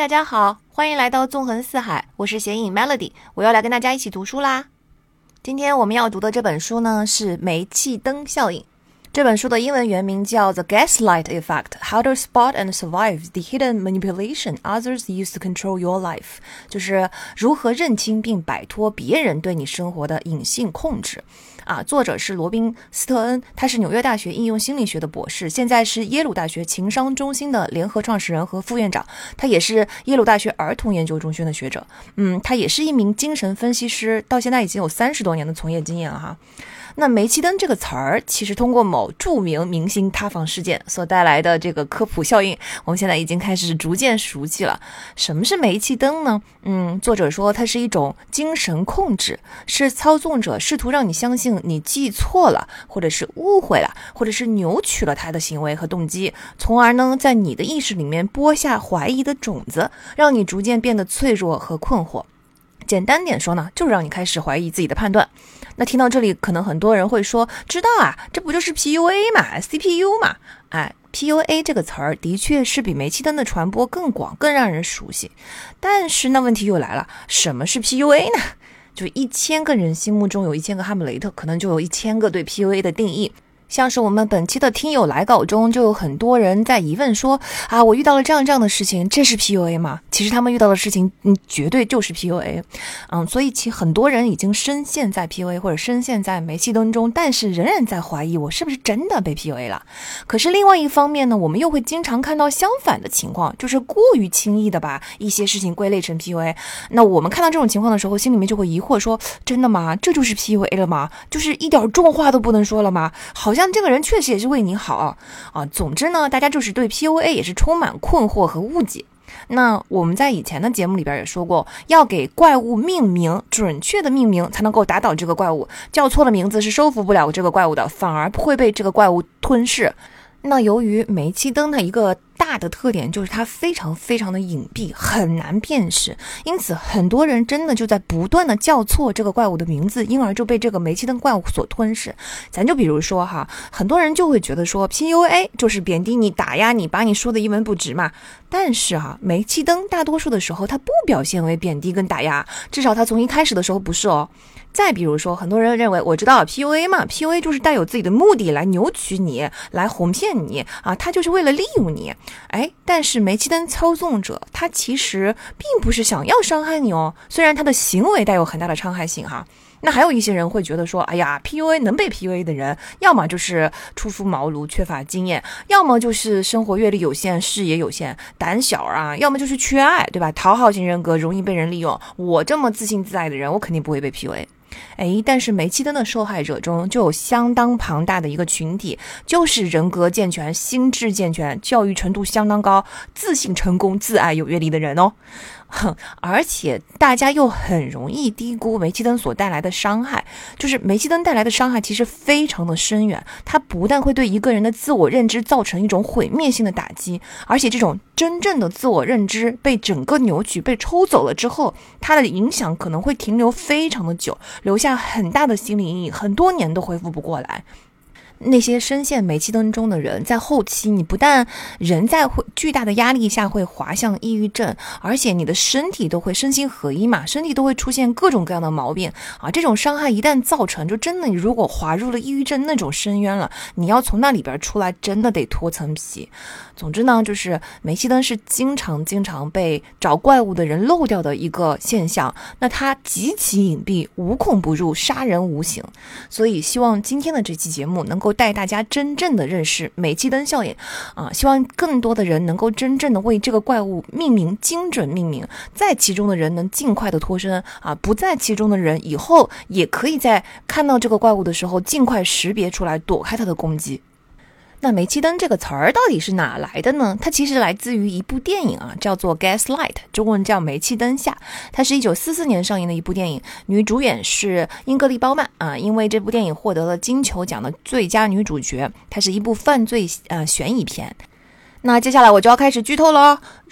大家好，欢迎来到纵横四海，我是显影 Melody， 我要来跟大家一起读书啦。今天我们要读的这本书呢是煤气灯效应。这本书的英文原名叫 The Gaslight Effect: How to Spot and Survive the Hidden Manipulation Others Use to Control Your Life， 就是如何认清并摆脱别人对你生活的隐性控制。作者是罗宾·斯特恩，他是纽约大学应用心理学的博士，现在是耶鲁大学情商中心的联合创始人和副院长，他也是耶鲁大学儿童研究中心的学者。他也是一名精神分析师，到现在已经有30多年的从业经验了哈。那煤气灯这个词儿，其实通过某著名明星塌房事件所带来的这个科普效应，我们现在已经开始逐渐熟悉了。什么是煤气灯呢？作者说它是一种精神控制，是操纵者试图让你相信你记错了，或者是误会了，或者是扭曲了他的行为和动机，从而呢在你的意识里面播下怀疑的种子，让你逐渐变得脆弱和困惑。简单点说呢，就是让你开始怀疑自己的判断。那听到这里，可能很多人会说，知道啊，这不就是 PUA 嘛 CPU 嘛。PUA 这个词儿的确是比煤气灯的传播更广，更让人熟悉。但是那问题又来了，什么是 PUA 呢？就1000个人心目中有1000个哈姆雷特，可能就有1000个对 PUA 的定义。像是我们本期的听友来稿中，就有很多人在疑问说我遇到了这样的事情，这是 PUA 吗？其实他们遇到的事情绝对就是 PUA。所以其很多人已经深陷在 PUA 或者深陷在煤气灯中，但是仍然在怀疑我是不是真的被 PUA 了。可是另外一方面呢，我们又会经常看到相反的情况，就是过于轻易的把一些事情归类成 PUA。那我们看到这种情况的时候，心里面就会疑惑说，真的吗？这就是 PUA 了吗？就是一点重话都不能说了吗？好像这个人确实也是为你好总之呢，大家就是对 PUA 也是充满困惑和误解。那我们在以前的节目里边也说过，要给怪物命名，准确的命名才能够打倒这个怪物，叫错了名字是收服不了这个怪物的，反而会被这个怪物吞噬。那由于煤气灯的一个大的特点就是它非常非常的隐蔽，很难辨识，因此很多人真的就在不断的叫错这个怪物的名字，因而就被这个煤气灯怪物所吞噬。咱就比如说很多人就会觉得说 PUA 就是贬低你、打压你，把你说的一文不值嘛。但是煤气灯大多数的时候它不表现为贬低跟打压，至少它从一开始的时候不是哦。再比如说，很多人认为我知道 PUA 嘛 ，PUA 就是带有自己的目的来扭曲你，来哄骗你他就是为了利用你。但是煤气灯操纵者他其实并不是想要伤害你哦，虽然他的行为带有很大的伤害性那还有一些人会觉得说PUA 能被 PUA 的人，要么就是初出茅庐缺乏经验，要么就是生活阅历有限、视野有限、胆小要么就是缺爱，对吧？讨好型人格，容易被人利用。我这么自信自爱的人，我肯定不会被 PUA。但是煤气灯的受害者中就有相当庞大的一个群体，就是人格健全、心智健全、教育程度相当高、自信成功、自爱有阅历的人哦。而且大家又很容易低估煤气灯所带来的伤害，就是煤气灯带来的伤害其实非常的深远，它不但会对一个人的自我认知造成一种毁灭性的打击，而且这种真正的自我认知被整个扭曲、被抽走了之后，它的影响可能会停留非常的久，留下很大的心理阴影，很多年都恢复不过来。那些深陷煤气灯中的人，在后期你不但人在巨大的压力下会滑向抑郁症，而且你的身体都会身心合一嘛，身体都会出现各种各样的毛病这种伤害一旦造成，就真的你如果滑入了抑郁症那种深渊了，你要从那里边出来真的得脱层皮。总之呢，就是煤气灯是经常被找怪物的人漏掉的一个现象，那它极其隐蔽，无孔不入，杀人无形。所以希望今天的这期节目能够带大家真正的认识煤气灯效应希望更多的人能够真正的为这个怪物命名，精准命名，在其中的人能尽快的脱身不在其中的人以后也可以在看到这个怪物的时候尽快识别出来，躲开它的攻击。那煤气灯这个词儿到底是哪来的呢？它其实来自于一部电影叫做 Gaslight， 中文叫煤气灯下。它是1944年上映的一部电影，女主演是英格丽褒曼因为这部电影获得了金球奖的最佳女主角。它是一部犯罪悬疑片。那接下来我就要开始剧透了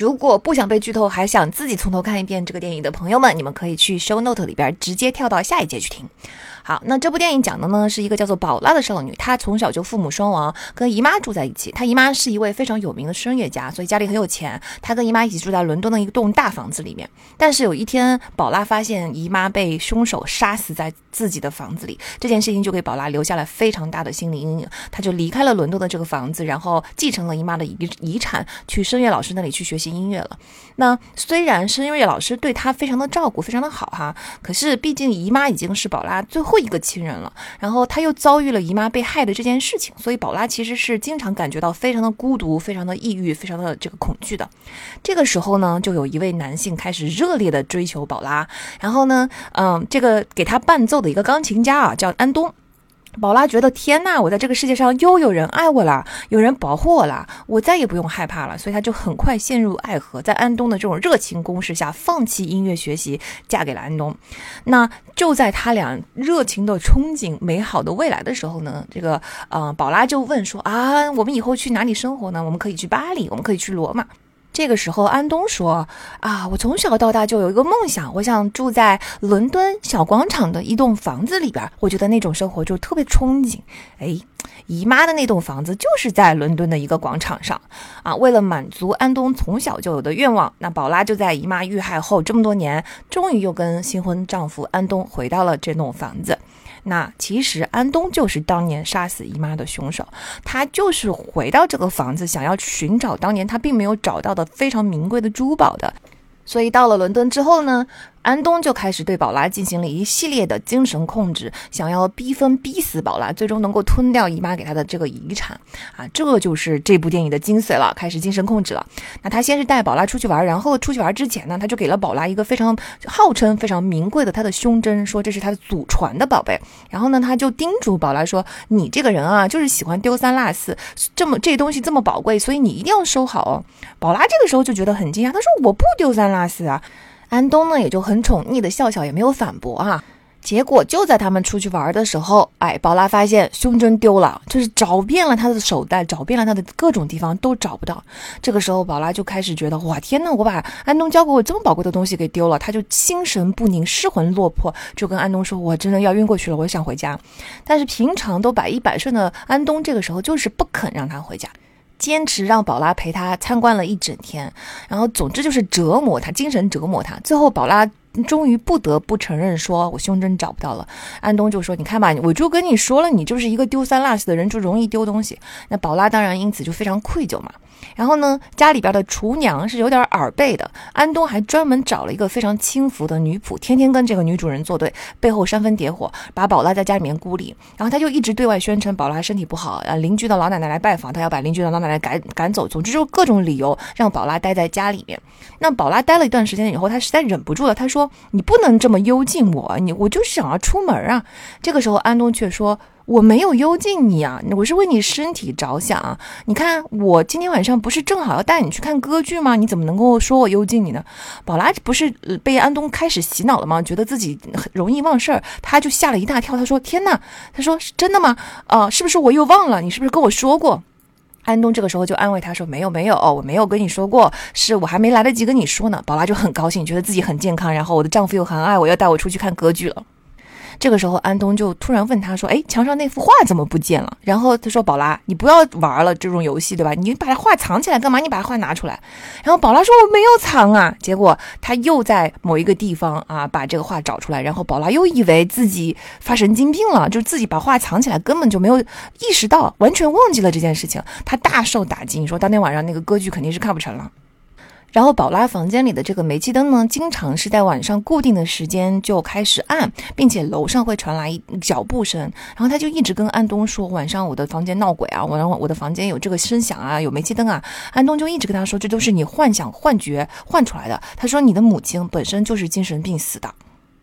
如果不想被剧透，还想自己从头看一遍这个电影的朋友们，你们可以去 show note 里边直接跳到下一节去听。好，那这部电影讲的呢是一个叫做宝拉的少女，她从小就父母双亡，跟姨妈住在一起。她姨妈是一位非常有名的声乐家，所以家里很有钱。她跟姨妈一起住在伦敦的一栋大房子里面。但是有一天，宝拉发现姨妈被凶手杀死在自己的房子里，这件事情就给宝拉留下了非常大的心理阴影。她就离开了伦敦的这个房子，然后继承了姨妈的遗产，去声乐老师那里去学习音乐了。那虽然声乐老师对她非常的照顾，非常的好哈，可是毕竟姨妈已经是宝拉最后一个亲人了，然后她又遭遇了姨妈被害的这件事情，所以宝拉其实是经常感觉到非常的孤独，非常的抑郁，非常的这个恐惧的。这个时候呢，就有一位男性开始热烈的追求宝拉，然后呢，这个给他伴奏的一个钢琴家啊，叫安东。宝拉觉得天哪，我在这个世界上又有人爱我了，有人保护我了，我再也不用害怕了，所以她就很快陷入爱河，在安东的这种热情攻势下，放弃音乐学习，嫁给了安东。那就在他俩热情的憧憬美好的未来的时候呢，这个宝拉就问说啊，我们以后去哪里生活呢？我们可以去巴黎，我们可以去罗马。这个时候安东说啊，我从小到大就有一个梦想，我想住在伦敦小广场的一栋房子里边，我觉得那种生活就特别憧憬。姨妈的那栋房子就是在伦敦的一个广场上啊。为了满足安东从小就有的愿望，那宝拉就在姨妈遇害后这么多年，终于又跟新婚丈夫安东回到了这栋房子。那其实安东就是当年杀死姨妈的凶手，他就是回到这个房子，想要寻找当年他并没有找到的非常名贵的珠宝的。所以到了伦敦之后呢，安东就开始对宝拉进行了一系列的精神控制，想要逼死宝拉，最终能够吞掉姨妈给他的这个遗产啊，这就是这部电影的精髓了，开始精神控制了。那他先是带宝拉出去玩，然后出去玩之前呢，他就给了宝拉一个非常号称非常名贵的他的胸针，说这是他的祖传的宝贝。然后呢，他就叮嘱宝拉说，你这个人啊，就是喜欢丢三落四，这东西这么宝贵，所以你一定要收好哦。宝拉这个时候就觉得很惊讶，他说我不丢三落四啊。安东呢也就很宠溺的笑笑，也没有反驳啊。结果就在他们出去玩的时候，宝拉发现胸针丢了，就是找遍了他的手袋，找遍了他的各种地方都找不到。这个时候宝拉就开始觉得，哇天哪，我把安东教给我这么宝贵的东西给丢了，他就心神不宁，失魂落魄，就跟安东说，我真的要晕过去了，我想回家。但是平常都百依百顺的安东这个时候就是不肯让他回家，坚持让宝拉陪他参观了一整天，然后总之就是折磨他，精神折磨他。最后宝拉终于不得不承认说，我胸针找不到了。安东就说，你看吧，我就跟你说了，你就是一个丢三落四的人，就容易丢东西。那宝拉当然因此就非常愧疚嘛。然后呢，家里边的厨娘是有点耳背的，安东还专门找了一个非常轻浮的女仆，天天跟这个女主人作对，背后煽风点火，把宝拉在家里面孤立。然后他就一直对外宣称宝拉身体不好，邻居的老奶奶来拜访，他要把邻居的老奶奶赶走，总之就是各种理由让宝拉待在家里面。那宝拉待了一段时间以后，他实在忍不住了，他说，你不能这么幽禁我，我就是想要出门啊。这个时候安东却说，我没有幽禁你啊，我是为你身体着想啊。你看我今天晚上不是正好要带你去看歌剧吗？你怎么能够说我幽禁你呢？宝拉不是被安东开始洗脑了吗？觉得自己容易忘事儿，他就吓了一大跳，他说天哪，他说是真的吗？是不是我又忘了？你是不是跟我说过？安东这个时候就安慰他说，没有我没有跟你说过，是我还没来得及跟你说呢。宝拉就很高兴，觉得自己很健康，然后我的丈夫又很爱我，要带我出去看歌剧了。这个时候安东就突然问他说，墙上那幅画怎么不见了？然后他说，宝拉，你不要玩了这种游戏对吧？你把画藏起来干嘛？你把画拿出来。然后宝拉说，我没有藏啊。结果他又在某一个地方啊把这个画找出来，然后宝拉又以为自己发神经病了，就自己把画藏起来，根本就没有意识到，完全忘记了这件事情。他大受打击，说当天晚上那个歌剧肯定是看不成了。然后宝拉房间里的这个煤气灯呢，经常是在晚上固定的时间就开始暗，并且楼上会传来脚步声。然后他就一直跟安东说，晚上我的房间闹鬼啊，我的房间有这个声响啊，有煤气灯啊。安东就一直跟他说，这都是你幻想幻觉换出来的。他说你的母亲本身就是精神病死的。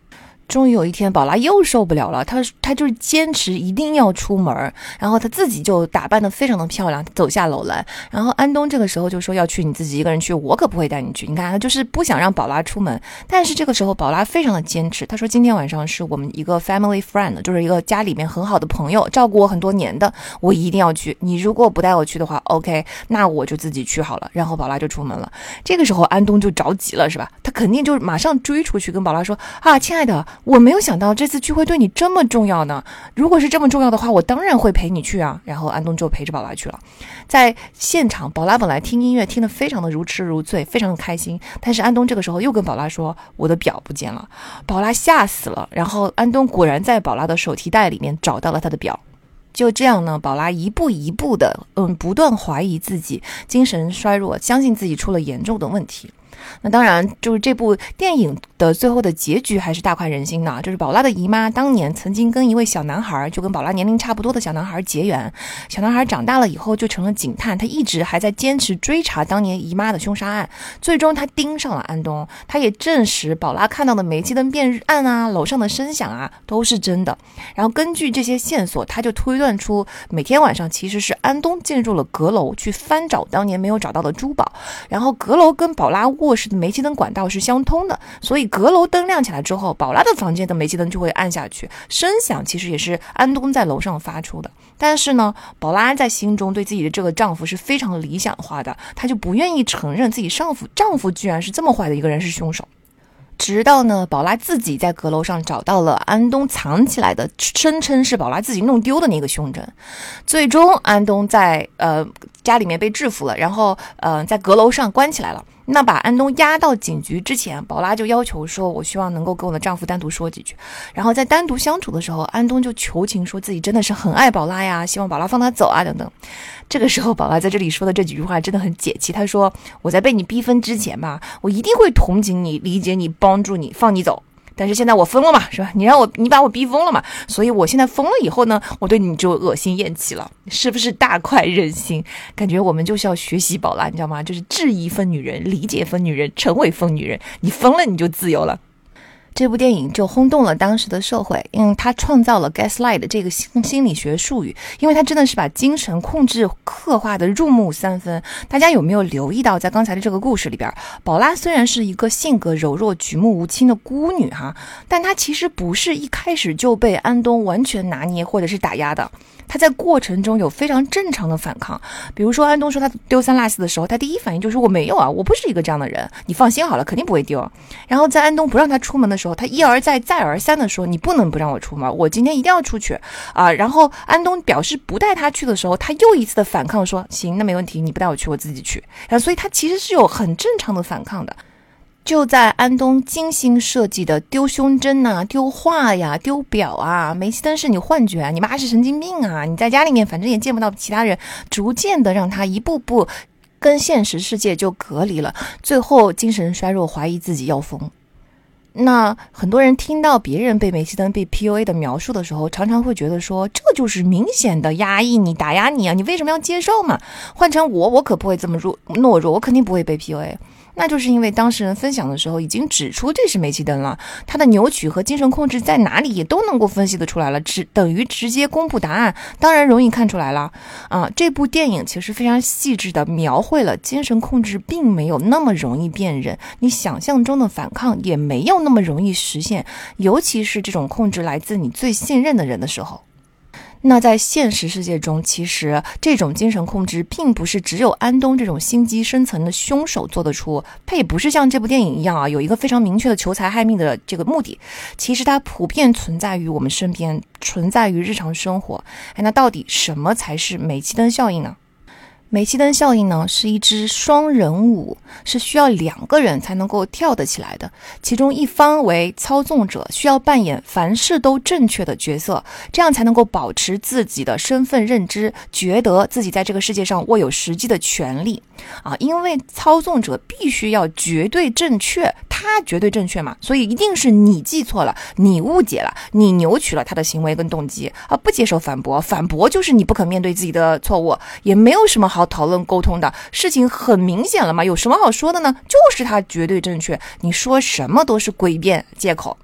终于有一天宝拉又受不了了，他就是坚持一定要出门，然后他自己就打扮得非常的漂亮，走下楼来，然后安东这个时候就说要去，你自己一个人去，我可不会带你去。你看他就是不想让宝拉出门，但是这个时候宝拉非常的坚持，他说今天晚上是我们一个 family friend， 就是一个家里面很好的朋友，照顾我很多年的，我一定要去，你如果不带我去的话 OK， 那我就自己去好了。然后宝拉就出门了，这个时候安东就着急了，是吧？他肯定就马上追出去跟宝拉说啊，亲爱的，我没有想到这次聚会对你这么重要呢，如果是这么重要的话，我当然会陪你去啊。然后安东就陪着宝拉去了。在现场，宝拉本来听音乐听得非常的如痴如醉，非常的开心，但是安东这个时候又跟宝拉说我的表不见了，宝拉吓死了。然后安东果然在宝拉的手提袋里面找到了他的表。就这样呢，宝拉一步一步的不断怀疑自己，精神衰弱，相信自己出了严重的问题。那当然就是这部电影的最后的结局还是大快人心的，就是宝拉的姨妈当年曾经跟一位小男孩，就跟宝拉年龄差不多的小男孩结缘，小男孩长大了以后就成了警探，他一直还在坚持追查当年姨妈的凶杀案，最终他盯上了安东，他也证实宝拉看到的煤气灯变暗啊，楼上的声响啊都是真的。然后根据这些线索，他就推断出每天晚上其实是安东进入了阁楼去翻找当年没有找到的珠宝，然后阁楼跟宝拉卧室的煤气灯管道是相通的，所以阁楼灯亮起来之后，宝拉的房间的煤气灯就会暗下去，声响其实也是安东在楼上发出的。但是呢，宝拉在心中对自己的这个丈夫是非常理想化的，她就不愿意承认自己丈夫居然是这么坏的一个人，是凶手。直到呢，宝拉自己在阁楼上找到了安东藏起来的声称是宝拉自己弄丢的那个胸针，最终安东在家里面被制服了，然后在阁楼上关起来了。那把安东押到警局之前，宝拉就要求说我希望能够跟我的丈夫单独说几句。然后在单独相处的时候，安东就求情说自己真的是很爱宝拉呀，希望宝拉放他走啊等等。这个时候宝拉在这里说的这几句话真的很解气，他说我在被你逼分之前吧，我一定会同情你，理解你，帮助你，放你走。但是现在我疯了嘛，是吧？你把我逼疯了嘛，所以我现在疯了以后呢，我对你就恶心厌弃了，是不是大快人心？感觉我们就是要学习宝拉，你知道吗？就是质疑分女人，理解分女人，成为疯女人，你疯了你就自由了。这部电影就轰动了当时的社会，因为他创造了 gaslight 这个心理学术语，因为他真的是把精神控制刻画的入木三分。大家有没有留意到，在刚才的这个故事里边，宝拉虽然是一个性格柔弱、举目无亲的孤女哈，但她其实不是一开始就被安东完全拿捏或者是打压的。他在过程中有非常正常的反抗，比如说安东说他丢三落四的时候，他第一反应就是我没有啊，我不是一个这样的人，你放心好了，肯定不会丢。然后在安东不让他出门的时候，他一而再再而三的说你不能不让我出门，我今天一定要出去啊。然后安东表示不带他去的时候，他又一次的反抗说行，那没问题，你不带我去，我自己去。所以他其实是有很正常的反抗的。就在安东精心设计的丢胸针啊、丢画呀、丢表啊、煤气灯是你幻觉啊、你妈是神经病啊、你在家里面反正也见不到其他人，逐渐的让他一步步跟现实世界就隔离了，最后精神衰弱，怀疑自己要疯。那很多人听到别人被煤气灯被 PUA 的描述的时候，常常会觉得说这就是明显的压抑你、打压你啊，你为什么要接受嘛？换成我可不会这么懦弱，我肯定不会被 PUA。那就是因为当事人分享的时候已经指出这是煤气灯了，他的扭曲和精神控制在哪里也都能够分析得出来了，等于直接公布答案，当然容易看出来了啊。这部电影其实非常细致地描绘了精神控制并没有那么容易辨认，你想象中的反抗也没有那么容易实现，尤其是这种控制来自你最信任的人的时候。那在现实世界中，其实这种精神控制并不是只有安东这种心机深层的凶手做得出，它也不是像这部电影一样啊，有一个非常明确的求财害命的这个目的，其实它普遍存在于我们身边，存在于日常生活。那到底什么才是煤气灯效应呢？煤气灯效应呢，是一支双人舞，是需要2个人才能够跳得起来的。其中一方为操纵者，需要扮演凡事都正确的角色，这样才能够保持自己的身份认知，觉得自己在这个世界上握有实际的权利啊。因为操纵者必须要绝对正确，他绝对正确嘛，所以一定是你记错了，你误解了，你扭曲了他的行为跟动机啊，不接受反驳，反驳就是你不肯面对自己的错误，也没有什么好讨论沟通的，事情很明显了嘛，有什么好说的呢？就是他绝对正确，你说什么都是诡辩借口。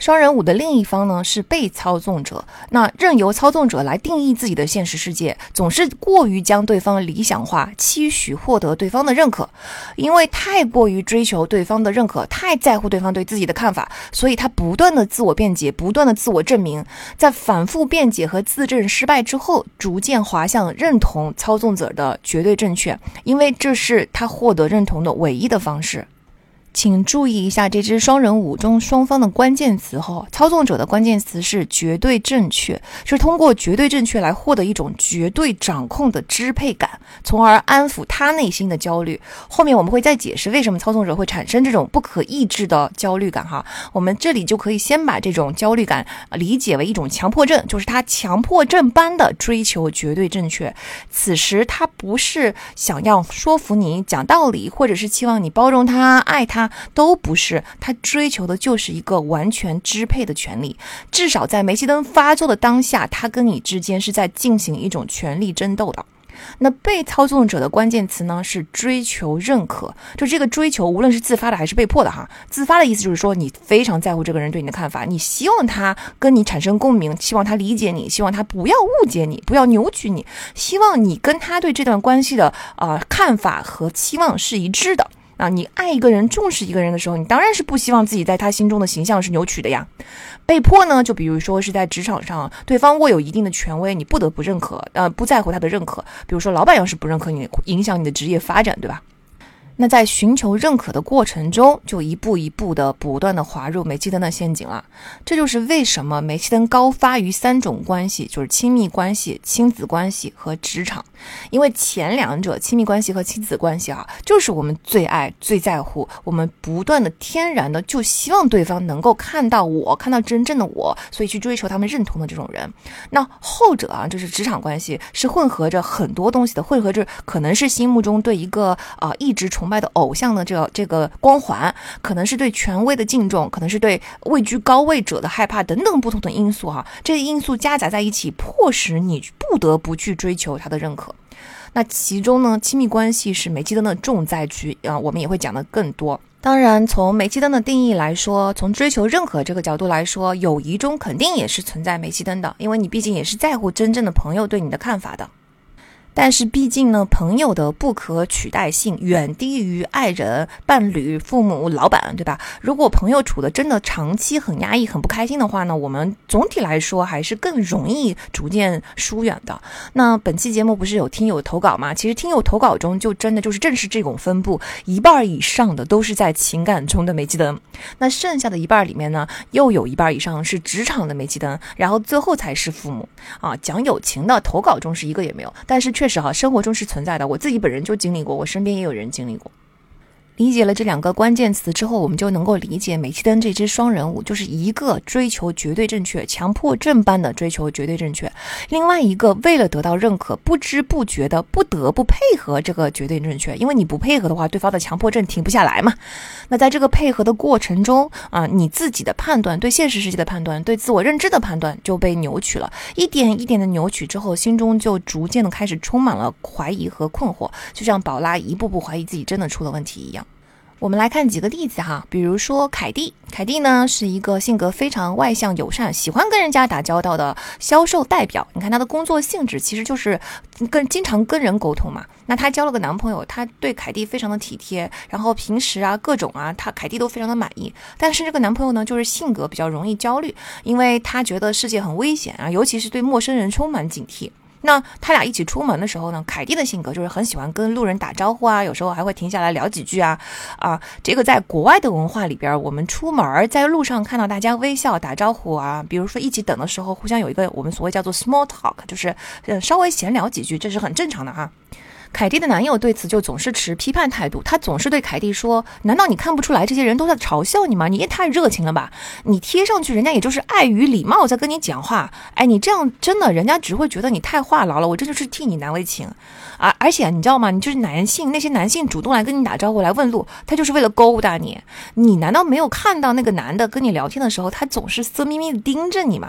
双人舞的另一方呢是被操纵者，那任由操纵者来定义自己的现实世界，总是过于将对方理想化，期许获得对方的认可。因为太过于追求对方的认可，太在乎对方对自己的看法，所以他不断的自我辩解，不断的自我证明，在反复辩解和自证失败之后，逐渐滑向认同操纵者的绝对正确，因为这是他获得认同的唯一的方式。请注意一下这支双人舞中双方的关键词后，操纵者的关键词是绝对正确，是通过绝对正确来获得一种绝对掌控的支配感，从而安抚他内心的焦虑。后面我们会再解释为什么操纵者会产生这种不可抑制的焦虑感哈。我们这里就可以先把这种焦虑感理解为一种强迫症，就是他强迫症般的追求绝对正确。此时他不是想要说服你讲道理，或者是期望你包容他爱他，都不是，他追求的就是一个完全支配的权利。至少在煤气灯发作的当下，他跟你之间是在进行一种权力争斗的。那被操纵者的关键词呢是追求认可，就这个追求无论是自发的还是被迫的哈。自发的意思就是说你非常在乎这个人对你的看法，你希望他跟你产生共鸣，希望他理解你，希望他不要误解你，不要扭曲你，希望你跟他对这段关系的看法和期望是一致的。你爱一个人重视一个人的时候，你当然是不希望自己在他心中的形象是扭曲的呀。被迫呢，就比如说是在职场上，对方握有一定的权威，你不得不认可，不在乎他的认可。比如说老板要是不认可你，影响你的职业发展，对吧？那在寻求认可的过程中，就一步一步的不断的滑入煤气灯的陷阱了。这就是为什么煤气灯高发于3种关系，就是亲密关系、亲子关系和职场。因为前两者亲密关系和亲子关系就是我们最爱最在乎，我们不断的天然的就希望对方能够看到我，看到真正的我，所以去追求他们认同的这种人。那后者就是职场关系，是混合着很多东西的，混合着可能是心目中对一个一直崇拜的偶像的这个光环，可能是对权威的敬重，可能是对位居高位者的害怕等等不同的因素这些因素夹杂在一起，迫使你不得不去追求他的认可。那其中呢，亲密关系是煤气灯的重灾区我们也会讲得更多。当然从煤气灯的定义来说，从追求认可这个角度来说，友谊中肯定也是存在煤气灯的，因为你毕竟也是在乎真正的朋友对你的看法的。但是毕竟呢，朋友的不可取代性远低于爱人、伴侣、父母、老板，对吧？如果朋友处的真的长期很压抑、很不开心的话呢，我们总体来说还是更容易逐渐疏远的。那本期节目不是有听友投稿吗？其实听友投稿中就真的就是正是这种分布，一半以上的都是在情感中的煤气灯，那剩下的一半里面呢，又有一半以上是职场的煤气灯，然后最后才是父母讲友情的投稿中是一个也没有，但是确实生活中是存在的，我自己本人就经历过，我身边也有人经历过。理解了这两个关键词之后，我们就能够理解煤气灯这支双人舞就是一个追求绝对正确，强迫症般的追求绝对正确，另外一个为了得到认可，不知不觉的不得不配合这个绝对正确，因为你不配合的话，对方的强迫症停不下来嘛。那在这个配合的过程中你自己的判断，对现实世界的判断，对自我认知的判断就被扭曲了，一点一点的扭曲之后，心中就逐渐的开始充满了怀疑和困惑，就像宝拉一步步怀疑自己真的出了问题一样。我们来看几个例子比如说凯蒂呢是一个性格非常外向友善，喜欢跟人家打交道的销售代表。你看她的工作性质其实就是经常跟人沟通嘛。那她交了个男朋友，他对凯蒂非常的体贴，然后平时各种凯蒂都非常的满意。但是这个男朋友呢，就是性格比较容易焦虑，因为他觉得世界很危险尤其是对陌生人充满警惕。那他俩一起出门的时候呢，凯蒂的性格就是很喜欢跟路人打招呼有时候还会停下来聊几句这个在国外的文化里边，我们出门在路上看到大家微笑打招呼比如说一起等的时候，互相有一个我们所谓叫做 small talk， 就是稍微闲聊几句，这是很正常的凯蒂的男友对此就总是持批判态度，他总是对凯蒂说，难道你看不出来这些人都在嘲笑你吗？你也太热情了吧，你贴上去人家也就是碍于礼貌在跟你讲话，你这样真的人家只会觉得你太话痨了，我这就是替你难为情而且你知道吗，你就是那些男性主动来跟你打招呼来问路，他就是为了勾搭你，你难道没有看到那个男的跟你聊天的时候，他总是色眯眯的盯着你吗？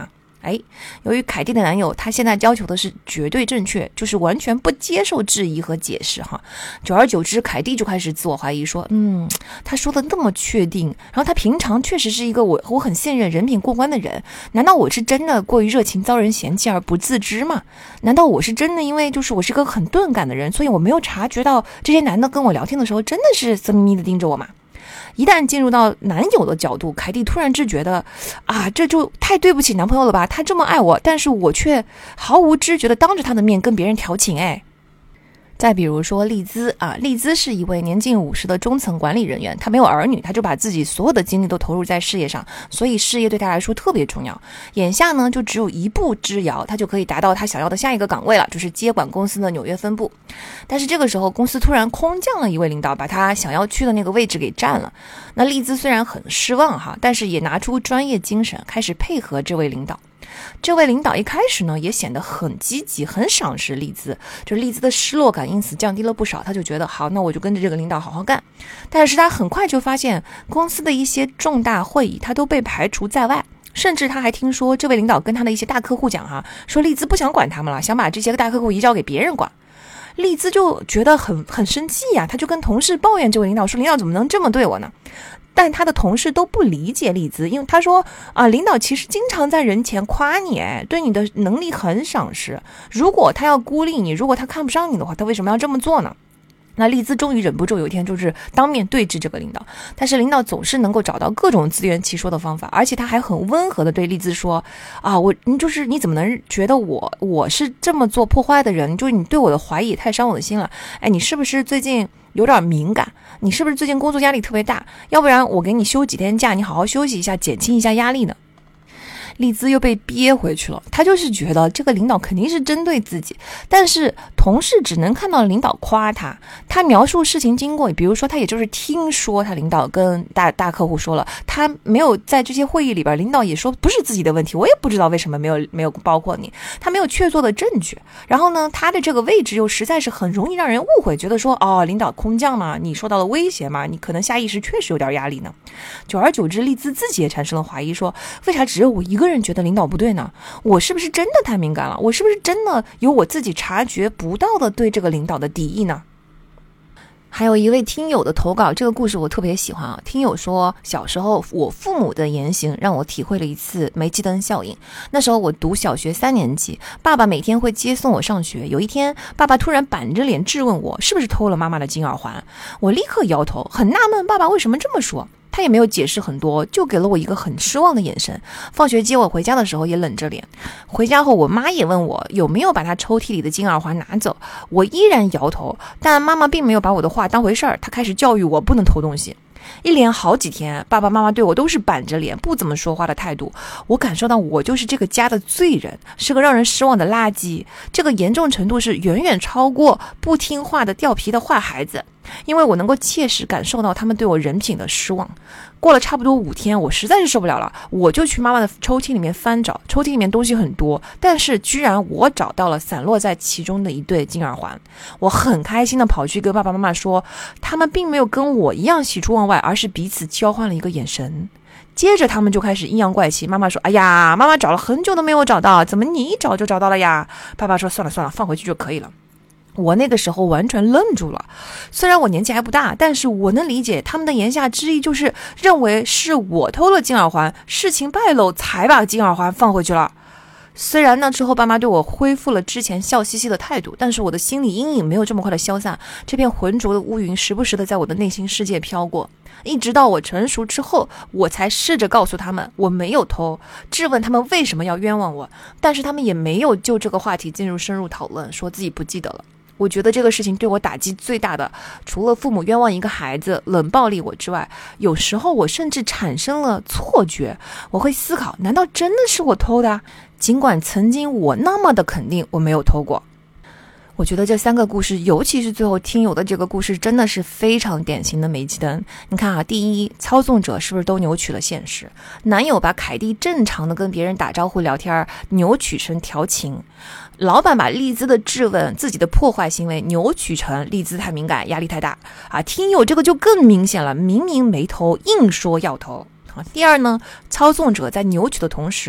由于凯蒂的男友他现在要求的是绝对正确，就是完全不接受质疑和解释哈。久而久之，凯蒂就开始自我怀疑说，他说的那么确定，然后他平常确实是一个我很信任、人品过关的人，难道我是真的过于热情遭人嫌弃而不自知吗？难道我是真的因为就是我是个很钝感的人，所以我没有察觉到这些男的跟我聊天的时候真的是色眯眯的盯着我吗？一旦进入到男友的角度，凯蒂突然之觉得这就太对不起男朋友了吧，他这么爱我，但是我却毫无知觉的当着他的面跟别人调情。再比如说丽兹丽兹是一位年近50的中层管理人员，她没有儿女，她就把自己所有的精力都投入在事业上，所以事业对她来说特别重要。眼下呢，就只有一步之遥，她就可以达到她想要的下一个岗位了，就是接管公司的纽约分部。但是这个时候公司突然空降了一位领导，把她想要去的那个位置给占了。那丽兹虽然很失望但是也拿出专业精神，开始配合这位领导。这位领导一开始呢也显得很积极，很赏识丽兹，就是丽兹的失落感因此降低了不少，他就觉得好，那我就跟着这个领导好好干。但是他很快就发现公司的一些重大会议他都被排除在外，甚至他还听说这位领导跟他的一些大客户讲说丽兹不想管他们了，想把这些大客户移交给别人管。丽兹就觉得很生气他就跟同事抱怨这位领导说，领导怎么能这么对我呢？但他的同事都不理解丽兹，因为他说领导其实经常在人前夸你，对你的能力很赏识，如果他要孤立你，如果他看不上你的话，他为什么要这么做呢？那丽兹终于忍不住有一天就是当面对质这个领导，但是领导总是能够找到各种自圆其说的方法，而且他还很温和的对丽兹说你怎么能觉得我是这么做破坏的人，就是你对我的怀疑也太伤我的心了，你是不是最近有点敏感，你是不是最近工作压力特别大，要不然我给你休几天假，你好好休息一下，减轻一下压力呢？丽兹又被憋回去了，她就是觉得这个领导肯定是针对自己，但是同事只能看到领导夸他，他描述事情经过，比如说他也就是听说他领导跟大客户说了，他没有在这些会议里边，领导也说不是自己的问题，我也不知道为什么没有包括你，他没有确凿的证据。然后呢，他的这个位置又实在是很容易让人误会，觉得说领导空降嘛，你受到了威胁嘛，你可能下意识确实有点压力呢。久而久之，丽兹自己也产生了怀疑，说为啥只有我一个人觉得领导不对呢？我是不是真的太敏感了？我是不是真的有我自己察觉不到的对这个领导的敌意呢？还有一位听友的投稿，这个故事我特别喜欢听友说，小时候我父母的言行让我体会了一次煤气灯效应。那时候我读小学3年级，爸爸每天会接送我上学。有一天，爸爸突然板着脸质问我是不是偷了妈妈的金耳环。我立刻摇头，很纳闷爸爸为什么这么说。他也没有解释很多，就给了我一个很失望的眼神。放学接我回家的时候也冷着脸。回家后，我妈也问我有没有把她抽屉里的金耳环拿走，我依然摇头，但妈妈并没有把我的话当回事儿，她开始教育我不能偷东西。一连好几天，爸爸妈妈对我都是板着脸不怎么说话的态度，我感受到我就是这个家的罪人，是个让人失望的垃圾。这个严重程度是远远超过不听话的调皮的坏孩子，因为我能够切实感受到他们对我人品的失望。过了差不多5天，我实在是受不了了，我就去妈妈的抽屉里面翻找，抽屉里面东西很多，但是居然我找到了散落在其中的一对金耳环。我很开心的跑去跟爸爸妈妈说，他们并没有跟我一样喜出望外，而是彼此交换了一个眼神。接着他们就开始阴阳怪气，妈妈说，哎呀，妈妈找了很久都没有找到，怎么你一找就找到了呀？爸爸说，算了，放回去就可以了。我那个时候完全愣住了，虽然我年纪还不大，但是我能理解他们的言下之意，就是认为是我偷了金耳环，事情败露才把金耳环放回去了。虽然呢之后爸妈对我恢复了之前笑嘻嘻的态度，但是我的心理阴影没有这么快的消散，这片浑浊的乌云时不时的在我的内心世界飘过，一直到我成熟之后，我才试着告诉他们我没有偷，质问他们为什么要冤枉我，但是他们也没有就这个话题进入深入讨论，说自己不记得了。我觉得这个事情对我打击最大的，除了父母冤枉一个孩子冷暴力我之外，有时候我甚至产生了错觉，我会思考，难道真的是我偷的？尽管曾经我那么的肯定我没有偷过。我觉得这3个故事，尤其是最后听友的这个故事，真的是非常典型的煤气灯。你看第一，操纵者是不是都扭曲了现实？男友把凯蒂正常的跟别人打招呼聊天扭曲成调情，老板把丽兹的质问、自己的破坏行为扭曲成丽兹太敏感、压力太大听友这个就更明显了，明明没偷硬说要偷第二呢，操纵者在扭曲的同时，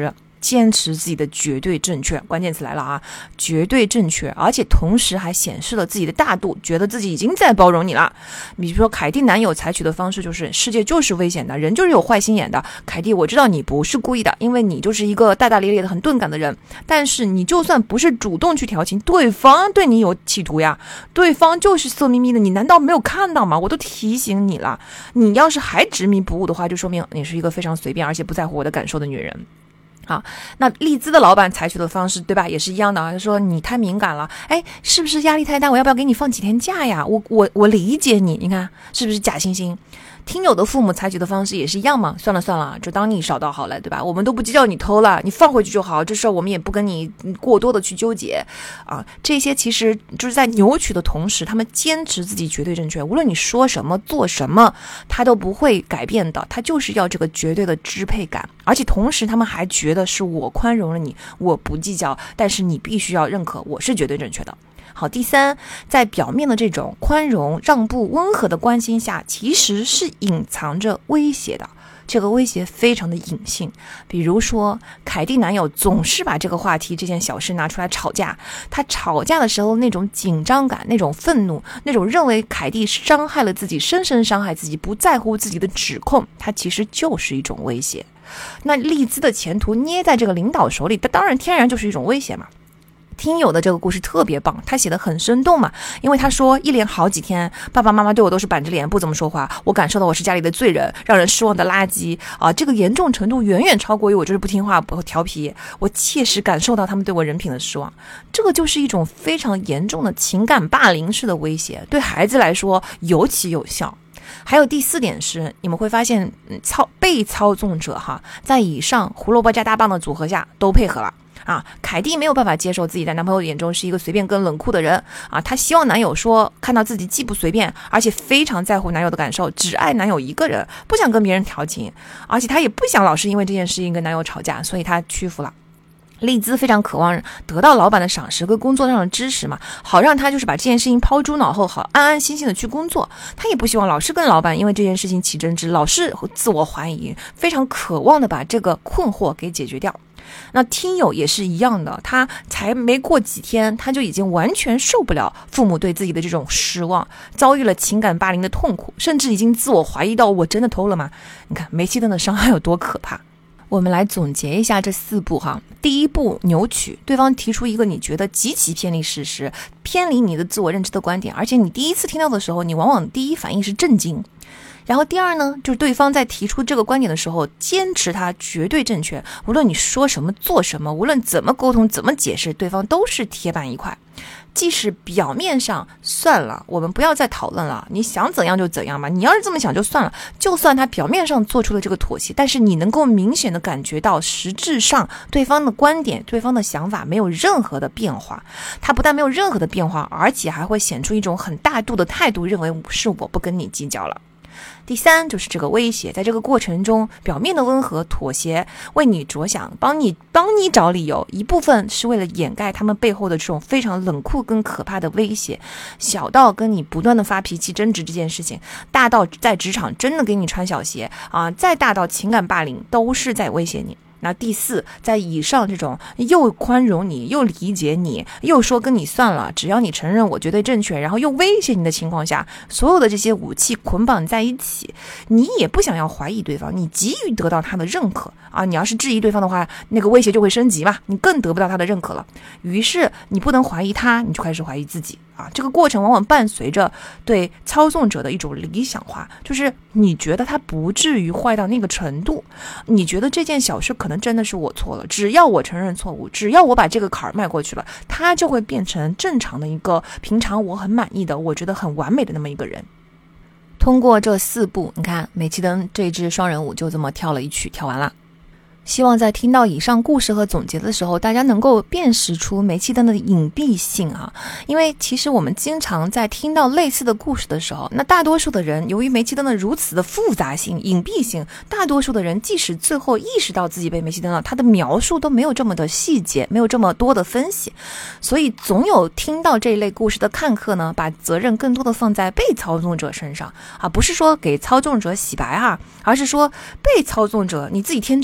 坚持自己的绝对正确，关键词来了啊，绝对正确，而且同时还显示了自己的大度，觉得自己已经在包容你了。比如说凯蒂男友采取的方式就是世界就是危险的，人就是有坏心眼的，凯蒂我知道你不是故意的，因为你就是一个大大咧咧的很钝感的人，但是你就算不是主动去调情，对方对你有企图呀，对方就是色眯眯的，你难道没有看到吗？我都提醒你了，你要是还执迷不悟的话，就说明你是一个非常随便而且不在乎我的感受的女人。好，那利兹的老板采取的方式，对吧，也是一样的啊。他说你太敏感了，哎，是不是压力太大？我要不要给你放几天假呀？我理解你，你看是不是假惺惺？听友的父母采取的方式也是一样嘛，算了，就当你少到好了，对吧？我们都不计较你偷了，你放回去就好，这事儿我们也不跟你过多的去纠结啊。这些其实就是在扭曲的同时，他们坚持自己绝对正确，无论你说什么做什么，他都不会改变的，他就是要这个绝对的支配感，而且同时他们还觉得是我宽容了你，我不计较，但是你必须要认可我是绝对正确的。好，第三，在表面的这种宽容、让步、温和的关心下，其实是隐藏着威胁的。这个威胁非常的隐性，比如说凯蒂男友总是把这个话题、这件小事拿出来吵架，他吵架的时候那种紧张感、那种愤怒、那种认为凯蒂伤害了自己、深深伤害自己、不在乎自己的指控，它其实就是一种威胁。那利兹的前途捏在这个领导手里，它当然天然就是一种威胁嘛。听友的这个故事特别棒，他写得很生动嘛，因为他说一连好几天爸爸妈妈对我都是板着脸不怎么说话，我感受到我是家里的罪人，让人失望的垃圾啊，这个严重程度远远超过于我就是不听话不调皮，我切实感受到他们对我人品的失望，这个就是一种非常严重的情感霸凌式的威胁，对孩子来说尤其有效。还有第四点是，你们会发现被操纵者在以上胡萝卜加大棒的组合下都配合了啊。凯蒂没有办法接受自己在男朋友眼中是一个随便跟冷酷的人啊，她希望男友说看到自己既不随便，而且非常在乎男友的感受，只爱男友一个人，不想跟别人调情，而且她也不想老是因为这件事情跟男友吵架，所以她屈服了。利兹非常渴望得到老板的赏识跟工作上的支持嘛，好让他就是把这件事情抛诸脑后，好安安心心的去工作。他也不希望老是跟老板因为这件事情起争执，老是自我怀疑，非常渴望的把这个困惑给解决掉。那听友也是一样的，他才没过几天，他就已经完全受不了父母对自己的这种失望，遭遇了情感霸凌的痛苦，甚至已经自我怀疑到我真的偷了吗？你看煤气灯的伤害有多可怕。我们来总结一下这4步第一步，扭曲，对方提出一个你觉得极其偏离事实、偏离你的自我认知的观点，而且你第一次听到的时候，你往往第一反应是震惊。然后第二呢，就是对方在提出这个观点的时候，坚持他绝对正确，无论你说什么做什么，无论怎么沟通怎么解释，对方都是铁板一块。即使表面上算了，我们不要再讨论了，你想怎样就怎样吧，你要是这么想就算了，就算他表面上做出了这个妥协，但是你能够明显的感觉到实质上对方的观点、对方的想法没有任何的变化，他不但没有任何的变化，而且还会显出一种很大度的态度，认为是我不跟你计较了。第三就是这个威胁，在这个过程中，表面的温和妥协，为你着想，帮你找理由，一部分是为了掩盖他们背后的这种非常冷酷跟可怕的威胁，小到跟你不断的发脾气争执这件事情，大到在职场真的给你穿小鞋啊，再大到情感霸凌，都是在威胁你。那第四，在以上这种又宽容你又理解你又说跟你算了，只要你承认我绝对正确，然后又威胁你的情况下，所有的这些武器捆绑在一起，你也不想要怀疑对方，你急于得到他的认可啊！你要是质疑对方的话，那个威胁就会升级嘛，你更得不到他的认可了。于是你不能怀疑他，你就开始怀疑自己啊！这个过程往往伴随着对操纵者的一种理想化，就是你觉得他不至于坏到那个程度，你觉得这件小事可能真的是我错了，只要我承认错误，只要我把这个坎儿迈过去了，他就会变成正常的一个平常我很满意的，我觉得很完美的那么一个人。通过这4步，你看煤气灯这支双人舞就这么跳了一曲，跳完了。希望在听到以上故事和总结的时候，大家能够辨识出煤气灯的隐蔽性啊！因为其实我们经常在听到类似的故事的时候，那大多数的人由于煤气灯的如此的复杂性、隐蔽性，大多数的人即使最后意识到自己被煤气灯了，他的描述都没有这么的细节，没有这么多的分析，所以总有听到这一类故事的看客呢，把责任更多的放在被操纵者身上啊，不是说给操纵者洗白而是说被操纵者你自己天真呀。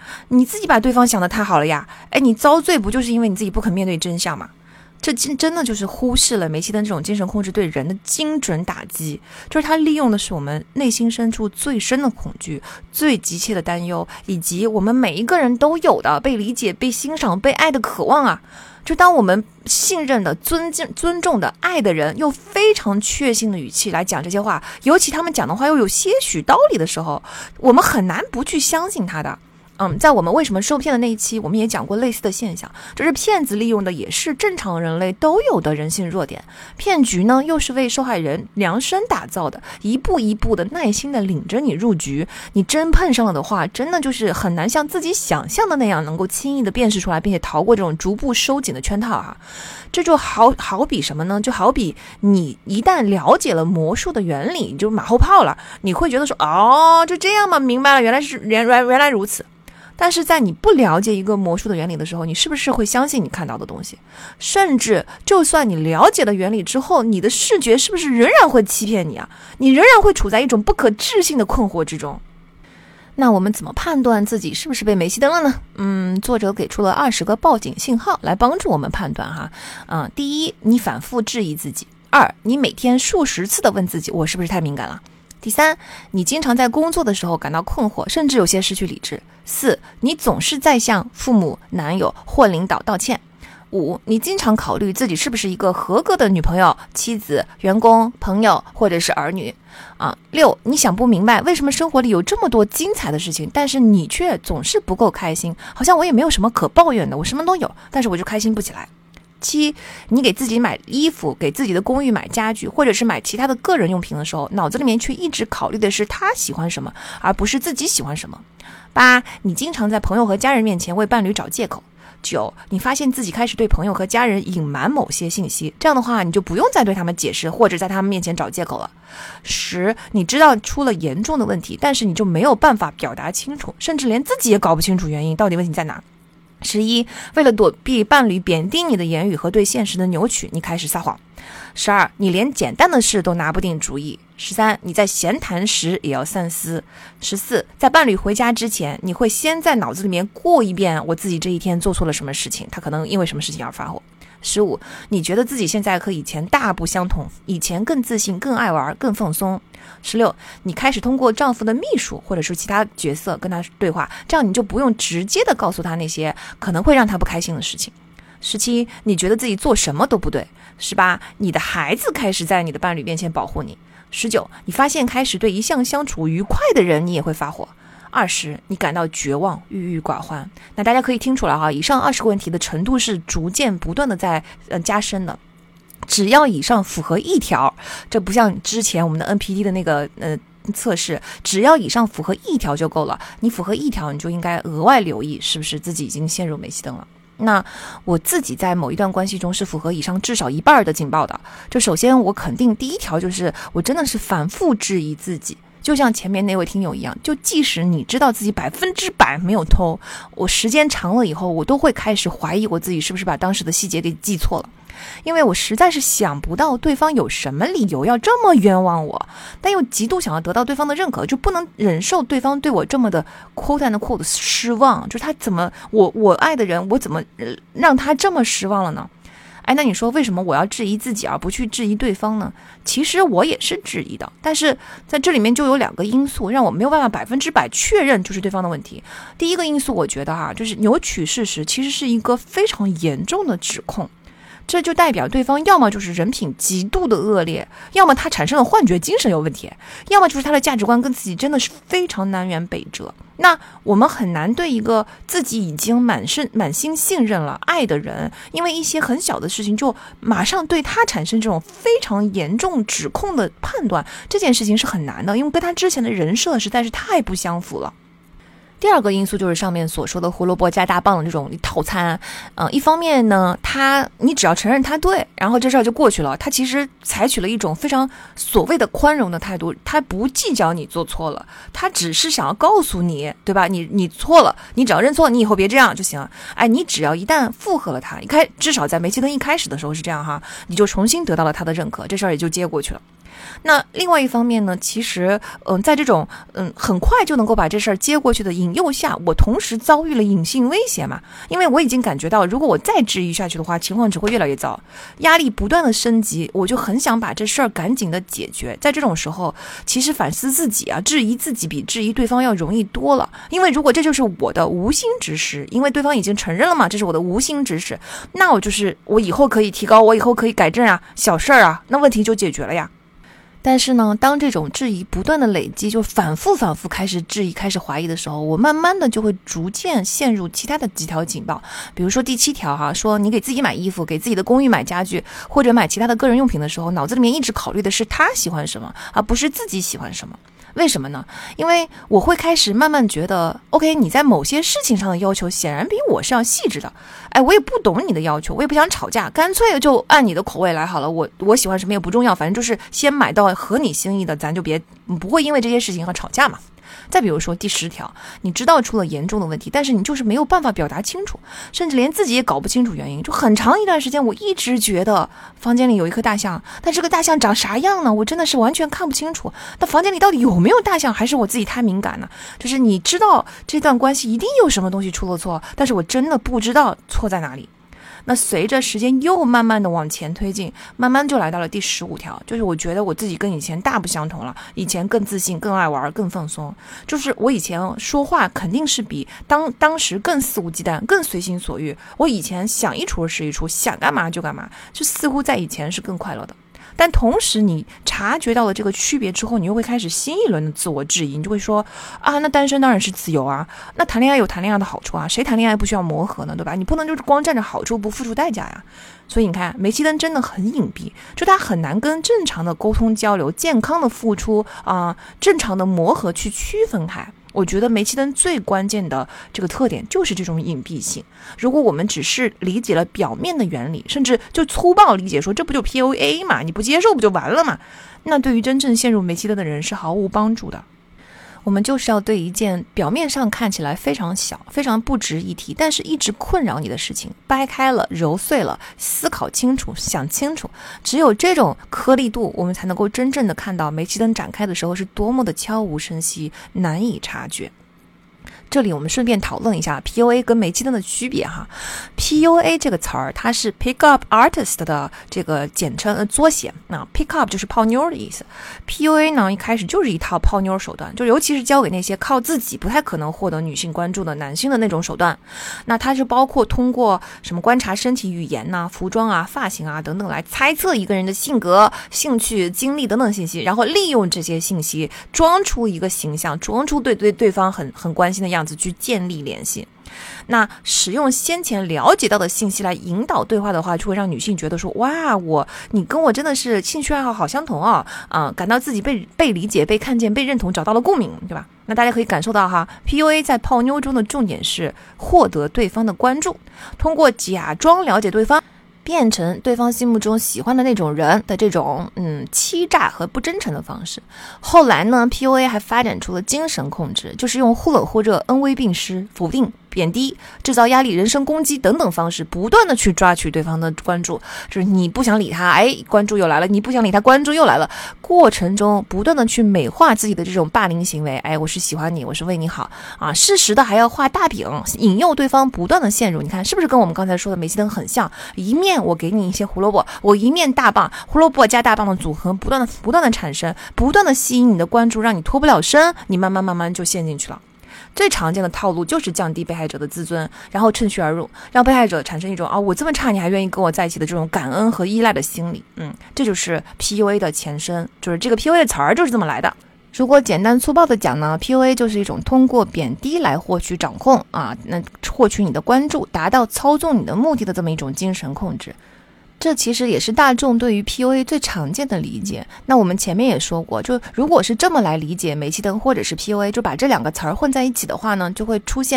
你自己把对方想得太好了呀，你遭罪不就是因为你自己不肯面对真相吗？这真的就是忽视了煤气灯这种精神控制对人的精准打击，就是它利用的是我们内心深处最深的恐惧、最急切的担忧，以及我们每一个人都有的被理解、被欣赏、被爱的渴望啊。就当我们信任的、尊重的、爱的人，用非常确信的语气来讲这些话，尤其他们讲的话又有些许道理的时候，我们很难不去相信他的。在我们为什么受骗的那一期，我们也讲过类似的现象，就是骗子利用的也是正常人类都有的人性弱点，骗局呢又是为受害人量身打造的，一步一步的耐心的领着你入局。你真碰上了的话，真的就是很难像自己想象的那样能够轻易的辨识出来，并且逃过这种逐步收紧的圈套哈。这就好比什么呢？就好比你一旦了解了魔术的原理，你就马后炮了，你会觉得说就这样吗？明白了，原来如此。但是在你不了解一个魔术的原理的时候，你是不是会相信你看到的东西？甚至就算你了解了原理之后，你的视觉是不是仍然会欺骗你啊？你仍然会处在一种不可置信的困惑之中。那我们怎么判断自己是不是被煤气灯了呢？作者给出了20个报警信号来帮助我们判断哈。第一，你反复质疑自己；二，你每天数十次的问自己，我是不是太敏感了？第三，你经常在工作的时候感到困惑，甚至有些失去理智。4，你总是在向父母、男友或领导道歉。5，你经常考虑自己是不是一个合格的女朋友、妻子、员工、朋友或者是儿女。6，你想不明白为什么生活里有这么多精彩的事情，但是你却总是不够开心，好像我也没有什么可抱怨的，我什么都有，但是我就开心不起来。7，你给自己买衣服，给自己的公寓买家具，或者是买其他的个人用品的时候，脑子里面却一直考虑的是他喜欢什么，而不是自己喜欢什么。8，你经常在朋友和家人面前为伴侣找借口。9，你发现自己开始对朋友和家人隐瞒某些信息，这样的话你就不用再对他们解释，或者在他们面前找借口了。10，你知道出了严重的问题，但是你就没有办法表达清楚，甚至连自己也搞不清楚原因，到底问题在哪。11，为了躲避伴侣贬低你的言语和对现实的扭曲，你开始撒谎。12，你连简单的事都拿不定主意。13，你在闲谈时也要三思。14，在伴侣回家之前，你会先在脑子里面过一遍我自己这一天做错了什么事情，他可能因为什么事情而发火。15，你觉得自己现在和以前大不相同，以前更自信、更爱玩、更放松。16，你开始通过丈夫的秘书或者是其他角色跟他对话，这样你就不用直接的告诉他那些可能会让他不开心的事情。17，你觉得自己做什么都不对。18，你的孩子开始在你的伴侣面前保护你。19，你发现开始对一向相处愉快的人你也会发火。20，你感到绝望、郁郁寡欢。那大家可以听出来哈，以上20个问题的程度是逐渐不断的在加深的。只要以上符合一条，这不像之前我们的 NPD 的那个测试，只要以上符合一条就够了。你符合一条，你就应该额外留意是不是自己已经陷入煤气灯了。那我自己在某一段关系中是符合以上至少一半的警报的。就首先我肯定第一条就是我真的是反复质疑自己，就像前面那位听友一样，就即使你知道自己100%没有偷，我时间长了以后，我都会开始怀疑我自己是不是把当时的细节给记错了。因为我实在是想不到对方有什么理由要这么冤枉我，但又极度想要得到对方的认可，就不能忍受对方对我这么的 quote and quote 失望，就是他怎么我爱的人，我怎么让他这么失望了呢？那你说为什么我要质疑自己而不去质疑对方呢？其实我也是质疑的，但是在这里面就有2个因素让我没有办法100%确认就是对方的问题。第一个因素我觉得就是扭曲事实其实是一个非常严重的指控，这就代表对方要么就是人品极度的恶劣，要么他产生了幻觉精神有问题，要么就是他的价值观跟自己真的是非常南辕北辙。那我们很难对一个自己已经满心信任了爱的人，因为一些很小的事情就马上对他产生这种非常严重指控的判断，这件事情是很难的，因为跟他之前的人设实在是太不相符了。第2个因素就是上面所说的胡萝卜加大棒的这种套餐。一方面呢，你只要承认他对，然后这事儿就过去了。他其实采取了一种非常所谓的宽容的态度，他不计较你做错了，他只是想要告诉你，对吧？你错了，你只要认错，你以后别这样就行。你只要一旦附和了他，至少在煤气灯一开始的时候是这样哈，你就重新得到了他的认可，这事儿也就接过去了。 那另外一方面呢，其实在这种很快就能够把这事儿接过去的引诱下，我同时遭遇了隐性威胁嘛。因为我已经感觉到，如果我再质疑下去的话，情况只会越来越糟，压力不断的升级，我就很想把这事儿赶紧的解决。在这种时候，其实反思自己啊，质疑自己比质疑对方要容易多了。因为如果这就是我的无心之失，因为对方已经承认了嘛，这是我的无心之失，那我以后可以提高，我以后可以改正啊，小事儿啊，那问题就解决了呀。但是呢，当这种质疑不断的累积，就反复开始质疑，开始怀疑的时候，我慢慢的就会逐渐陷入其他的几条警报。比如说第7条说你给自己买衣服，给自己的公寓买家具，或者买其他的个人用品的时候，脑子里面一直考虑的是他喜欢什么，而不是自己喜欢什么。为什么呢？因为我会开始慢慢觉得 OK， 你在某些事情上的要求显然比我是要细致的。我也不懂你的要求，我也不想吵架，干脆就按你的口味来好了。我喜欢什么也不重要，反正就是先买到合你心意的，咱就不会因为这些事情和吵架嘛。再比如说第10条，你知道出了严重的问题，但是你就是没有办法表达清楚，甚至连自己也搞不清楚原因。就很长一段时间，我一直觉得房间里有一颗大象，但这个大象长啥样呢？我真的是完全看不清楚。那房间里到底有没有大象，还是我自己太敏感呢？就是你知道这段关系一定有什么东西出了错，但是我真的不知道错在哪里。那随着时间又慢慢的往前推进，慢慢就来到了第15条，就是我觉得我自己跟以前大不相同了，以前更自信，更爱玩，更放松，就是我以前说话肯定是比当时更肆无忌惮，更随心所欲，我以前想一出是一出，想干嘛就干嘛，就似乎在以前是更快乐的。但同时你察觉到了这个区别之后，你又会开始新一轮的自我质疑，你就会说啊，那单身当然是自由啊，那谈恋爱有谈恋爱的好处啊，谁谈恋爱不需要磨合呢，对吧？你不能就是光占着好处不付出代价呀。所以你看煤气灯真的很隐蔽，就它很难跟正常的沟通交流、健康的付出正常的磨合去区分开。我觉得煤气灯最关键的这个特点就是这种隐蔽性。如果我们只是理解了表面的原理，甚至就粗暴理解说这不就 PUA 嘛，你不接受不就完了嘛，那对于真正陷入煤气灯的人是毫无帮助的。我们就是要对一件表面上看起来非常小、非常不值一提，但是一直困扰你的事情掰开了、揉碎了，思考清楚、想清楚。只有这种颗粒度，我们才能够真正的看到煤气灯展开的时候是多么的悄无声息，难以察觉。这里我们顺便讨论一下 PUA 跟煤气灯的区别哈。PUA 这个词儿它是 Pick Up Artist 的这个简称缩写。那 Pick Up 就是泡妞的意思。PUA 呢一开始就是一套泡妞手段，就尤其是交给那些靠自己不太可能获得女性关注的男性的那种手段。那它是包括通过什么观察身体语言呐、服装啊、发型啊等等来猜测一个人的性格、兴趣、经历等等信息，然后利用这些信息装出一个形象，装出对方很关心的样子去建立联系。那使用先前了解到的信息来引导对话的话，就会让女性觉得说，哇，你跟我真的是兴趣爱好好相同哦，感到自己被理解、被看见、被认同，找到了共鸣，对吧？那大家可以感受到哈 ，PUA 在泡妞中的重点是获得对方的关注，通过假装了解对方，变成对方心目中喜欢的那种人的这种欺诈和不真诚的方式。后来呢 PUA 还发展出了精神控制，就是用忽冷忽热、恩威并施、否定、贬低、制造压力、人身攻击等等方式，不断的去抓取对方的关注。就是你不想理他，关注又来了；你不想理他，关注又来了。过程中不断的去美化自己的这种霸凌行为，我是喜欢你，我是为你好啊，适时的还要画大饼，引诱对方不断的陷入。你看是不是跟我们刚才说的煤气灯很像？一面我给你一些胡萝卜，我一面大棒，胡萝卜加大棒的组合不断的产生，不断的吸引你的关注，让你脱不了身，你慢慢就陷进去了。最常见的套路就是降低被害者的自尊，然后趁虚而入，让被害者产生一种我这么差你还愿意跟我在一起的这种感恩和依赖的心理。这就是 PUA 的前身，就是这个 PUA 的词儿就是这么来的。如果简单粗暴的讲呢， PUA 就是一种通过贬低来获取掌控那获取你的关注，达到操纵你的目的的这么一种精神控制。这其实也是大众对于 PUA 最常见的理解。那我们前面也说过，就如果是这么来理解煤气灯或者是 PUA， 就把这两个词儿混在一起的话呢，就会出现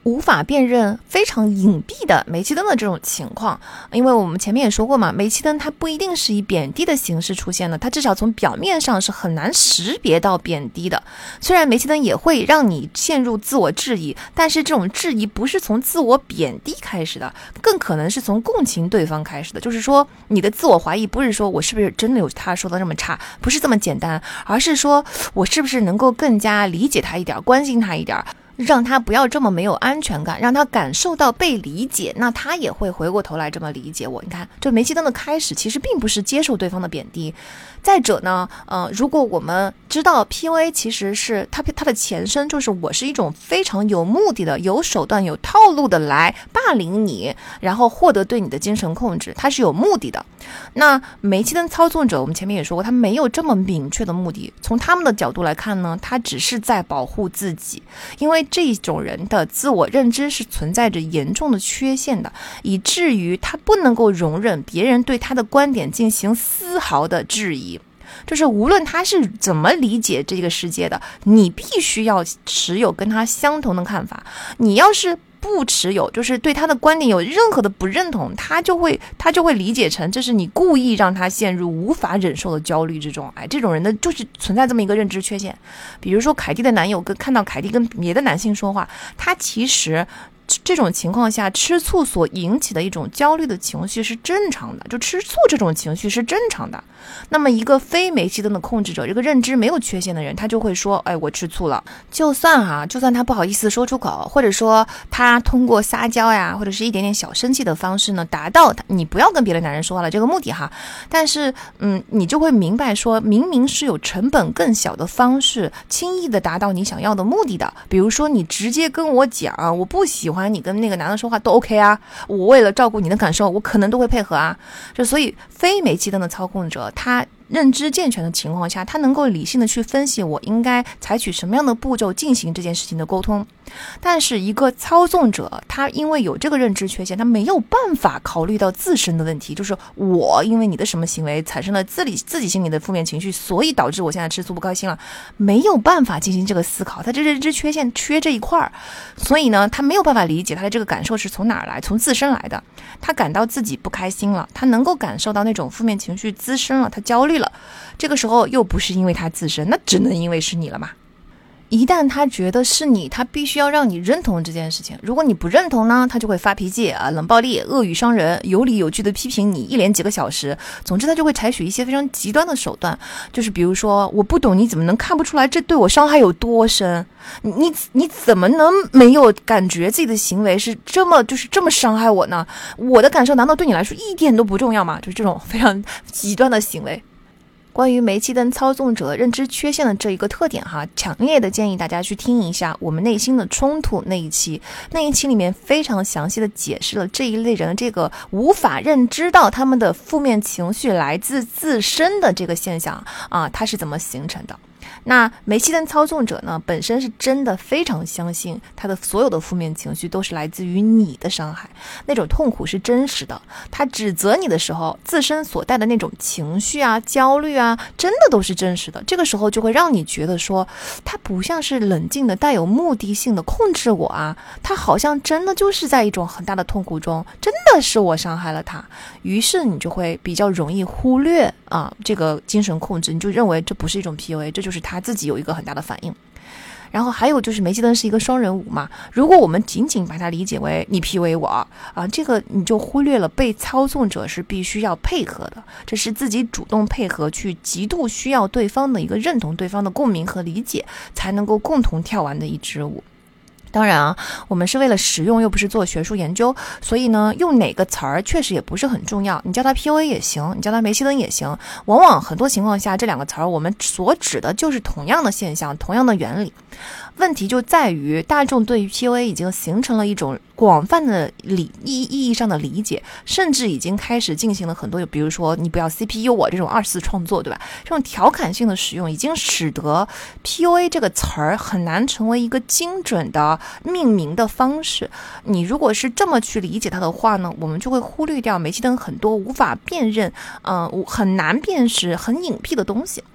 无法辨认非常隐蔽的煤气灯的这种情况。因为我们前面也说过嘛，煤气灯它不一定是以贬低的形式出现的，它至少从表面上是很难识别到贬低的。虽然煤气灯也会让你陷入自我质疑，但是这种质疑不是从自我贬低开始的，更可能是从共情对方开始的。就是说你的自我怀疑不是说我是不是真的有他说的这么差，不是这么简单，而是说我是不是能够更加理解他一点，关心他一点，让他不要这么没有安全感，让他感受到被理解，那他也会回过头来这么理解我。你看，这煤气灯的开始其实并不是接受对方的贬低。再者呢，如果我们知道 PUA 其实是它的前身，就是我是一种非常有目的的、有手段、有套路的来霸凌你，然后获得对你的精神控制，它是有目的的。那煤气灯操纵者，我们前面也说过，他没有这么明确的目的。从他们的角度来看呢，他只是在保护自己，因为这种人的自我认知是存在着严重的缺陷的，以至于他不能够容忍别人对他的观点进行丝毫的质疑。就是无论他是怎么理解这个世界的，你必须要持有跟他相同的看法。你要是不持有，就是对他的观点有任何的不认同，他就会理解成这是你故意让他陷入无法忍受的焦虑之中。这种人的就是存在这么一个认知缺陷。比如说凯蒂的男友看到凯蒂跟别的男性说话，他其实这种情况下吃醋所引起的一种焦虑的情绪是正常的，就吃醋这种情绪是正常的。那么一个非煤气灯的控制者，这个认知没有缺陷的人，他就会说我吃醋了。就算他不好意思说出口，或者说他通过撒娇呀，或者是一点点小生气的方式呢，达到你不要跟别的男人说话了这个目的但是你就会明白说，明明是有成本更小的方式轻易的达到你想要的目的的。比如说你直接跟我讲，我不喜欢你跟那个男的说话都 OK 我为了照顾你的感受，我可能都会配合所以非煤气灯的操控者，他认知健全的情况下，他能够理性的去分析我应该采取什么样的步骤进行这件事情的沟通。但是一个操纵者，他因为有这个认知缺陷，他没有办法考虑到自身的问题，就是我因为你的什么行为产生了自己心里的负面情绪，所以导致我现在吃醋不高兴了，没有办法进行这个思考，他这认知缺陷缺这一块，所以呢，他没有办法理解他的这个感受是从哪儿来，从自身来的。他感到自己不开心了，他能够感受到那种负面情绪滋生了，他焦虑了，这个时候又不是因为他自身，那只能因为是你了嘛。一旦他觉得是你，他必须要让你认同这件事情。如果你不认同呢，他就会发脾气冷暴力、恶语伤人，有理有据的批评你，一连几个小时。总之他就会采取一些非常极端的手段，就是比如说，我不懂你怎么能看不出来这对我伤害有多深，你怎么能没有感觉自己的行为是这么伤害我呢？我的感受难道对你来说一点都不重要吗？就是这种非常极端的行为。关于煤气灯操纵者认知缺陷的这一个特点强烈的建议大家去听一下我们内心的冲突那一期里面非常详细的解释了这一类人这个无法认知到他们的负面情绪来自自身的这个现象它是怎么形成的。那煤气灯操纵者呢，本身是真的非常相信他的所有的负面情绪都是来自于你的伤害，那种痛苦是真实的。他指责你的时候，自身所带的那种情绪焦虑真的都是真实的。这个时候就会让你觉得说，他不像是冷静的带有目的性的控制我他好像真的就是在一种很大的痛苦中，真的是我伤害了他。于是你就会比较容易忽略这个精神控制，你就认为这不是一种 PUA， 这就是他自己有一个很大的反应。然后还有就是煤气灯是一个双人舞嘛，如果我们仅仅把它理解为你 PUA 我这个你就忽略了被操纵者是必须要配合的，这是自己主动配合去极度需要对方的一个认同，对方的共鸣和理解，才能够共同跳完的一支舞。当然我们是为了实用，又不是做学术研究，所以呢，用哪个词儿确实也不是很重要。你叫它 PUA 也行，你叫它煤气灯也行。往往很多情况下，这两个词儿我们所指的就是同样的现象，同样的原理。问题就在于大众对于 PUA 已经形成了一种广泛的意义上的理解，甚至已经开始进行了很多，比如说你不要 CPU 我这种二次创作，对吧？这种调侃性的使用已经使得 PUA 这个词儿很难成为一个精准的命名的方式。你如果是这么去理解它的话呢，我们就会忽略掉煤气灯很多无法辨认很难辨识、很隐蔽的东西。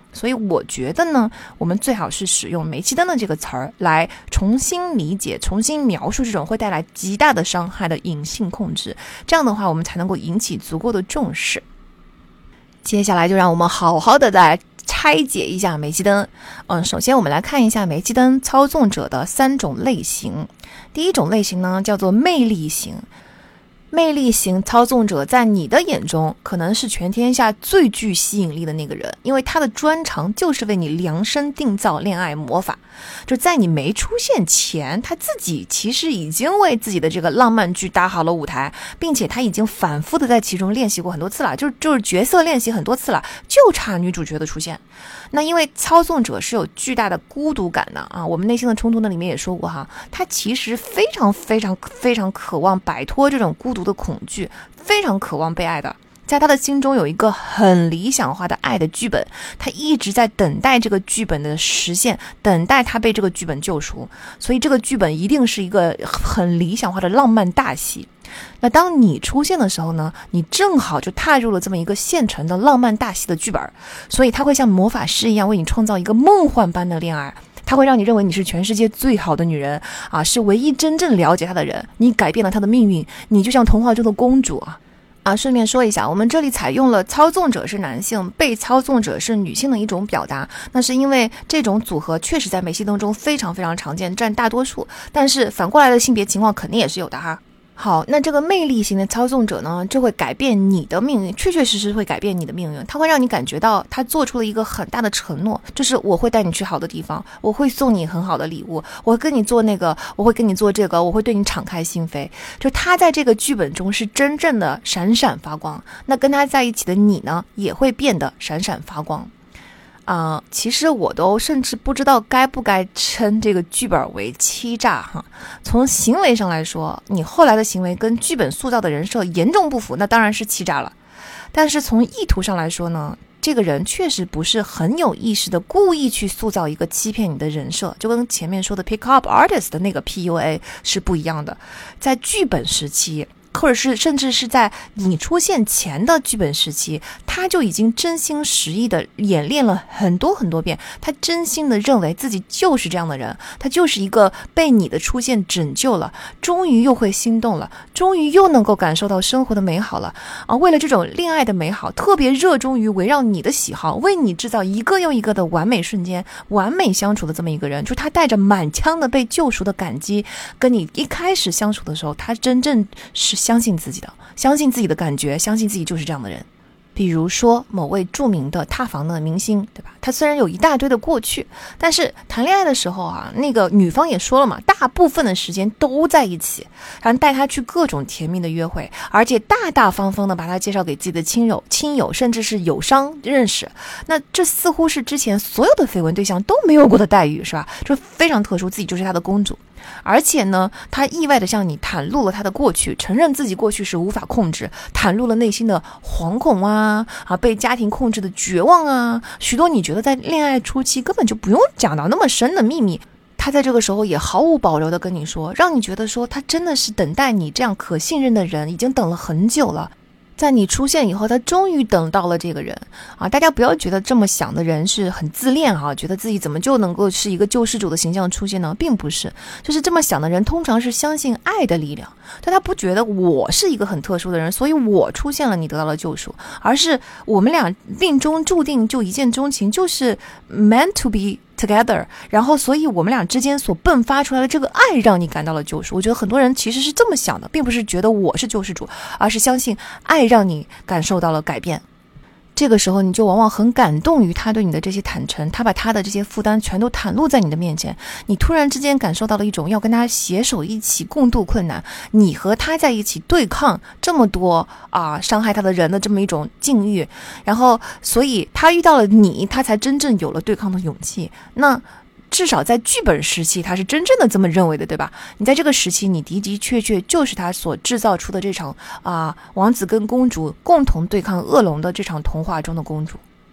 所以我觉得呢，我们最好是使用煤气灯的这个词儿来重新理解、重新描述这种会带来极大的伤害的隐性控制，这样的话我们才能够引起足够的重视。接下来就让我们好好的来拆解一下煤气灯。首先我们来看一下煤气灯操纵者的3种类型。第一种类型呢，叫做魅力型。魅力型操纵者在你的眼中可能是全天下最具吸引力的那个人，因为他的专长就是为你量身定造恋爱魔法。就在你没出现前，他自己其实已经为自己的这个浪漫剧搭好了舞台，并且他已经反复的在其中练习过很多次了，就是角色练习很多次了，就差女主角的出现。那因为操纵者是有巨大的孤独感的啊，我们内心的冲突呢里面也说过哈，他其实非常非常非常渴望摆脱这种孤独的恐惧，非常渴望被爱的。在他的心中有一个很理想化的爱的剧本，他一直在等待这个剧本的实现，等待他被这个剧本救赎，所以这个剧本一定是一个很理想化的浪漫大戏。那当你出现的时候呢，你正好就踏入了这么一个现成的浪漫大戏的剧本，所以他会像魔法师一样为你创造一个梦幻般的恋爱，他会让你认为你是全世界最好的女人啊，是唯一真正了解他的人，你改变了他的命运，你就像童话中的公主啊。顺便说一下，我们这里采用了操纵者是男性，被操纵者是女性的一种表达，那是因为这种组合确实在煤气灯中非常非常常见，占大多数，但是反过来的性别情况肯定也是有的哈。好，那这个魅力型的操纵者呢，就会改变你的命运，确确实实会改变你的命运。他会让你感觉到他做出了一个很大的承诺，就是我会带你去好的地方，我会送你很好的礼物，我会跟你做那个，我会跟你做这个，我会对你敞开心扉。就他在这个剧本中是真正的闪闪发光，那跟他在一起的你呢，也会变得闪闪发光。其实我都甚至不知道该不该称这个剧本为欺诈哈。从行为上来说，你后来的行为跟剧本塑造的人设严重不符，那当然是欺诈了。但是从意图上来说呢，这个人确实不是很有意识的故意去塑造一个欺骗你的人设，就跟前面说的 pick up artist 的那个 PUA 是不一样的。在剧本时期，或者是甚至是在你出现前的剧本时期，他就已经真心实意的演练了很多很多遍，他真心的认为自己就是这样的人，他就是一个被你的出现拯救了，终于又会心动了，终于又能够感受到生活的美好了为了这种恋爱的美好，特别热衷于围绕你的喜好，为你制造一个又一个的完美瞬间，完美相处的这么一个人，就他带着满腔的被救赎的感激，跟你一开始相处的时候，他真正是相信自己的，相信自己的感觉，相信自己就是这样的人。比如说某位著名的塌房的明星，对吧？他虽然有一大堆的过去，但是谈恋爱的时候那个女方也说了嘛，大部分的时间都在一起，然后带他去各种甜蜜的约会，而且大大方方的把他介绍给自己的亲友，甚至是友商认识。那这似乎是之前所有的绯闻对象都没有过的待遇，是吧？就非常特殊，自己就是他的公主。而且呢，他意外的向你袒露了他的过去，承认自己过去是无法控制，袒露了内心的惶恐被家庭控制的绝望许多你觉得在恋爱初期根本就不用讲到那么深的秘密，他在这个时候也毫无保留的跟你说，让你觉得说他真的是等待你这样可信任的人，已经等了很久了。在你出现以后，他终于等到了这个人大家不要觉得这么想的人是很自恋觉得自己怎么就能够是一个救世主的形象出现呢？并不是，就是这么想的人通常是相信爱的力量，但他不觉得我是一个很特殊的人，所以我出现了，你得到了救赎，而是我们俩命中注定就一见钟情，就是 meant to be together， 然后所以我们俩之间所迸发出来的这个爱让你感到了救赎。我觉得很多人其实是这么想的，并不是觉得我是救世主，而是相信爱让你感受到了改变。这个时候你就往往很感动于他对你的这些坦诚，他把他的这些负担全都袒露在你的面前，你突然之间感受到了一种要跟他携手一起共度困难，你和他在一起对抗这么多伤害他的人的这么一种境遇，然后所以他遇到了你，他才真正有了对抗的勇气。那至少在剧本时期他是真正的这么认为的，对吧？你在这个时期你的的确确就是他所制造出的这场王子跟公主共同对抗恶龙的这场童话中的公主。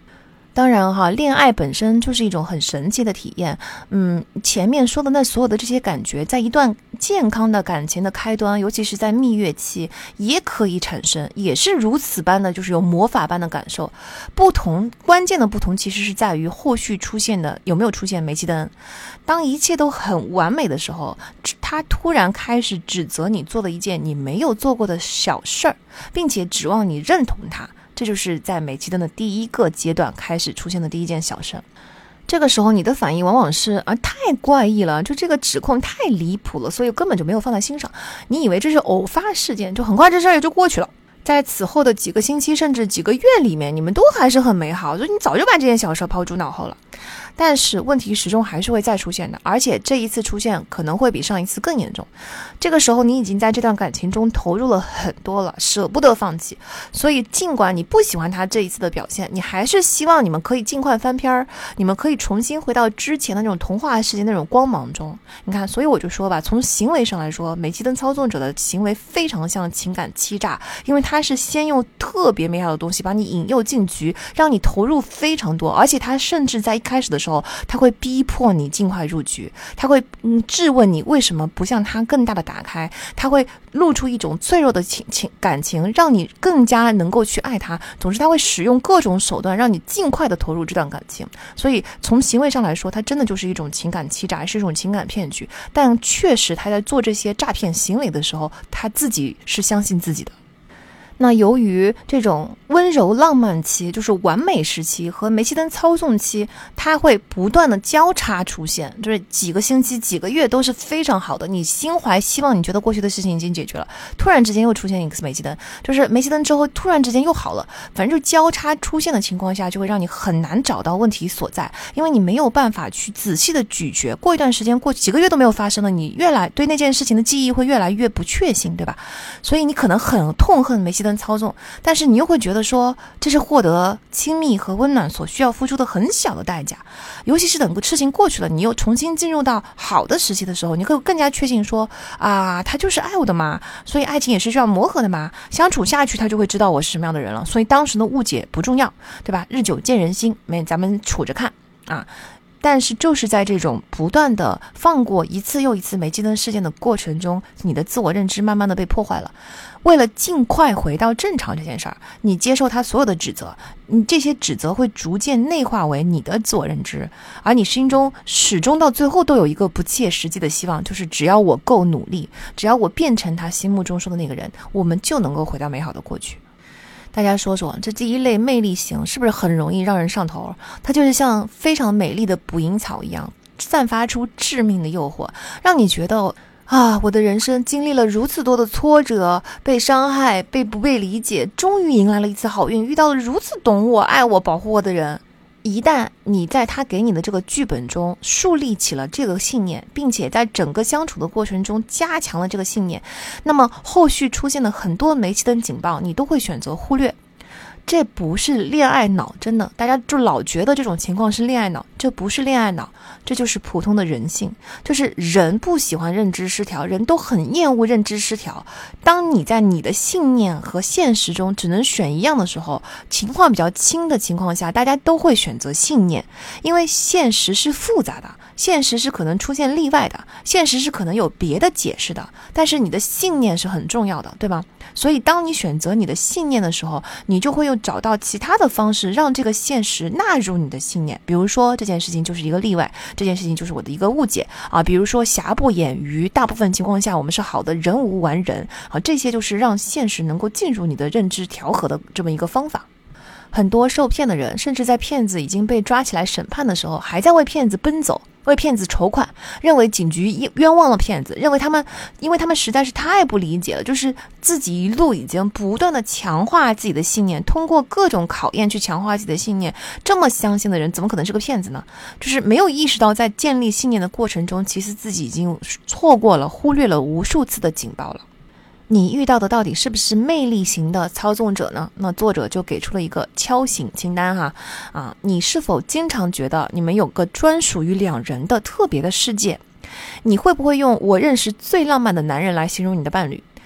当然哈，恋爱本身就是一种很神奇的体验。前面说的那所有的这些感觉，在一段健康的感情的开端，尤其是在蜜月期，也可以产生，也是如此般的，就是有魔法般的感受。关键的不同其实是在于后续出现的有没有出现煤气灯。当一切都很完美的时候，他突然开始指责你做了一件你没有做过的小事儿，并且指望你认同他。这就是在煤气灯的第一个阶段开始出现的第一件小事。这个时候你的反应往往是太怪异了，就这个指控太离谱了，所以根本就没有放在心上。你以为这是偶发事件，就很快这事儿也就过去了。在此后的几个星期甚至几个月里面，你们都还是很美好，就你早就把这件小事抛诸脑后了。但是问题始终还是会再出现的，而且这一次出现可能会比上一次更严重。这个时候你已经在这段感情中投入了很多了，舍不得放弃，所以尽管你不喜欢他这一次的表现，你还是希望你们可以尽快翻篇，你们可以重新回到之前的那种童话世界那种光芒中。你看，所以我就说吧，从行为上来说，煤气灯操纵者的行为非常像情感欺诈，因为他是先用特别美好的东西把你引诱进局，让你投入非常多，而且他甚至在一开始的时候，他会逼迫你尽快入局，他会质问你为什么不向他更大的打开，他会露出一种脆弱的感情，让你更加能够去爱他。总之他会使用各种手段让你尽快的投入这段感情。所以从行为上来说，他真的就是一种情感欺诈，是一种情感骗局。但确实他在做这些诈骗行为的时候，他自己是相信自己的。那由于这种温柔浪漫期，就是完美时期和煤气灯操纵期，它会不断的交叉出现，就是几个星期几个月都是非常好的，你心怀希望，你觉得过去的事情已经解决了，突然之间又出现一个煤气灯，就是煤气灯之后突然之间又好了，反正就交叉出现的情况下，就会让你很难找到问题所在，因为你没有办法去仔细的咀嚼，过一段时间，过几个月都没有发生了，你对那件事情的记忆会越来越不确信，对吧？所以你可能很痛恨煤气灯操纵，但是你又会觉得说这是获得亲密和温暖所需要付出的很小的代价，尤其是等个事情过去了，你又重新进入到好的时期的时候，你会更加确信说他就是爱我的嘛，所以爱情也是需要磨合的嘛，相处下去他就会知道我是什么样的人了，所以当时的误解不重要，对吧？日久见人心，咱们处着看啊。但是就是在这种不断的放过一次又一次煤气灯事件的过程中，你的自我认知慢慢的被破坏了。为了尽快回到正常这件事儿，你接受他所有的指责，你这些指责会逐渐内化为你的自我认知，而你心中始终到最后都有一个不切实际的希望，就是只要我够努力，只要我变成他心目中说的那个人，我们就能够回到美好的过去。大家说说，这第一类魅力型是不是很容易让人上头？它就是像非常美丽的捕蝇草一样，散发出致命的诱惑，让你觉得我的人生经历了如此多的挫折，被伤害，不被理解，终于迎来了一次好运，遇到了如此懂我、爱我、保护我的人。一旦你在他给你的这个剧本中树立起了这个信念，并且在整个相处的过程中加强了这个信念，那么后续出现的很多煤气灯警报你都会选择忽略。这不是恋爱脑，真的，大家就老觉得这种情况是恋爱脑，这不是恋爱脑，这就是普通的人性，就是人不喜欢认知失调，人都很厌恶认知失调。当你在你的信念和现实中只能选一样的时候，情况比较轻的情况下，大家都会选择信念，因为现实是复杂的，现实是可能出现例外的，现实是可能有别的解释的，但是你的信念是很重要的，对吧？所以当你选择你的信念的时候，你就会又找到其他的方式让这个现实纳入你的信念，比如说这件事情就是一个例外，这件事情就是我的一个误解比如说瑕不掩瑜，大部分情况下我们是好的，人无完人这些就是让现实能够进入你的认知调和的这么一个方法。很多受骗的人甚至在骗子已经被抓起来审判的时候，还在为骗子奔走，为骗子筹款，认为警局冤枉了骗子，因为他们实在是太不理解了，就是自己一路已经不断的强化自己的信念，通过各种考验去强化自己的信念，这么相信的人怎么可能是个骗子呢？就是没有意识到在建立信念的过程中，其实自己已经错过了，忽略了无数次的警报了。你遇到的到底是不是魅力型的操纵者呢？那作者就给出了一个敲醒清单你是否经常觉得你们有个专属于两人的特别的世界？你会不会用我认识最浪漫的男人来形容你的伴侣？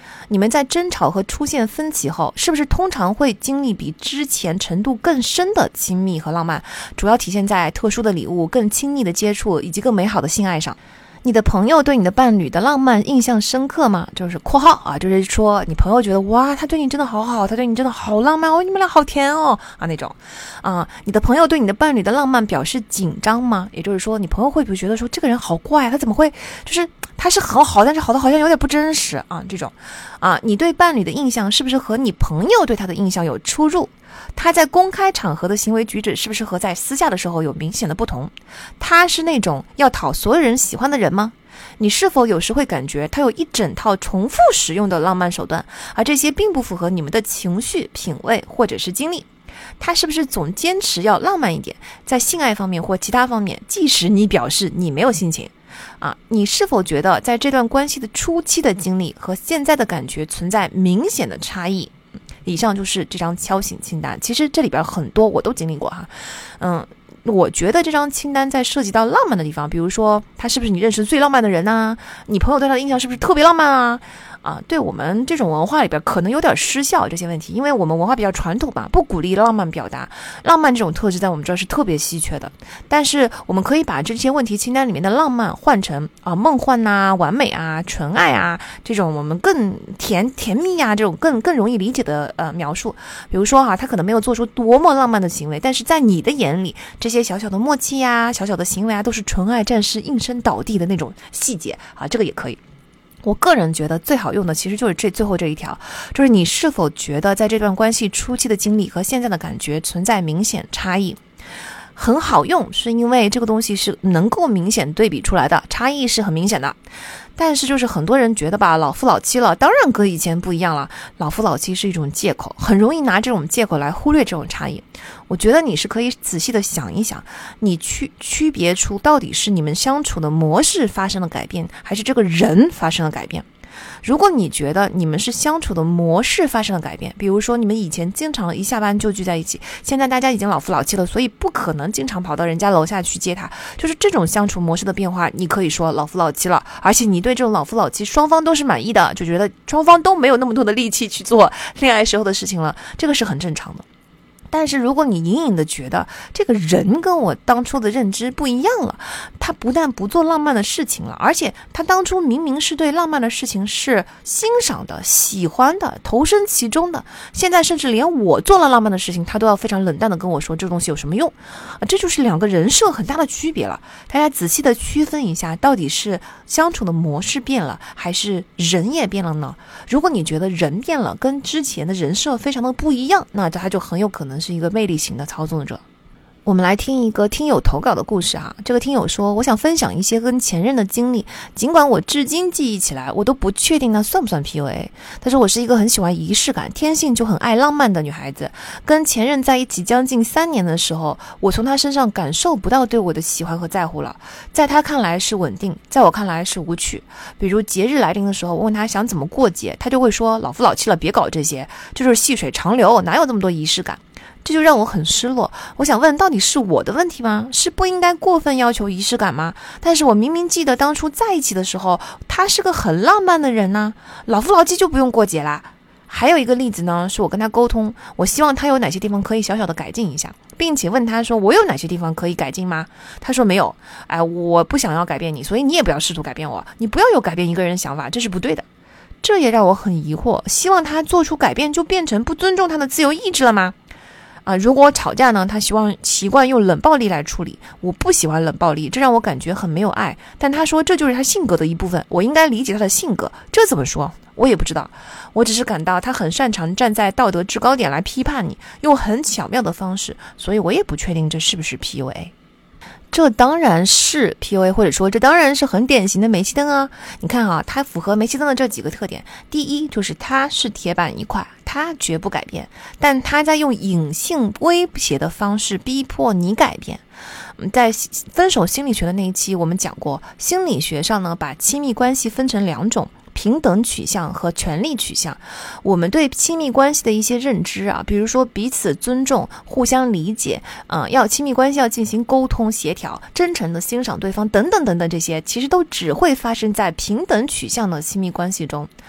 你们在争吵和出现分歧后，是不是通常会经历比之前程度更深的亲密和浪漫，主要体现在特殊的礼物、更亲密的接触以及更美好的性爱上？你的朋友对你的伴侣的浪漫印象深刻吗？就是括号啊，就是说你朋友觉得哇，他对你真的好好，他对你真的好浪漫哦，你们俩好甜哦啊那种啊。你的朋友对你的伴侣的浪漫表示紧张吗？也就是说，你朋友会不会觉得说这个人好怪，他怎么会就是他是很好，但是好的好像有点不真实啊这种啊。你对伴侣的印象是不是和你朋友对他的印象有出入？他在公开场合的行为举止是不是和在私下的时候有明显的不同？他是那种要讨所有人喜欢的人吗？你是否有时会感觉他有一整套重复使用的浪漫手段，而这些并不符合你们的情绪、品味或者是经历？他是不是总坚持要浪漫一点，在性爱方面或其他方面，即使你表示你没有心情？你是否觉得在这段关系的初期的经历和现在的感觉存在明显的差异？以上就是这张敲醒清单，其实这里边很多我都经历过哈。我觉得这张清单在涉及到浪漫的地方，比如说他是不是你认识最浪漫的人啊？你朋友对他的印象是不是特别浪漫啊？对我们这种文化里边可能有点失效这些问题，因为我们文化比较传统吧，不鼓励浪漫表达，浪漫这种特质在我们这儿是特别稀缺的。但是我们可以把这些问题清单里面的浪漫换成梦幻啊、完美啊、纯爱啊这种我们更甜蜜啊这种更容易理解的描述。比如说他可能没有做出多么浪漫的行为，但是在你的眼里，这些小小的默契啊、小小的行为啊，都是纯爱战士应声倒地的那种细节这个也可以。我个人觉得最好用的其实就是最后这一条，就是你是否觉得在这段关系初期的经历和现在的感觉存在明显差异？很好用是因为这个东西是能够明显对比出来的，差异是很明显的。但是就是很多人觉得吧，老夫老妻了，当然跟以前不一样了。老夫老妻是一种借口，很容易拿这种借口来忽略这种差异。我觉得你是可以仔细的想一想，你区别出到底是你们相处的模式发生了改变，还是这个人发生了改变。如果你觉得你们是相处的模式发生了改变，比如说你们以前经常一下班就聚在一起，现在大家已经老夫老妻了，所以不可能经常跑到人家楼下去接他，就是这种相处模式的变化，你可以说老夫老妻了，而且你对这种老夫老妻双方都是满意的，就觉得双方都没有那么多的力气去做恋爱时候的事情了，这个是很正常的。但是如果你隐隐的觉得这个人跟我当初的认知不一样了，他不但不做浪漫的事情了，而且他当初明明是对浪漫的事情是欣赏的、喜欢的、投身其中的，现在甚至连我做了浪漫的事情，他都要非常冷淡的跟我说这个东西有什么用这就是两个人设很大的区别了。大家仔细的区分一下，到底是相处的模式变了，还是人也变了呢？如果你觉得人变了，跟之前的人设非常的不一样，那他就很有可能是一个魅力型的操纵者。我们来听一个听友投稿的故事这个听友说，我想分享一些跟前任的经历，尽管我至今记忆起来我都不确定那算不算 PUA。但是我是一个很喜欢仪式感，天性就很爱浪漫的女孩子。跟前任在一起将近3年的时候，我从他身上感受不到对我的喜欢和在乎了，在他看来是稳定，在我看来是无趣。比如节日来临的时候，我问他想怎么过节，他就会说老夫老妻了，别搞这些，就是细水长流，哪有那么多仪式感。这就让我很失落。我想问，到底是我的问题吗？是不应该过分要求仪式感吗？但是我明明记得当初在一起的时候，他是个很浪漫的人呢，老夫老妻就不用过节啦。还有一个例子呢，是我跟他沟通，我希望他有哪些地方可以小小的改进一下，并且问他说我有哪些地方可以改进吗？他说没有，我不想要改变你，所以你也不要试图改变我，你不要有改变一个人的想法，这是不对的。这也让我很疑惑，希望他做出改变就变成不尊重他的自由意志了吗？如果吵架呢，他习惯用冷暴力来处理，我不喜欢冷暴力，这让我感觉很没有爱。但他说这就是他性格的一部分，我应该理解他的性格，这怎么说？我也不知道，我只是感到他很擅长站在道德制高点来批判你，用很巧妙的方式，所以我也不确定这是不是 PUA。这当然是 PUA， 或者说这当然是很典型的煤气灯啊！你看它符合煤气灯的这几个特点。第一，就是它是铁板一块，它绝不改变，但它在用隐性威胁的方式逼迫你改变。在分手心理学的那一期我们讲过，心理学上呢把亲密关系分成2种，平等取向和权力取向。我们对亲密关系的一些认知比如说彼此尊重、互相理解，要亲密关系要进行沟通协调、真诚的欣赏对方等等等等，这些其实都只会发生在平等取向的亲密关系中。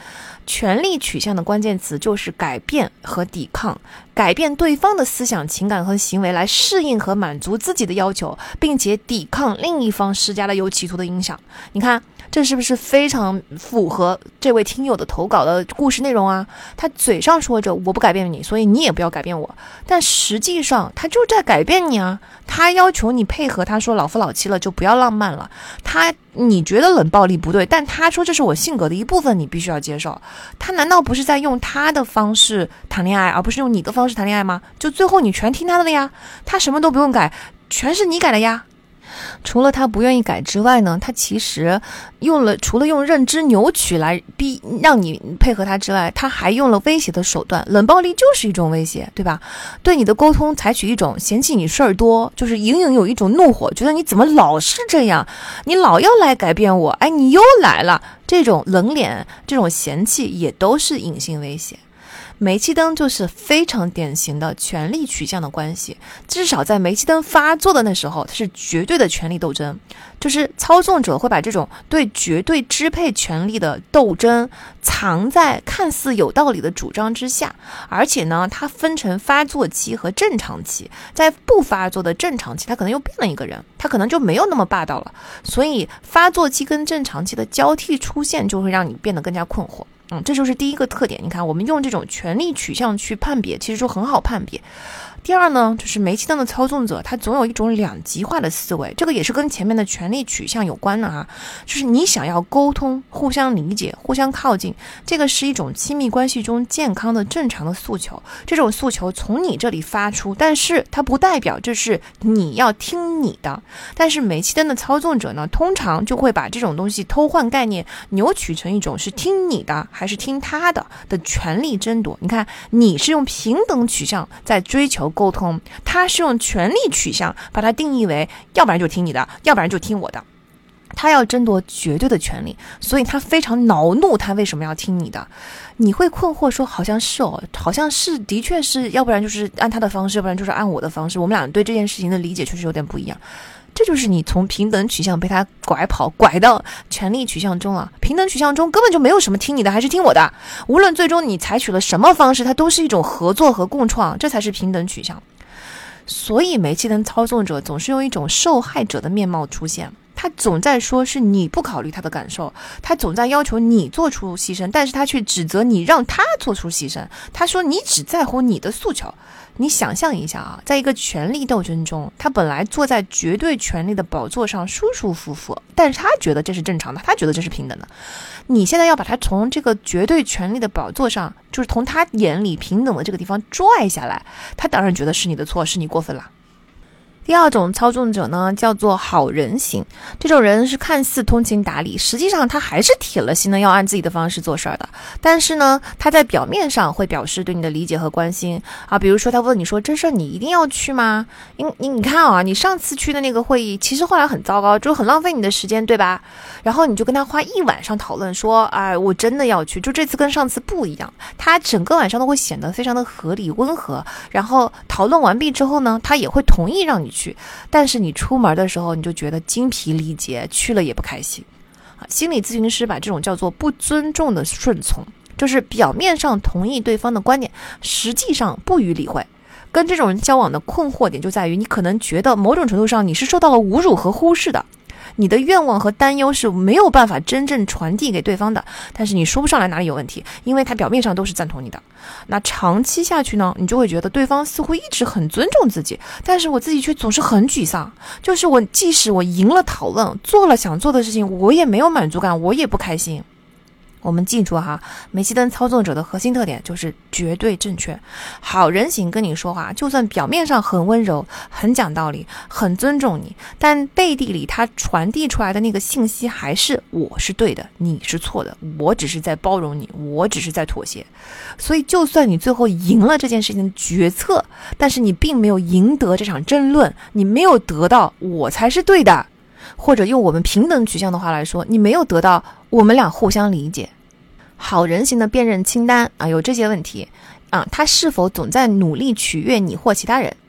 权力取向的关键词就是改变和抵抗，改变对方的思想、情感和行为来适应和满足自己的要求，并且抵抗另一方施加的有企图的影响。你看这是不是非常符合这位听友的投稿的故事内容啊？他嘴上说着我不改变你，所以你也不要改变我，但实际上他就在改变你啊。他要求你配合，他说老夫老妻了就不要浪漫了，你觉得冷暴力不对，但他说这是我性格的一部分，你必须要接受。他难道不是在用他的方式谈恋爱，而不是用你的方式谈恋爱吗？就最后你全听他的了呀，他什么都不用改，全是你改的呀。除了他不愿意改之外呢，他其实除了用认知扭曲来让你配合他之外，他还用了威胁的手段。冷暴力就是一种威胁，对吧？对你的沟通采取一种嫌弃你事儿多，就是隐隐有一种怒火，觉得你怎么老是这样，你老要来改变我，哎，你又来了，这种冷脸，这种嫌弃也都是隐性威胁。煤气灯就是非常典型的权力取向的关系，至少在煤气灯发作的那时候，它是绝对的权力斗争，就是操纵者会把这种对绝对支配权力的斗争藏在看似有道理的主张之下，而且呢，它分成发作期和正常期，在不发作的正常期，它可能又变了一个人，它可能就没有那么霸道了，所以发作期跟正常期的交替出现，就会让你变得更加困惑。这就是第一个特点。你看，我们用这种权力取向去判别，其实就很好判别。第二呢，就是煤气灯的操纵者，他总有一种两极化的思维，这个也是跟前面的权力取向有关的啊。就是你想要沟通、互相理解、互相靠近，这个是一种亲密关系中健康的、正常的诉求。这种诉求从你这里发出，但是它不代表这是你要听你的。但是煤气灯的操纵者呢，通常就会把这种东西偷换概念，扭曲成一种是听你的还是听他的权力争夺。你看，你是用平等取向在追求沟通，他是用权力取向把它定义为要不然就听你的，要不然就听我的。他要争夺绝对的权利，所以他非常恼怒，他为什么要听你的？你会困惑说，好像是的确是，要不然就是按他的方式，要不然就是按我的方式，我们俩对这件事情的理解确实有点不一样。这就是你从平等取向被他拐到权力取向中了。平等取向中根本就没有什么听你的还是听我的，无论最终你采取了什么方式，它都是一种合作和共创，这才是平等取向。所以煤气灯操纵者总是用一种受害者的面貌出现，他总在说是你不考虑他的感受，他总在要求你做出牺牲，但是他却指责你让他做出牺牲，他说你只在乎你的诉求。你想象一下啊，在一个权力斗争中，他本来坐在绝对权力的宝座上舒舒服服，但是他觉得这是正常的，他觉得这是平等的。你现在要把他从这个绝对权力的宝座上，就是从他眼里平等的这个地方拽下来，他当然觉得是你的错，是你过分了。第二种操纵者呢，叫做好人型。这种人是看似通情达理，实际上他还是铁了心的要按自己的方式做事儿的。但是呢，他在表面上会表示对你的理解和关心啊。比如说他问你说，这事儿你一定要去吗？你看啊，你上次去的那个会议其实后来很糟糕，就很浪费你的时间，对吧？然后你就跟他花一晚上讨论说，哎，我真的要去，就这次跟上次不一样。他整个晚上都会显得非常的合理温和，然后讨论完毕之后呢，他也会同意让你去，但是你出门的时候你就觉得精疲力竭，去了也不开心。心理咨询师把这种叫做不尊重的顺从，就是表面上同意对方的观点，实际上不予理会。跟这种人交往的困惑点就在于，你可能觉得某种程度上你是受到了侮辱和忽视的，你的愿望和担忧是没有办法真正传递给对方的，但是你说不上来哪里有问题，因为他表面上都是赞同你的。那长期下去呢，你就会觉得对方似乎一直很尊重自己，但是我自己却总是很沮丧，就是即使我赢了讨论，做了想做的事情，我也没有满足感，我也不开心。我们记住哈，煤气灯操纵者的核心特点就是绝对正确。好人型跟你说话，就算表面上很温柔、很讲道理、很尊重你，但背地里他传递出来的那个信息还是我是对的，你是错的，我只是在包容你，我只是在妥协。所以就算你最后赢了这件事情的决策，但是你并没有赢得这场争论，你没有得到我才是对的，或者用我们平等取向的话来说，你没有得到我们俩互相理解。好人型的辨认清单啊，有这些问题啊，他是否总在努力取悦你或其他人？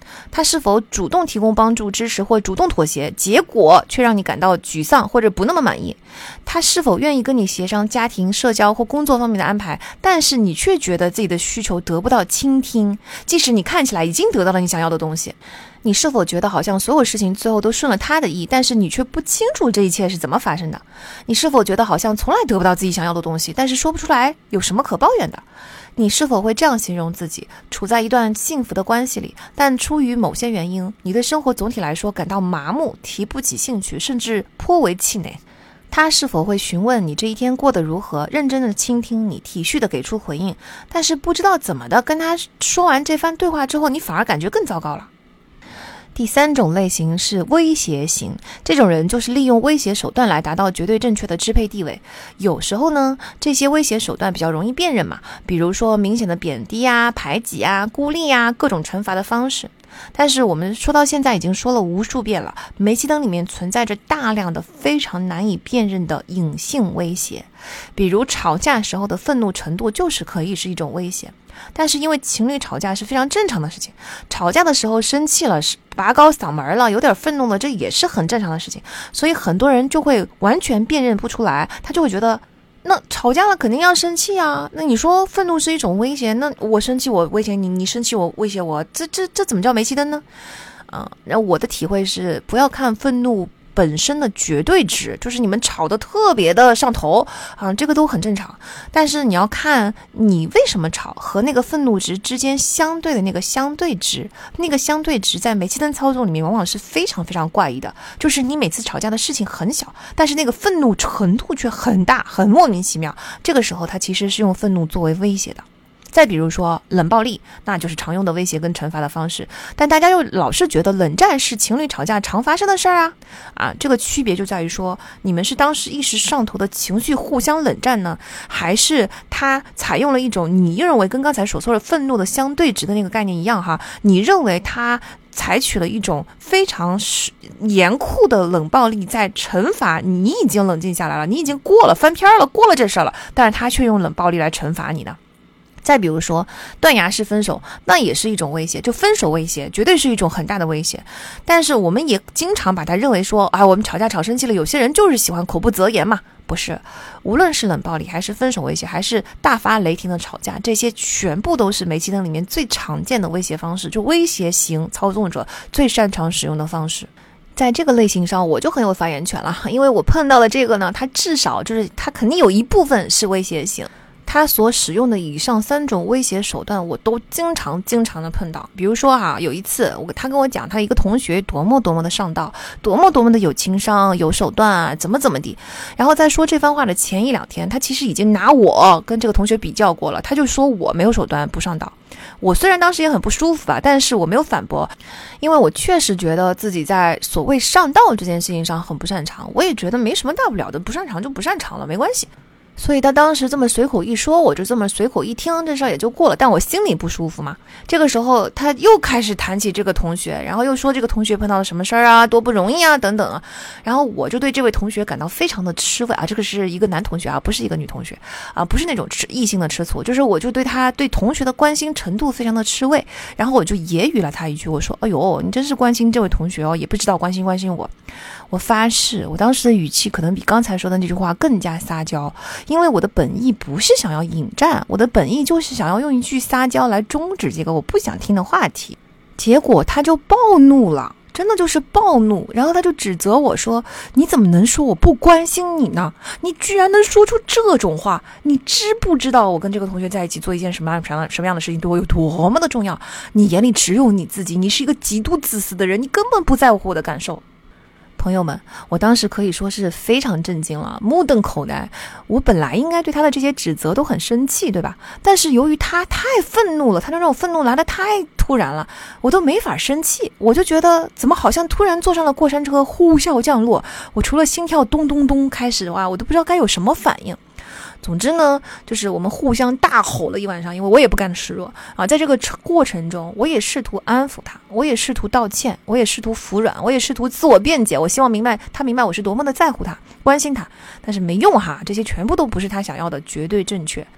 他是否主动提供帮助、支持或主动妥协，结果却让你感到沮丧或者不那么满意？他是否愿意跟你协商家庭、社交或工作方面的安排，但是你却觉得自己的需求得不到倾听，即使你看起来已经得到了你想要的东西？你是否觉得好像所有事情最后都顺了他的意，但是你却不清楚这一切是怎么发生的？你是否觉得好像从来得不到自己想要的东西，但是说不出来有什么可抱怨的？你是否会这样形容自己，处在一段幸福的关系里，但出于某些原因，你对生活总体来说感到麻木，提不起兴趣，甚至颇为气馁？他是否会询问你这一天过得如何，认真的倾听你，体恤的给出回应，但是不知道怎么的跟他说完这番对话之后，你反而感觉更糟糕了？第三种类型是威胁型，这种人就是利用威胁手段来达到绝对正确的支配地位。有时候呢，这些威胁手段比较容易辨认嘛，比如说明显的贬低啊、排挤啊、孤立啊，各种惩罚的方式。但是我们说到现在已经说了无数遍了，煤气灯里面存在着大量的非常难以辨认的隐性威胁，比如吵架时候的愤怒程度就是可以是一种威胁。但是因为情侣吵架是非常正常的事情，吵架的时候生气了，拔高嗓门了，有点愤怒了，这也是很正常的事情，所以很多人就会完全辨认不出来，他就会觉得那吵架了肯定要生气啊，那你说愤怒是一种威胁，那我生气我威胁你，你生气我威胁我，这怎么叫煤气灯呢？然后我的体会是，不要看愤怒本身的绝对值，就是你们吵得特别的上头这个都很正常，但是你要看你为什么吵和那个愤怒值之间相对的那个相对值，那个相对值在煤气灯操作里面往往是非常非常怪异的，就是你每次吵架的事情很小，但是那个愤怒程度却很大，很莫名其妙，这个时候它其实是用愤怒作为威胁的。再比如说冷暴力，那就是常用的威胁跟惩罚的方式，但大家又老是觉得冷战是情侣吵架常发生的事儿这个区别就在于说，你们是当时一时上头的情绪互相冷战呢，还是他采用了一种你认为跟刚才所说的愤怒的相对值的那个概念一样你认为他采取了一种非常严酷的冷暴力在惩罚你，已经冷静下来了，你已经过了翻篇了，过了这事了，但是他却用冷暴力来惩罚你呢？再比如说断崖式分手，那也是一种威胁，就分手威胁绝对是一种很大的威胁，但是我们也经常把它认为说我们吵架吵生气了，有些人就是喜欢口不择言嘛，不是，无论是冷暴力还是分手威胁还是大发雷霆的吵架，这些全部都是煤气灯里面最常见的威胁方式，就威胁型操纵者最擅长使用的方式。在这个类型上我就很有发言权了，因为我碰到的这个呢，它至少就是它肯定有一部分是威胁型，他所使用的以上3种威胁手段我都经常的碰到。比如说有一次他跟我讲他一个同学多么的上道，多么的有情商有手段怎么地，然后在说这番话的前1-2天，他其实已经拿我跟这个同学比较过了，他就说我没有手段不上道。我虽然当时也很不舒服吧，但是我没有反驳，因为我确实觉得自己在所谓上道这件事情上很不擅长，我也觉得没什么大不了的，不擅长就不擅长了，没关系。所以他当时这么随口一说，我就这么随口一听，这事儿也就过了，但我心里不舒服嘛。这个时候他又开始谈起这个同学，然后又说这个同学碰到了什么事儿多不容易等等然后我就对这位同学感到非常的吃味这个是一个男同学不是一个女同学不是那种异性的吃醋，就是我就对他对同学的关心程度非常的吃味，然后我就揶揄了他一句，我说哎呦，你真是关心这位同学也不知道关心我。我发誓我当时的语气可能比刚才说的那句话更加撒娇，因为我的本意不是想要引战，我的本意就是想要用一句撒娇来终止这个我不想听的话题。结果他就暴怒了，真的就是暴怒，然后他就指责我说，你怎么能说我不关心你呢？你居然能说出这种话，你知不知道我跟这个同学在一起做一件什么样的事情对我有多么的重要？你眼里只有你自己，你是一个极度自私的人，你根本不在乎我的感受。朋友们，我当时可以说是非常震惊了，目瞪口呆。我本来应该对他的这些指责都很生气，对吧？但是由于他太愤怒了，他的这种愤怒来得太突然了，我都没法生气。我就觉得怎么好像突然坐上了过山车，呼啸降落，我除了心跳咚咚咚开始我都不知道该有什么反应。总之呢，就是我们互相大吼了一晚上，因为我也不甘示弱在这个过程中，我也试图安抚他，我也试图道歉，我也试图服软，我也试图自我辩解，我希望他明白我是多么的在乎他，关心他，但是没用这些全部都不是他想要的绝对正确。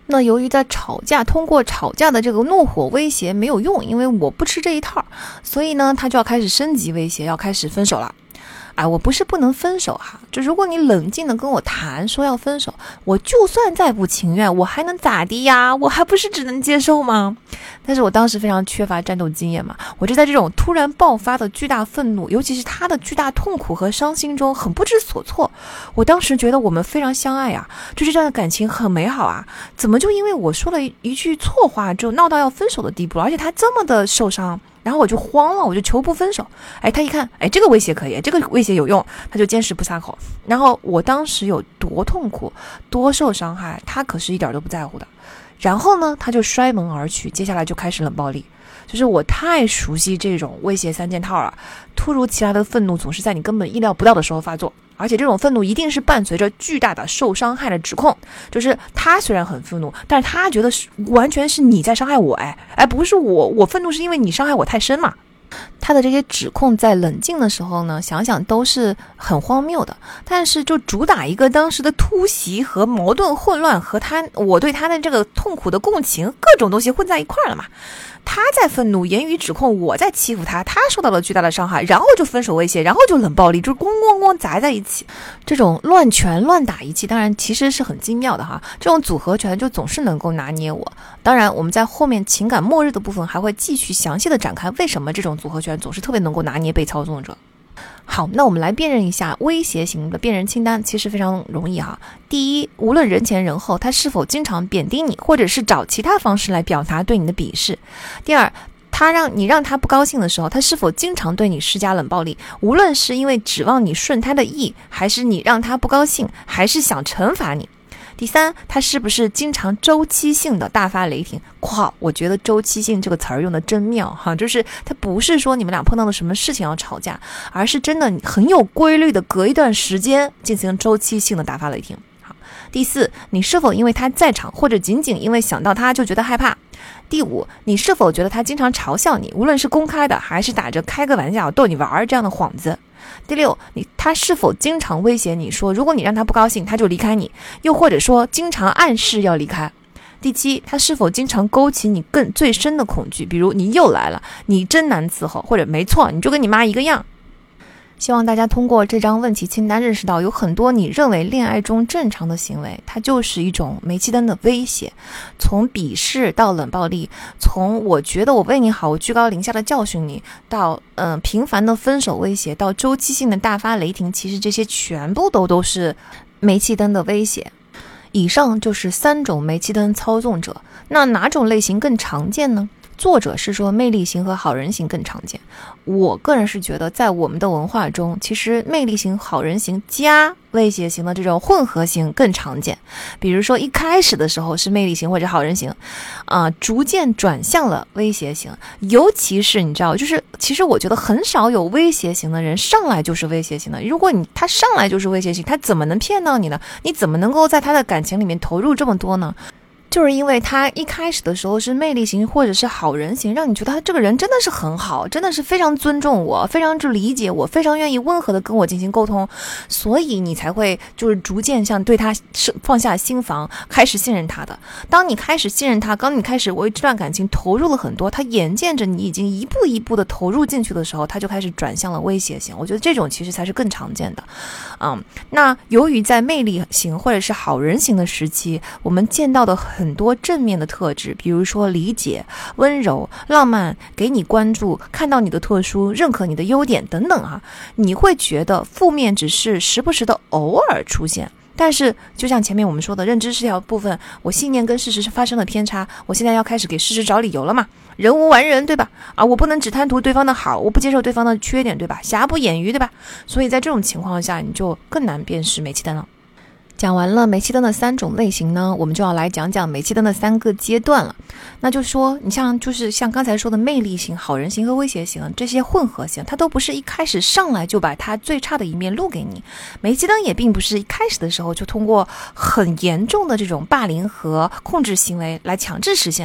那由于在吵架，通过吵架的这个怒火威胁没有用，因为我不吃这一套，所以呢，他就要开始升级威胁，要开始分手了。我不是不能分手哈，就如果你冷静的跟我谈说要分手，我就算再不情愿，我还能咋地呀？我还不是只能接受吗？但是我当时非常缺乏战斗经验嘛，我就在这种突然爆发的巨大愤怒，尤其是他的巨大痛苦和伤心中很不知所措。我当时觉得我们非常相爱啊，就这段感情很美好啊，怎么就因为我说了一句错话就闹到要分手的地步了，而且他这么的受伤。然后我就慌了，我就求不分手。他一看，这个威胁可以，这个威胁有用，他就坚持不撒口。然后我当时有多痛苦，多受伤害，他可是一点都不在乎的。然后呢，他就摔门而去，接下来就开始冷暴力。就是我太熟悉这种威胁三件套了，突如其来的愤怒总是在你根本意料不到的时候发作，而且这种愤怒一定是伴随着巨大的受伤害的指控，就是他虽然很愤怒，但是他觉得完全是你在伤害我，不是我愤怒是因为你伤害我太深嘛。他的这些指控在冷静的时候呢，想想都是很荒谬的，但是就主打一个当时的突袭和矛盾混乱和我对他的这个痛苦的共情，各种东西混在一块了嘛。他在愤怒，言语指控我在欺负他，他受到了巨大的伤害，然后就分手威胁，然后就冷暴力，就咣咣咣砸在一起。这种乱拳乱打一气，当然其实是很精妙的哈。这种组合拳就总是能够拿捏我。当然，我们在后面情感末日的部分还会继续详细的展开，为什么这种组合拳总是特别能够拿捏被操纵者。好，那我们来辨认一下威胁型的辨认清单，其实非常容易哈。第一，无论人前人后，他是否经常贬低你，或者是找其他方式来表达对你的鄙视。第二，你让他不高兴的时候，他是否经常对你施加冷暴力，无论是因为指望你顺他的意，还是你让他不高兴，还是想惩罚你。第三，他是不是经常周期性的大发雷霆？我觉得周期性这个词儿用的真妙哈，就是他不是说你们俩碰到了什么事情要吵架，而是真的很有规律的隔一段时间进行周期性的大发雷霆。好，第四，你是否因为他在场，或者仅仅因为想到他就觉得害怕？第五，你是否觉得他经常嘲笑你，无论是公开的还是打着开个玩笑逗你玩这样的幌子？第六，他是否经常威胁你说，如果你让他不高兴，他就离开你，又或者说经常暗示要离开？第七，他是否经常勾起你最深的恐惧，比如你又来了，你真难伺候，或者没错，你就跟你妈一个样。希望大家通过这张问题清单认识到，有很多你认为恋爱中正常的行为，它就是一种煤气灯的威胁。从鄙视到冷暴力，从我觉得我为你好，我居高临下的教训你，到频繁的分手威胁，到周期性的大发雷霆，其实这些全部都是煤气灯的威胁。以上就是3种煤气灯操纵者，那哪种类型更常见呢？作者是说魅力型和好人型更常见，我个人是觉得在我们的文化中，其实魅力型、好人型加威胁型的这种混合型更常见。比如说一开始的时候是魅力型或者好人型，逐渐转向了威胁型。尤其是你知道，就是其实我觉得很少有威胁型的人上来就是威胁型的。如果他上来就是威胁型，他怎么能骗到你呢？你怎么能够在他的感情里面投入这么多呢？就是因为他一开始的时候是魅力型或者是好人型，让你觉得他这个人真的是很好，真的是非常尊重我，非常理解我，非常愿意温和的跟我进行沟通，所以你才会就是逐渐像对他放下心防，开始信任他的。当你开始信任他，当你开始为这段感情投入了很多，他眼见着你已经一步一步的投入进去的时候，他就开始转向了威胁型。我觉得这种其实才是更常见的。那由于在魅力型或者是好人型的时期，我们见到的很多正面的特质，比如说理解、温柔、浪漫，给你关注，看到你的特殊，认可你的优点等等啊，你会觉得负面只是时不时的偶尔出现。但是就像前面我们说的认知失调部分，我信念跟事实发生了偏差，我现在要开始给事实找理由了嘛，人无完人对吧？我不能只贪图对方的好，我不接受对方的缺点对吧？瑕不掩瑜对吧？所以在这种情况下，你就更难辨识煤气灯了。讲完了煤气灯的3种类型呢，我们就要来讲讲煤气灯的3个阶段了。那就说你像刚才说的魅力型、好人型和威胁型这些混合型，它都不是一开始上来就把它最差的一面露给你。煤气灯也并不是一开始的时候就通过很严重的这种霸凌和控制行为来强制实现的。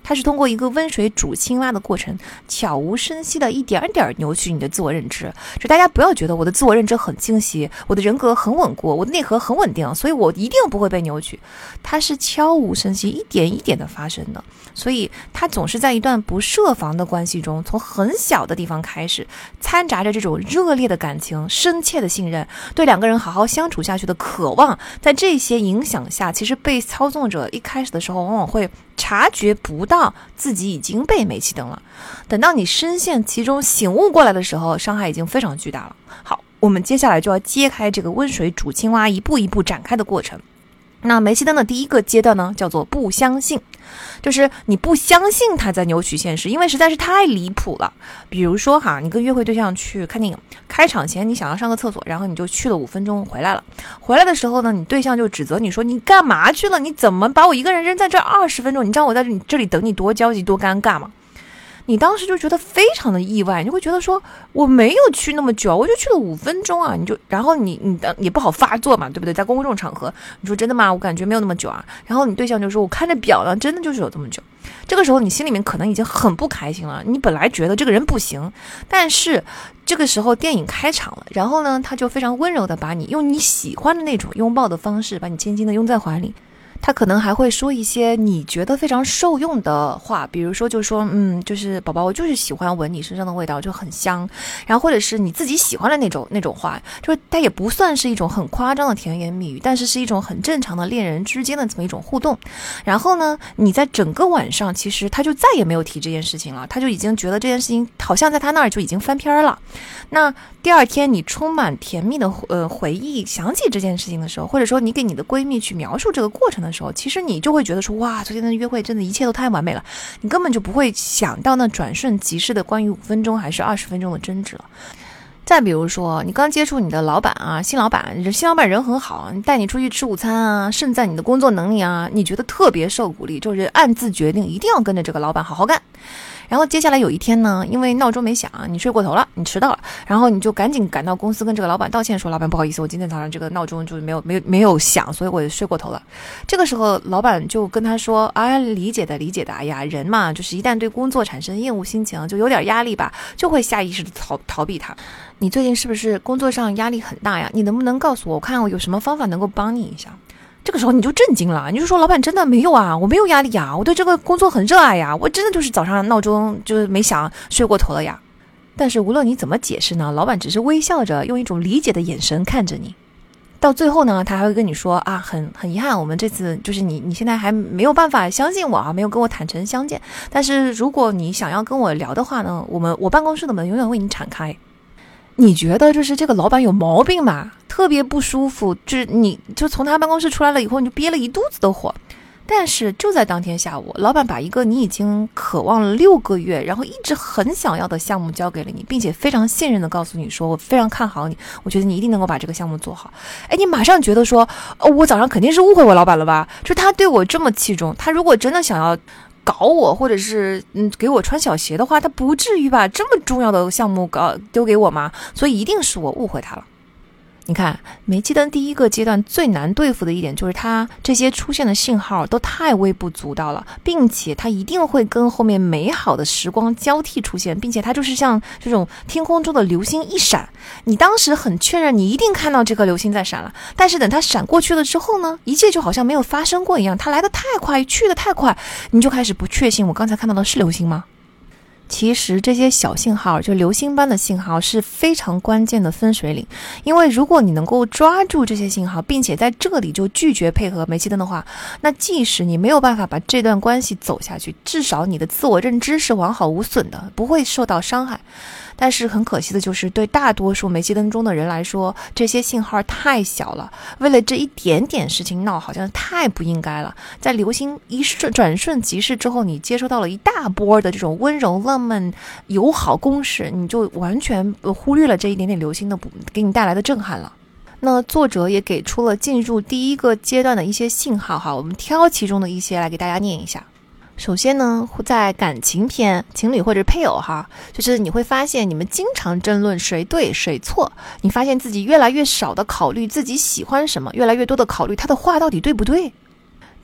它是通过一个温水煮青蛙的过程，悄无声息的一点点扭曲你的自我认知。就大家不要觉得我的自我认知很清晰，我的人格很稳固，我的内核很稳定，所以我一定不会被扭曲。它是悄无声息一点一点的发生的，所以它总是在一段不设防的关系中，从很小的地方开始，掺杂着这种热烈的感情、深切的信任，对两个人好好相处下去的渴望，在这些影响下，其实被操纵者一开始的时候往往会察觉不到自己已经被煤气灯了，等到你深陷其中醒悟过来的时候，伤害已经非常巨大了。好，我们接下来就要揭开这个温水煮青蛙一步一步展开的过程。那煤气灯的第一个阶段呢，叫做不相信，就是你不相信他在扭曲现实，因为实在是太离谱了。比如说你跟约会对象去看电影，开场前你想要上个厕所，然后你就去了5分钟回来了。回来的时候呢，你对象就指责你说，你干嘛去了？你怎么把我一个人扔在这20分钟？你知道我在这里等你多焦急多尴尬吗？你当时就觉得非常的意外，你就会觉得说，我没有去那么久，我就去了5分钟啊，然后你也不好发作嘛，对不对？在公众场合，你说真的吗？我感觉没有那么久啊。然后你对象就说，我看着表了，真的就是有这么久。这个时候你心里面可能已经很不开心了，你本来觉得这个人不行，但是这个时候电影开场了，然后呢，他就非常温柔的把你用你喜欢的那种拥抱的方式，把你轻轻的拥在怀里。他可能还会说一些你觉得非常受用的话，比如说就说就是宝宝，我就是喜欢闻你身上的味道，就很香。然后或者是你自己喜欢的那种话，就是它也不算是一种很夸张的甜言蜜语，但是一种很正常的恋人之间的这么一种互动。然后呢，你在整个晚上其实他就再也没有提这件事情了，他就已经觉得这件事情好像在他那儿就已经翻篇了。那第二天你充满甜蜜的回忆，想起这件事情的时候，或者说你给你的闺蜜去描述这个过程的时候，其实你就会觉得说，哇，昨天的约会真的一切都太完美了，你根本就不会想到那转瞬即逝的关于5分钟还是20分钟的争执了。再比如说，你刚接触你的老板啊，新老板人很好，带你出去吃午餐啊，盛赞你的工作能力啊，你觉得特别受鼓励，就是暗自决定一定要跟着这个老板好好干。然后接下来有一天呢，因为闹钟没响，你睡过头了，你迟到了，然后你就赶紧赶到公司跟这个老板道歉，说老板不好意思，我今天早上这个闹钟就是没有响，所以我睡过头了。这个时候老板就跟他说，理解的，哎呀，人嘛，就是一旦对工作产生厌恶心情，就有点压力吧，就会下意识的逃避它。你最近是不是工作上压力很大呀？你能不能告诉我，看我有什么方法能够帮你一下？这个时候你就震惊了，你就说，老板真的没有啊，我没有压力呀，我对这个工作很热爱呀，我真的就是早上闹钟就是没响，睡过头了呀。但是无论你怎么解释呢，老板只是微笑着，用一种理解的眼神看着你。到最后呢，他还会跟你说很遗憾，我们这次就是你现在还没有办法相信我啊，没有跟我坦诚相见。但是如果你想要跟我聊的话呢，我办公室的门永远为你敞开。你觉得就是这个老板有毛病吧？特别不舒服，就是你就从他办公室出来了以后，你就憋了一肚子的火。但是就在当天下午，老板把一个你已经渴望了6个月，然后一直很想要的项目交给了你，并且非常信任的告诉你说，我非常看好你，我觉得你一定能够把这个项目做好。你马上觉得说，我早上肯定是误会我老板了吧？就他对我这么器重，他如果真的想要搞我，或者是给我穿小鞋的话，他不至于把这么重要的项目丢给我吗？所以一定是我误会他了。你看，煤气灯第一个阶段最难对付的一点就是它这些出现的信号都太微不足道了，并且它一定会跟后面美好的时光交替出现，并且它就是像这种天空中的流星一闪，你当时很确认你一定看到这颗流星在闪了，但是等它闪过去了之后呢，一切就好像没有发生过一样，它来得太快，去得太快，你就开始不确信我刚才看到的是流星吗？其实这些小信号，就流星般的信号，是非常关键的分水岭。因为如果你能够抓住这些信号，并且在这里就拒绝配合煤气灯的话，那即使你没有办法把这段关系走下去，至少你的自我认知是完好无损的，不会受到伤害。但是很可惜的就是，对大多数煤气灯中的人来说，这些信号太小了，为了这一点点事情闹，好像太不应该了。在流星转瞬即逝之后，你接收到了一大波的这种温柔浪漫友好攻势，你就完全忽略了这一点点流星的给你带来的震撼了。那作者也给出了进入第一个阶段的一些信号哈，我们挑其中的一些来给大家念一下。首先呢，在感情篇，情侣或者配偶哈，就是你会发现你们经常争论谁对谁错，你发现自己越来越少的考虑自己喜欢什么，越来越多的考虑他的话到底对不对。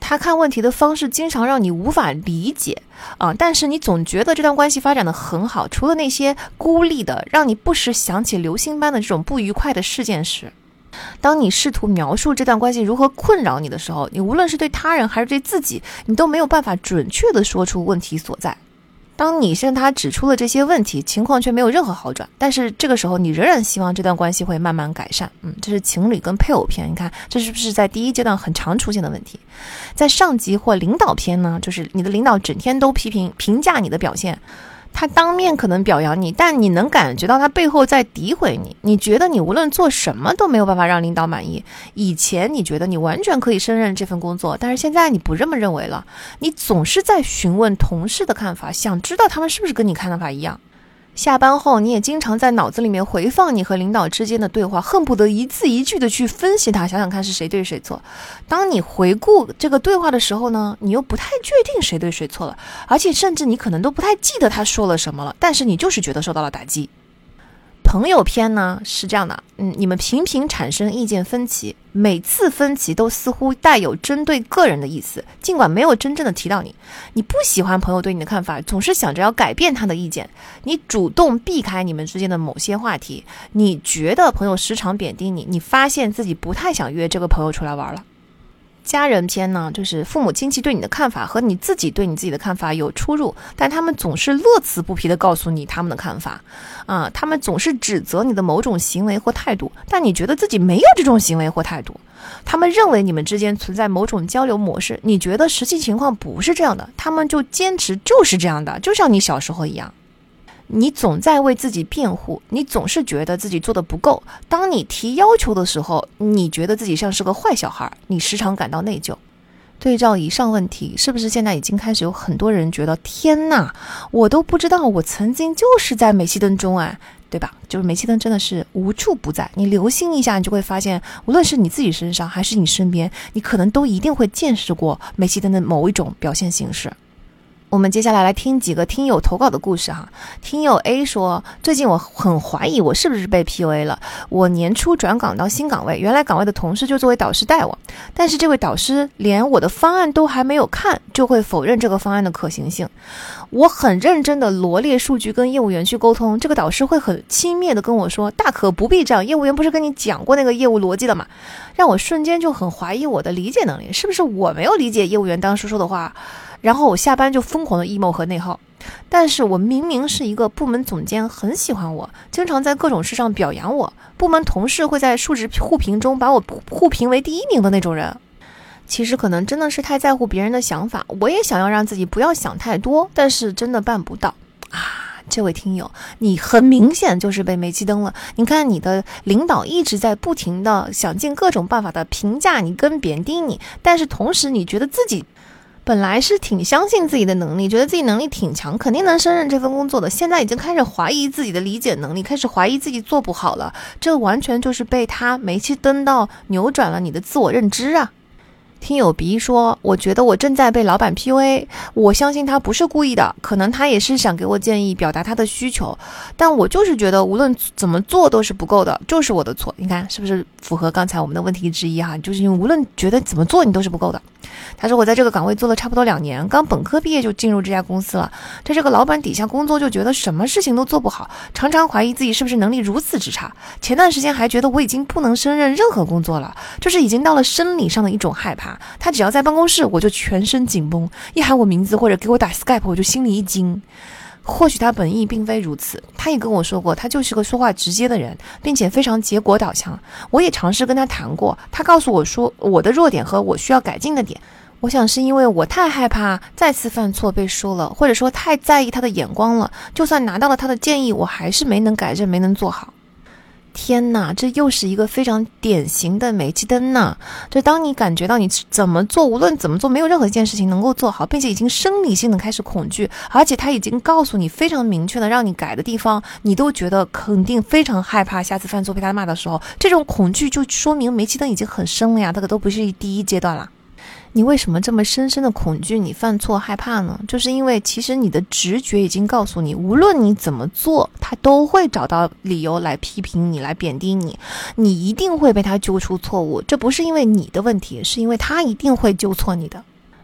他看问题的方式经常让你无法理解但是你总觉得这段关系发展的很好，除了那些孤立的让你不时想起流星般的这种不愉快的事件时，当你试图描述这段关系如何困扰你的时候，你无论是对他人还是对自己，你都没有办法准确地说出问题所在。当你向他指出了这些问题，情况却没有任何好转，但是这个时候你仍然希望这段关系会慢慢改善。这是情侣跟配偶篇，你看这是不是在第一阶段很常出现的问题？在上级或领导篇呢，就是你的领导整天都评价你的表现，他当面可能表扬你，但你能感觉到他背后在诋毁你。你觉得你无论做什么都没有办法让领导满意。以前你觉得你完全可以胜任这份工作，但是现在你不这么认为了。你总是在询问同事的看法，想知道他们是不是跟你看法一样。下班后你也经常在脑子里面回放你和领导之间的对话，恨不得一字一句的去分析它，想想看是谁对谁错。当你回顾这个对话的时候呢，你又不太确定谁对谁错了，而且甚至你可能都不太记得他说了什么了，但是你就是觉得受到了打击。朋友篇呢是这样的，你们频频产生意见分歧，每次分歧都似乎带有针对个人的意思，尽管没有真正的提到你。你不喜欢朋友对你的看法，总是想着要改变他的意见，你主动避开你们之间的某些话题，你觉得朋友时常贬低你，你发现自己不太想约这个朋友出来玩了。家人篇呢，就是父母亲戚对你的看法和你自己对你自己的看法有出入，但他们总是乐此不疲地告诉你他们的看法他们总是指责你的某种行为或态度，但你觉得自己没有这种行为或态度。他们认为你们之间存在某种交流模式，你觉得实际情况不是这样的，他们就坚持就是这样的，就像你小时候一样。你总在为自己辩护，你总是觉得自己做得不够。当你提要求的时候，你觉得自己像是个坏小孩，你时常感到内疚。对照以上问题，是不是现在已经开始有很多人觉得，天哪，我都不知道我曾经就是在煤气灯中对吧？就是煤气灯真的是无处不在，你留心一下，你就会发现，无论是你自己身上还是你身边，你可能都一定会见识过煤气灯的某一种表现形式。我们接下来来听几个听友投稿的故事哈。听友 A 说，最近我很怀疑我是不是被 PUA 了。我年初转岗到新岗位，原来岗位的同事就作为导师带我，但是这位导师连我的方案都还没有看，就会否认这个方案的可行性。我很认真的罗列数据跟业务员去沟通，这个导师会很轻蔑的跟我说，大可不必这样，业务员不是跟你讲过那个业务逻辑了吗？让我瞬间就很怀疑我的理解能力，是不是我没有理解业务员当时说的话？然后我下班就疯狂的 emo 和内耗，但是我明明是一个部门总监，很喜欢我，经常在各种事上表扬我，部门同事会在述职互评中把我互评为第1名的那种人。其实可能真的是太在乎别人的想法，我也想要让自己不要想太多，但是真的办不到这位听友，你很明显就是被煤气灯了。你看你的领导一直在不停的想尽各种办法的评价你跟贬低你，但是同时你觉得自己本来是挺相信自己的能力，觉得自己能力挺强，肯定能胜任这份工作的，现在已经开始怀疑自己的理解能力，开始怀疑自己做不好了，这完全就是被他煤气灯到扭转了你的自我认知啊。听友 B 说，我觉得我正在被老板 PUA， 我相信他不是故意的，可能他也是想给我建议，表达他的需求，但我就是觉得无论怎么做都是不够的，就是我的错。你看是不是符合刚才我们的问题之一哈？就是因为无论觉得怎么做你都是不够的。他说我在这个岗位做了差不多2年，刚本科毕业就进入这家公司了，在这个老板底下工作就觉得什么事情都做不好，常常怀疑自己是不是能力如此之差。前段时间还觉得我已经不能胜任任何工作了，就是已经到了生理上的一种害怕。他只要在办公室我就全身紧绷，一喊我名字或者给我打 Skype 我就心里一惊。或许他本意并非如此，他也跟我说过他就是个说话直接的人，并且非常结果导向。我也尝试跟他谈过，他告诉我说我的弱点和我需要改进的点。我想是因为我太害怕再次犯错被说了，或者说太在意他的眼光了，就算拿到了他的建议，我还是没能改正，没能做好。天哪，这又是一个非常典型的煤气灯呢。就当你感觉到你怎么做，无论怎么做，没有任何一件事情能够做好，并且已经生理性的开始恐惧，而且他已经告诉你非常明确的让你改的地方，你都觉得肯定非常害怕下次犯错被他骂的时候，这种恐惧就说明煤气灯已经很深了呀，这个都不是第一阶段了。你为什么这么深深的恐惧你犯错害怕呢？就是因为其实你的直觉已经告诉你，无论你怎么做，他都会找到理由来批评你，来贬低你，你一定会被他揪出错误。这不是因为你的问题，是因为他一定会纠错你的。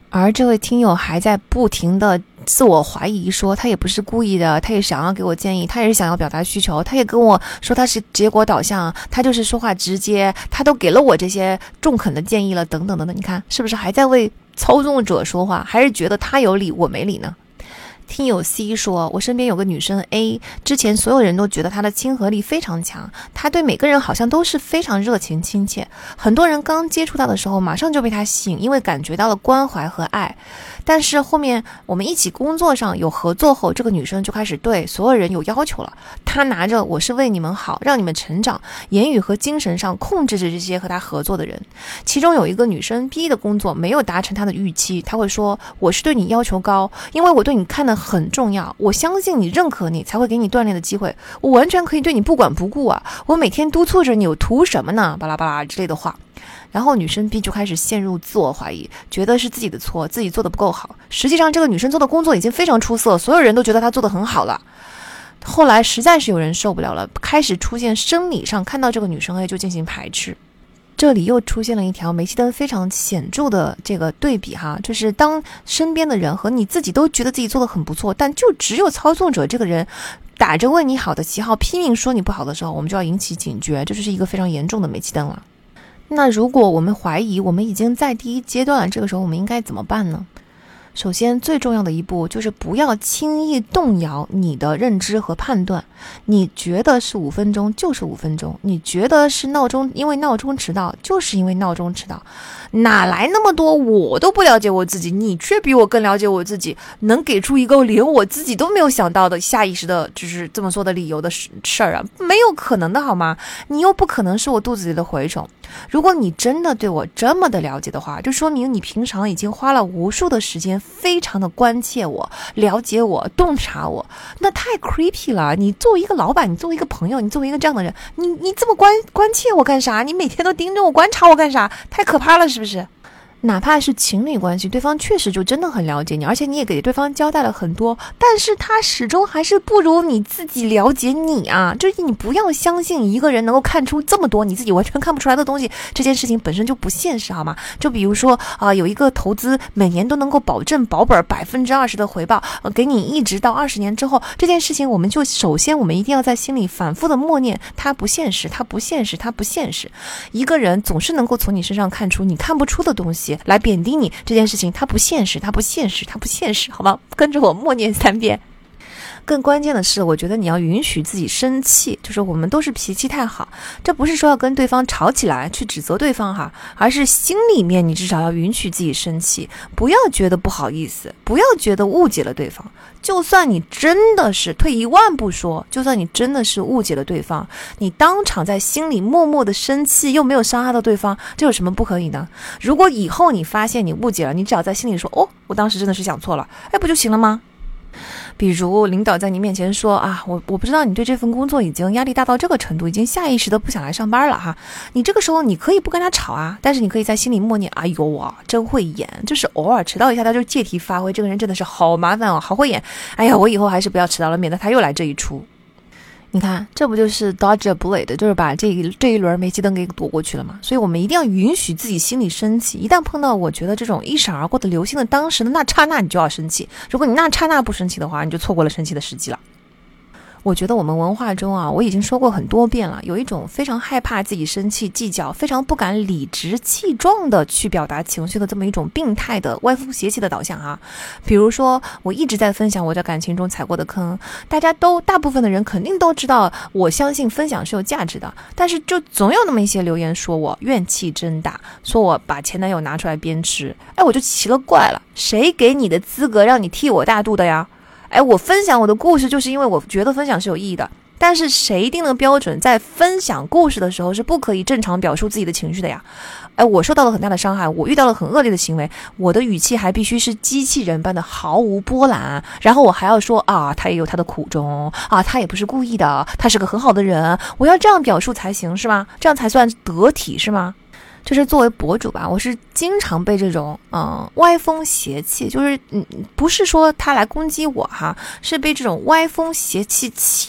而这位听友还在不停的自我怀疑，说他也不是故意的，他也想要给我建议，他也是想要表达需求，他也跟我说他是结果导向，他就是说话直接，他都给了我这些中肯的建议了，等等等等，你看是不是还在为操纵者说话，还是觉得他有理我没理呢？听友 C 说，我身边有个女生 A， 之前所有人都觉得她的亲和力非常强，她对每个人好像都是非常热情亲切，很多人刚接触她的时候马上就被她吸引，因为感觉到了关怀和爱。但是后面我们一起工作上有合作后，这个女生就开始对所有人有要求了，她拿着我是为你们好，让你们成长，言语和精神上控制着这些和她合作的人。其中有一个女生 B 的工作没有达成她的预期，她会说，我是对你要求高，因为我对你看得很重要，我相信你认可你才会给你锻炼的机会，我完全可以对你不管不顾啊，我每天督促着你，有图什么呢，巴拉巴拉之类的话。然后女生 B 就开始陷入自我怀疑，觉得是自己的错，自己做的不够好。实际上这个女生做的工作已经非常出色，所有人都觉得她做的很好了。后来实在是有人受不了了，开始出现生理上看到这个女生 A 就进行排斥。这里又出现了一条煤气灯非常显著的这个对比哈，就是当身边的人和你自己都觉得自己做的很不错，但就只有操纵者这个人打着为你好的旗号拼命说你不好的时候，我们就要引起警觉，这就是一个非常严重的煤气灯了。那如果我们怀疑我们已经在第一阶段了，这个时候我们应该怎么办呢？首先最重要的一步就是不要轻易动摇你的认知和判断，你觉得是5分钟就是5分钟，你觉得是闹钟，因为闹钟迟到就是因为闹钟迟到，哪来那么多我都不了解我自己，你却比我更了解我自己，能给出一个连我自己都没有想到的下意识的就是这么说的理由的事儿啊，没有可能的好吗？你又不可能是我肚子里的蛔虫。如果你真的对我这么的了解的话，就说明你平常已经花了无数的时间，非常的关切我，了解我，洞察我，那太 creepy 了。你作为一个老板，你作为一个朋友，你作为一个这样的人，你这么关切我干啥？你每天都盯着我观察我干啥？太可怕了，是不是？哪怕是情侣关系，对方确实就真的很了解你，而且你也给对方交代了很多，但是他始终还是不如你自己了解你啊！就是你不要相信一个人能够看出这么多你自己完全看不出来的东西，这件事情本身就不现实，好吗？就比如说有一个投资每年都能够保证保本20%的回报，给你一直到20年之后，这件事情我们就首先我们一定要在心里反复的默念，它不现实，它不现实，它不现实。一个人总是能够从你身上看出你看不出的东西，来贬低你，这件事情它不现实，它不现实，它不现实，好吗？跟着我默念3遍。更关键的是，我觉得你要允许自己生气，就是我们都是脾气太好，这不是说要跟对方吵起来去指责对方哈，而是心里面你至少要允许自己生气，不要觉得不好意思，不要觉得误解了对方。就算你真的是退一万步说，就算你真的是误解了对方，你当场在心里默默的生气，又没有伤害到对方，这有什么不可以呢？如果以后你发现你误解了，你只要在心里说，我当时真的是想错了，不就行了吗？比如领导在你面前说我不知道你对这份工作已经压力大到这个程度，已经下意识的不想来上班了哈。你这个时候你可以不跟他吵啊，但是你可以在心里默念，哎呦啊，真会演，就是偶尔迟到一下他就借题发挥，这个人真的是好麻烦哦，好会演。哎呀，我以后还是不要迟到了，免得他又来这一出。你看，这不就是 dodge a bullet， 就是把这一轮煤气灯给躲过去了嘛？所以我们一定要允许自己心里生气，一旦碰到我觉得这种一闪而过的流星的当时的那刹那，你就要生气。如果你那刹那不生气的话，你就错过了生气的时机了。我觉得我们文化中我已经说过很多遍了，有一种非常害怕自己生气计较，非常不敢理直气壮的去表达情绪的这么一种病态的歪风邪气的导向比如说我一直在分享我在感情中踩过的坑，大部分的人肯定都知道，我相信分享是有价值的，但是就总有那么一些留言说我怨气真大，说我把前男友拿出来鞭笞，我就奇了怪了，谁给你的资格让你替我大度的呀？我分享我的故事就是因为我觉得分享是有意义的，但是谁定的标准在分享故事的时候是不可以正常表述自己的情绪的呀？我受到了很大的伤害，我遇到了很恶劣的行为，我的语气还必须是机器人般的毫无波澜，然后我还要说他也有他的苦衷他也不是故意的，他是个很好的人，我要这样表述才行是吗？这样才算得体是吗？就是作为博主吧，我是经常被这种歪风邪气，就是不是说他来攻击我是被这种歪风邪气气到，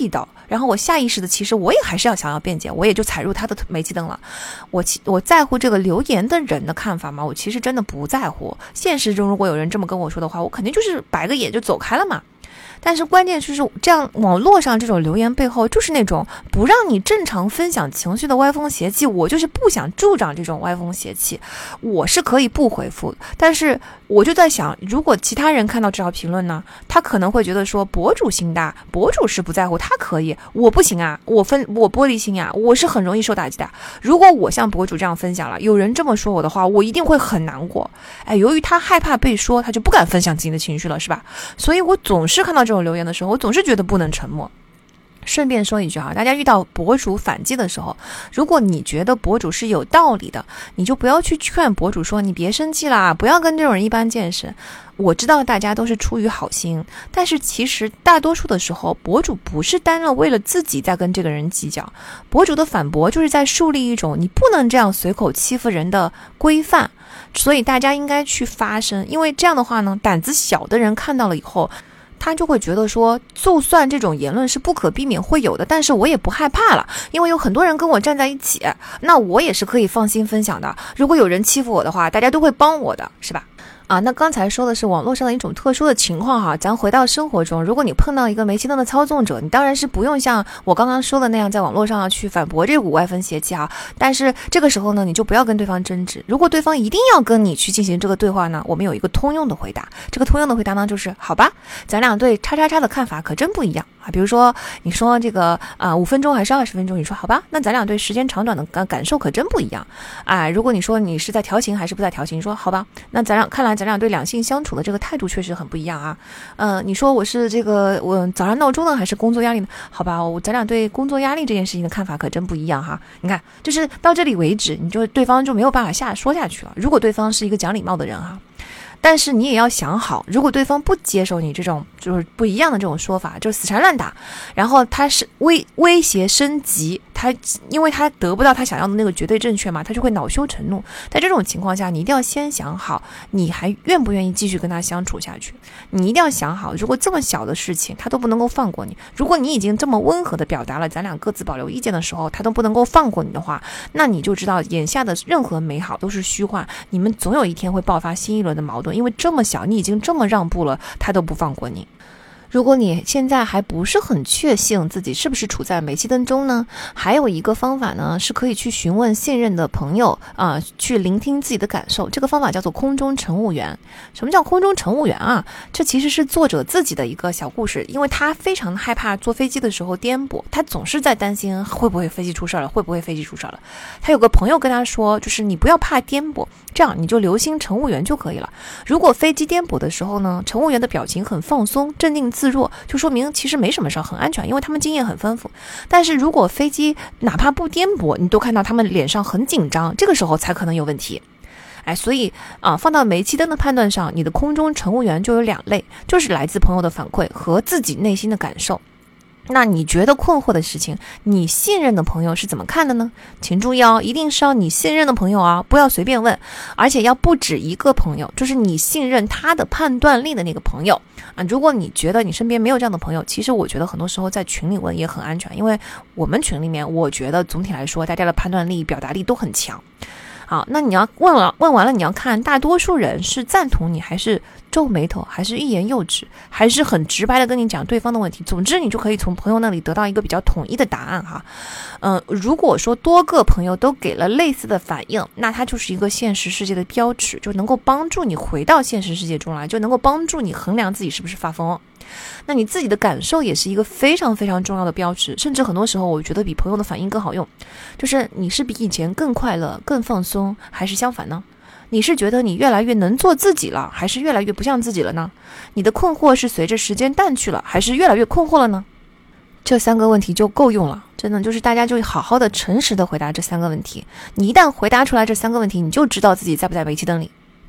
然后我下意识的其实我也还是想要辩解，我也就踩入他的煤气灯了。我在乎这个留言的人的看法吗？我其实真的不在乎。现实中如果有人这么跟我说的话，我肯定就是白个眼就走开了嘛。但是关键就是这样，网络上这种留言背后就是那种不让你正常分享情绪的歪风邪气。我就是不想助长这种歪风邪气，我是可以不回复，但是我就在想，如果其他人看到这条评论呢，他可能会觉得说博主心大，博主是不在乎，他可以，我不行啊，我玻璃心啊，我是很容易受打击的。如果我像博主这样分享了，有人这么说我的话，我一定会很难过。由于他害怕被说，他就不敢分享自己的情绪了，是吧？所以我总是看到这种留言的时候，我总是觉得不能沉默。顺便说一句大家遇到博主反击的时候，如果你觉得博主是有道理的，你就不要去劝博主说你别生气啦，不要跟这种人一般见识。我知道大家都是出于好心，但是其实大多数的时候，博主不是单了为了自己在跟这个人计较，博主的反驳就是在树立一种你不能这样随口欺负人的规范。所以大家应该去发声，因为这样的话呢，胆子小的人看到了以后，他就会觉得说，就算这种言论是不可避免会有的，但是我也不害怕了，因为有很多人跟我站在一起，那我也是可以放心分享的。如果有人欺负我的话，大家都会帮我的，是吧？那刚才说的是网络上的一种特殊的情况咱回到生活中，如果你碰到一个煤气灯的操纵者，你当然是不用像我刚刚说的那样在网络上去反驳这股歪风邪气但是这个时候呢，你就不要跟对方争执。如果对方一定要跟你去进行这个对话呢，我们有一个通用的回答，这个通用的回答呢就是好吧，咱俩对叉叉叉的看法可真不一样比如说你说这个5分钟还是20分钟，你说好吧，那咱俩对时间长短的感受可真不一样如果你说你是在调情还是不在调情，你说好吧，那看来咱俩对两性相处的这个态度确实很不一样你说我是我早上闹钟呢还是工作压力呢？好吧，咱俩对工作压力这件事情的看法可真不一样你看，就是到这里为止，对方就没有办法说下去了。如果对方是一个讲礼貌的人但是你也要想好，如果对方不接受你这种就是不一样的这种说法，就死缠烂打，然后他是威胁升级，因为他得不到他想要的那个绝对正确嘛，他就会恼羞成怒。在这种情况下，你一定要先想好，你还愿不愿意继续跟他相处下去。你一定要想好，如果这么小的事情他都不能够放过你，如果你已经这么温和的表达了咱俩各自保留意见的时候，他都不能够放过你的话，那你就知道眼下的任何美好都是虚幻，你们总有一天会爆发新一轮的矛盾，因为这么小你已经这么让步了，他都不放过你。如果你现在还不是很确信自己是不是处在煤气灯中呢，还有一个方法呢，是可以去询问信任的朋友去聆听自己的感受。这个方法叫做空中乘务员。什么叫空中乘务员这其实是作者自己的一个小故事，因为他非常害怕坐飞机的时候颠簸，他总是在担心会不会飞机出事了，会不会飞机出事了。他有个朋友跟他说，就是你不要怕颠簸，这样你就留心乘务员就可以了。如果飞机颠簸的时候呢，乘务员的表情很放松，镇定自若，就说明其实没什么事儿，很安全，因为他们经验很丰富。但是如果飞机哪怕不颠簸，你都看到他们脸上很紧张，这个时候才可能有问题。所以放到煤气灯的判断上，你的空中乘务员就有2类，就是来自朋友的反馈和自己内心的感受。那你觉得困惑的事情，你信任的朋友是怎么看的呢？请注意一定是要你信任的朋友不要随便问，而且要不止一个朋友，就是你信任他的判断力的那个朋友如果你觉得你身边没有这样的朋友，其实我觉得很多时候在群里问也很安全，因为我们群里面我觉得总体来说大家的判断力表达力都很强。好，那你要问完了，你要看大多数人是赞同你，还是皱眉头，还是欲言又止，还是很直白的跟你讲对方的问题。总之你就可以从朋友那里得到一个比较统一的答案如果说多个朋友都给了类似的反应，那它就是一个现实世界的标尺，就能够帮助你回到现实世界中来，就能够帮助你衡量自己是不是发疯。那你自己的感受也是一个非常非常重要的标志，甚至很多时候我觉得比朋友的反应更好用。就是你是比以前更快乐更放松，还是相反呢？你是觉得你越来越能做自己了，还是越来越不像自己了呢？你的困惑是随着时间淡去了，还是越来越困惑了呢？这3个问题就够用了，真的就是大家就好好的诚实的回答这3个问题。你一旦回答出来这3个问题，你就知道自己在不在煤气灯里。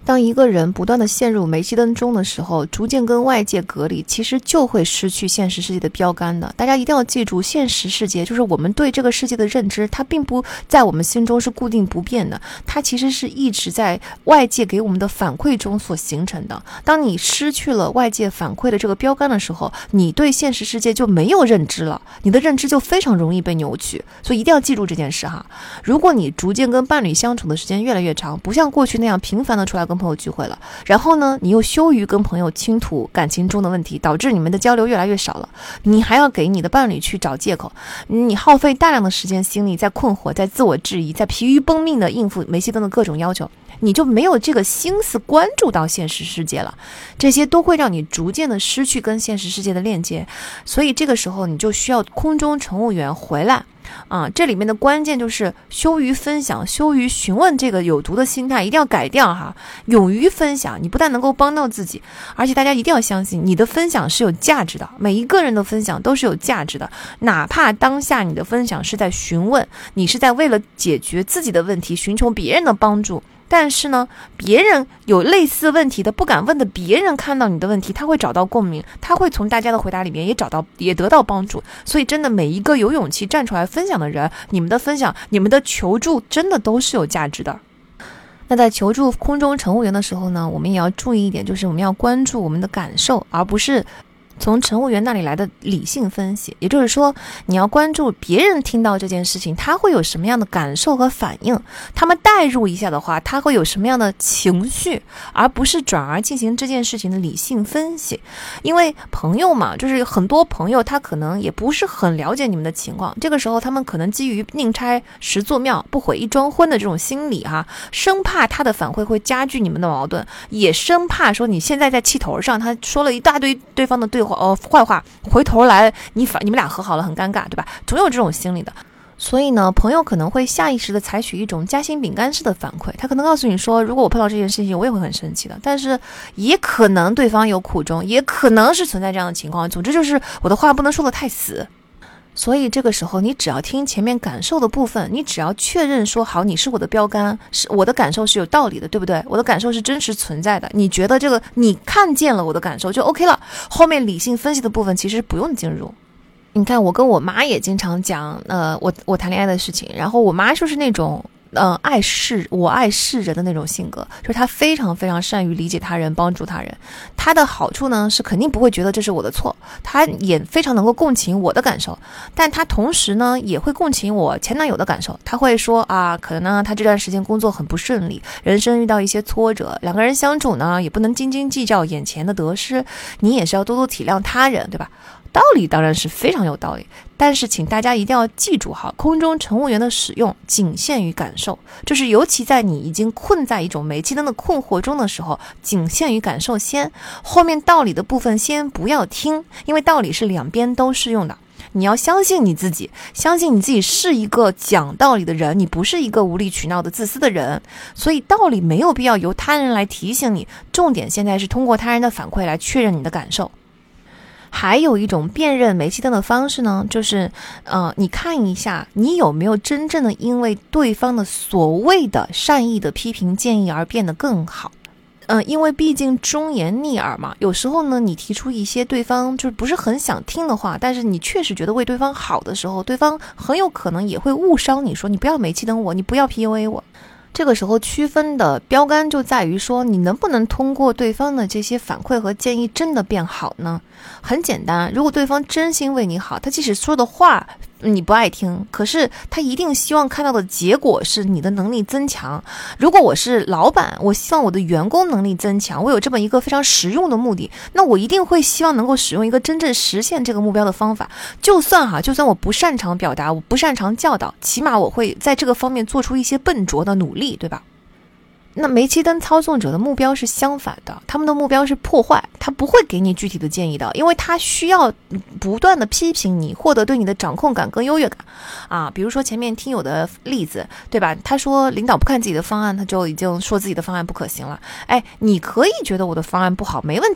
当一个人不断的陷入煤气灯中的时候，逐渐跟外界隔离，其实就会失去现实世界的标杆的。大家一定要记住，现实世界就是我们对这个世界的认知，它并不在我们心中是固定不变的，它其实是一直在外界给我们的反馈中所形成的。当你失去了外界反馈的这个标杆的时候，你对现实世界就没有认知了，你的认知就非常容易被扭曲。所以一定要记住这件事哈。如果你逐渐跟伴侣相处的时间越来越长，不像过去那样频繁的出来跟朋友聚会了，然后呢，你又羞于跟朋友倾吐感情中的问题，导致你们的交流越来越少了，你还要给你的伴侣去找借口，你耗费大量的时间心力在困惑，在自我质疑，在疲于奔命的应付煤气灯的各种要求，你就没有这个心思关注到现实世界了，这些都会让你逐渐的失去跟现实世界的链接。所以这个时候你就需要空中乘务员回来这里面的关键就是羞于分享，羞于询问，这个有毒的心态一定要改掉哈。勇于分享，你不但能够帮到自己，而且大家一定要相信你的分享是有价值的，每一个人的分享都是有价值的，哪怕当下你的分享是在询问，你是在为了解决自己的问题寻求别人的帮助，但是呢，别人有类似问题的不敢问的别人看到你的问题，他会找到共鸣，他会从大家的回答里面也得到帮助。所以真的每一个有勇气站出来分享的人，你们的分享，你们的求助真的都是有价值的。那在求助空中乘务员的时候呢，我们也要注意一点，就是我们要关注我们的感受，而不是从乘务员那里来的理性分析。也就是说，你要关注别人听到这件事情他会有什么样的感受和反应，他们代入一下的话他会有什么样的情绪，而不是转而进行这件事情的理性分析。因为朋友嘛，就是很多朋友他可能也不是很了解你们的情况，这个时候他们可能基于宁拆十座庙不毁一桩婚的这种心理生怕他的反馈会加剧你们的矛盾，也生怕说你现在在气头上，他说了一大堆对方的坏话，回头来你们俩和好了很尴尬，对吧？总有这种心理的。所以呢，朋友可能会下意识的采取一种夹心饼干式的反馈，他可能告诉你说，如果我碰到这件事情我也会很生气的，但是也可能对方有苦衷，也可能是存在这样的情况，总之就是我的话不能说得太死。所以这个时候你只要听前面感受的部分，你只要确认说好，你是我的标杆，是我的感受是有道理的，对不对？我的感受是真实存在的，你觉得这个你看见了我的感受就 OK 了，后面理性分析的部分其实不用进入。你看我跟我妈也经常讲我谈恋爱的事情，然后我妈就是那种爱世人的那种性格，就是他非常非常善于理解他人，帮助他人。他的好处呢是肯定不会觉得这是我的错，他也非常能够共情我的感受，但他同时呢也会共情我前男友的感受。他会说可能呢他这段时间工作很不顺利，人生遇到一些挫折，两个人相处呢也不能斤斤计较眼前的得失，你也是要多多体谅他人，对吧？道理当然是非常有道理，但是请大家一定要记住空中乘务员的使用仅限于感受，就是尤其在你已经困在一种煤气灯的困惑中的时候，仅限于感受先，后面道理的部分先不要听，因为道理是两边都适用的。你要相信你自己，相信你自己是一个讲道理的人，你不是一个无理取闹的自私的人，所以道理没有必要由他人来提醒你，重点现在是通过他人的反馈来确认你的感受。还有一种辨认煤气灯的方式呢，就是你看一下你有没有真正的因为对方的所谓的善意的批评建议而变得更好。因为毕竟忠言逆耳嘛，有时候呢你提出一些对方就是不是很想听的话，但是你确实觉得为对方好的时候，对方很有可能也会误伤你，说你不要煤气灯我，你不要 PUA 我。这个时候区分的标杆就在于说，你能不能通过对方的这些反馈和建议真的变好呢？很简单，如果对方真心为你好，他即使说的话你不爱听，可是他一定希望看到的结果是你的能力增强。如果我是老板，我希望我的员工能力增强，我有这么一个非常实用的目的，那我一定会希望能够使用一个真正实现这个目标的方法。就算我不擅长表达，我不擅长教导，起码我会在这个方面做出一些笨拙的努力，对吧？那煤气灯操纵者的目标是相反的，他们的目标是破坏，他不会给你具体的建议的，因为他需要不断的批评你，获得对你的掌控感跟优越感比如说前面听友的例子，对吧？他说领导不看自己的方案，他就已经说自己的方案不可行了。你可以觉得我的方案不好没问题，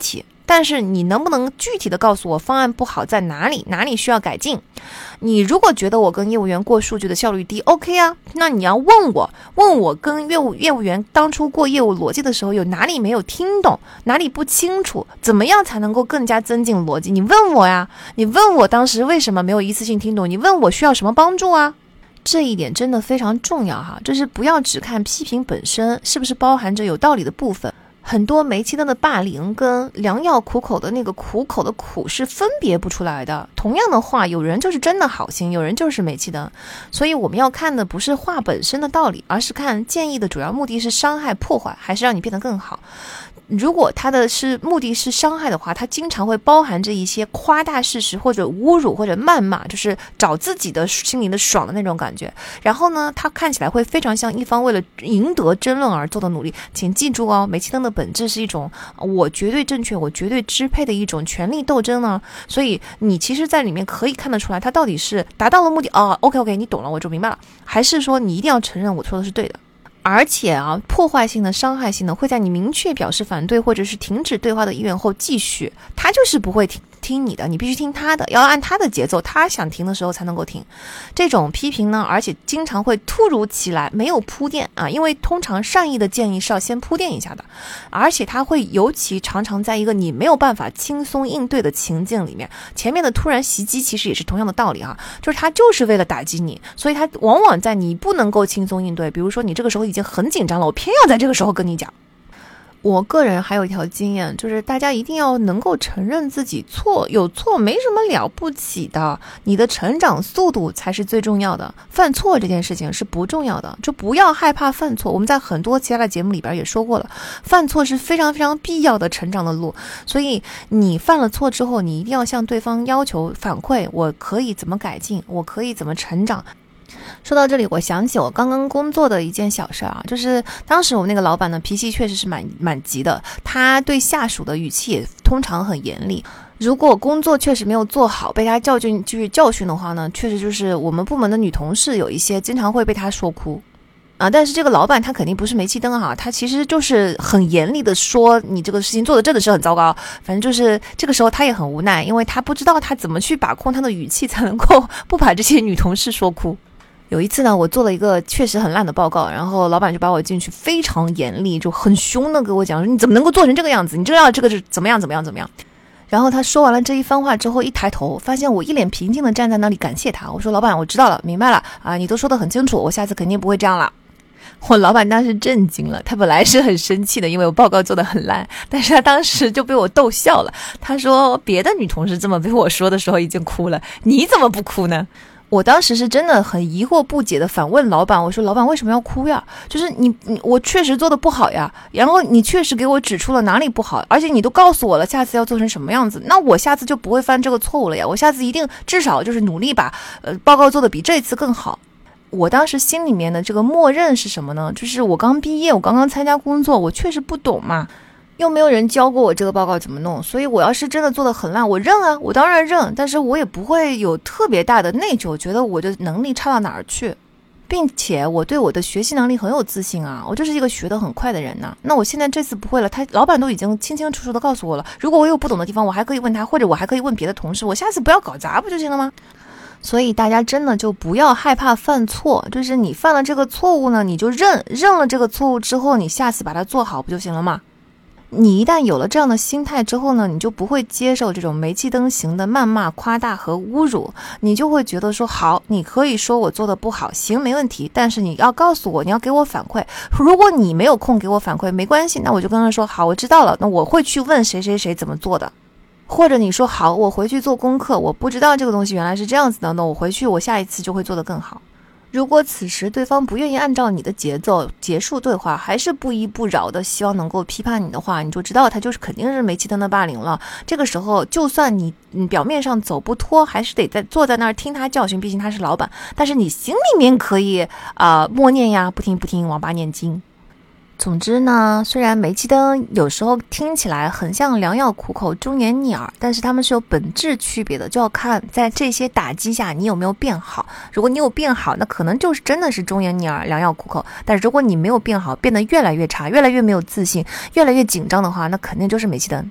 但是你能不能具体的告诉我方案不好在哪里，哪里需要改进？你如果觉得我跟业务员过数据的效率低 ，OK 啊，那你要问我跟业务员当初过业务逻辑的时候有哪里没有听懂，哪里不清楚，怎么样才能够更加增进逻辑？你问我呀，你问我当时为什么没有一次性听懂，你问我需要什么帮助啊？这一点真的非常重要哈，就是不要只看批评本身是不是包含着有道理的部分。很多煤气灯的霸凌跟良药苦口的那个苦口的苦是分别不出来的。同样的话，有人就是真的好心，有人就是煤气灯。所以我们要看的不是话本身的道理，而是看建议的主要目的是伤害破坏，还是让你变得更好。如果他的目的是伤害的话，他经常会包含着一些夸大事实或者侮辱或者谩骂，就是找自己的心灵的爽的那种感觉。然后呢，他看起来会非常像一方为了赢得争论而做的努力。请记住哦，煤气灯的本质是一种我绝对正确，我绝对支配的一种权力斗争呢。所以你其实在里面可以看得出来，他到底是达到了目的OK， 你懂了，我就明白了，还是说你一定要承认我说的是对的。而且破坏性的、伤害性的会在你明确表示反对或者是停止对话的意愿后继续，他就是不会听你的，你必须听他的，要按他的节奏，他想停的时候才能够停。这种批评呢，而且经常会突如其来，没有铺垫因为通常善意的建议是要先铺垫一下的，而且他会尤其常常在一个你没有办法轻松应对的情境里面，前面的突然袭击其实也是同样的道理就是他就是为了打击你，所以他往往在你不能够轻松应对，比如说你这个时候已经很紧张了，我偏要在这个时候跟你讲。我个人还有一条经验，就是大家一定要能够承认自己有错没什么了不起的，你的成长速度才是最重要的，犯错这件事情是不重要的，就不要害怕犯错。我们在很多其他的节目里边也说过了，犯错是非常非常必要的成长的路，所以你犯了错之后，你一定要向对方要求反馈，我可以怎么改进，我可以怎么成长。说到这里，我想起我刚刚工作的一件小事就是当时我那个老板呢，脾气确实是蛮急的，他对下属的语气也通常很严厉。如果工作确实没有做好，被他教训的话呢，确实就是我们部门的女同事有一些经常会被他说哭但是这个老板他肯定不是煤气灯他其实就是很严厉的说你这个事情做的真的是很糟糕。反正就是这个时候他也很无奈，因为他不知道他怎么去把控他的语气才能够不把这些女同事说哭。有一次呢，我做了一个确实很烂的报告，然后老板就把我进去非常严厉，就很凶的跟我讲说，你怎么能够做成这个样子，你这个是怎么样。然后他说完了这一番话之后，一抬头发现我一脸平静的站在那里感谢他。我说老板，我知道了，明白了你都说得很清楚，我下次肯定不会这样了。我老板当时震惊了，他本来是很生气的，因为我报告做得很烂，但是他当时就被我逗笑了。他说别的女同事这么被我说的时候已经哭了，你怎么不哭呢？我当时是真的很疑惑不解的反问老板，我说老板为什么要哭呀？就是我确实做的不好呀，然后你确实给我指出了哪里不好，而且你都告诉我了下次要做成什么样子，那我下次就不会犯这个错误了呀，我下次一定至少就是努力把报告做得比这次更好。我当时心里面的这个默认是什么呢？就是我刚毕业，我刚刚参加工作，我确实不懂嘛，又没有人教过我这个报告怎么弄，所以我要是真的做得很烂，我认我当然认，但是我也不会有特别大的内疚，觉得我的能力差到哪儿去，并且我对我的学习能力很有自信我就是一个学得很快的人那我现在这次不会了，老板都已经清清楚楚的告诉我了，如果我有不懂的地方，我还可以问他，或者我还可以问别的同事，我下次不要搞砸不就行了吗？所以大家真的就不要害怕犯错，就是你犯了这个错误呢，你就认了这个错误之后，你下次把它做好不就行了吗？你一旦有了这样的心态之后呢，你就不会接受这种煤气灯型的谩骂、夸大和侮辱，你就会觉得说好，你可以说我做的不好，行，没问题，但是你要告诉我，你要给我反馈，如果你没有空给我反馈没关系，那我就跟他说好，我知道了，那我会去问谁谁谁怎么做的，或者你说好，我回去做功课，我不知道这个东西原来是这样子的，那我回去我下一次就会做得更好。如果此时对方不愿意按照你的节奏结束对话，还是不依不饶的希望能够批判你的话，你就知道他就是肯定是煤气灯的霸凌了。这个时候就算你表面上走不脱，还是得坐在那儿听他教训，毕竟他是老板，但是你心里面可以默念呀，不听王八念经。总之呢，虽然煤气灯有时候听起来很像良药苦口忠言逆耳，但是它们是有本质区别的，就要看在这些打击下你有没有变好。如果你有变好，那可能就是真的是忠言逆耳良药苦口，但是如果你没有变好，变得越来越差，越来越没有自信，越来越紧张的话，那肯定就是煤气灯。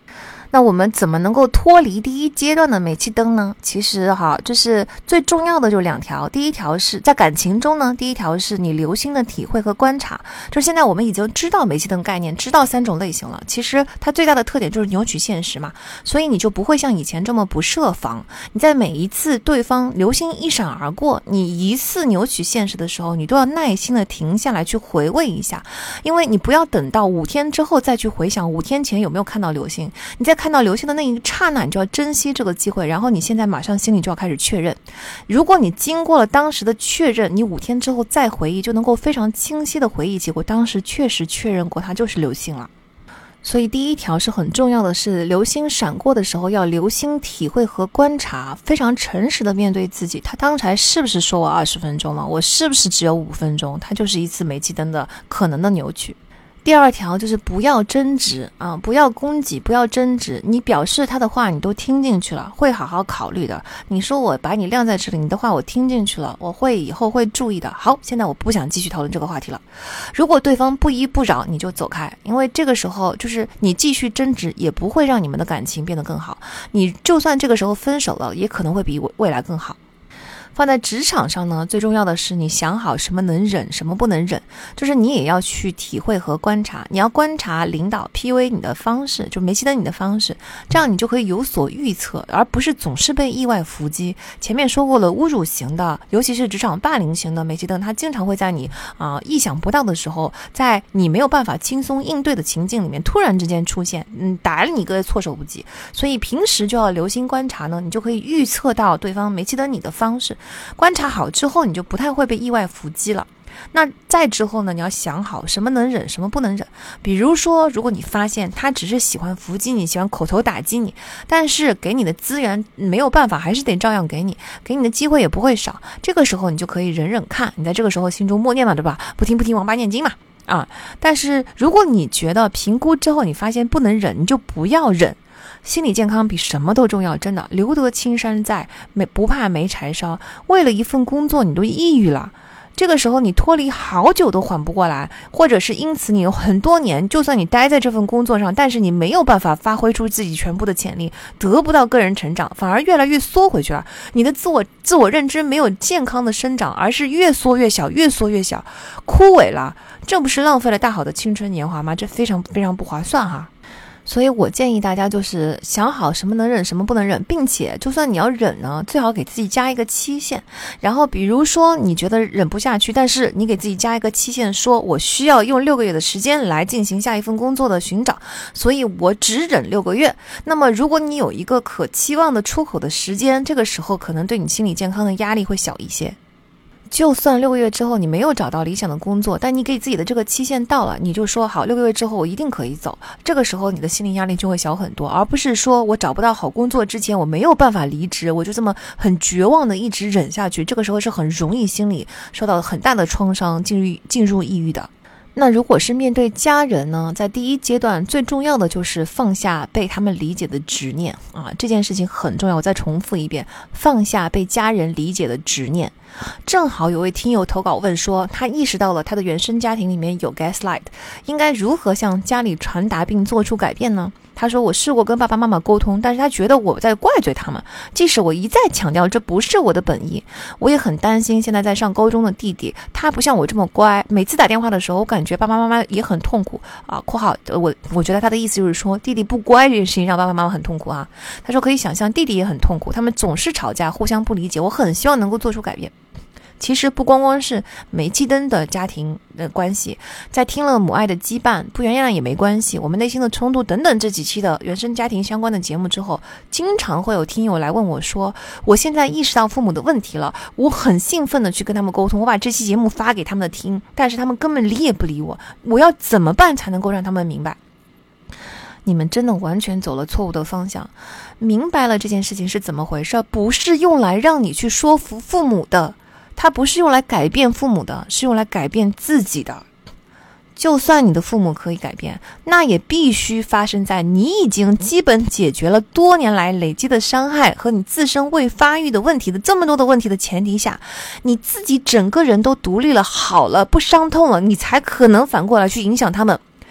那我们怎么能够脱离第一阶段的煤气灯呢？其实就是最重要的就2条。第一条是在感情中呢，第一条是你留心的体会和观察。就是现在我们已经知道煤气灯概念，知道3种类型了。其实它最大的特点就是扭曲现实嘛，所以你就不会像以前这么不设防。你在每一次对方流星一闪而过，你疑似扭曲现实的时候，你都要耐心的停下来去回味一下，因为你不要等到5天之后再去回想5天前有没有看到流星。你在看到流星的那一刹那，你就要珍惜这个机会，然后你现在马上心里就要开始确认。如果你经过了当时的确认，你5天之后再回忆，就能够非常清晰的回忆起我当时确实确认过它就是流星了。所以第一条是很重要的，是流星闪过的时候要留心体会和观察，非常诚实的面对自己，他刚才是不是说我20分钟了，我是不是只有5分钟，它就是一次煤气灯的可能的扭曲。第2条就是不要争执不要攻击，不要争执。你表示他的话你都听进去了，会好好考虑的。你说我把你晾在这里，你的话我听进去了，我会以后会注意的。好，现在我不想继续讨论这个话题了。如果对方不依不饶，你就走开，因为这个时候就是你继续争执也不会让你们的感情变得更好。你就算这个时候分手了，也可能会比未来更好。放在职场上呢，最重要的是你想好什么能忍，什么不能忍，就是你也要去体会和观察。你要观察领导 PUA 你的方式，就煤气灯你的方式，这样你就可以有所预测，而不是总是被意外伏击。前面说过了，侮辱型的，尤其是职场霸凌型的煤气灯，它经常会在你意想不到的时候，在你没有办法轻松应对的情境里面突然之间出现，打了你个措手不及。所以平时就要留心观察呢，你就可以预测到对方煤气灯你的方式。观察好之后，你就不太会被意外伏击了。那再之后呢，你要想好什么能忍，什么不能忍。比如说，如果你发现他只是喜欢伏击你，喜欢口头打击你，但是给你的资源没有办法，还是得照样给你的机会也不会少，这个时候你就可以忍忍看。你在这个时候心中默念嘛，对吧？不听王八念经嘛但是如果你觉得评估之后你发现不能忍，你就不要忍。心理健康比什么都重要，真的，留得青山在，不怕没柴烧。为了一份工作你都抑郁了，这个时候你脱离好久都缓不过来，或者是因此你有很多年，就算你待在这份工作上，但是你没有办法发挥出自己全部的潜力，得不到个人成长，反而越来越缩回去了。你的自我认知没有健康的生长，而是越缩越小，越缩越小，枯萎了。这不是浪费了大好的青春年华吗？这非常非常不划算哈。所以我建议大家就是想好什么能忍，什么不能忍，并且就算你要忍呢，最好给自己加一个期限。然后比如说你觉得忍不下去，但是你给自己加一个期限，说我需要用6个月的时间来进行下一份工作的寻找，所以我只忍6个月。那么如果你有一个可期望的出口的时间，这个时候可能对你心理健康的压力会小一些。就算6个月之后你没有找到理想的工作，但你给自己的这个期限到了，你就说好6个月之后我一定可以走，这个时候你的心理压力就会小很多，而不是说我找不到好工作之前我没有办法离职，我就这么很绝望的一直忍下去，这个时候是很容易心理受到很大的创伤，进入抑郁的。那如果是面对家人呢，在第一阶段最重要的就是放下被他们理解的执念这件事情很重要，我再重复一遍，放下被家人理解的执念。正好有位听友投稿问说，他意识到了他的原生家庭里面有 gaslight， 应该如何向家里传达并做出改变呢？他说我试过跟爸爸妈妈沟通，但是他觉得我在怪罪他们，即使我一再强调这不是我的本意。我也很担心现在在上高中的弟弟，他不像我这么乖，每次打电话的时候我感觉爸爸妈妈也很痛苦括号我觉得他的意思就是说弟弟不乖这件事情让爸爸妈妈很痛苦他说可以想象弟弟也很痛苦，他们总是吵架，互相不理解，我很希望能够做出改变。其实不光光是煤气灯的家庭的关系，在听了母爱的羁绊不原谅也没关系，我们内心的冲突等等这几期的原生家庭相关的节目之后，经常会有听友来问我说，我现在意识到父母的问题了，我很兴奋的去跟他们沟通，我把这期节目发给他们听，但是他们根本理也不理我，我要怎么办才能够让他们明白？你们真的完全走了错误的方向。明白了这件事情是怎么回事，不是用来让你去说服父母的，它不是用来改变父母的，是用来改变自己的。就算你的父母可以改变，那也必须发生在你已经基本解决了多年来累积的伤害和你自身未发育的问题的这么多的问题的前提下，你自己整个人都独立了，好了，不伤痛了，你才可能反过来去影响他们。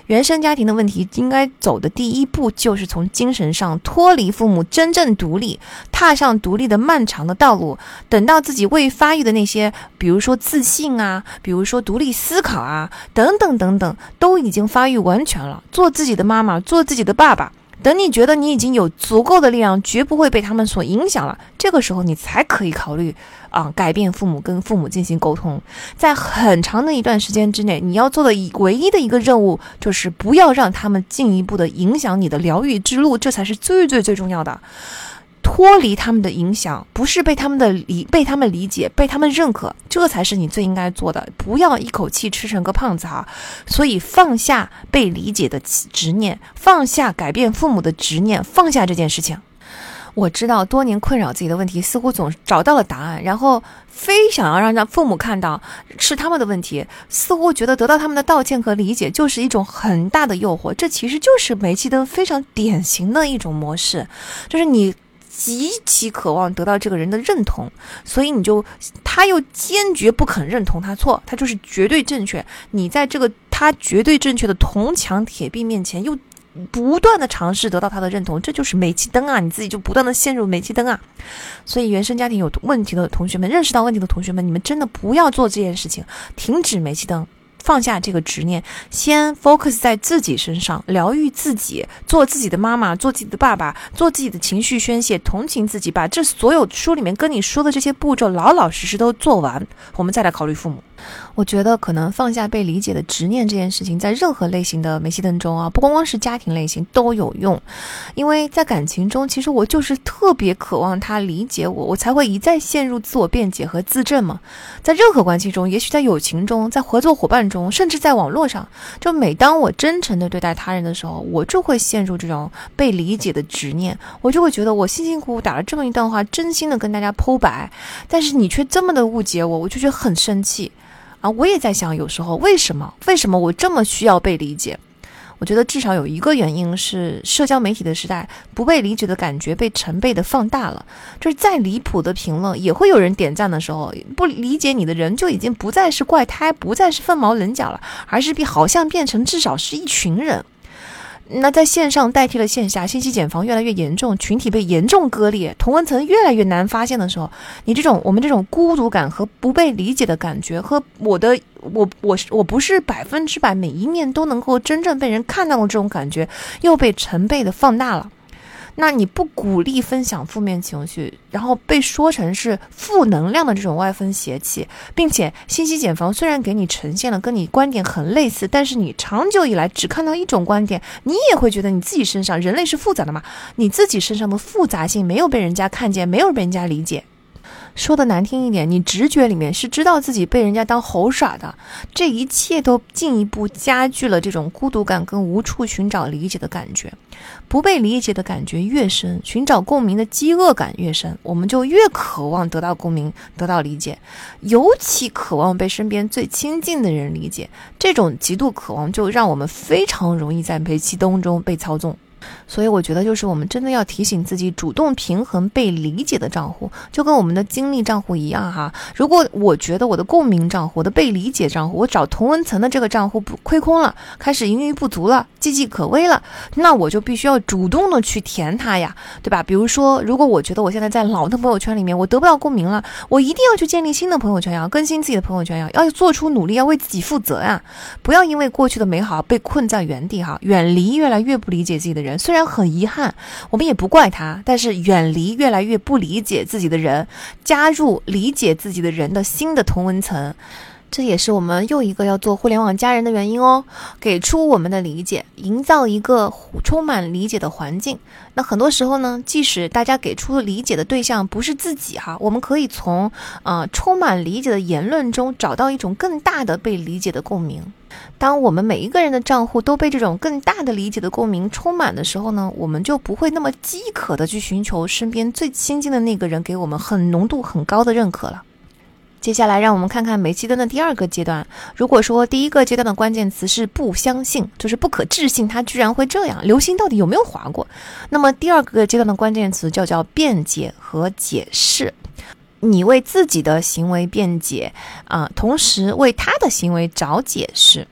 原生家庭的问题应该走的第一步就是从精神上脱离父母，真正独立，踏上独立的漫长的道路。等到自己未发育的那些，比如说自信啊，比如说独立思考啊，等等等等，都已经发育完全了，做自己的妈妈，做自己的爸爸，等你觉得你已经有足够的力量，绝不会被他们所影响了，这个时候你才可以考虑改变父母，跟父母进行沟通。在很长的一段时间之内，你要做的唯一的一个任务就是不要让他们进一步的影响你的疗愈之路，这才是最最最重要的。脱离他们的影响，不是被他们理解，被他们认可，这才是你最应该做的。不要一口气吃成个胖子哈。所以放下被理解的执念，放下改变父母的执念，放下这件事情。我知道多年困扰自己的问题似乎总找到了答案，然后非想要让父母看到是他们的问题，似乎觉得得到他们的道歉和理解就是一种很大的诱惑。这其实就是煤气灯非常典型的一种模式，就是你极其渴望得到这个人的认同，所以他又坚决不肯认同他错，他就是绝对正确。你在这个他绝对正确的铜墙铁壁面前又不断的尝试得到他的认同，这就是煤气灯啊，你自己就不断的陷入煤气灯啊。所以原生家庭有问题的同学们，认识到问题的同学们，你们真的不要做这件事情，停止煤气灯，放下这个执念，先 focus 在自己身上，疗愈自己，做自己的妈妈，做自己的爸爸，做自己的情绪宣泄，同情自己，把这所有书里面跟你说的这些步骤老老实实都做完，我们再来考虑父母。我觉得可能放下被理解的执念这件事情，在任何类型的煤气灯中不光光是家庭类型都有用。因为在感情中，其实我就是特别渴望他理解我，我才会一再陷入自我辩解和自证嘛。在任何关系中，也许在友情中，在合作伙伴中，甚至在网络上，就每当我真诚的对待他人的时候，我就会陷入这种被理解的执念，我就会觉得我辛辛苦苦打了这么一段话，真心的跟大家剖白，但是你却这么的误解我，我就觉得很生气。我也在想，有时候为什么我这么需要被理解？我觉得至少有一个原因是，社交媒体的时代，不被理解的感觉被成倍的放大了。就是再离谱的评论也会有人点赞的时候，不理解你的人就已经不再是怪胎，不再是凤毛麟角了，而是好像变成至少是一群人。那在线上代替了线下，信息茧房越来越严重，群体被严重割裂，同温层越来越难发现的时候，我们这种孤独感和不被理解的感觉，和我不是100%每一面都能够真正被人看到的这种感觉，又被成倍的放大了。那你不鼓励分享负面情绪，然后被说成是负能量的这种外分邪气，并且信息茧房虽然给你呈现了跟你观点很类似，但是你长久以来只看到一种观点，你也会觉得你自己身上，人类是复杂的嘛，你自己身上的复杂性没有被人家看见，没有被人家理解。说的难听一点，你直觉里面是知道自己被人家当猴耍的，这一切都进一步加剧了这种孤独感跟无处寻找理解的感觉。不被理解的感觉越深，寻找共鸣的饥饿感越深，我们就越渴望得到共鸣，得到理解，尤其渴望被身边最亲近的人理解。这种极度渴望就让我们非常容易在煤气灯中被操纵。所以我觉得就是我们真的要提醒自己，主动平衡被理解的账户，就跟我们的精力账户一样哈。如果我觉得我的共鸣账户，我的被理解账户，我找同温层的这个账户亏空了，开始盈余不足了，岌岌可危了，那我就必须要主动的去填它呀，对吧？比如说，如果我觉得我现在在老的朋友圈里面我得不到共鸣了，我一定要去建立新的朋友圈呀，更新自己的朋友圈呀，要做出努力，要为自己负责呀，不要因为过去的美好被困在原地哈，远离越来越不理解自己的人。虽然很遗憾，我们也不怪他，但是远离越来越不理解自己的人，加入理解自己的人的新的同温层。这也是我们又一个要做互联网家人的原因哦，给出我们的理解，营造一个充满理解的环境。那很多时候呢，即使大家给出理解的对象不是自己哈，我们可以从充满理解的言论中找到一种更大的被理解的共鸣。当我们每一个人的账户都被这种更大的理解的共鸣充满的时候呢，我们就不会那么饥渴的去寻求身边最亲近的那个人给我们浓度很高的认可了。接下来让我们看看煤气灯的第二个阶段。如果说第一个阶段的关键词是不相信，就是不可置信它居然会这样，流星到底有没有划过，那么第二个阶段的关键词就叫辩解和解释。你为自己的行为辩解同时为他的行为找解释。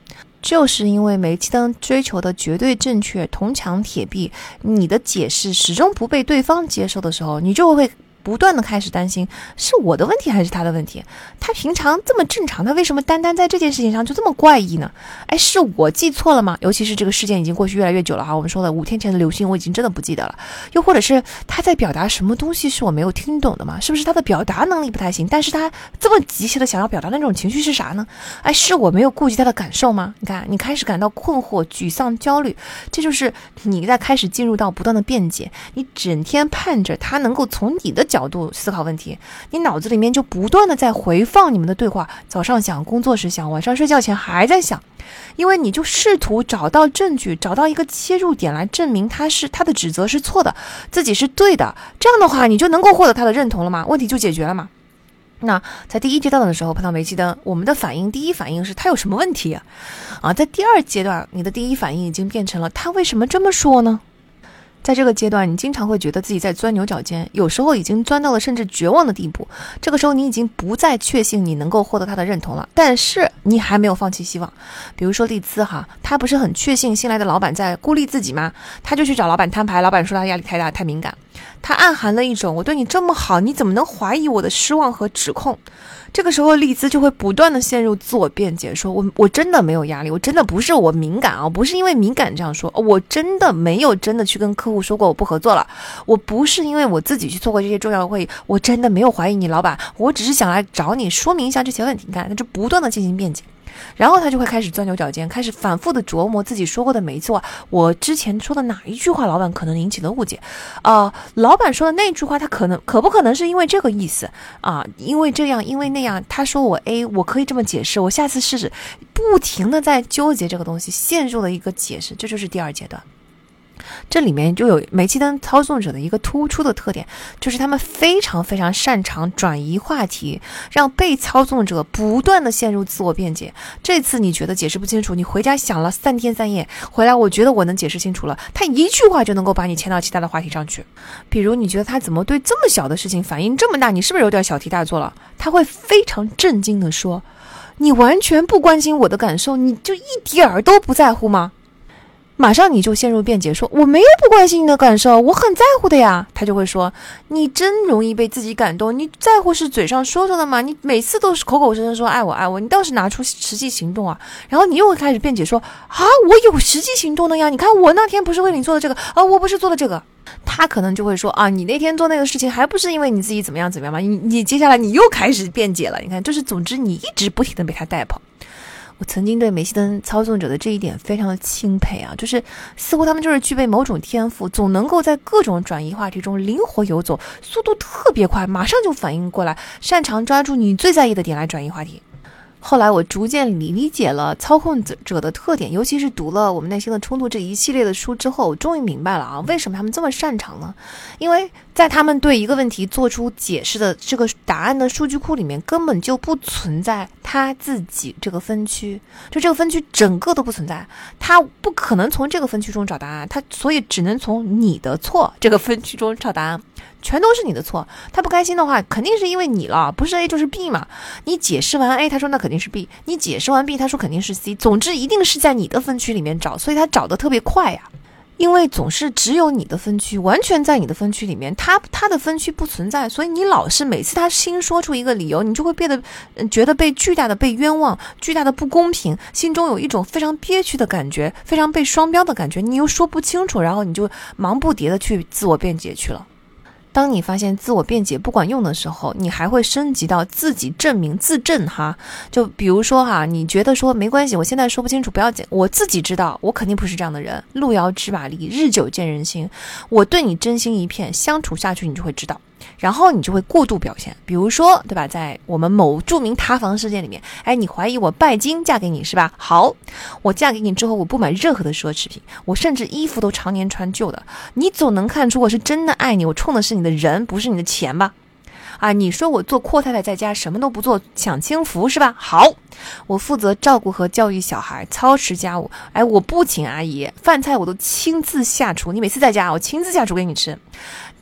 就是因为煤气灯追求的绝对正确、铜墙铁壁，你的解释始终不被对方接受的时候，你就会不断的开始担心，是我的问题还是他的问题？他平常这么正常，他为什么单单在这件事情上就这么怪异呢？哎，是我记错了吗？尤其是这个事件已经过去越来越久了哈，我们说了5天前的流星我已经真的不记得了。又或者是他在表达什么东西是我没有听懂的吗？是不是他的表达能力不太行？但是他这么急切的想要表达那种情绪是啥呢？哎，是我没有顾及他的感受吗？你看，你开始感到困惑、沮丧、焦虑，这就是你在开始进入到不断的辩解，你整天盼着他能够从你的角度思考问题，你脑子里面就不断的在回放你们的对话，早上想，工作时想，晚上睡觉前还在想，因为你就试图找到证据，找到一个切入点来证明他的指责是错的，自己是对的，这样的话你就能够获得他的认同了嘛，问题就解决了嘛。那在第一阶段的时候碰到煤气灯，我们的第一反应是他有什么问题啊？在第二阶段，你的第一反应已经变成了他为什么这么说呢？在这个阶段，你经常会觉得自己在钻牛角尖，有时候已经钻到了甚至绝望的地步。这个时候你已经不再确信你能够获得他的认同了，但是你还没有放弃希望。比如说丽兹哈，他不是很确信新来的老板在孤立自己吗？他就去找老板摊牌，老板说他压力太大太敏感，他暗含了一种我对你这么好，你怎么能怀疑我的失望和指控。这个时候丽兹就会不断的陷入自我辩解，说我真的没有压力，我真的不是我敏感啊，不是因为敏感这样说，我真的没有真的去跟客户说过我不合作了，我不是因为我自己去错过这些重要的会议，我真的没有怀疑你老板，我只是想来找你说明一下这些问题。你看他就不断的进行辩解，然后他就会开始钻牛角尖，开始反复的琢磨自己说过的每一句话，我之前说的哪一句话老板可能引起了误解老板说的那句话他可不可能是因为这个意思因为这样因为那样，他说我 A 我可以这么解释，我下次试试，不停的在纠结这个东西，陷入了一个解释，这就是第二阶段。这里面就有煤气灯操纵者的一个突出的特点，就是他们非常非常擅长转移话题，让被操纵者不断的陷入自我辩解。这次你觉得解释不清楚，你回家想了3天3夜，回来我觉得我能解释清楚了，他一句话就能够把你牵到其他的话题上去。比如你觉得他怎么对这么小的事情反应这么大，你是不是有点小题大做了？他会非常震惊的说，你完全不关心我的感受，你就一点儿都不在乎吗？马上你就陷入辩解，说我没有不关心你的感受，我很在乎的呀。他就会说，你真容易被自己感动，你在乎是嘴上说说的吗？你每次都是口口声声说爱我爱我，你倒是拿出实际行动啊。然后你又会开始辩解说我有实际行动的呀，你看我那天不是为你做的这个我不是做的这个。他可能就会说你那天做那个事情还不是因为你自己怎么样怎么样吗？你接下来你又开始辩解了。你看，就是总之你一直不停的被他带跑。我曾经对煤气灯操纵者的这一点非常的钦佩就是似乎他们就是具备某种天赋，总能够在各种转移话题中灵活游走，速度特别快，马上就反应过来，擅长抓住你最在意的点来转移话题。后来我逐渐理解了操控者的特点，尤其是读了《我们内心的冲突》这一系列的书之后，我终于明白了为什么他们这么擅长呢？因为在他们对一个问题做出解释的这个答案的数据库里面，根本就不存在他自己这个分区，就这个分区整个都不存在，他不可能从这个分区中找答案，他所以只能从你的错这个分区中找答案，全都是你的错。他不开心的话，肯定是因为你了，不是 A 就是 B 嘛。你解释完 A， 他说那肯定是 B； 你解释完 B， 他说肯定是 C。总之一定是在你的分区里面找，所以他找得特别快呀。因为总是只有你的分区，完全在你的分区里面，他的分区不存在，所以你老是每次他新说出一个理由，你就会觉得被巨大的被冤枉，巨大的不公平，心中有一种非常憋屈的感觉，非常被双标的感觉，你又说不清楚，然后你就忙不迭的去自我辩解去了。当你发现自我辩解不管用的时候，你还会升级到自己证明自证就比如说你觉得说没关系，我现在说不清楚不要紧，我自己知道我肯定不是这样的人，路遥知马力，日久见人心，我对你真心一片，相处下去你就会知道。然后你就会过度表现，比如说对吧，在我们某著名塌房事件里面，你怀疑我拜金嫁给你是吧？好，我嫁给你之后，我不买任何的奢侈品，我甚至衣服都常年穿旧的，你总能看出我是真的爱你，我冲的是你的人，不是你的钱吧？你说我做阔太太在家什么都不做，享清福是吧？好，我负责照顾和教育小孩，操持家务，我不请阿姨，饭菜我都亲自下厨，你每次在家我亲自下厨给你吃。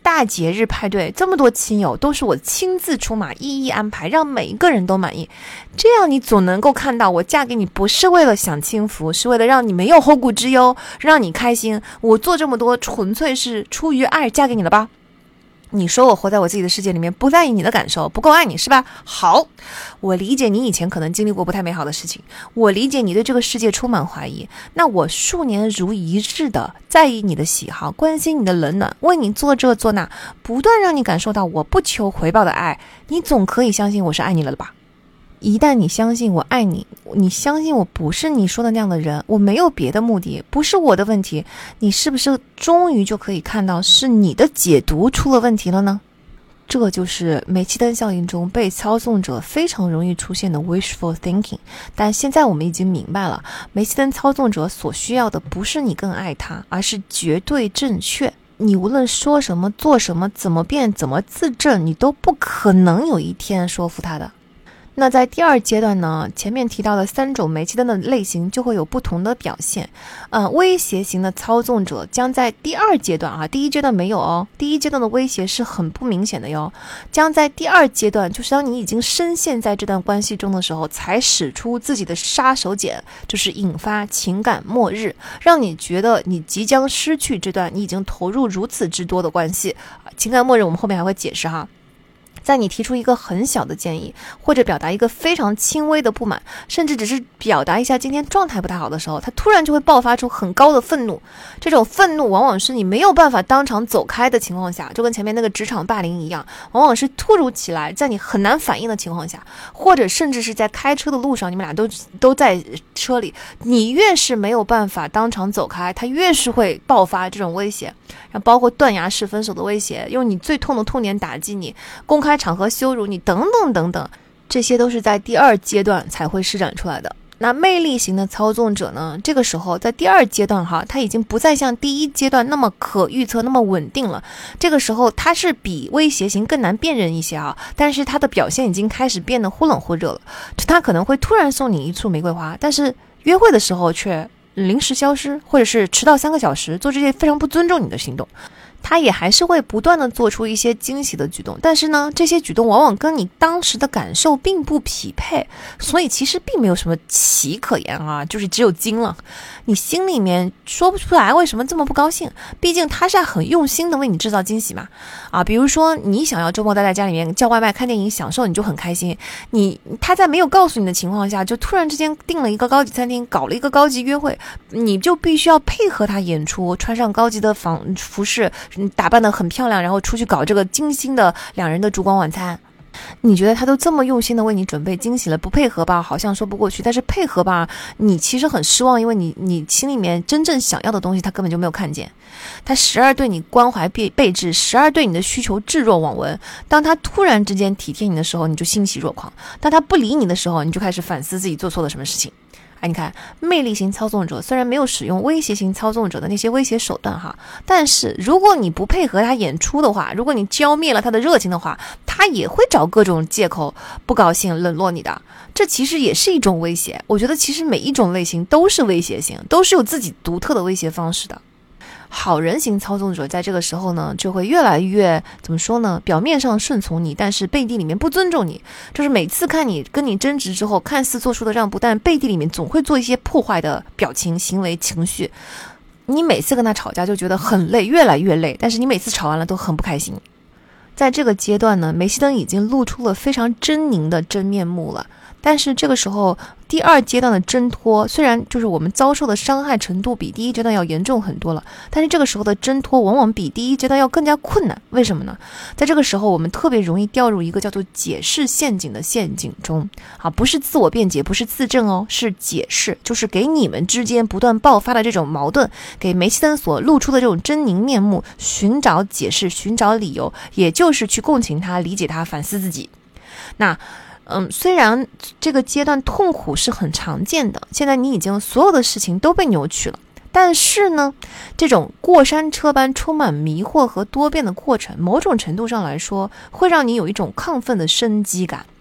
大节日派对，这么多亲友都是我亲自出马，一一安排，让每一个人都满意。这样你总能够看到，我嫁给你不是为了享清福，是为了让你没有后顾之忧，让你开心。我做这么多纯粹是出于爱嫁给你了吧？你说我活在我自己的世界里面，不在意你的感受，不够爱你是吧？好，我理解你以前可能经历过不太美好的事情，我理解你对这个世界充满怀疑，那我数年如一日的在意你的喜好，关心你的冷暖，为你做这做那，不断让你感受到我不求回报的爱，你总可以相信我是爱你了吧？一旦你相信我爱你，你相信我不是你说的那样的人，我没有别的目的，不是我的问题，你是不是终于就可以看到是你的解读出了问题了呢？这就是煤气灯效应中被操纵者非常容易出现的 wishful thinking。 但现在我们已经明白了，煤气灯操纵者所需要的不是你更爱他，而是绝对正确。你无论说什么做什么，怎么变怎么自证，你都不可能有一天说服他的。那在第二阶段呢，前面提到的3种煤气灯的类型就会有不同的表现。威胁型的操纵者将在第二阶段第一阶段没有哦，第一阶段的威胁是很不明显的哟，将在第二阶段，就是当你已经深陷在这段关系中的时候，才使出自己的杀手锏，就是引发情感末日，让你觉得你即将失去这段你已经投入如此之多的关系。情感末日我们后面还会解释哈。在你提出一个很小的建议，或者表达一个非常轻微的不满，甚至只是表达一下今天状态不太好的时候，他突然就会爆发出很高的愤怒。这种愤怒往往是你没有办法当场走开的情况下，就跟前面那个职场霸凌一样，往往是突如其来，在你很难反应的情况下，或者甚至是在开车的路上，你们俩都在车里，你越是没有办法当场走开，他越是会爆发这种威胁，然后包括断崖式分手的威胁，用你最痛的痛点打击你，公开场合羞辱你，等等等等，这些都是在第二阶段才会施展出来的。那魅力型的操纵者呢，这个时候在第二阶段他已经不再像第一阶段那么可预测那么稳定了，这个时候他是比威胁型更难辨认一些但是他的表现已经开始变得忽冷忽热了，他可能会突然送你一束玫瑰花，但是约会的时候却临时消失，或者是迟到3个小时，做这些非常不尊重你的行动。他也还是会不断的做出一些惊喜的举动，但是呢，这些举动往往跟你当时的感受并不匹配，所以其实并没有什么奇可言就是只有惊了。你心里面说不出来为什么这么不高兴，毕竟他是很用心的为你制造惊喜嘛。比如说你想要周末待在家里面叫外卖看电影享受，你就很开心，他在没有告诉你的情况下，就突然之间订了一个高级餐厅，搞了一个高级约会，你就必须要配合他演出，穿上高级的服饰，打扮得很漂亮，然后出去搞这个精心的2人的烛光晚餐。你觉得他都这么用心的为你准备惊喜了，不配合吧好像说不过去，但是配合吧你其实很失望，因为你心里面真正想要的东西他根本就没有看见。他时而对你关怀备至，时而对你的需求置若罔闻，当他突然之间体贴你的时候，你就欣喜若狂，当他不理你的时候，你就开始反思自己做错了什么事情。你看，魅力型操纵者虽然没有使用威胁型操纵者的那些威胁手段但是如果你不配合他演出的话，如果你浇灭了他的热情的话，他也会找各种借口不高兴冷落你的，这其实也是一种威胁。我觉得其实每一种类型都是威胁性，都是有自己独特的威胁方式的。好人型操纵者在这个时候呢，就会越来越怎么说呢？表面上顺从你，但是背地里面不尊重你。就是每次看你跟你争执之后，看似做出的让步，但背地里面总会做一些破坏的表情、行为、情绪。你每次跟他吵架就觉得很累，越来越累，但是你每次吵完了都很不开心。在这个阶段呢，煤气灯已经露出了非常狰狞的真面目了。但是这个时候第二阶段的挣脱，虽然就是我们遭受的伤害程度比第一阶段要严重很多了，但是这个时候的挣脱往往比第一阶段要更加困难。为什么呢？在这个时候我们特别容易掉入一个叫做解释陷阱的陷阱中不是自我辩解，不是自证是解释，就是给你们之间不断爆发的这种矛盾，给煤气灯所露出的这种狰狞面目寻找解释，寻找理由，也就是去共情他，理解他，反思自己。那虽然这个阶段痛苦是很常见的，现在你已经所有的事情都被扭曲了，但是呢，这种过山车般充满迷惑和多变的过程，某种程度上来说，会让你有一种亢奋的生机感。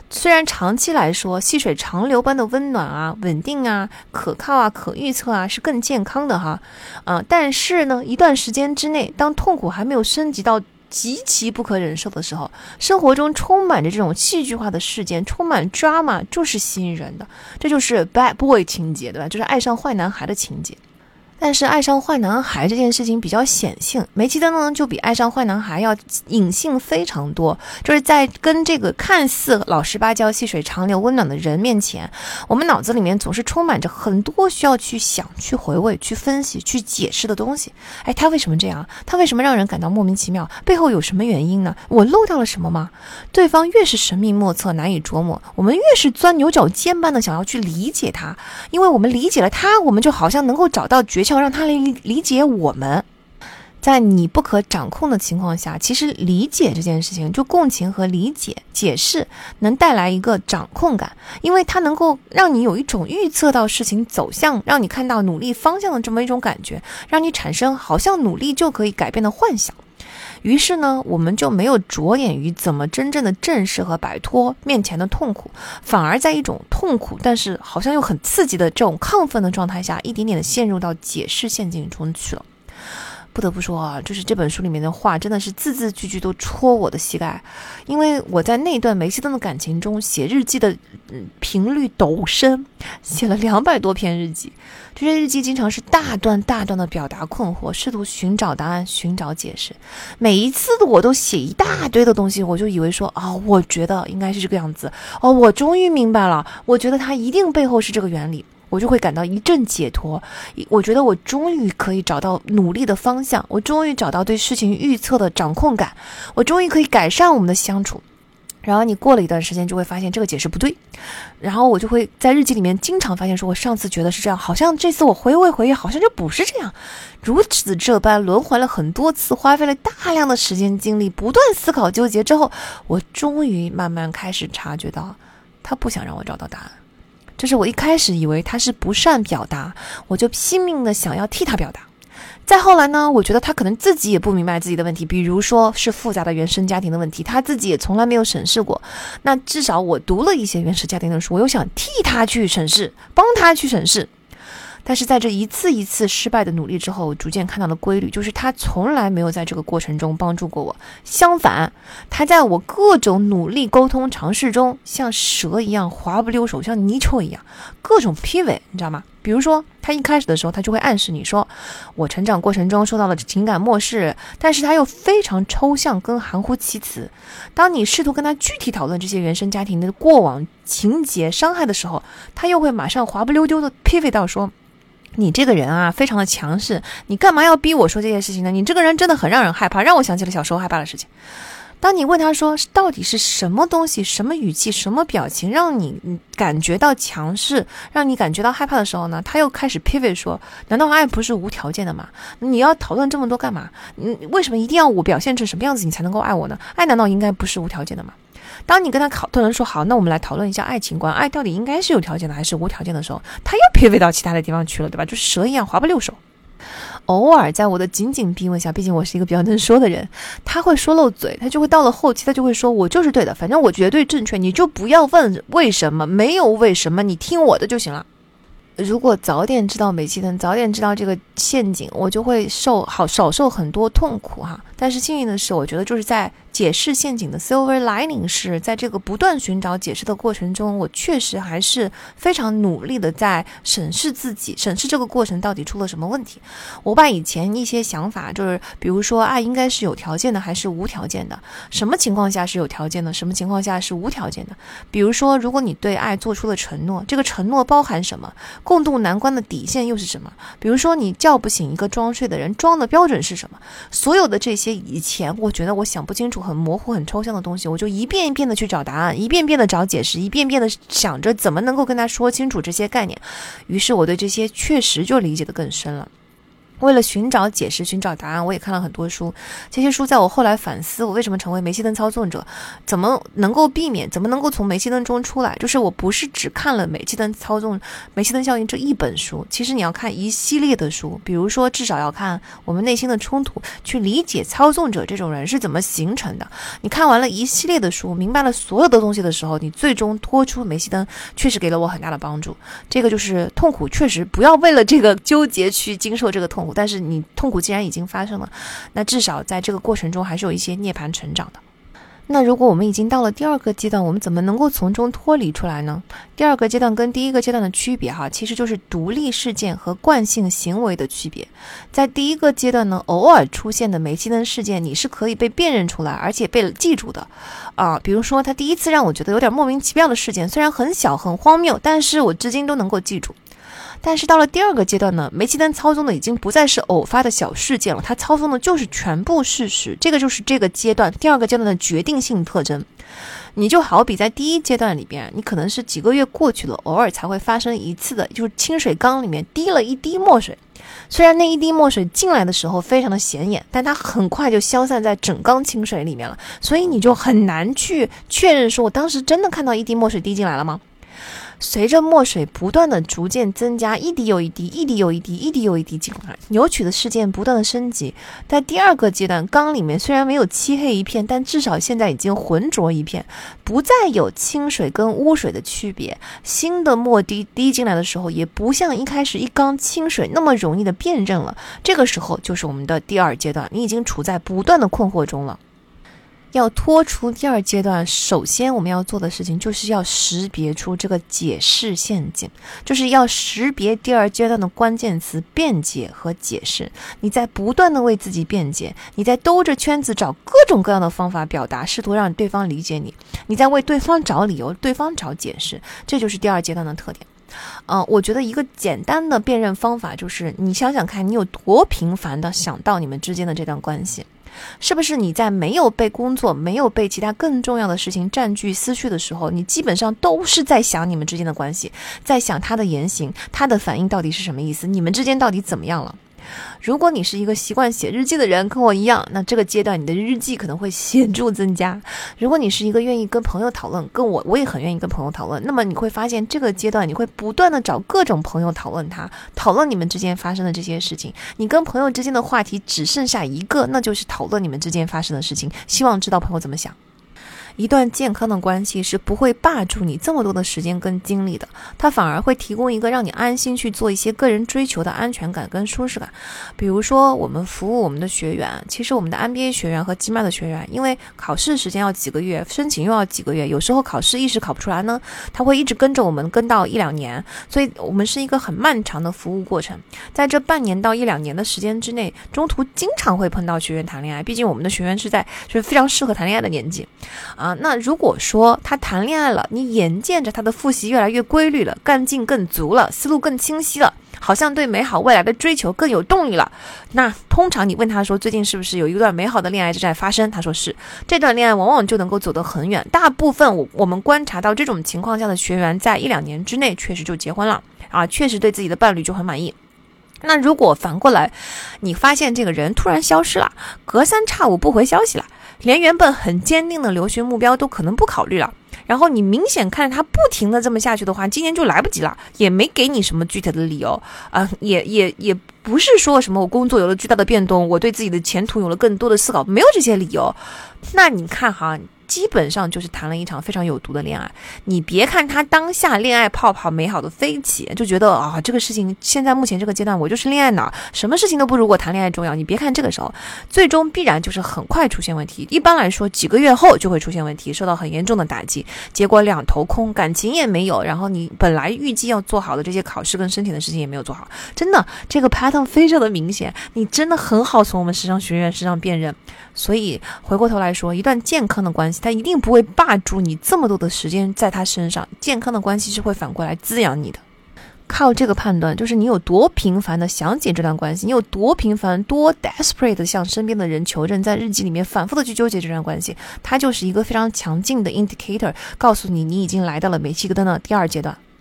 虽然长期来说，细水长流般的温暖啊、稳定啊、可靠啊、可预测啊是更健康的哈，但是呢，一段时间之内，当痛苦还没有升级到极其不可忍受的时候，生活中充满着这种戏剧化的事件，充满 drama 就是吸引人的，这就是 bad boy 情节，对吧？就是爱上坏男孩的情节。但是爱上坏男孩这件事情比较显性，煤气灯呢就比爱上坏男孩要隐性非常多，就是在跟这个看似老实巴交、细水长流、温暖的人面前，我们脑子里面总是充满着很多需要去想、去回味、去分析、去解释的东西。他为什么这样？他为什么让人感到莫名其妙？背后有什么原因呢？我漏掉了什么吗？对方越是神秘莫测、难以琢磨，我们越是钻牛角尖般的想要去理解他，因为我们理解了他，我们就好像能够找到诀窍让他理解我们。在你不可掌控的情况下，其实理解这件事情，就共情和理解、解释能带来一个掌控感，因为它能够让你有一种预测到事情走向，让你看到努力方向的这么一种感觉，让你产生好像努力就可以改变的幻想。于是呢，我们就没有着眼于怎么真正的正视和摆脱面前的痛苦，反而在一种痛苦但是好像又很刺激的这种亢奋的状态下，一点点的陷入到解释陷阱中去了。不得不说啊，就是这本书里面的话真的是字字句句都戳我的膝盖，因为我在那段煤气灯的感情中写日记的频率陡升，写了200多篇日记。这些日记经常是大段大段的表达困惑，试图寻找答案，寻找解释。每一次的我都写一大堆的东西，我就以为说我觉得应该是这个样子，我终于明白了，我觉得它一定背后是这个原理。我就会感到一阵解脱，我觉得我终于可以找到努力的方向，我终于找到对事情预测的掌控感，我终于可以改善我们的相处。然后你过了一段时间就会发现这个解释不对，然后我就会在日记里面经常发现说，我上次觉得是这样，好像这次我回味好像就不是这样，如此这般轮回了很多次，花费了大量的时间精力，不断思考纠结之后，我终于慢慢开始察觉到他不想让我找到答案。就是我一开始以为他是不善表达，我就拼命的想要替他表达。再后来呢，我觉得他可能自己也不明白自己的问题，比如说是复杂的原生家庭的问题，他自己也从来没有审视过。那至少我读了一些原始家庭的书，我又想替他去审视，帮他去审视。但是在这一次一次失败的努力之后，我逐渐看到了规律，就是他从来没有在这个过程中帮助过我，相反，他在我各种努力沟通尝试中，像蛇一样滑不溜手，像泥鳅一样，各种 pivot， 你知道吗？比如说他一开始的时候，他就会暗示你说，我成长过程中受到了情感漠视，但是他又非常抽象跟含糊其辞。当你试图跟他具体讨论这些原生家庭的过往情节伤害的时候，他又会马上滑不溜丢的 pivot 到说，你这个人啊，非常的强势，你干嘛要逼我说这些事情呢？你这个人真的很让人害怕，让我想起了小时候害怕的事情。当你问他说到底是什么东西、什么语气、什么表情让你感觉到强势，让你感觉到害怕的时候呢，他又开始 pivot 说，难道爱不是无条件的吗？你要讨论这么多干嘛？为什么一定要我表现成什么样子你才能够爱我呢？爱难道应该不是无条件的吗？当你跟他讨论说，好，那我们来讨论一下爱情观，爱到底应该是有条件的还是无条件的时候，他又 pivot 到其他的地方去了，对吧？就是蛇一样滑不溜手。偶尔在我的紧紧逼问下，毕竟我是一个比较能说的人，他会说漏嘴，他就会到了后期他就会说，我就是对的，反正我绝对正确，你就不要问为什么，没有为什么，你听我的就行了。如果早点知道煤气灯，早点知道这个陷阱，我就会少受很多痛苦哈。但是幸运的是，我觉得就是在解释陷阱的 silver lining 是在这个不断寻找解释的过程中，我确实还是非常努力的在审视自己，审视这个过程到底出了什么问题。我把以前一些想法，就是比如说爱应该是有条件的还是无条件的，什么情况下是有条件的，什么情况下是无条件的。比如说，如果你对爱做出了承诺，这个承诺包含什么？共度难关的底线又是什么？比如说你叫不醒一个装睡的人，装的标准是什么？所有的这些以前我觉得我想不清楚，很模糊很抽象的东西，我就一遍一遍的去找答案，一遍遍的找解释，一遍遍的想着怎么能够跟他说清楚这些概念。于是我对这些确实就理解的更深了。 为了寻找解释、寻找答案，我也看了很多书。这些书在我后来反思，我为什么成为煤气灯操纵者，怎么能够避免，怎么能够从煤气灯中出来。就是我不是只看了煤气灯效应这一本书，其实你要看一系列的书，比如说至少要看我们内心的冲突，去理解操纵者这种人是怎么形成的。你看完了一系列的书，明白了所有的东西的时候，你最终脱出煤气灯，确实给了我很大的帮助。这个就是痛苦，确实不要为了这个纠结去经受这个痛苦，但是你痛苦既然已经发生了，那至少在这个过程中还是有一些涅槃成长的。那如果我们已经到了第二个阶段，我们怎么能够从中脱离出来呢？第二个阶段跟第一个阶段的区别其实就是独立事件和惯性行为的区别。在第一个阶段呢，偶尔出现的煤气灯事件，你是可以被辨认出来，而且被记住的。比如说他第一次让我觉得有点莫名其妙的事件，虽然很小很荒谬，但是我至今都能够记住。但是到了第二个阶段呢，煤气灯操纵的已经不再是偶发的小事件了，它操纵的就是全部事实。这个就是这个阶段第二个阶段的决定性特征。你就好比在第一阶段里边，你可能是几个月过去了，偶尔才会发生一次的，就是清水缸里面滴了一滴墨水。虽然那一滴墨水进来的时候非常的显眼，但它很快就消散在整缸清水里面了，所以你就很难去确认说我当时真的看到一滴墨水滴进来了吗？随着墨水不断的逐渐增加，一滴又一滴，一滴又一滴，一滴又一滴进来，扭曲的事件不断的升级。在第二个阶段，缸里面虽然没有漆黑一片，但至少现在已经浑浊一片，不再有清水跟污水的区别。新的墨滴滴进来的时候，也不像一开始一缸清水那么容易的辨认了。这个时候就是我们的第二阶段，你已经处在不断的困惑中了。要脱出第二阶段，首先我们要做的事情就是要识别出这个解释陷阱，就是要识别第二阶段的关键词辩解和解释。你在不断的为自己辩解，你在兜着圈子找各种各样的方法表达，试图让对方理解你，你在为对方找理由，对方找解释，这就是第二阶段的特点。我觉得一个简单的辨认方法就是你想想看，你有多频繁的想到你们之间的这段关系，是不是你在没有被工作，没有被其他更重要的事情占据思绪的时候，你基本上都是在想你们之间的关系，在想他的言行，他的反应到底是什么意思，你们之间到底怎么样了。如果你是一个习惯写日记的人，跟我一样，那这个阶段你的日记可能会显著增加。如果你是一个愿意跟朋友讨论，跟我也很愿意跟朋友讨论，那么你会发现这个阶段你会不断的找各种朋友讨论你们之间发生的这些事情。你跟朋友之间的话题只剩下一个，那就是讨论你们之间发生的事情，希望知道朋友怎么想。一段健康的关系是不会霸住你这么多的时间跟精力的，它反而会提供一个让你安心去做一些个人追求的安全感跟舒适感。比如说我们服务我们的学员，其实我们的 MBA 学员和 GMAT 的学员，因为考试时间要几个月，申请又要几个月，有时候考试一时考不出来呢，他会一直跟着我们跟到1-2年，所以我们是一个很漫长的服务过程。在这半年到1-2年的时间之内，中途经常会碰到学员谈恋爱，毕竟我们的学员是非常适合谈恋爱的年纪那如果说他谈恋爱了，你眼见着他的复习越来越规律了，干劲更足了，思路更清晰了，好像对美好未来的追求更有动力了，那通常你问他说最近是不是有一段美好的恋爱正在发生，他说是，这段恋爱往往就能够走得很远。大部分我们观察到这种情况下的学员在1-2年之内确实就结婚了确实对自己的伴侣就很满意。那如果反过来，你发现这个人突然消失了，隔三差五不回消息了，连原本很坚定的留学目标都可能不考虑了，然后你明显看着他不停的这么下去的话，今年就来不及了，也没给你什么具体的理由也不是说什么我工作有了巨大的变动，我对自己的前途有了更多的思考，没有这些理由，那你看基本上就是谈了一场非常有毒的恋爱。你别看他当下恋爱泡泡美好的飞起，就觉得这个事情现在目前这个阶段我就是恋爱脑，什么事情都不如我谈恋爱重要。你别看这个时候，最终必然就是很快出现问题。一般来说几个月后就会出现问题，受到很严重的打击，结果两头空，感情也没有，然后你本来预计要做好的这些考试跟申请的事情也没有做好。真的，这个 pattern 非常的明显，你真的很好从我们时尚学院身上辨认。所以回过头来说，一段健康的关系它一定不会霸住你这么多的时间在他身上，健康的关系是会反过来滋养你的。靠这个判断，就是你有多频繁的想起这段关系，你有多频繁多 desperate 的向身边的人求证，在日记里面反复的去纠结这段关系，它就是一个非常强劲的 indicator， 告诉你你已经来到了煤气灯的第二阶段。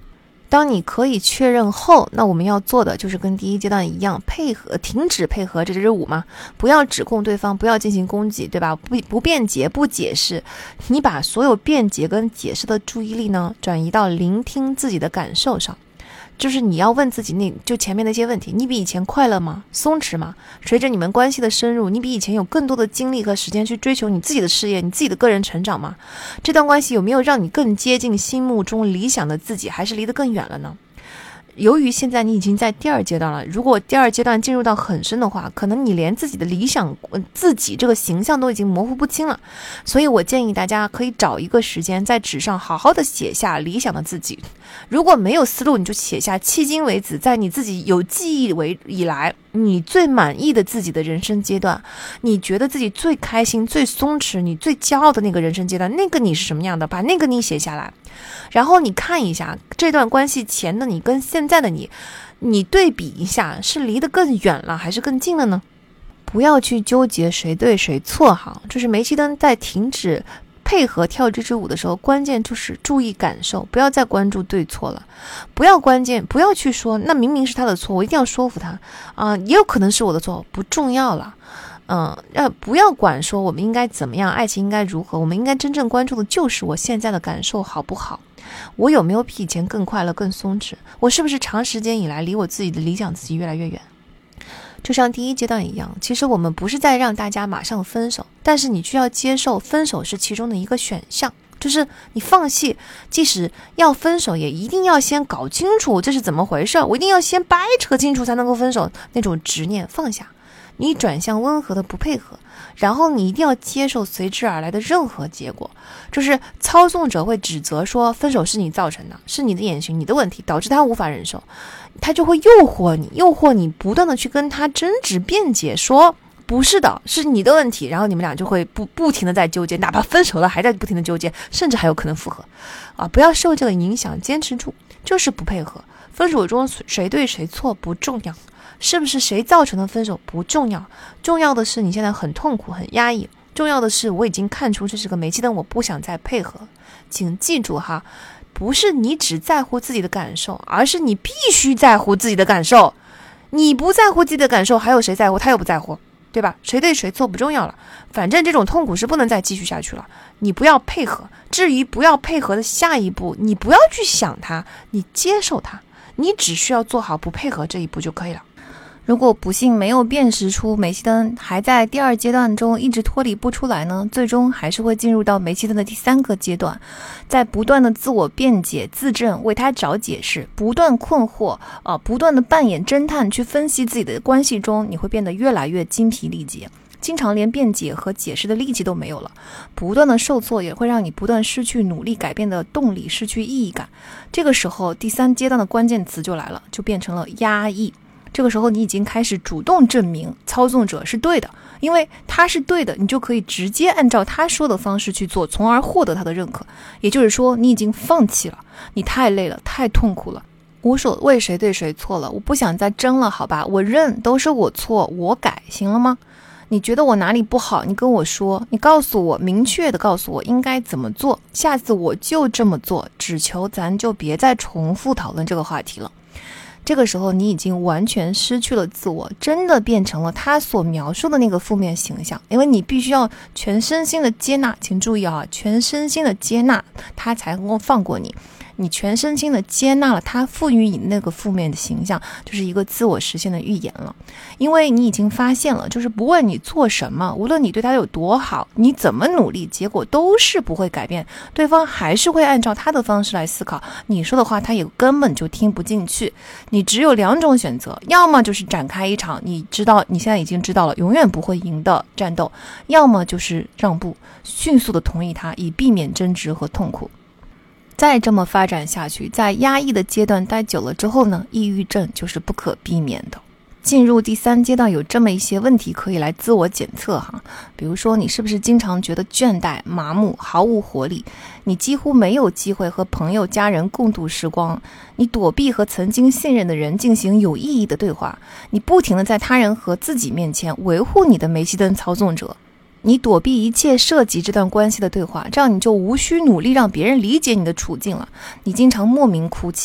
当你可以确认后，那我们要做的就是跟第一阶段一样，配合，停止配合，这就是5嘛，不要指控对方，不要进行攻击，对吧？不辩解，不解释，你把所有辩解跟解释的注意力呢，转移到聆听自己的感受上。就是你要问自己，就前面那些问题，你比以前快乐吗？松弛吗？随着你们关系的深入，你比以前有更多的精力和时间去追求你自己的事业，你自己的个人成长吗？这段关系有没有让你更接近心目中理想的自己，还是离得更远了呢？由于现在你已经在第2阶段了，如果第2阶段进入到很深的话，可能你连自己的理想自己这个形象都已经模糊不清了。所以我建议大家可以找一个时间在纸上好好的写下理想的自己，如果没有思路，你就写下迄今为止在你自己有记忆以来你最满意的自己的人生阶段，你觉得自己最开心最松弛你最骄傲的那个人生阶段，那个你是什么样的，把那个你写下来，然后你看一下这段关系前的你跟现在的你对比一下，是离得更远了还是更近了呢？不要去纠结谁对谁错哈，就是煤气灯在停止配合跳这支舞的时候，关键就是注意感受，不要再关注对错了，不要去说那明明是他的错，我一定要说服他也有可能是我的错，不重要了。不要管说我们应该怎么样，爱情应该如何，我们应该真正关注的就是我现在的感受好不好，我有没有比以前更快乐更松弛，我是不是长时间以来离我自己的理想自己越来越远。就像第1阶段一样，其实我们不是在让大家马上分手，但是你需要接受分手是其中的一个选项，就是你放弃，即使要分手也一定要先搞清楚这是怎么回事，我一定要先掰扯清楚才能够分手，那种执念放下，你转向温和的不配合，然后你一定要接受随之而来的任何结果。就是操纵者会指责说分手是你造成的，是你的言行，你的问题导致他无法忍受，他就会诱惑你不断的去跟他争执辩解，说不是的，是你的问题，然后你们俩就会不停的在纠结，哪怕分手了还在不停的纠结，甚至还有可能复合不要受这个影响，坚持住，就是不配合。分手中谁对谁错不重要，是不是谁造成的分手不重要，重要的是你现在很痛苦很压抑，重要的是我已经看出这是个煤气灯，我不想再配合。请记住哈，不是你只在乎自己的感受，而是你必须在乎自己的感受。你不在乎自己的感受，还有谁在乎？他又不在乎，对吧？谁对谁错不重要了，反正这种痛苦是不能再继续下去了，你不要配合。至于不要配合的下一步，你不要去想它，你接受它，你只需要做好不配合这一步就可以了。如果不幸没有辨识出煤气灯还在第2阶段中一直脱离不出来呢，最终还是会进入到煤气灯的第3个阶段，在不断的自我辩解自证，为他找解释，不断困惑不断的扮演侦探去分析自己的关系中，你会变得越来越精疲力竭，经常连辩解和解释的力气都没有了。不断的受挫也会让你不断失去努力改变的动力，失去意义感。这个时候第3阶段的关键词就来了，就变成了压抑。这个时候你已经开始主动证明操纵者是对的，因为他是对的，你就可以直接按照他说的方式去做，从而获得他的认可。也就是说你已经放弃了，你太累了，太痛苦了，无所谓谁对谁错了，我不想再争了，好吧，我认，都是我错，我改，行了吗？你觉得我哪里不好，你跟我说，你告诉我，明确的告诉我应该怎么做，下次我就这么做，只求咱就别再重复讨论这个话题了。这个时候你已经完全失去了自我，真的变成了他所描述的那个负面形象，因为你必须要全身心的接纳，请注意全身心的接纳他才能够放过你。你全身心的接纳了他赋予你那个负面的形象，就是一个自我实现的预言了。因为你已经发现了，就是不论你做什么，无论你对他有多好，你怎么努力，结果都是不会改变，对方还是会按照他的方式来思考，你说的话他也根本就听不进去。你只有2种选择，要么就是展开一场你现在已经知道了永远不会赢的战斗，要么就是让步，迅速的同意他，以避免争执和痛苦。再这么发展下去，在压抑的阶段待久了之后呢，抑郁症就是不可避免的。进入第3阶段有这么一些问题可以来自我检测哈，比如说你是不是经常觉得倦怠、麻木、毫无活力，你几乎没有机会和朋友家人共度时光，你躲避和曾经信任的人进行有意义的对话，你不停地在他人和自己面前维护你的煤气灯操纵者，你躲避一切涉及这段关系的对话，这样你就无需努力让别人理解你的处境了。你经常莫名哭泣，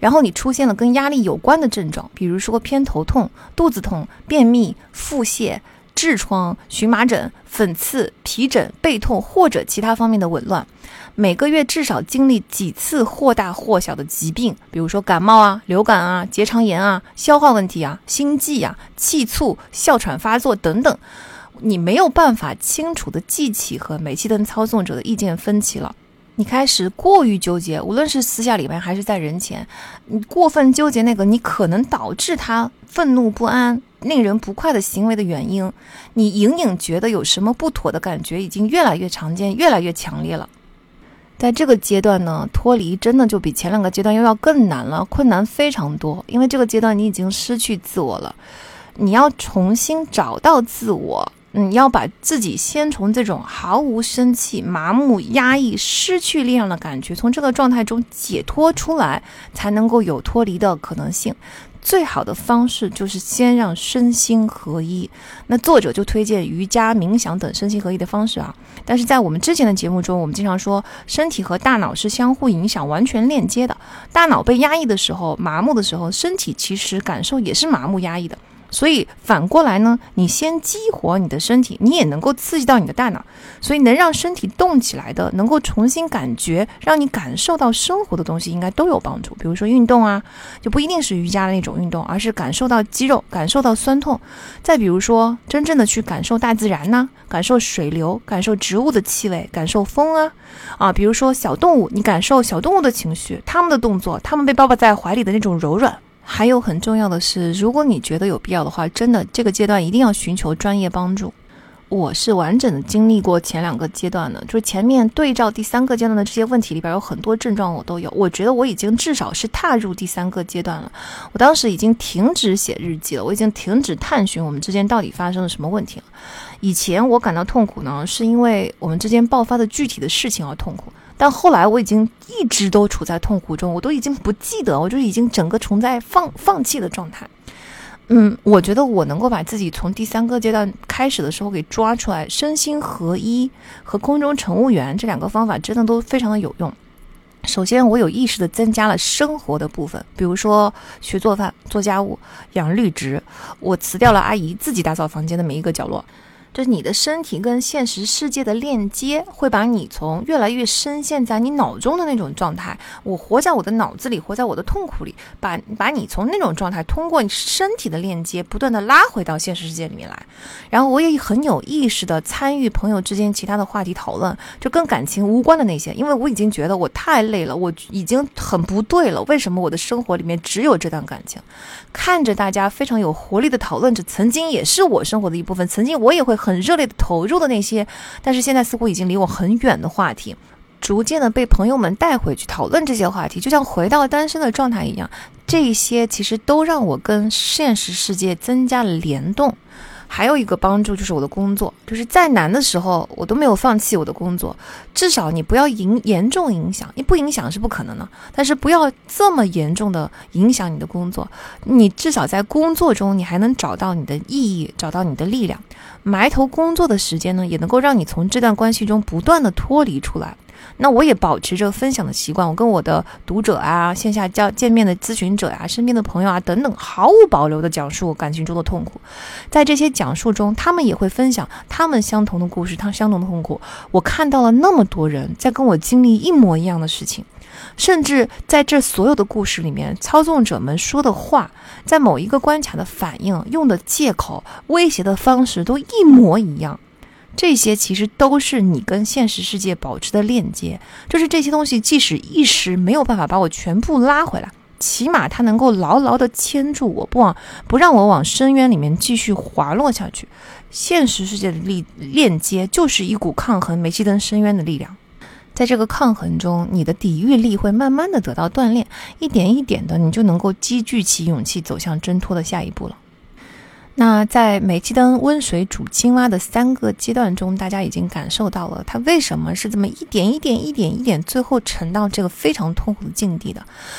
然后你出现了跟压力有关的症状，比如说偏头痛、肚子痛、便秘、腹泻、痔疮、荨麻疹、粉刺、皮疹、背痛或者其他方面的紊乱，每个月至少经历几次或大或小的疾病，比如说感冒啊、流感啊、结肠炎啊、消化问题啊、心悸啊、气促、哮喘发作等等，你没有办法清楚地记起和煤气灯操纵者的意见分歧了。你开始过于纠结，无论是私下里面还是在人前，你过分纠结那个你可能导致他愤怒不安、令人不快的行为的原因，你隐隐觉得有什么不妥的感觉已经越来越常见，越来越强烈了。在这个阶段呢，脱离真的就比前2个阶段又要更难了，困难非常多，因为这个阶段你已经失去自我了，你要重新找到自我，要把自己先从这种毫无生气、麻木、压抑、失去力量的感觉，从这个状态中解脱出来，才能够有脱离的可能性。最好的方式就是先让身心合一，那作者就推荐瑜伽、冥想等身心合一的方式啊。但是在我们之前的节目中，我们经常说身体和大脑是相互影响、完全链接的。大脑被压抑的时候、麻木的时候，身体其实感受也是麻木压抑的。所以反过来呢，你先激活你的身体，你也能够刺激到你的大脑，所以能让身体动起来的，能够重新感觉，让你感受到生活的东西应该都有帮助。比如说运动啊，就不一定是瑜伽的那种运动，而是感受到肌肉，感受到酸痛。再比如说真正的去感受大自然呢，感受水流，感受植物的气味，感受风比如说小动物，你感受小动物的情绪，它们的动作，它们被抱抱在怀里的那种柔软。还有很重要的是，如果你觉得有必要的话，真的这个阶段一定要寻求专业帮助。我是完整的经历过前2个阶段的，就是前面对照第3个阶段的这些问题里边有很多症状我都有，我觉得我已经至少是踏入第3个阶段了。我当时已经停止写日记了，我已经停止探寻我们之间到底发生了什么问题了。以前我感到痛苦呢，是因为我们之间爆发的具体的事情而痛苦，但后来我已经一直都处在痛苦中，我都已经不记得，我就已经整个处在放弃的状态。我觉得我能够把自己从第3个阶段开始的时候给抓出来，身心合一和空中乘务员这2个方法真的都非常的有用。首先我有意识的增加了生活的部分，比如说学做饭、做家务、养绿植，我辞掉了阿姨自己打扫房间的每一个角落。就是你的身体跟现实世界的链接，会把你从越来越深陷在你脑中的那种状态，我活在我的脑子里，活在我的痛苦里，把你从那种状态通过你身体的链接不断的拉回到现实世界里面来。然后我也很有意识的参与朋友之间其他的话题讨论，就跟感情无关的那些，因为我已经觉得我太累了，我已经很不对了，为什么我的生活里面只有这段感情？看着大家非常有活力的讨论着曾经也是我生活的一部分，曾经我也会很热烈的投入的那些，但是现在似乎已经离我很远的话题，逐渐的被朋友们带回去讨论这些话题，就像回到单身的状态一样。这些其实都让我跟现实世界增加了联动。还有一个帮助就是我的工作，就是再难的时候我都没有放弃我的工作，至少你不要严重影响，你不影响是不可能的，但是不要这么严重的影响你的工作，你至少在工作中你还能找到你的意义，找到你的力量。埋头工作的时间呢，也能够让你从这段关系中不断的脱离出来。那我也保持着分享的习惯，我跟我的读者啊、线下见面的咨询者啊、身边的朋友啊等等，毫无保留的讲述我感情中的痛苦。在这些讲述中，他们也会分享他们相同的故事，他们相同的痛苦。我看到了那么多人在跟我经历一模一样的事情，甚至在这所有的故事里面，操纵者们说的话，在某一个关卡的反应、用的借口、威胁的方式都一模一样。这些其实都是你跟现实世界保持的链接，就是这些东西即使一时没有办法把我全部拉回来，起码它能够牢牢地牵住我，不让我往深渊里面继续滑落下去。现实世界的链接就是一股抗衡煤气灯深渊的力量，在这个抗衡中，你的抵御力会慢慢的得到锻炼，一点一点的你就能够积聚起勇气，走向挣脱的下一步了。那在煤气灯温水煮青蛙的3个阶段中，大家已经感受到了它为什么是这么一点一点最后沉到这个非常痛苦的境地的。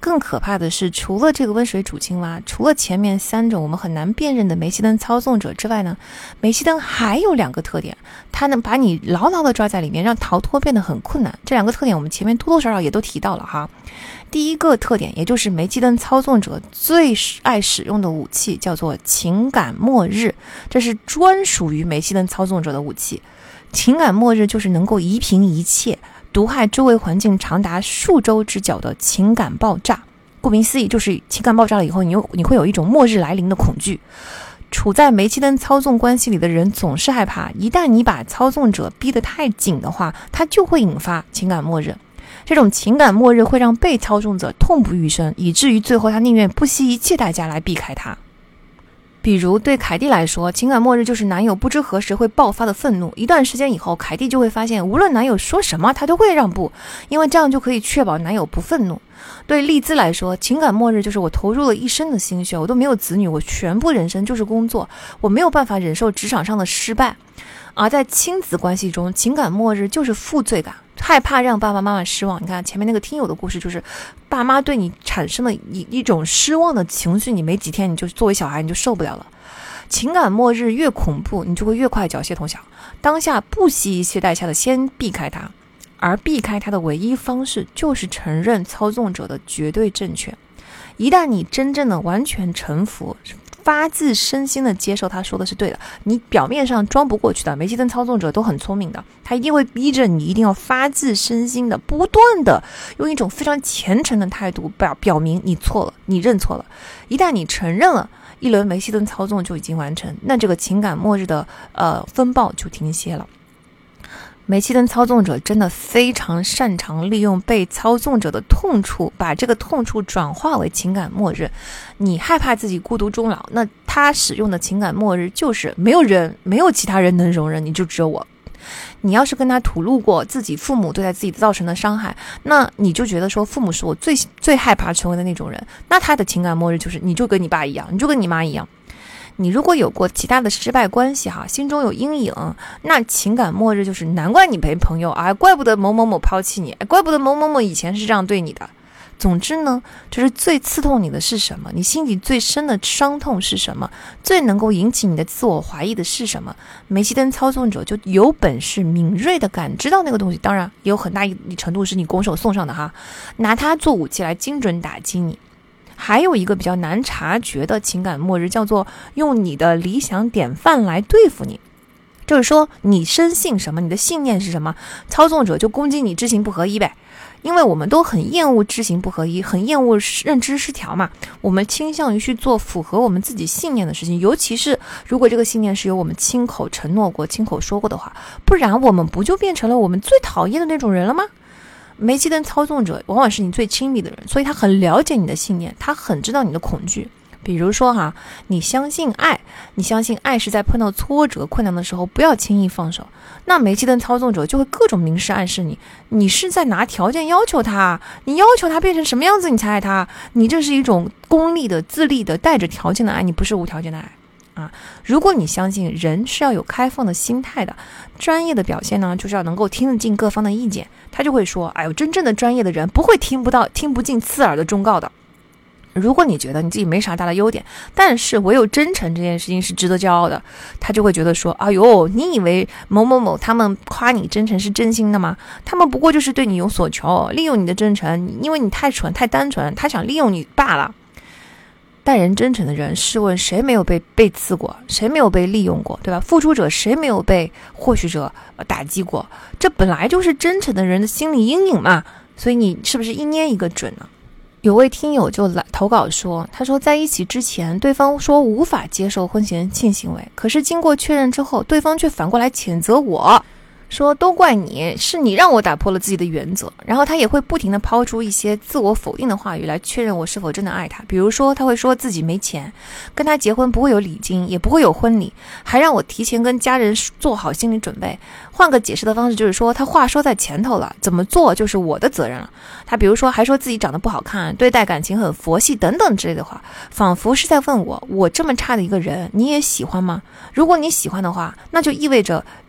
更可怕的是，除了这个温水煮青蛙，除了前面3种我们很难辨认的煤气灯操纵者之外呢，煤气灯还有2个特点，它能把你牢牢地抓在里面，让逃脱变得很困难。这2个特点我们前面多多少少也都提到了哈。第一个特点，也就是煤气灯操纵者最爱使用的武器，叫做情感末日，这是专属于煤气灯操纵者的武器。情感末日就是能够夷平一切，毒害周围环境长达数周之久的情感爆炸。顾名思义，就是情感爆炸了以后，你会有一种末日来临的恐惧。处在煤气灯操纵关系里的人总是害怕，一旦你把操纵者逼得太紧的话，它就会引发情感末日。这种情感末日会让被操纵者痛不欲生，以至于最后他宁愿不惜一切代价来避开他。比如对凯蒂来说，情感末日就是男友不知何时会爆发的愤怒，一段时间以后，凯蒂就会发现无论男友说什么她都会让步，因为这样就可以确保男友不愤怒。对丽兹来说，情感末日就是我投入了一生的心血，我都没有子女，我全部人生就是工作，我没有办法忍受职场上的失败。而在亲子关系中，情感末日就是负罪感，害怕让爸爸妈妈失望。你看前面那个听友的故事，就是爸妈对你产生了一种失望的情绪，你没几天你就作为小孩你就受不了了。情感末日越恐怖，你就会越快缴械投降，当下不惜一切代价的先避开它，而避开它的唯一方式就是承认操纵者的绝对正确。一旦你真正的完全臣服，发自身心的接受他说的是对的，你表面上装不过去的。煤气灯操纵者都很聪明的，他一定会逼着你一定要发自身心的不断的用一种非常虔诚的态度表明你错了，你认错了。一旦你承认了，一轮煤气灯操纵就已经完成，那这个情感末日的风暴就停歇了。煤气灯操纵者真的非常擅长利用被操纵者的痛处，把这个痛处转化为情感末日。你害怕自己孤独终老，那他使用的情感末日就是没有其他人能容忍你，就只有我。你要是跟他吐露过自己父母对待自己造成的伤害，那你就觉得说父母是我最害怕成为的那种人，那他的情感末日就是你就跟你爸一样，你就跟你妈一样。你如果有过其他的失败关系心中有阴影，那情感末日就是难怪你陪朋友怪不得某某某抛弃你，怪不得某某某以前是这样对你的。总之呢，就是最刺痛你的是什么，你心底最深的伤痛是什么，最能够引起你的自我怀疑的是什么，煤气灯操纵者就有本事敏锐的感知到那个东西，当然也有很大一程度是你拱手送上的拿它做武器来精准打击你。还有一个比较难察觉的情感末日，叫做用你的理想典范来对付你。就是说你深信什么，你的信念是什么，操纵者就攻击你知行不合一呗。因为我们都很厌恶知行不合一，很厌恶认知失调嘛，我们倾向于去做符合我们自己信念的事情，尤其是如果这个信念是由我们亲口承诺过、亲口说过的话，不然我们不就变成了我们最讨厌的那种人了吗？煤气灯操纵者往往是你最亲密的人，所以他很了解你的信念，他很知道你的恐惧。比如说你相信爱，你相信爱是在碰到挫折困难的时候不要轻易放手，那煤气灯操纵者就会各种明示暗示你是在拿条件要求他，你要求他变成什么样子你才爱他，你这是一种功利的自利的带着条件的爱，你不是无条件的爱如果你相信人是要有开放的心态的，专业的表现呢，就是要能够听得进各方的意见，他就会说真正的专业的人不会听不进刺耳的忠告的。如果你觉得你自己没啥大的优点，但是唯有真诚这件事情是值得骄傲的，他就会觉得说你以为某某某他们夸你真诚是真心的吗？他们不过就是对你有所求，利用你的真诚，因为你太蠢太单纯，他想利用你罢了。待人真诚的人，试问谁没有被刺过，谁没有被利用过，对吧？付出者谁没有被获取者打击过？这本来就是真诚的人的心理阴影嘛，所以你是不是一捏一个准呢？有位听友就来投稿说，他说在一起之前对方说无法接受婚前性行为，可是经过确认之后，对方却反过来谴责我，说都怪你，是你让我打破了自己的原则。然后他也会不停地抛出一些自我否定的话语来确认我是否真的爱他，比如说他会说自己没钱，跟他结婚不会有礼金，也不会有婚礼，还让我提前跟家人做好心理准备。换个解释的方式就是说，他话说在前头了，怎么做就是我的责任了。他比如说还说自己长得不好看，对待感情很佛系等等之类的话，仿佛是在问我这么差的一个人你也喜欢吗？如果你喜欢的话，那就意味着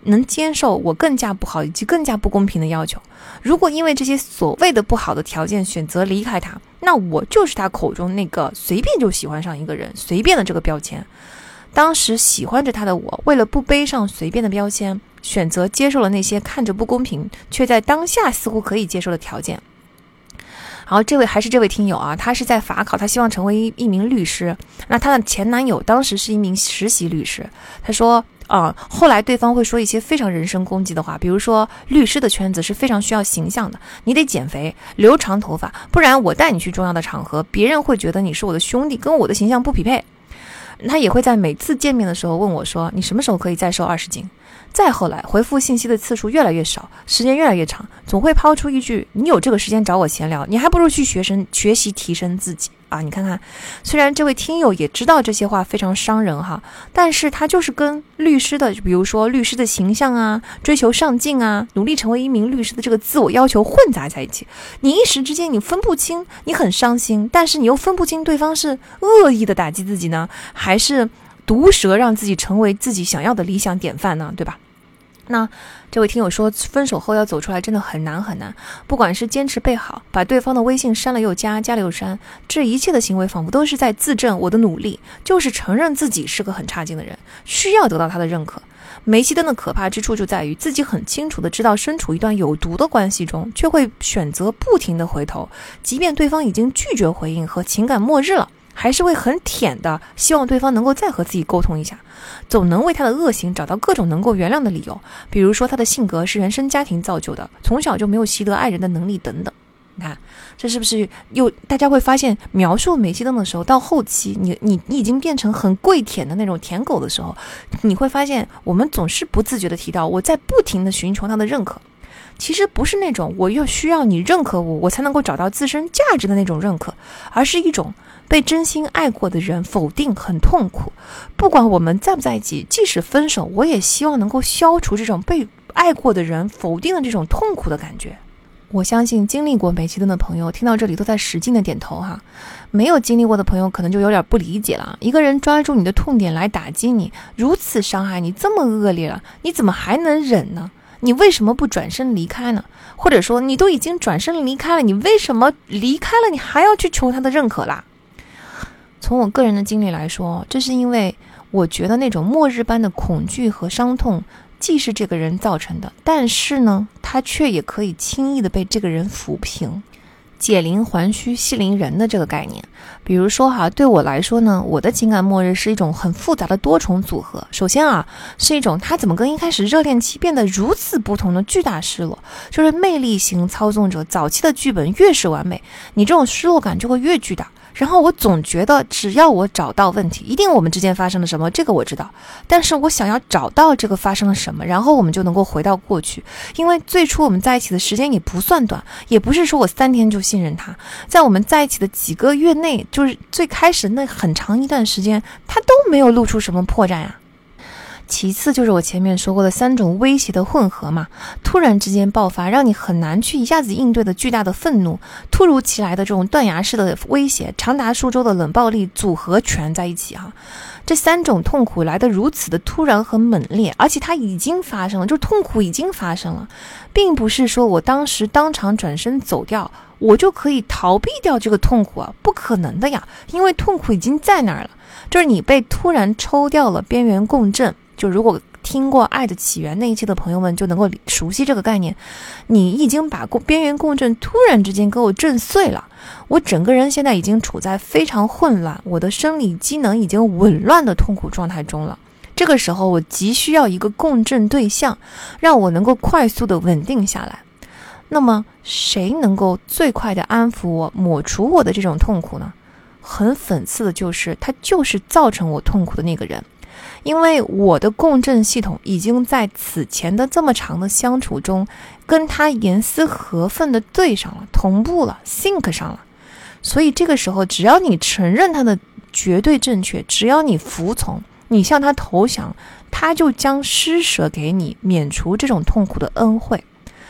能接受我更加不好以及更加不公平的要求。如果因为这些所谓的不好的条件选择离开他，那我就是他口中那个随便就喜欢上一个人随便的这个标签。当时喜欢着他的我，为了不背上随便的标签，选择接受了那些看着不公平却在当下似乎可以接受的条件。然后这位听友啊，他是在法考，他希望成为一名律师。那他的前男友当时是一名实习律师。他说后来对方会说一些非常人身攻击的话，比如说律师的圈子是非常需要形象的，你得减肥留长头发，不然我带你去重要的场合，别人会觉得你是我的兄弟，跟我的形象不匹配。他也会在每次见面的时候问我说，你什么时候可以再瘦20斤？再后来回复信息的次数越来越少，时间越来越长，总会抛出一句，你有这个时间找我闲聊，你还不如去学习提升自己啊！你看看，虽然这位听友也知道这些话非常伤人哈，但是他就是跟律师的，比如说律师的形象啊，追求上进啊，努力成为一名律师的这个自我要求混杂在一起，你一时之间你分不清，你很伤心，但是你又分不清对方是恶意的打击自己呢，还是毒舌让自己成为自己想要的理想典范呢，对吧？那这位听友说，分手后要走出来真的很难很难，不管是坚持备好，把对方的微信删了又加，加了又删，这一切的行为仿佛都是在自证我的努力，就是承认自己是个很差劲的人，需要得到他的认可。煤气灯的可怕之处就在于自己很清楚的知道身处一段有毒的关系中，却会选择不停的回头，即便对方已经拒绝回应和情感末日了，还是会很舔的希望对方能够再和自己沟通一下，总能为他的恶行找到各种能够原谅的理由，比如说他的性格是原生家庭造就的，从小就没有习得爱人的能力等等。你看这是不是大家会发现，描述煤气灯的时候，到后期你已经变成很跪舔的那种舔狗的时候，你会发现我们总是不自觉的提到我在不停的寻求他的认可，其实不是那种我又需要你认可我才能够找到自身价值的那种认可，而是一种被真心爱过的人否定很痛苦，不管我们在不在一起，即使分手，我也希望能够消除这种被爱过的人否定的这种痛苦的感觉。我相信经历过煤气灯的朋友听到这里都在使劲的点头哈，没有经历过的朋友可能就有点不理解了。一个人抓住你的痛点来打击你，如此伤害你，这么恶劣了，你怎么还能忍呢？你为什么不转身离开呢？或者说你都已经转身离开了，你为什么离开了你还要去求他的认可啦？从我个人的经历来说，这是因为我觉得那种末日般的恐惧和伤痛既是这个人造成的，但是呢，他却也可以轻易的被这个人抚平。解铃还须系铃人的这个概念，比如说哈，对我来说呢，我的情感末日是一种很复杂的多重组合。首先啊，是一种他怎么跟一开始热恋期变得如此不同的巨大失落，就是魅力型操纵者早期的剧本越是完美，你这种失落感就会越巨大。然后我总觉得只要我找到问题，一定我们之间发生了什么，这个我知道，但是我想要找到这个发生了什么，然后我们就能够回到过去。因为最初我们在一起的时间也不算短，也不是说我3天就信任他，在我们在一起的几个月内，就是最开始那很长一段时间，他都没有露出什么破绽啊。其次就是我前面说过的3种威胁的混合嘛，突然之间爆发，让你很难去一下子应对的巨大的愤怒，突如其来的这种断崖式的威胁，长达数周的冷暴力组合拳在一起哈。这3种痛苦来得如此的突然和猛烈，而且它已经发生了，就是痛苦已经发生了，并不是说我当时当场转身走掉，我就可以逃避掉这个痛苦啊，不可能的呀，因为痛苦已经在那儿了。就是你被突然抽掉了边缘共振，就如果听过《爱的起源》那一期的朋友们就能够熟悉这个概念，你已经把边缘共振突然之间给我震碎了，我整个人现在已经处在非常混乱，我的生理机能已经紊乱的痛苦状态中了。这个时候我急需要一个共振对象，让我能够快速的稳定下来。那么谁能够最快的安抚我，抹除我的这种痛苦呢？很讽刺的就是，他就是造成我痛苦的那个人。因为我的共振系统已经在此前的这么长的相处中跟他严丝合缝的对上了，同步了， sync 上了。所以这个时候只要你承认他的绝对正确，只要你服从，你向他投降，他就将施舍给你免除这种痛苦的恩惠。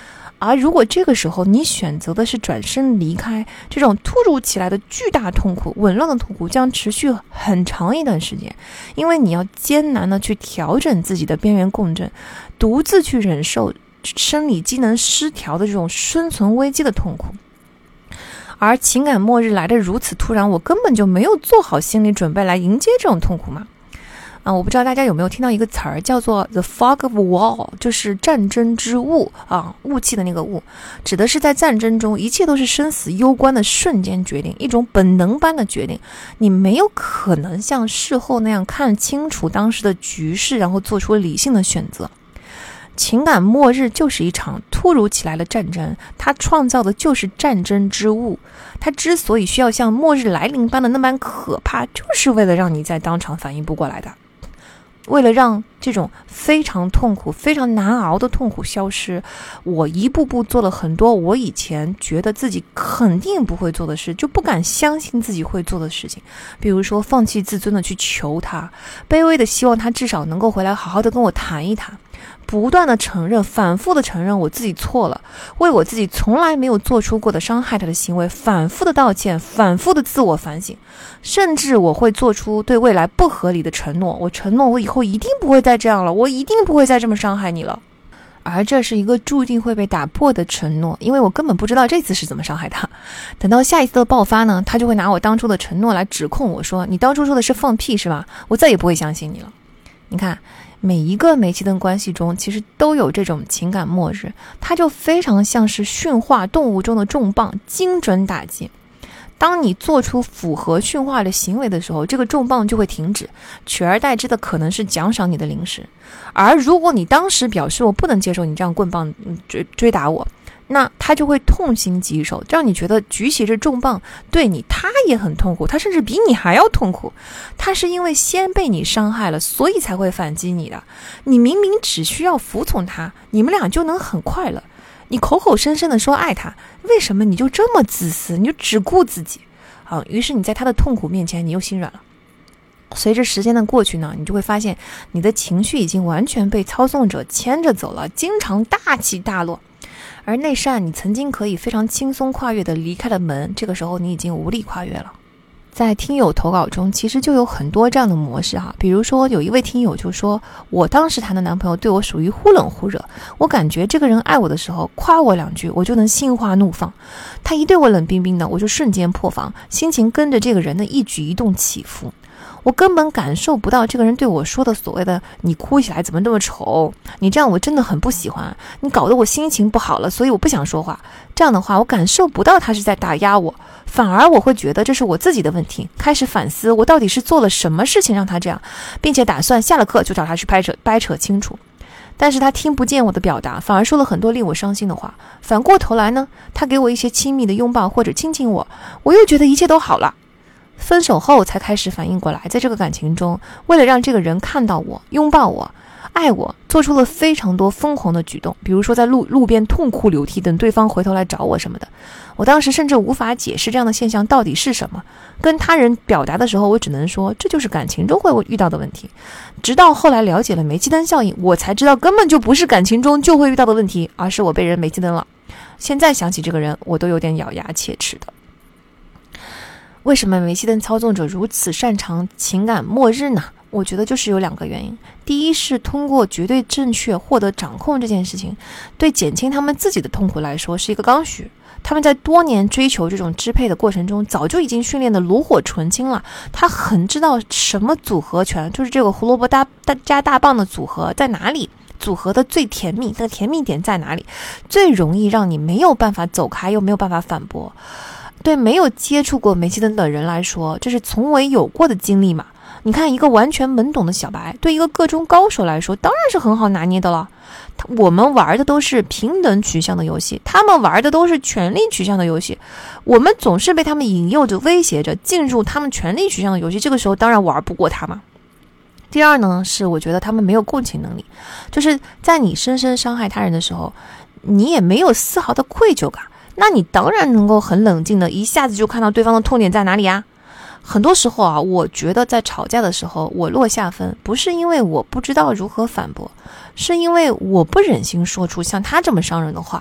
而如果这个时候你选择的是转身离开，这种突如其来的巨大痛苦、紊乱的痛苦将持续很长一段时间，因为你要艰难的去调整自己的边缘共振，独自去忍受生理机能失调的这种生存危机的痛苦。而情感末日来得如此突然，我根本就没有做好心理准备来迎接这种痛苦嘛。我不知道大家有没有听到一个词儿叫做 the fog of war， 就是战争之雾雾气的那个雾，指的是在战争中一切都是生死攸关的瞬间决定，一种本能般的决定，你没有可能像事后那样看清楚当时的局势，然后做出理性的选择。情感末日就是一场突如其来的战争，它创造的就是战争之雾，它之所以需要像末日来临般的那般可怕，就是为了让你在当场反应不过来的，为了让这种非常痛苦、非常难熬的痛苦消失，我一步步做了很多我以前觉得自己肯定不会做的事，就不敢相信自己会做的事情。比如说放弃自尊的去求他，卑微的希望他至少能够回来好好的跟我谈一谈，不断的承认，反复的承认我自己错了，为我自己从来没有做出过的伤害他的行为反复的道歉，反复的自我反省，甚至我会做出对未来不合理的承诺，我承诺我以后一定不会再这样了，我一定不会再这么伤害你了。而这是一个注定会被打破的承诺，因为我根本不知道这次是怎么伤害他。等到下一次的爆发呢，他就会拿我当初的承诺来指控我，说你当初说的是放屁是吧？我再也不会相信你了。你看，每一个煤气灯关系中其实都有这种情感末日，它就非常像是驯化动物中的重磅，精准打击。当你做出符合驯化的行为的时候，这个重磅就会停止，取而代之的可能是奖赏你的零食。而如果你当时表示我不能接受你这样棍棒追打我，那他就会痛心疾首，让你觉得举起这重磅对你他也很痛苦，他甚至比你还要痛苦。他是因为先被你伤害了，所以才会反击你的。你明明只需要服从他，你们俩就能很快乐。你口口声声的说爱他，为什么你就这么自私，你就只顾自己于是你在他的痛苦面前你又心软了。随着时间的过去呢，你就会发现你的情绪已经完全被操纵者牵着走了，经常大起大落。而那扇你曾经可以非常轻松跨越的离开的门，这个时候你已经无力跨越了。在听友投稿中其实就有很多这样的模式比如说有一位听友就说，我当时谈的男朋友对我属于忽冷忽热，我感觉这个人爱我的时候夸我两句我就能心花怒放，他一对我冷冰冰的，我就瞬间破防，心情跟着这个人的一举一动起伏，我根本感受不到这个人对我说的所谓的你哭起来怎么这么丑，你这样我真的很不喜欢，你搞得我心情不好了，所以我不想说话。这样的话我感受不到他是在打压我，反而我会觉得这是我自己的问题，开始反思我到底是做了什么事情让他这样，并且打算下了课就找他去掰扯清楚。但是他听不见我的表达，反而说了很多令我伤心的话。反过头来呢，他给我一些亲密的拥抱或者亲亲我，我又觉得一切都好了。分手后才开始反应过来，在这个感情中，为了让这个人看到我、拥抱我、爱我，做出了非常多疯狂的举动，比如说在路边痛哭流涕，等对方回头来找我什么的。我当时甚至无法解释这样的现象到底是什么，跟他人表达的时候，我只能说这就是感情中会遇到的问题。直到后来了解了煤气灯效应，我才知道根本就不是感情中就会遇到的问题，而是我被人煤气灯了。现在想起这个人，我都有点咬牙切齿的。为什么煤气灯操纵者如此擅长情感末日呢？我觉得就是有两个原因。第一是通过绝对正确获得掌控这件事情，对减轻他们自己的痛苦来说是一个刚需。他们在多年追求这种支配的过程中，早就已经训练的炉火纯青了。他很知道什么组合拳，就是这个胡萝卜加大棒的组合在哪里，组合的最甜蜜，那个甜蜜点在哪里，最容易让你没有办法走开又没有办法反驳。对没有接触过煤气灯的人来说，这是从未有过的经历嘛。你看一个完全懵懂的小白，对一个个中高手来说当然是很好拿捏的了。我们玩的都是平等取向的游戏，他们玩的都是权力取向的游戏，我们总是被他们引诱着威胁着进入他们权力取向的游戏，这个时候当然玩不过他嘛。第二呢，是我觉得他们没有共情能力，就是在你深深伤害他人的时候，你也没有丝毫的愧疚感，那你当然能够很冷静的一下子就看到对方的痛点在哪里啊。很多时候我觉得在吵架的时候我落下风，不是因为我不知道如何反驳，是因为我不忍心说出像他这么伤人的话。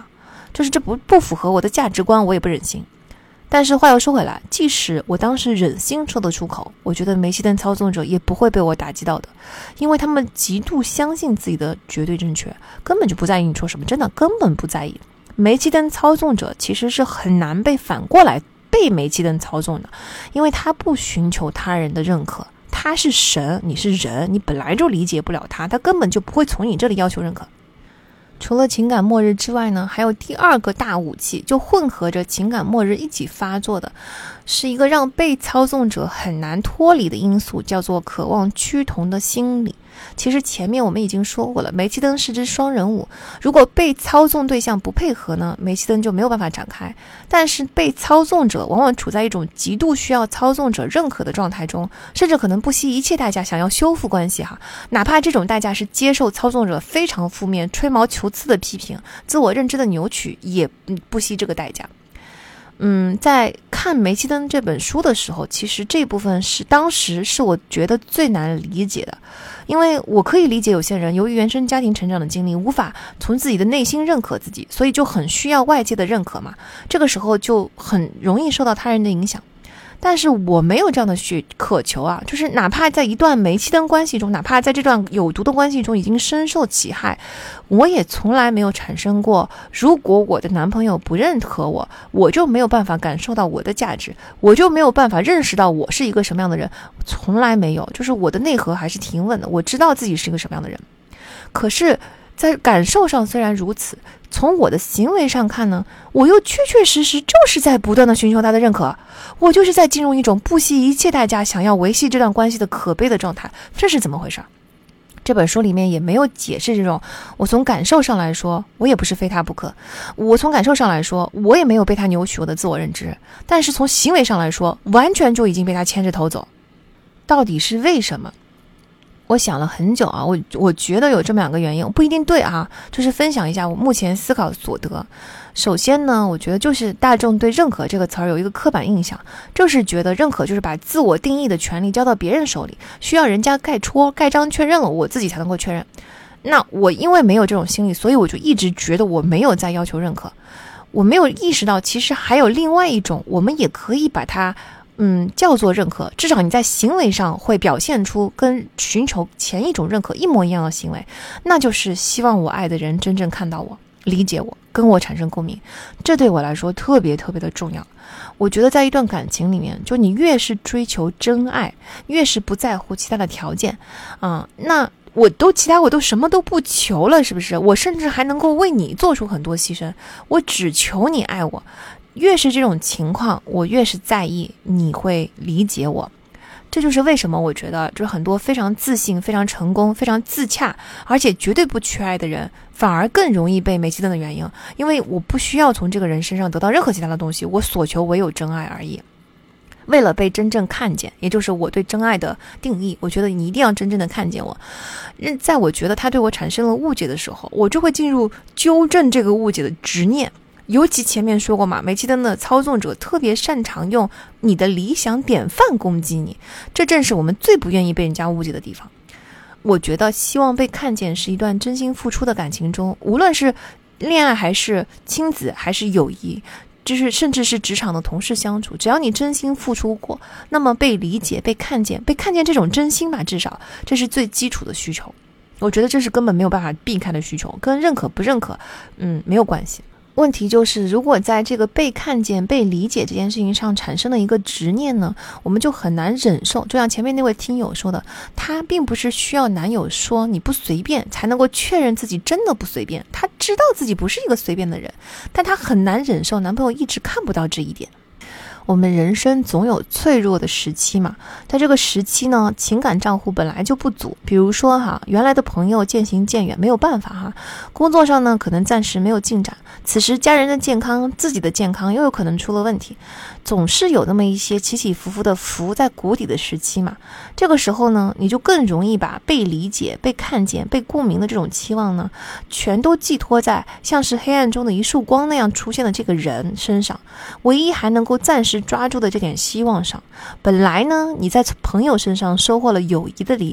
就是这不符合我的价值观，我也不忍心。但是话又说回来，即使我当时忍心说得出口，我觉得煤气灯操纵者也不会被我打击到的，因为他们极度相信自己的绝对正确，根本就不在意你说什么，真的根本不在意。煤气灯操纵者其实是很难被反过来被煤气灯操纵的，因为他不寻求他人的认可，他是神，你是人，你本来就理解不了他根本就不会从你这里要求认可。除了情感末日之外呢，还有第二个大武器，就混合着情感末日一起发作的，是一个让被操纵者很难脱离的因素，叫做渴望趋同的心理。其实前面我们已经说过了，煤气灯是只双人舞，如果被操纵对象不配合呢，煤气灯就没有办法展开。但是被操纵者往往处在一种极度需要操纵者认可的状态中，甚至可能不惜一切代价想要修复关系哪怕这种代价是接受操纵者非常负面吹毛求疵的批评，自我认知的扭曲，也不惜这个代价。在看煤气灯这本书的时候，其实这部分当时是我觉得最难理解的，因为我可以理解有些人由于原生家庭成长的经历，无法从自己的内心认可自己，所以就很需要外界的认可嘛，这个时候就很容易受到他人的影响。但是我没有这样的渴求就是哪怕在一段煤气灯关系中，哪怕在这段有毒的关系中已经深受其害，我也从来没有产生过如果我的男朋友不认可我，我就没有办法感受到我的价值，我就没有办法认识到我是一个什么样的人，从来没有，就是我的内核还是挺稳的，我知道自己是一个什么样的人。可是在感受上虽然如此，从我的行为上看呢，我又确确实实就是在不断的寻求他的认可，我就是在进入一种不惜一切代价想要维系这段关系的可悲的状态，这是怎么回事？这本书里面也没有解释这种，我从感受上来说，我也不是非他不可，我从感受上来说，我也没有被他扭曲我的自我认知，但是从行为上来说，完全就已经被他牵着头走。到底是为什么？我想了很久我觉得有这么两个原因，不一定对就是分享一下我目前思考所得。首先呢，我觉得就是大众对认可这个词儿有一个刻板印象，就是觉得认可就是把自我定义的权利交到别人手里，需要人家盖章确认了，我自己才能够确认。那我因为没有这种心理，所以我就一直觉得我没有在要求认可，我没有意识到其实还有另外一种，我们也可以把它叫做认可，至少你在行为上会表现出跟寻求前一种认可一模一样的行为，那就是希望我爱的人真正看到我，理解我，跟我产生共鸣，这对我来说特别特别的重要。我觉得在一段感情里面，就你越是追求真爱，越是不在乎其他的条件那其他我都什么都不求了，是不是？我甚至还能够为你做出很多牺牲，我只求你爱我。越是这种情况，我越是在意你会理解我。这就是为什么我觉得就是很多非常自信、非常成功、非常自洽，而且绝对不缺爱的人，反而更容易被煤气灯的原因。因为我不需要从这个人身上得到任何其他的东西，我所求唯有真爱而已。为了被真正看见，也就是我对真爱的定义，我觉得你一定要真正的看见我。在我觉得他对我产生了误解的时候，我就会进入纠正这个误解的执念。尤其前面说过嘛，煤气灯的操纵者特别擅长用你的理想典范攻击你，这正是我们最不愿意被人家误解的地方。我觉得希望被看见是一段真心付出的感情中，无论是恋爱还是亲子还是友谊，就是甚至是职场的同事相处，只要你真心付出过，那么被理解、被看见这种真心吧，至少这是最基础的需求。我觉得这是根本没有办法避开的需求，跟认可不认可没有关系。问题就是，如果在这个被看见、被理解这件事情上产生了一个执念呢，我们就很难忍受。就像前面那位听友说的，他并不是需要男友说你不随便才能够确认自己真的不随便，他知道自己不是一个随便的人，但他很难忍受男朋友一直看不到这一点。我们人生总有脆弱的时期嘛，在这个时期呢，情感账户本来就不足，比如说原来的朋友渐行渐远，没有办法工作上呢可能暂时没有进展，此时家人的健康、自己的健康又有可能出了问题，总是有那么一些起起伏伏的浮在谷底的时期嘛。这个时候呢，你就更容易把被理解、被看见、被共鸣的这种期望呢，全都寄托在像是黑暗中的一束光那样出现的这个人身上，唯一还能够暂时抓住的这点希望上。本来呢，你在朋友身上收获了友谊的理解，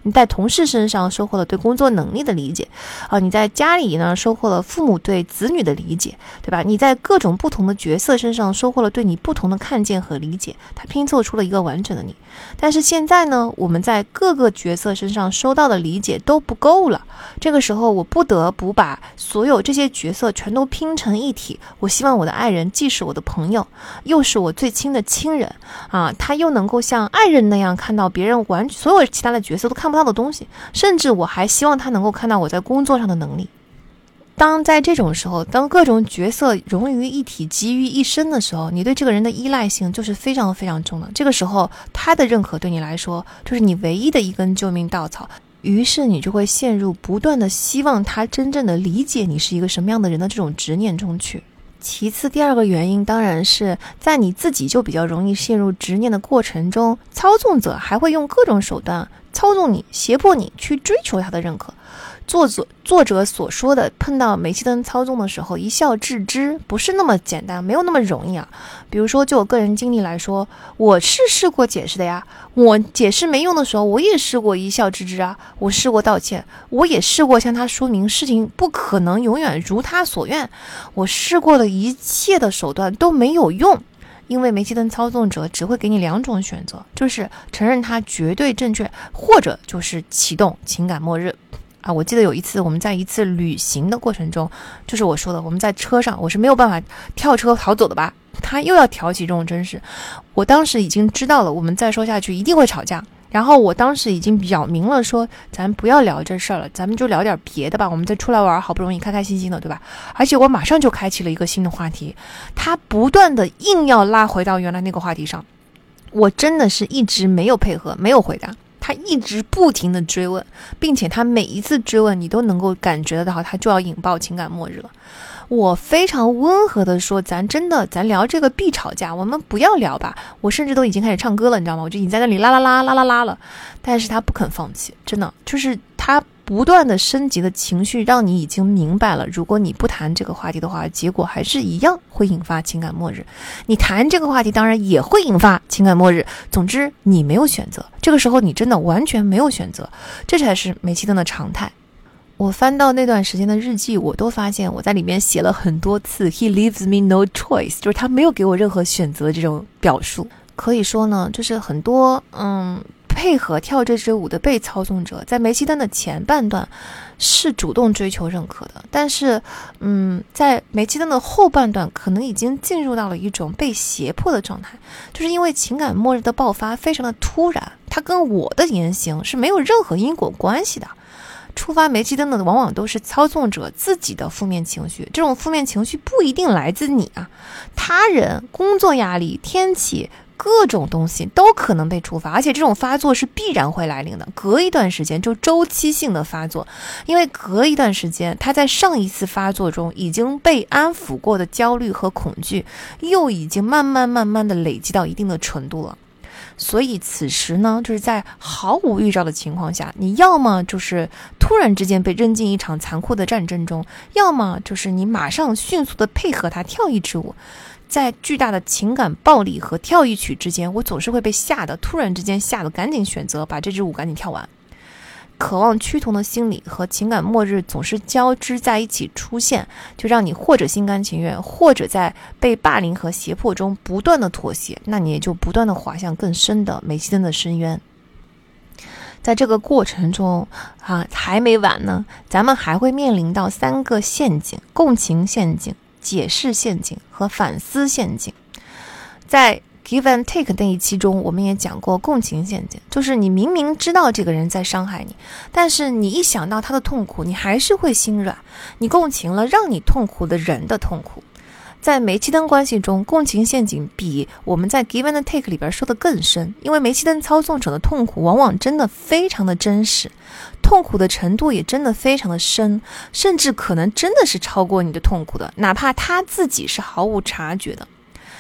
你在同事身上收获了对工作能力的理解你在家里呢收获了父母对子女的理解，对吧？你在各种不同的角色身上收获了对你不同的看见和理解，它拼凑出了一个完整的你。但是现在呢，我们在各个角色身上收到的理解都不够了，这个时候我不得不把所有这些角色全都拼成一体。我希望我的爱人既是我的朋友，又是我最亲的亲人他又能够像爱人那样看到别人所有其他的角色都看不到的东西，甚至我还希望他能够看到我在工作上的能力。当在这种时候，当各种角色融于一体集于一身的时候，你对这个人的依赖性就是非常非常重的。这个时候他的认可对你来说就是你唯一的一根救命稻草，于是你就会陷入不断的希望他真正的理解你是一个什么样的人的这种执念中去。其次，第二个原因当然是在你自己就比较容易陷入执念的过程中，操纵者还会用各种手段操纵你，胁迫你去追求他的认可。作者所说的碰到煤气灯操纵的时候一笑置之，不是那么简单，没有那么容易比如说就我个人经历来说，我是试过解释的呀，我解释没用的时候我也试过一笑置之我试过道歉，我也试过向他说明事情不可能永远如他所愿，我试过的一切的手段都没有用。因为煤气灯操纵者只会给你两种选择，就是承认它绝对正确，或者就是启动情感末日我记得有一次我们在一次旅行的过程中，就是我说的我们在车上，我是没有办法跳车逃走的吧，他又要挑起这种真实。我当时已经知道了我们再说下去一定会吵架，然后我当时已经表明了说咱不要聊这事儿了，咱们就聊点别的吧，我们再出来玩好不容易开开心心的，对吧？而且我马上就开启了一个新的话题，他不断的硬要拉回到原来那个话题上，我真的是一直没有配合，没有回答，他一直不停的追问，并且他每一次追问你都能够感觉得到他就要引爆情感末日了。我非常温和的说咱聊这个必吵架，我们不要聊吧，我甚至都已经开始唱歌了，你知道吗？我就已经在那里啦啦啦啦啦啦了，但是他不肯放弃，真的就是他不断的升级的情绪让你已经明白了，如果你不谈这个话题的话，结果还是一样会引发情感末日，你谈这个话题当然也会引发情感末日，总之你没有选择，这个时候你真的完全没有选择，这才是煤气灯的常态。我翻到那段时间的日记，我都发现我在里面写了很多次 He leaves me no choice， 就是他没有给我任何选择的这种表述。可以说呢，就是很多配合跳这支舞的被操纵者在煤气灯的前半段是主动追求认可的，但是在煤气灯的后半段可能已经进入到了一种被胁迫的状态，就是因为情感末日的爆发非常的突然，它跟我的言行是没有任何因果关系的。触发煤气灯的往往都是操纵者自己的负面情绪，这种负面情绪不一定来自你他人、工作压力、天气各种东西都可能被触发，而且这种发作是必然会来临的，隔一段时间就周期性的发作，因为隔一段时间他在上一次发作中已经被安抚过的焦虑和恐惧又已经慢慢的累积到一定的程度了。所以此时呢，就是在毫无预兆的情况下，你要么就是突然之间被扔进一场残酷的战争中，要么就是你马上迅速的配合他跳一支舞。在巨大的情感暴力和跳一曲之间，我总是会被突然之间吓得赶紧选择把这支舞赶紧跳完。渴望趋同的心理和情感末日总是交织在一起出现，就让你或者心甘情愿，或者在被霸凌和胁迫中不断的妥协，那你也就不断的滑向更深的煤气灯的深渊。在这个过程中还没完呢，咱们还会面临到3个陷阱：共情陷阱、解释陷阱和反思陷阱。在Give and Take 那一期中，我们也讲过共情陷阱，就是你明明知道这个人在伤害你，但是你一想到他的痛苦，你还是会心软，你共情了让你痛苦的人的痛苦。在煤气灯关系中，共情陷阱比我们在 Give and Take 里边说的更深，因为煤气灯操纵者的痛苦往往真的非常的真实，痛苦的程度也真的非常的深，甚至可能真的是超过你的痛苦的，哪怕他自己是毫无察觉的。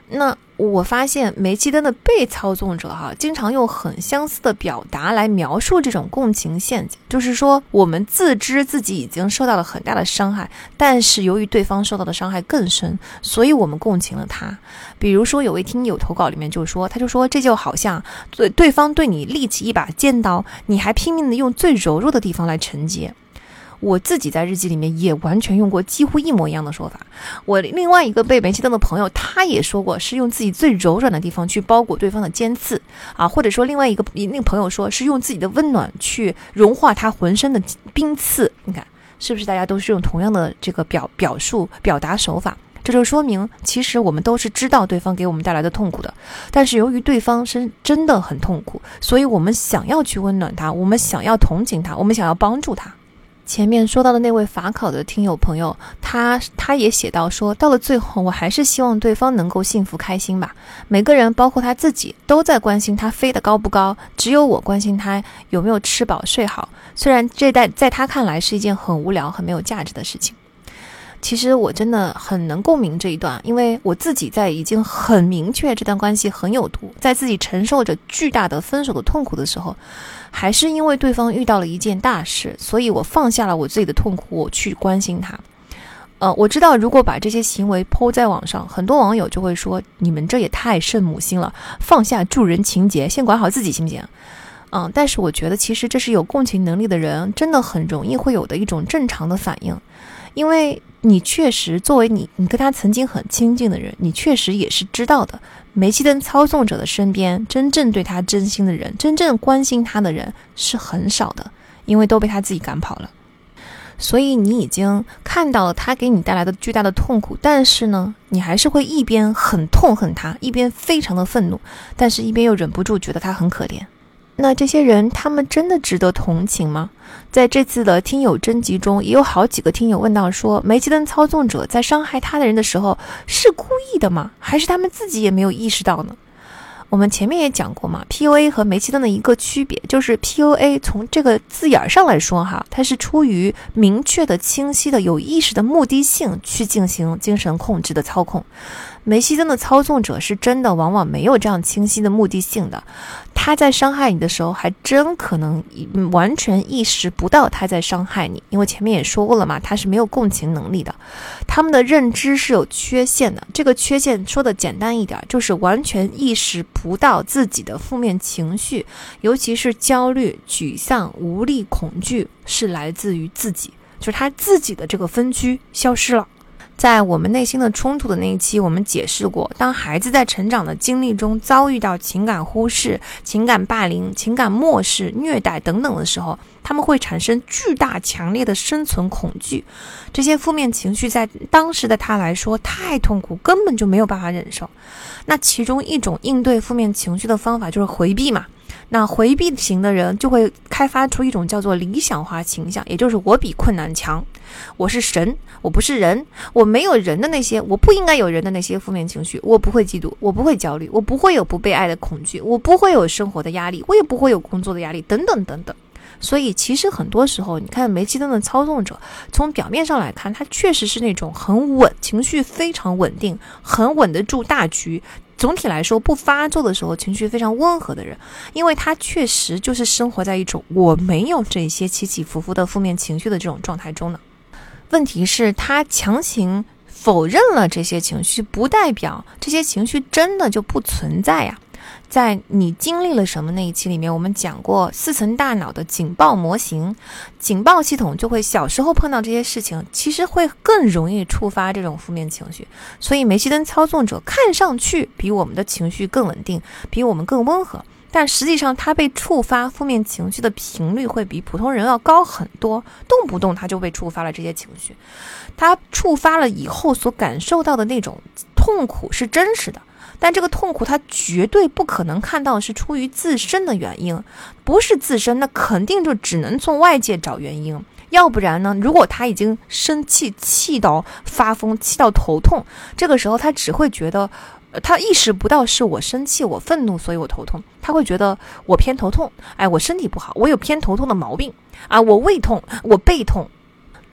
那我发现煤气灯的被操纵者经常用很相似的表达来描述这种共情陷阱，就是说我们自知自己已经受到了很大的伤害，但是由于对方受到的伤害更深，所以我们共情了他。比如说有位听友投稿里面他就说这就好像对方对你立起一把尖刀，你还拼命的用最柔弱的地方来承接。我自己在日记里面也完全用过几乎一模一样的说法。我另外一个被煤气灯的朋友，他也说过是用自己最柔软的地方去包裹对方的尖刺或者说另外一个那个朋友说是用自己的温暖去融化他浑身的冰刺。你看是不是大家都是用同样的这个表达手法？这就说明其实我们都是知道对方给我们带来的痛苦的，但是由于对方是真的很痛苦，所以我们想要去温暖他，我们想要同情他，我们想要帮助他。前面说到的那位法考的听友朋友，他也写到说，到了最后我还是希望对方能够幸福开心吧。每个人包括他自己都在关心他飞得高不高，只有我关心他有没有吃饱睡好，虽然这在他看来是一件很无聊很没有价值的事情。其实我真的很能共鸣这一段，因为我自己在已经很明确这段关系很有毒，在自己承受着巨大的分手的痛苦的时候，还是因为对方遇到了一件大事，所以我放下了我自己的痛苦，我去关心他。我知道如果把这些行为抛在网上，很多网友就会说你们这也太圣母心了，放下助人情节，先管好自己行不行？但是我觉得其实这是有共情能力的人真的很容易会有的一种正常的反应。因为你确实作为你跟他曾经很亲近的人，你确实也是知道的，煤气灯操纵者的身边真正对他真心的人，真正关心他的人是很少的，因为都被他自己赶跑了。所以你已经看到了他给你带来的巨大的痛苦，但是呢，你还是会一边很痛恨他，一边非常的愤怒，但是一边又忍不住觉得他很可怜。那这些人他们真的值得同情吗？在这次的听友征集中，也有好几个听友问到说，煤气灯操纵者在伤害他的人的时候是故意的吗？还是他们自己也没有意识到呢？我们前面也讲过嘛， PUA 和煤气灯的一个区别就是 PUA 从这个字眼上来说它是出于明确的清晰的有意识的目的性去进行精神控制的操控。煤气灯的操纵者是真的往往没有这样清晰的目的性的，他在伤害你的时候还真可能完全意识不到他在伤害你，因为前面也说过了嘛，他是没有共情能力的，他们的认知是有缺陷的。这个缺陷说的简单一点，就是完全意识不到自己的负面情绪，尤其是焦虑、沮丧、无力、恐惧是来自于自己，就是他自己的这个分区消失了。在我们内心的冲突的那一期，我们解释过，当孩子在成长的经历中遭遇到情感忽视、情感霸凌、情感漠视、虐待等等的时候，他们会产生巨大强烈的生存恐惧。这些负面情绪在当时的他来说太痛苦，根本就没有办法忍受。那其中一种应对负面情绪的方法就是回避嘛。那回避型的人就会开发出一种叫做理想化倾向，也就是我比困难强，我是神，我不是人，我没有人的那些，我不应该有人的那些负面情绪，我不会嫉妒，我不会焦虑，我不会有不被爱的恐惧，我不会有生活的压力，我也不会有工作的压力，等等等等。所以其实很多时候你看煤气灯的操纵者，从表面上来看他确实是那种很稳，情绪非常稳定，很稳得住大局，总体来说不发作的时候情绪非常温和的人，因为他确实就是生活在一种我没有这些起起伏伏的负面情绪的这种状态中呢。问题是他强行否认了这些情绪，不代表这些情绪真的就不存在呀。在你经历了什么那一期里面，我们讲过4层大脑的警报模型，警报系统就会小时候碰到这些事情，其实会更容易触发这种负面情绪。所以煤气灯操纵者看上去比我们的情绪更稳定，比我们更温和，但实际上他被触发负面情绪的频率会比普通人要高很多，动不动他就被触发了这些情绪。他触发了以后所感受到的那种痛苦是真实的，但这个痛苦他绝对不可能看到是出于自身的原因，不是自身，那肯定就只能从外界找原因。要不然呢，如果他已经生气，气到发疯，气到头痛，这个时候他只会觉得他意识不到是我生气我愤怒所以我头痛，他会觉得我偏头痛，我身体不好，我有偏头痛的毛病啊，我胃痛，我背痛。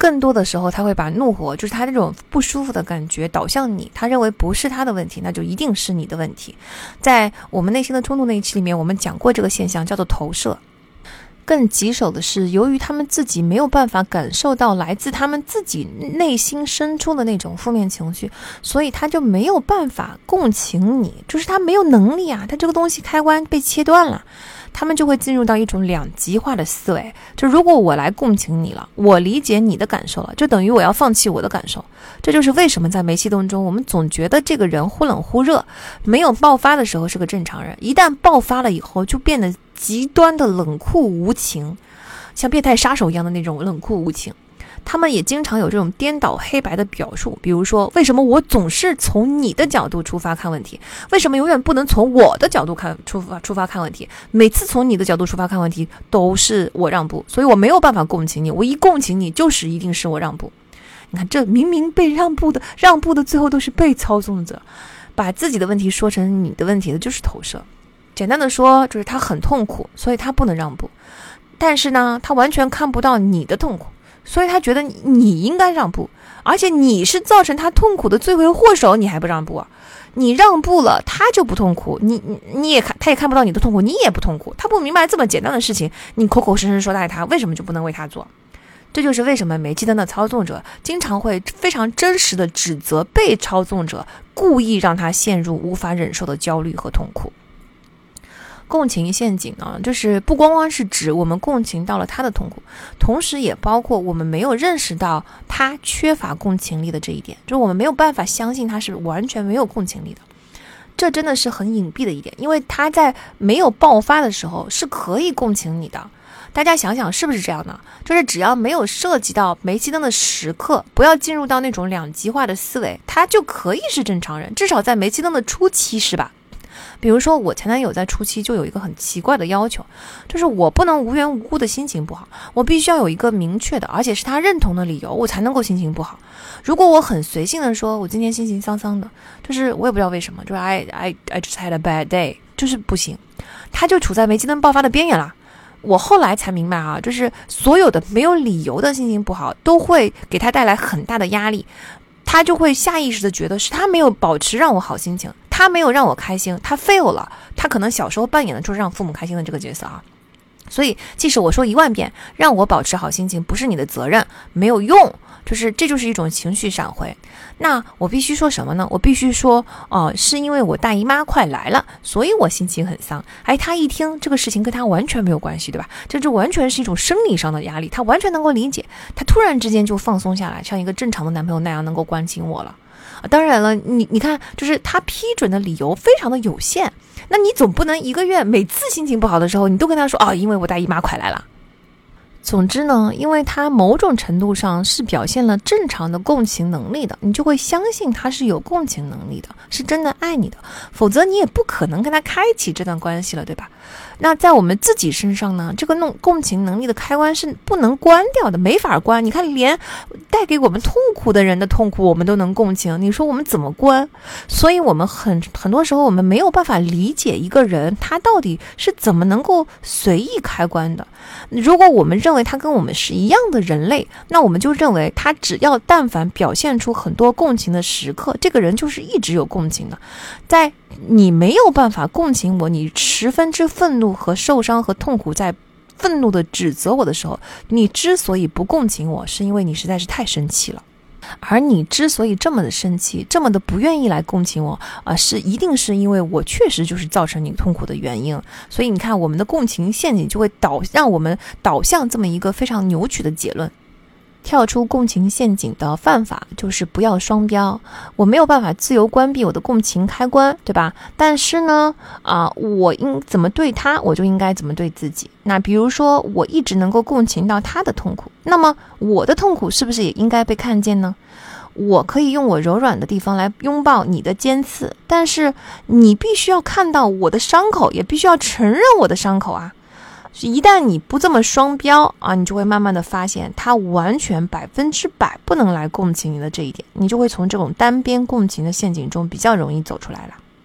更多的时候他会把怒火，就是他这种不舒服的感觉导向你，他认为不是他的问题，那就一定是你的问题。在我们内心的冲突那一期里面，我们讲过这个现象，叫做投射。更棘手的是，由于他们自己没有办法感受到来自他们自己内心深处的那种负面情绪，所以他就没有办法共情你，就是他没有能力啊，他这个东西开关被切断了，他们就会进入到一种两极化的思维。就如果我来共情你了，我理解你的感受了，就等于我要放弃我的感受。这就是为什么在煤气灯中，我们总觉得这个人忽冷忽热，没有爆发的时候是个正常人，一旦爆发了以后，就变得极端的冷酷无情，像变态杀手一样的那种冷酷无情。他们也经常有这种颠倒黑白的表述，比如说，为什么我总是从你的角度出发看问题？为什么永远不能从我的角度出发看问题？每次从你的角度出发看问题，都是我让步，所以我没有办法共情你。我一共情你，就是一定是我让步。你看，这明明被让步的最后都是被操纵者，把自己的问题说成你的问题的，就是投射。简单的说，就是他很痛苦，所以他不能让步。但是呢，他完全看不到你的痛苦，所以他觉得你应该让步，而且你是造成他痛苦的罪魁祸首，你还不让步啊？你让步了，他就不痛苦，他也看不到你的痛苦，你也不痛苦。他不明白这么简单的事情，你口口声声说爱他，为什么就不能为他做？这就是为什么煤气灯的操纵者经常会非常真实的指责被操纵者，故意让他陷入无法忍受的焦虑和痛苦。共情陷阱呢，就是不光光是指我们共情到了他的痛苦，同时也包括我们没有认识到他缺乏共情力的这一点，就是我们没有办法相信他是完全没有共情力的。这真的是很隐蔽的一点，因为他在没有爆发的时候是可以共情你的。大家想想是不是这样呢？就是只要没有涉及到煤气灯的时刻，不要进入到那种两极化的思维，他就可以是正常人，至少在煤气灯的初期是吧？比如说我前男友在初期就有一个很奇怪的要求，就是我不能无缘无故的心情不好，我必须要有一个明确的，而且是他认同的理由，我才能够心情不好。如果我很随性的说我今天心情丧丧的，就是我也不知道为什么，就是 I just had a bad day， 就是不行，他就处在煤气灯爆发的边缘了。我后来才明白啊，就是所有的没有理由的心情不好都会给他带来很大的压力，他就会下意识的觉得是他没有保持让我好心情，他没有让我开心，他 fail 了，他可能小时候扮演的就是让父母开心的这个角色啊。所以即使我说10000遍让我保持好心情不是你的责任，没有用，这就是一种情绪闪回。那我必须说什么呢？我必须说是因为我大姨妈快来了，所以我心情很丧。他一听这个事情跟他完全没有关系，对吧？这完全是一种生理上的压力，他完全能够理解，他突然之间就放松下来，像一个正常的男朋友那样能够关心我了。当然了，你看，就是他批准的理由非常的有限，那你总不能1个月每次心情不好的时候你都跟他说因为我大姨妈快来了。总之呢，因为他某种程度上是表现了正常的共情能力的，你就会相信他是有共情能力的，是真的爱你的，否则你也不可能跟他开启这段关系了，对吧？那在我们自己身上呢，这个共情能力的开关是不能关掉的，没法关。你看，连带给我们痛苦的人的痛苦我们都能共情，你说我们怎么关？所以我们很多时候我们没有办法理解一个人他到底是怎么能够随意开关的。如果我们认为他跟我们是一样的人类，那我们就认为他只要但凡表现出很多共情的时刻，这个人就是一直有共情的。在你没有办法共情我，你十分之愤怒和受伤和痛苦，在愤怒的指责我的时候，你之所以不共情我，是因为你实在是太生气了。而你之所以这么的生气，这么的不愿意来共情我一定是因为我确实就是造成你痛苦的原因。所以你看，我们的共情陷阱就会让我们导向这么一个非常扭曲的结论。跳出共情陷阱的犯法就是不要双标。我没有办法自由关闭我的共情开关，对吧？但是呢我应怎么对他，我就应该怎么对自己。那比如说我一直能够共情到他的痛苦，那么我的痛苦是不是也应该被看见呢？我可以用我柔软的地方来拥抱你的尖刺，但是你必须要看到我的伤口，也必须要承认我的伤口啊。一旦你不这么双标你就会慢慢的发现他完全100%不能来共情你的这一点，你就会从这种单边共情的陷阱中比较容易走出来了。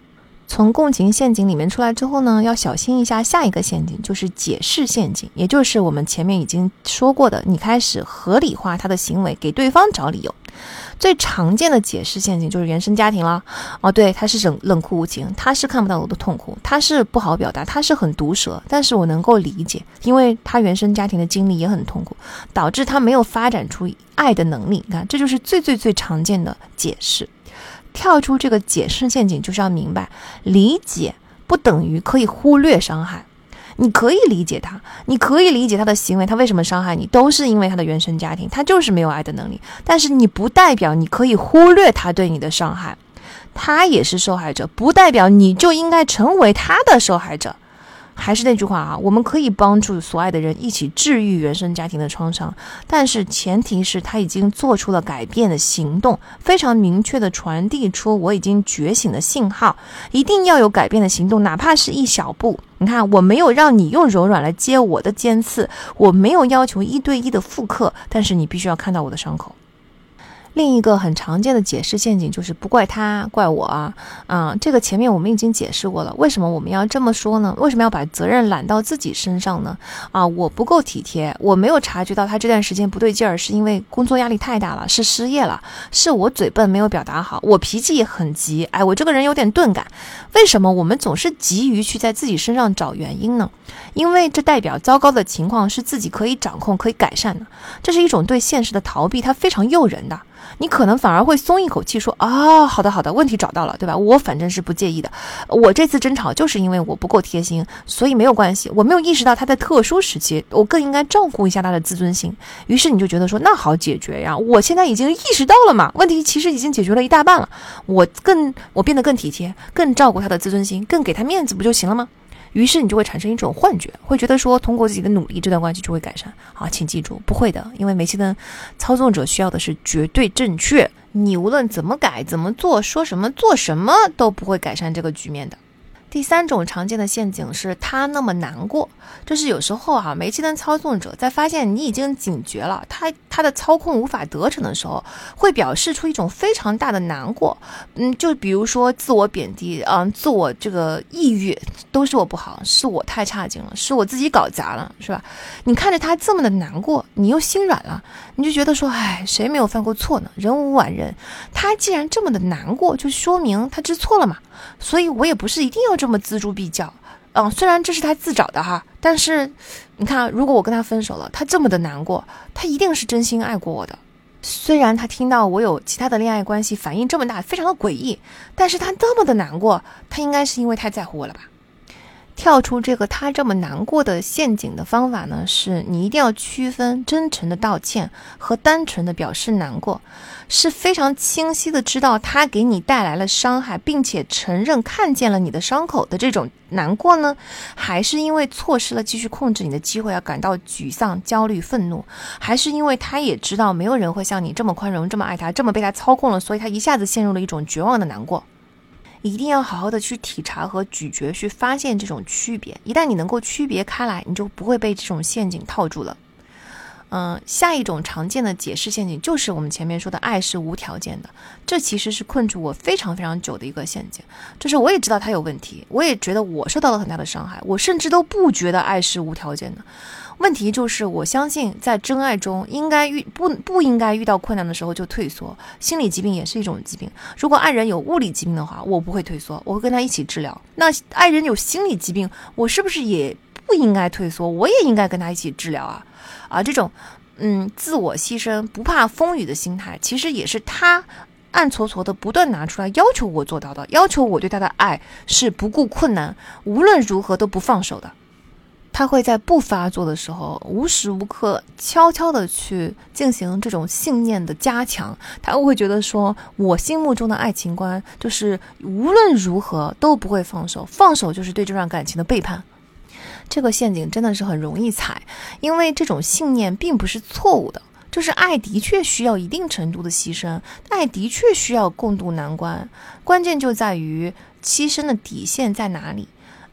从共情陷阱里面出来之后呢，要小心一下下一个陷阱，就是解释陷阱，也就是我们前面已经说过的，你开始合理化他的行为，给对方找理由。最常见的解释陷阱就是原生家庭了。对，他是冷酷无情，他是看不到我的痛苦，他是不好表达，他是很毒舌，但是我能够理解，因为他原生家庭的经历也很痛苦，导致他没有发展出爱的能力。你看，这就是最常见的解释。跳出这个解释陷阱，就是要明白，理解不等于可以忽略伤害。你可以理解他，你可以理解他的行为，他为什么伤害你，都是因为他的原生家庭，他就是没有爱的能力。但是你不代表你可以忽略他对你的伤害，他也是受害者，不代表你就应该成为他的受害者。还是那句话啊，我们可以帮助所爱的人一起治愈原生家庭的创伤，但是前提是他已经做出了改变的行动，非常明确的传递出我已经觉醒的信号，一定要有改变的行动，哪怕是一小步。你看，我没有让你用柔软来接我的尖刺，我没有要求1对1的复刻，但是你必须要看到我的伤口。另一个很常见的解释陷阱就是不怪他，怪我啊！这个前面我们已经解释过了。为什么我们要这么说呢？为什么要把责任揽到自己身上呢？我不够体贴，我没有察觉到他这段时间不对劲儿，是因为工作压力太大了，是失业了，是我嘴笨没有表达好，我脾气也很急，我这个人有点钝感。为什么我们总是急于去在自己身上找原因呢？因为这代表糟糕的情况是自己可以掌控、可以改善的，这是一种对现实的逃避，它非常诱人的。你可能反而会松一口气说好的，问题找到了，对吧？我反正是不介意的，我这次争吵就是因为我不够贴心，所以没有关系，我没有意识到他在特殊时期，我更应该照顾一下他的自尊心。于是你就觉得说那好解决呀，我现在已经意识到了嘛，问题其实已经解决了一大半了，我变得更体贴，更照顾他的自尊心，更给他面子不就行了吗？于是你就会产生一种幻觉，会觉得说通过自己的努力这段关系就会改善。请记住，不会的，因为煤气灯操纵者需要的是绝对正确，你无论怎么改怎么做，说什么做什么都不会改善这个局面的。第三种常见的陷阱是他那么难过，就是有时候煤气灯操纵者在发现你已经警觉了，他的操控无法得逞的时候，会表示出一种非常大的难过。就比如说自我贬低，自我这个抑郁，都是我不好，是我太差劲了，是我自己搞砸了，是吧？你看着他这么的难过，你又心软了，你就觉得说，谁没有犯过错呢？人无完人，他既然这么的难过，就说明他知错了嘛。所以我也不是一定要这么锱铢必较，虽然这是他自找的哈，但是你看，如果我跟他分手了，他这么的难过，他一定是真心爱过我的。虽然他听到我有其他的恋爱关系反应这么大，非常的诡异，但是他这么的难过，他应该是因为太在乎我了吧。跳出这个他这么难过的陷阱的方法呢，是你一定要区分真诚的道歉和单纯的表示难过，是非常清晰的知道他给你带来了伤害，并且承认看见了你的伤口的这种难过呢，还是因为错失了继续控制你的机会而感到沮丧、焦虑、愤怒，还是因为他也知道没有人会像你这么宽容、这么爱他、这么被他操控了，所以他一下子陷入了一种绝望的难过。一定要好好的去体察和咀嚼，去发现这种区别。一旦你能够区别开来，你就不会被这种陷阱套住了。下一种常见的解释陷阱就是我们前面说的爱是无条件的，这其实是困住我非常非常久的一个陷阱。就是我也知道它有问题，我也觉得我受到了很大的伤害，我甚至都不觉得爱是无条件的。问题就是我相信在真爱中不应该遇到困难的时候就退缩，心理疾病也是一种疾病。如果爱人有物理疾病的话，我不会退缩，我会跟他一起治疗。那爱人有心理疾病，我是不是也不应该退缩，我也应该跟他一起治疗这种自我牺牲不怕风雨的心态，其实也是他暗搓搓的不断拿出来要求我做到的，要求我对他的爱是不顾困难无论如何都不放手的。他会在不发作的时候无时无刻悄悄的去进行这种信念的加强，他会觉得说我心目中的爱情观就是无论如何都不会放手，放手就是对这段感情的背叛。这个陷阱真的是很容易踩，因为这种信念并不是错误的，就是爱的确需要一定程度的牺牲，爱的确需要共度难关，关键就在于牺牲的底线在哪里。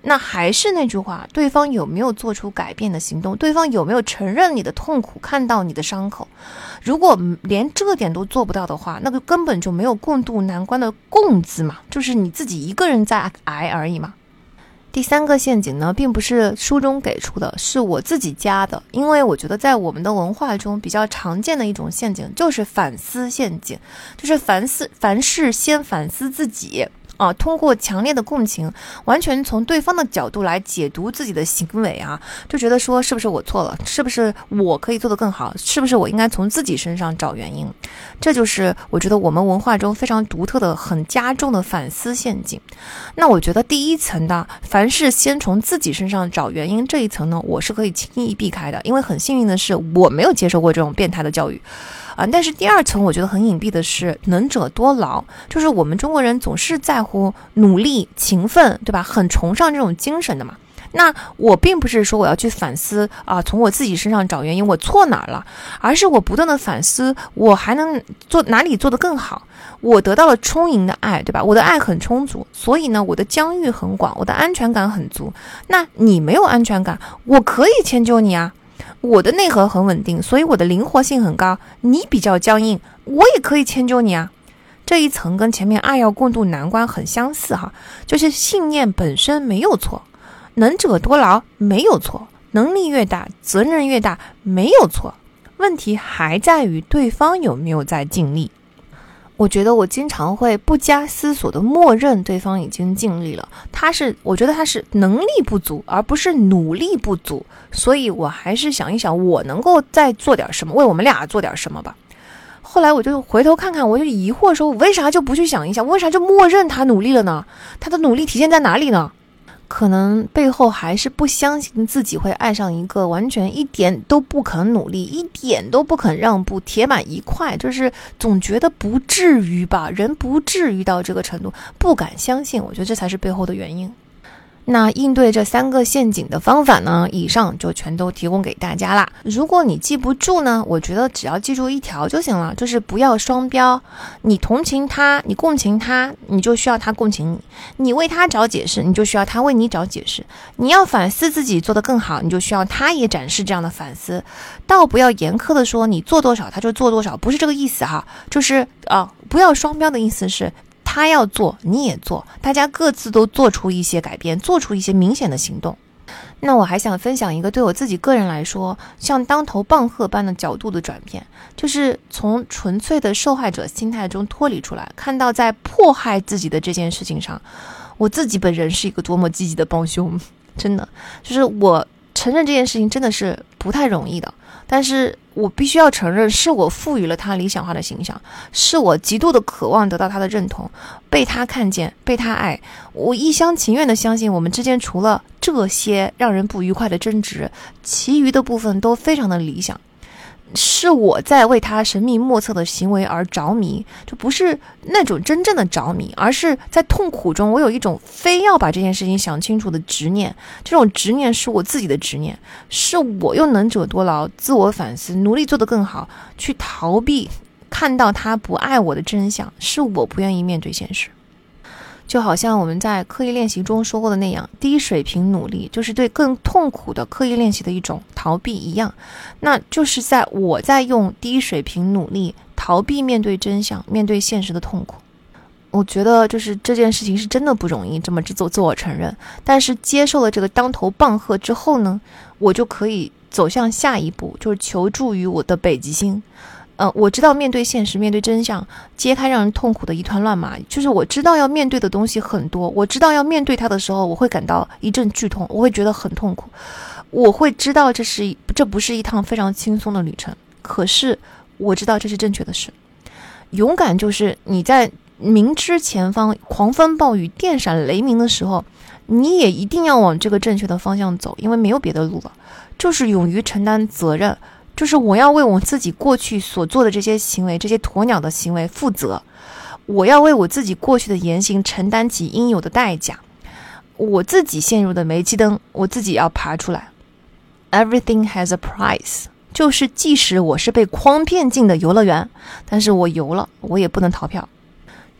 那还是那句话，对方有没有做出改变的行动？对方有没有承认你的痛苦，看到你的伤口？如果连这点都做不到的话，那个根本就没有共度难关的共字嘛，就是你自己一个人在挨而已嘛。第三个陷阱呢，并不是书中给出的，是我自己加的。因为我觉得在我们的文化中比较常见的一种陷阱就是反思陷阱，就是凡事先反思自己通过强烈的共情，完全从对方的角度来解读自己的行为就觉得说是不是我错了，是不是我可以做得更好，是不是我应该从自己身上找原因。这就是我觉得我们文化中非常独特的很加重的反思陷阱。那我觉得第一层的凡事先从自己身上找原因这一层呢，我是可以轻易避开的，因为很幸运的是我没有接受过这种变态的教育但是第二层我觉得很隐蔽的是能者多劳，就是我们中国人总是在乎努力勤奋，对吧？很崇尚这种精神的嘛。那我并不是说我要去反思从我自己身上找原因，我错哪儿了，而是我不断的反思，我还能做哪里做得更好。我得到了充盈的爱，对吧？我的爱很充足，所以呢，我的疆域很广，我的安全感很足。那你没有安全感，我可以迁就你啊。我的内核很稳定，所以我的灵活性很高，你比较僵硬，我也可以迁就你啊。这一层跟前面爱要共度难关很相似就是信念本身没有错，能者多劳没有错，能力越大责任越大没有错，问题还在于对方有没有在尽力。我觉得我经常会不加思索的默认对方已经尽力了，我觉得他是能力不足而不是努力不足，所以我还是想一想我能够再做点什么，为我们俩做点什么吧。后来我就回头看看，我就疑惑说，我为啥就不去想一想，为啥就默认他努力了呢？他的努力体现在哪里呢？可能背后还是不相信自己会爱上一个完全一点都不肯努力，一点都不肯让步，铁板一块，就是总觉得不至于吧，人不至于到这个程度，不敢相信。我觉得这才是背后的原因。那应对这三个陷阱的方法呢，以上就全都提供给大家啦。如果你记不住呢，我觉得只要记住一条就行了，就是不要双标。你同情他，你共情他，你就需要他共情你；你为他找解释，你就需要他为你找解释；你要反思自己做得更好，你就需要他也展示这样的反思。倒不要严苛的说你做多少他就做多少，不是这个意思就是不要双标的意思是他要做你也做，大家各自都做出一些改变，做出一些明显的行动。那我还想分享一个对我自己个人来说像当头棒喝般的角度的转变，就是从纯粹的受害者心态中脱离出来，看到在迫害自己的这件事情上，我自己本人是一个多么积极的帮凶。真的就是我承认这件事情真的是不太容易的，但是我必须要承认，是我赋予了他理想化的形象，是我极度的渴望得到他的认同，被他看见，被他爱。我一厢情愿的相信我们之间除了这些让人不愉快的争执，其余的部分都非常的理想。是我在为他神秘莫测的行为而着迷，就不是那种真正的着迷，而是在痛苦中我有一种非要把这件事情想清楚的执念。这种执念是我自己的执念，是我用能者多劳自我反思，努力做得更好，去逃避看到他不爱我的真相，是我不愿意面对现实。就好像我们在刻意练习中说过的那样，低水平努力就是对更痛苦的刻意练习的一种逃避一样。那就是我在用低水平努力逃避面对真相，面对现实的痛苦。我觉得就是这件事情是真的不容易，这么自我承认。但是接受了这个当头棒喝之后呢，我就可以走向下一步，就是求助于我的北极星。我知道面对现实，面对真相，揭开让人痛苦的一团乱麻，就是我知道要面对的东西很多，我知道要面对它的时候，我会感到一阵剧痛，我会觉得很痛苦，我会知道这不是一趟非常轻松的旅程，可是我知道这是正确的事。勇敢就是你在明知前方狂风暴雨电闪雷鸣的时候，你也一定要往这个正确的方向走，因为没有别的路了。就是勇于承担责任，就是我要为我自己过去所做的这些行为，这些鸵鸟的行为负责，我要为我自己过去的言行承担起应有的代价。我自己陷入的煤气灯，我自己要爬出来。 Everything has a price， 就是即使我是被诓骗进的游乐园，但是我游了，我也不能逃票。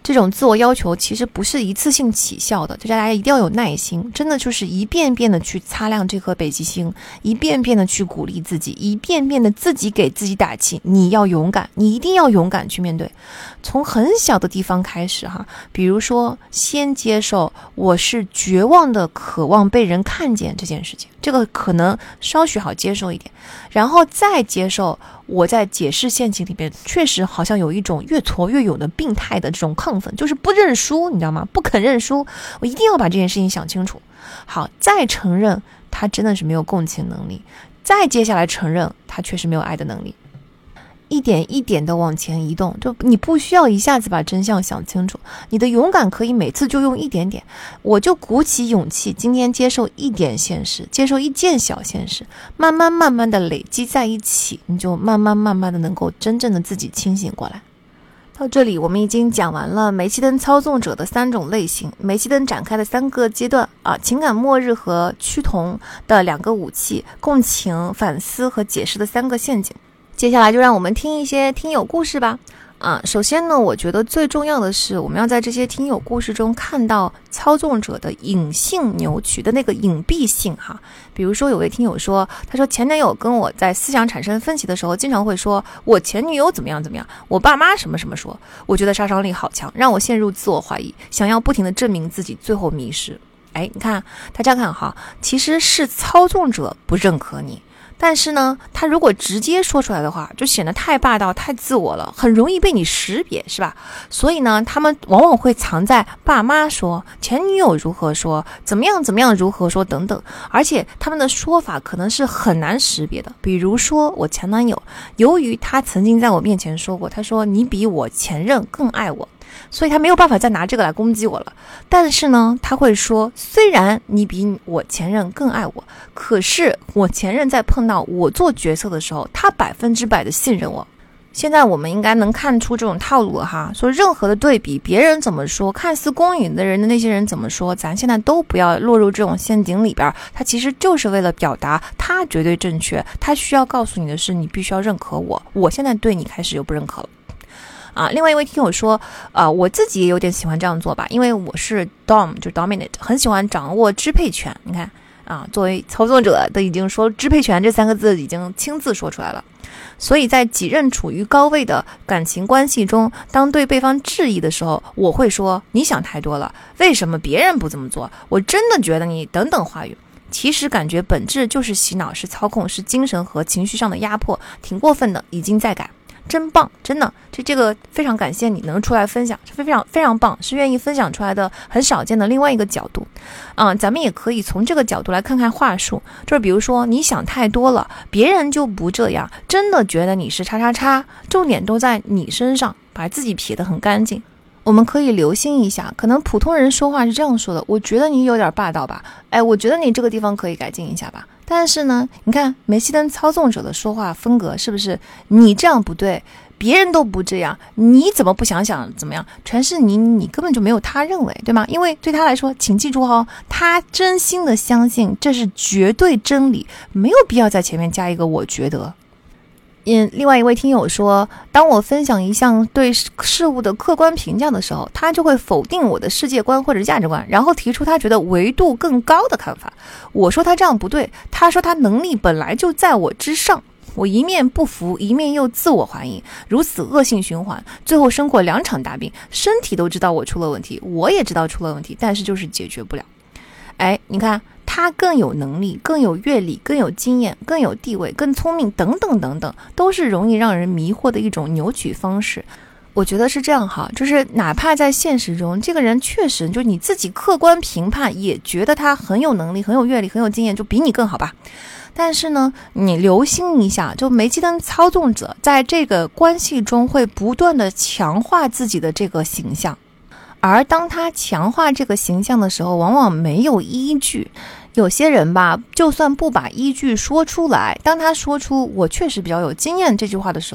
这种自我要求其实不是一次性起效的，就大家一定要有耐心，真的就是一遍遍的去擦亮这颗北极星，一遍遍的去鼓励自己，一遍遍的自己给自己打气。你要勇敢，你一定要勇敢去面对，从很小的地方开始哈，比如说先接受我是绝望的渴望被人看见这件事情，这个可能稍许好接受一点，然后再接受我在解释陷阱里面确实好像有一种越挫越勇的病态的这种亢奋，就是不认输，你知道吗？不肯认输，我一定要把这件事情想清楚。好，再承认他真的是没有共情能力，再接下来承认他确实没有爱的能力，一点一点的往前移动，就你不需要一下子把真相想清楚，你的勇敢可以每次就用一点点，我就鼓起勇气，今天接受一点现实，接受一件小现实，慢慢的累积在一起，你就慢慢的能够真正的自己清醒过来。到这里我们已经讲完了煤气灯操纵者的3种类型，煤气灯展开的3个阶段啊，情感末日和趋同的2个武器，共情、反思和解释的3个陷阱。接下来就让我们听一些听友故事吧。首先呢，我觉得最重要的是我们要在这些听友故事中看到操纵者的隐性扭曲的那个隐蔽性哈。比如说有位听友说，他说前男友跟我在思想产生分歧的时候，经常会说我前女友怎么样怎么样，我爸妈什么什么说，我觉得杀伤力好强，让我陷入自我怀疑，想要不停地证明自己，最后迷失。你看大家看哈，其实是操纵者不认可你，但是呢，他如果直接说出来的话，就显得太霸道、太自我了，很容易被你识别，是吧？所以呢，他们往往会藏在爸妈说、前女友如何说、怎么样如何说等等，而且他们的说法可能是很难识别的。比如说我前男友，由于他曾经在我面前说过，他说你比我前任更爱我，所以他没有办法再拿这个来攻击我了。但是呢，他会说，虽然你比我前任更爱我，可是我前任在碰到我做决策的时候，他100%的信任我。现在我们应该能看出这种套路了哈，说任何的对比，别人怎么说，看似公允的人的那些人怎么说，咱现在都不要落入这种陷阱里边。他其实就是为了表达他绝对正确，他需要告诉你的是，你必须要认可我，我现在对你开始又不认可了。另外一位听友说，我自己也有点喜欢这样做吧，因为我是 Dom， 就 Dominate， 很喜欢掌握支配权。你看作为操纵者都已经说支配权这3个字已经亲自说出来了。所以在几任处于高位的感情关系中，当对对方质疑的时候，我会说你想太多了，为什么别人不这么做，我真的觉得你等等话语。其实感觉本质就是洗脑，是操控，是精神和情绪上的压迫，挺过分的，已经在改。真棒，真的，这个非常感谢你能出来分享，是非常棒，是愿意分享出来的很少见的另外一个角度。咱们也可以从这个角度来看看话术，就是比如说你想太多了，别人就不这样，真的觉得你是叉叉叉，重点都在你身上，把自己撇得很干净。我们可以留心一下，可能普通人说话是这样说的，我觉得你有点霸道吧，我觉得你这个地方可以改进一下吧。但是呢，你看煤气灯操纵者的说话风格是不是，你这样不对，别人都不这样，你怎么不想想怎么样，全是你根本就没有他认为，对吗？因为对他来说，请记住他真心的相信这是绝对真理，没有必要在前面加一个我觉得。另外一位听友说，当我分享一项对事物的客观评价的时候，他就会否定我的世界观或者价值观，然后提出他觉得维度更高的看法。我说他这样不对，他说他能力本来就在我之上。我一面不服，一面又自我怀疑，如此恶性循环，最后生过2场大病，身体都知道我出了问题，我也知道出了问题，但是就是解决不了。你看他更有能力，更有阅历，更有经验，更有地位，更聪明等等等等，都是容易让人迷惑的一种扭曲方式。我觉得是这样哈，就是哪怕在现实中，这个人确实就你自己客观评判也觉得他很有能力，很有阅历，很有经验，就比你更好吧。但是呢，你留心一下，就煤气灯操纵者在这个关系中会不断的强化自己的这个形象，而当他强化这个形象的时候，往往没有依据。有些人吧，就算不把依据说出来，当他说出我确实比较有经验这句话的时候，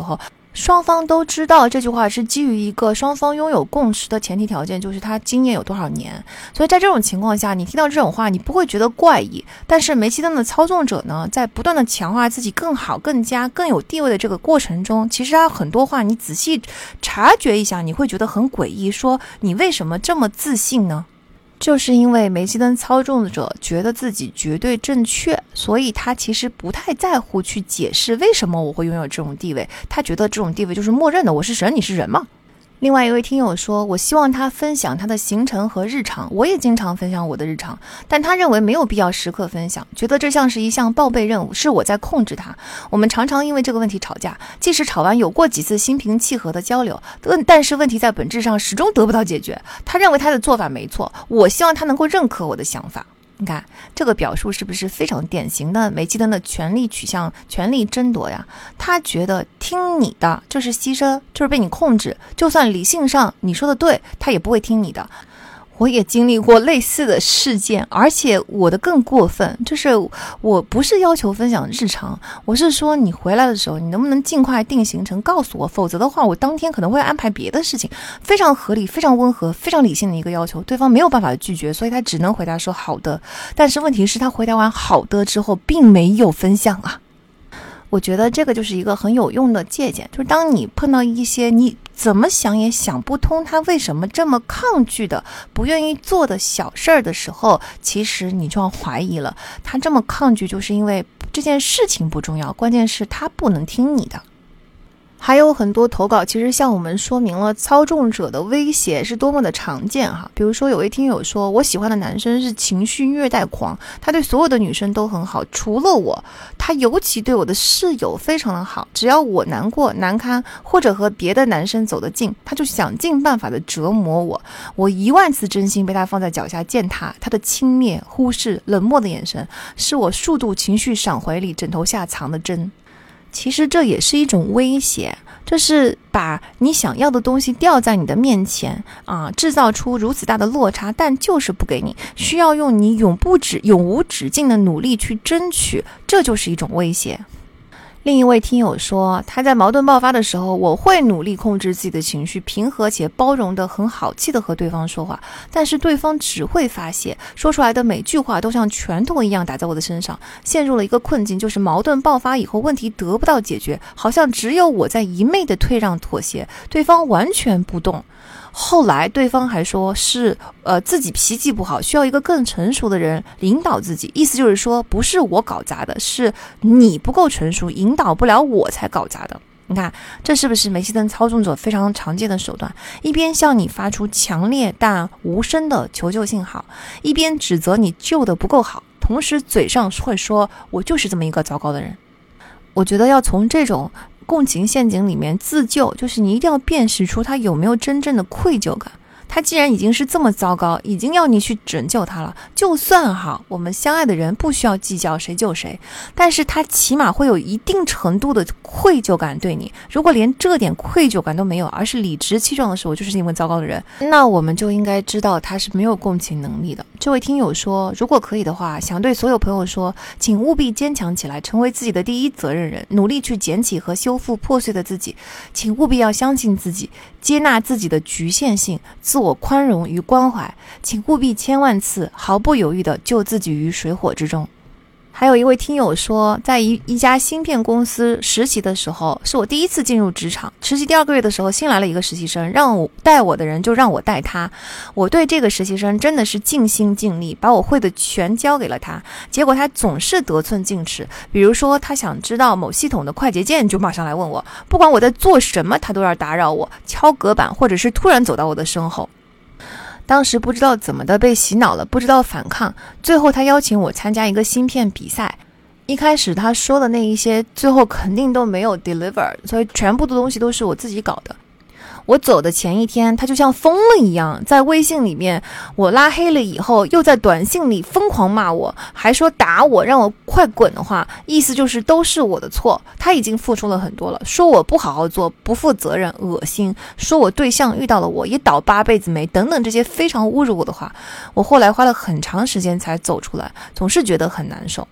双方都知道这句话是基于一个双方拥有共识的前提条件，就是他经验有多少年。所以在这种情况下，你听到这种话，你不会觉得怪异。但是煤气灯的操纵者呢，在不断的强化自己更好、更有地位的这个过程中，其实他很多话你仔细察觉一下，你会觉得很诡异，说你为什么这么自信呢？就是因为煤气灯操纵者觉得自己绝对正确，所以他其实不太在乎去解释为什么我会拥有这种地位，他觉得这种地位就是默认的，我是神，你是人嘛。另外一位听友说，我希望他分享他的行程和日常，我也经常分享我的日常，但他认为没有必要时刻分享，觉得这像是一项报备任务，是我在控制他。我们常常因为这个问题吵架，即使吵完有过几次心平气和的交流，但是问题在本质上始终得不到解决。他认为他的做法没错，我希望他能够认可我的想法。你看这个表述是不是非常典型的煤气灯的权力取向、权力争夺呀？他觉得听你的就是牺牲，就是被你控制，就算理性上你说的对，他也不会听你的。我也经历过类似的事件，而且我的更过分，就是我不是要求分享日常，我是说你回来的时候，你能不能尽快定行程告诉我，否则的话我当天可能会安排别的事情。非常合理、非常温和、非常理性的一个要求，对方没有办法拒绝，所以他只能回答说好的。但是问题是，他回答完好的之后并没有分享啊。我觉得这个就是一个很有用的借鉴，就是当你碰到一些你怎么想也想不通他为什么这么抗拒的、不愿意做的小事儿的时候，其实你就要怀疑了，他这么抗拒就是因为这件事情不重要，关键是他不能听你的。还有很多投稿其实向我们说明了操纵者的威胁是多么的常见哈。比如说有位听友说，我喜欢的男生是情绪虐待狂，他对所有的女生都很好，除了我，他尤其对我的室友非常的好，只要我难过难堪或者和别的男生走得近，他就想尽办法的折磨我，我10000次真心被他放在脚下践踏，他的轻蔑、忽视、冷漠的眼神是我数度情绪闪回里枕头下藏的针。其实这也是一种威胁，这是把你想要的东西吊在你的面前制造出如此大的落差，但就是不给你，需要用你永无止境的努力去争取，这就是一种威胁。另一位听友说，他在矛盾爆发的时候，我会努力控制自己的情绪，平和且包容的很好气的和对方说话，但是对方只会发泄，说出来的每句话都像拳头一样打在我的身上，陷入了一个困境，就是矛盾爆发以后问题得不到解决，好像只有我在一昧的退让妥协，对方完全不动。后来对方还说是自己脾气不好，需要一个更成熟的人引导自己，意思就是说不是我搞砸的，是你不够成熟，引导不了我才搞砸的。你看这是不是煤气灯操纵者非常常见的手段，一边向你发出强烈但无声的求救信号，一边指责你救得不够好，同时嘴上会说我就是这么一个糟糕的人。我觉得要从这种共情陷阱里面自救，就是你一定要辨识出他有没有真正的愧疚感。他既然已经是这么糟糕，已经要你去拯救他了，就算好我们相爱的人不需要计较谁救谁，但是他起码会有一定程度的愧疚感对你。如果连这点愧疚感都没有，而是理直气壮的说我就是因为糟糕的人，那我们就应该知道他是没有共情能力的。这位听友说，如果可以的话，想对所有朋友说，请务必坚强起来，成为自己的第一责任人，努力去捡起和修复破碎的自己，请务必要相信自己，接纳自己的局限性，自我宽容与关怀，请务必千万次毫不犹豫地救自己于水火之中。还有一位听友说，在一家芯片公司实习的时候，是我第一次进入职场，实习第2个月的时候，新来了一个实习生，让我带我的人就让我带他，我对这个实习生真的是尽心尽力，把我会的全交给了他，结果他总是得寸进尺，比如说他想知道某系统的快捷键，就马上来问我，不管我在做什么，他都要打扰我，敲隔板，或者是突然走到我的身后。当时不知道怎么的被洗脑了，不知道反抗，最后他邀请我参加一个芯片比赛，一开始他说的那一些最后肯定都没有 deliver， 所以全部的东西都是我自己搞的。我走的前一天，他就像疯了一样，在微信里面我拉黑了以后，又在短信里疯狂骂我，还说打我让我快滚的话，意思就是都是我的错，他已经付出了很多了，说我不好好做，不负责任，恶心，说我对象遇到了我也倒8辈子霉等等，这些非常侮辱我的话，我后来花了很长时间才走出来，总是觉得很难受。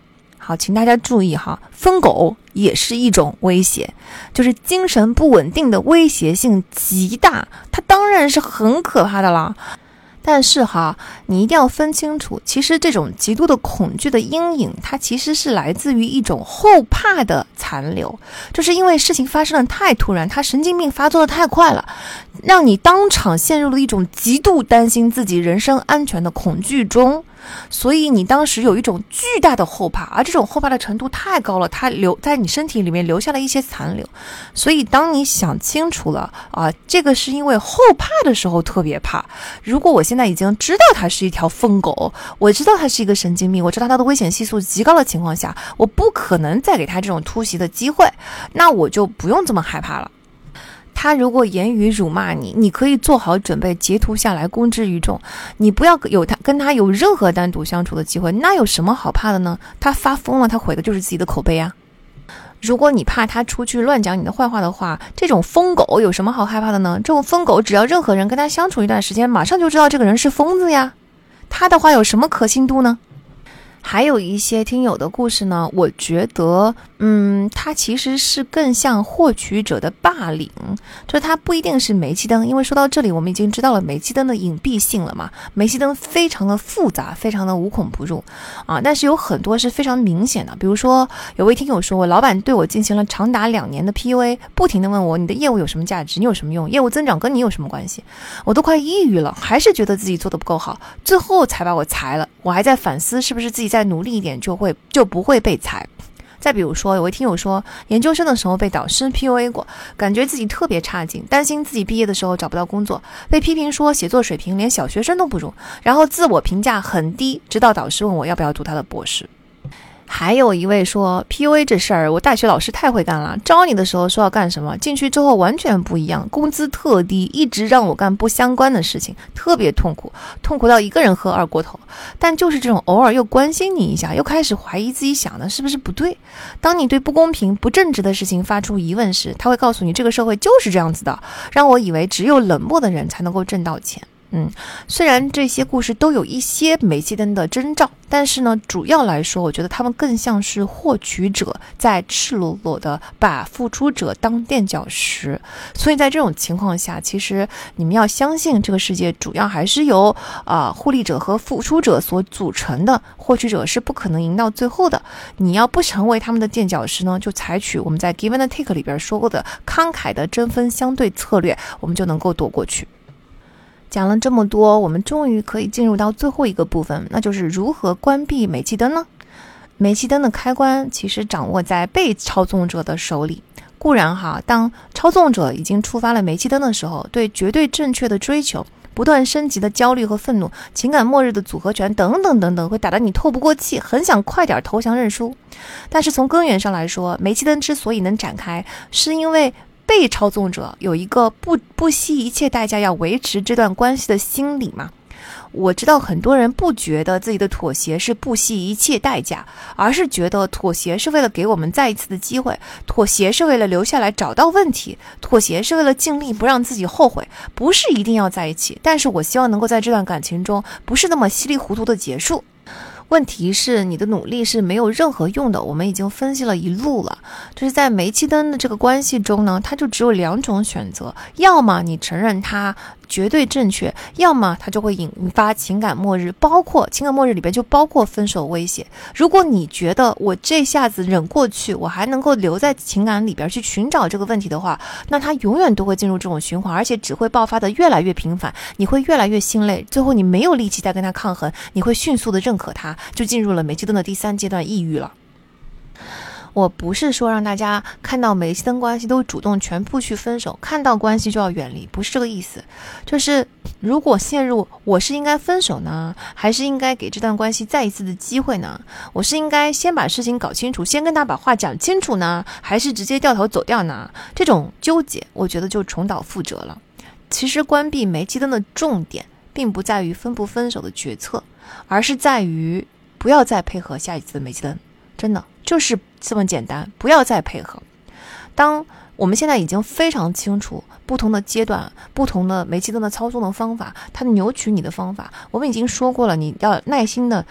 好，请大家注意哈，疯狗也是一种威胁，就是精神不稳定的威胁性极大，它当然是很可怕的啦。但是哈，你一定要分清楚，其实这种极度的恐惧的阴影，它其实是来自于一种后怕的残留，就是因为事情发生的太突然，他神经病发作的太快了，让你当场陷入了一种极度担心自己人身安全的恐惧中，所以你当时有一种巨大的后怕，而这种后怕的程度太高了，它留在你身体里面留下了一些残留。所以当你想清楚了这个是因为后怕的时候特别怕。如果我现在已经知道它是一条疯狗，我知道它是一个神经病，我知道它的危险系数极高的情况下，我不可能再给它这种突袭的机会，那我就不用这么害怕了。他如果言语辱骂你，你可以做好准备截图下来公之于众，你不要跟他有任何单独相处的机会，那有什么好怕的呢？他发疯了，他毁的就是自己的口碑啊。如果你怕他出去乱讲你的坏话的话，这种疯狗有什么好害怕的呢？这种疯狗只要任何人跟他相处一段时间，马上就知道这个人是疯子呀，他的话有什么可信度呢？还有一些听友的故事呢，我觉得它其实是更像获取者的霸凌，就是它不一定是煤气灯，因为说到这里我们已经知道了煤气灯的隐蔽性了嘛，煤气灯非常的复杂，非常的无孔不入但是有很多是非常明显的。比如说有位听友说，我老板对我进行了长达2年的 PUA， 不停的问我你的业务有什么价值，你有什么用，业务增长跟你有什么关系，我都快抑郁了，还是觉得自己做的不够好，最后才把我裁了。我还在反思是不是自己再努力一点就不会被裁。再比如说有位听友说，研究生的时候被导师 PUA 过，感觉自己特别差劲，担心自己毕业的时候找不到工作，被批评说写作水平连小学生都不如，然后自我评价很低，直到导师问我要不要读他的博士。还有一位说 PUA 这事儿我大学老师太会干了，招你的时候说要干什么，进去之后完全不一样，工资特低，一直让我干不相关的事情，特别痛苦到一个人喝2锅头。但就是这种偶尔又关心你一下，又开始怀疑自己想的是不是不对。当你对不公平不正直的事情发出疑问时，他会告诉你这个社会就是这样子的，让我以为只有冷漠的人才能够挣到钱。虽然这些故事都有一些煤气灯的征兆，但是呢，主要来说，我觉得他们更像是获取者在赤裸裸的把付出者当垫脚石。所以在这种情况下，其实你们要相信这个世界主要还是由互利者和付出者所组成的，获取者是不可能赢到最后的。你要不成为他们的垫脚石呢，就采取我们在 Give and Take 里边说过的慷慨的针锋相对策略，我们就能够躲过去。讲了这么多，我们终于可以进入到最后一个部分，那就是如何关闭煤气灯呢？煤气灯的开关其实掌握在被操纵者的手里。固然当操纵者已经触发了煤气灯的时候，对绝对正确的追求，不断升级的焦虑和愤怒，情感末日的组合拳等等等等，会打得你透不过气，很想快点投降认输。但是从根源上来说，煤气灯之所以能展开，是因为被操纵者有一个不惜一切代价要维持这段关系的心理嘛。我知道很多人不觉得自己的妥协是不惜一切代价，而是觉得妥协是为了给我们再一次的机会，妥协是为了留下来找到问题，妥协是为了尽力不让自己后悔，不是一定要在一起，但是我希望能够在这段感情中不是那么稀里糊涂的结束。问题是你的努力是没有任何用的，我们已经分析了一路了。就是在煤气灯的这个关系中呢，它就只有2种选择，要么你承认它绝对正确，要么它就会引发情感末日，包括情感末日里边就包括分手威胁。如果你觉得我这下子忍过去，我还能够留在情感里边去寻找这个问题的话，那它永远都会进入这种循环，而且只会爆发的越来越频繁，你会越来越心累，最后你没有力气再跟他抗衡，你会迅速的认可他，就进入了煤气灯的第3阶段，抑郁了。我不是说让大家看到煤气灯关系都主动全部去分手，看到关系就要远离，不是这个意思。就是如果陷入我是应该分手呢，还是应该给这段关系再一次的机会呢？我是应该先把事情搞清楚，先跟他把话讲清楚呢，还是直接掉头走掉呢？这种纠结我觉得就重蹈覆辙了。其实关闭煤气灯的重点并不在于分不分手的决策，而是在于不要再配合下一次的煤气灯，真的就是这么简单，不要再配合。当我们现在已经非常清楚不同的阶段，不同的煤气灯的操纵的方法，它扭曲你的方法，我们已经说过了，你要耐心的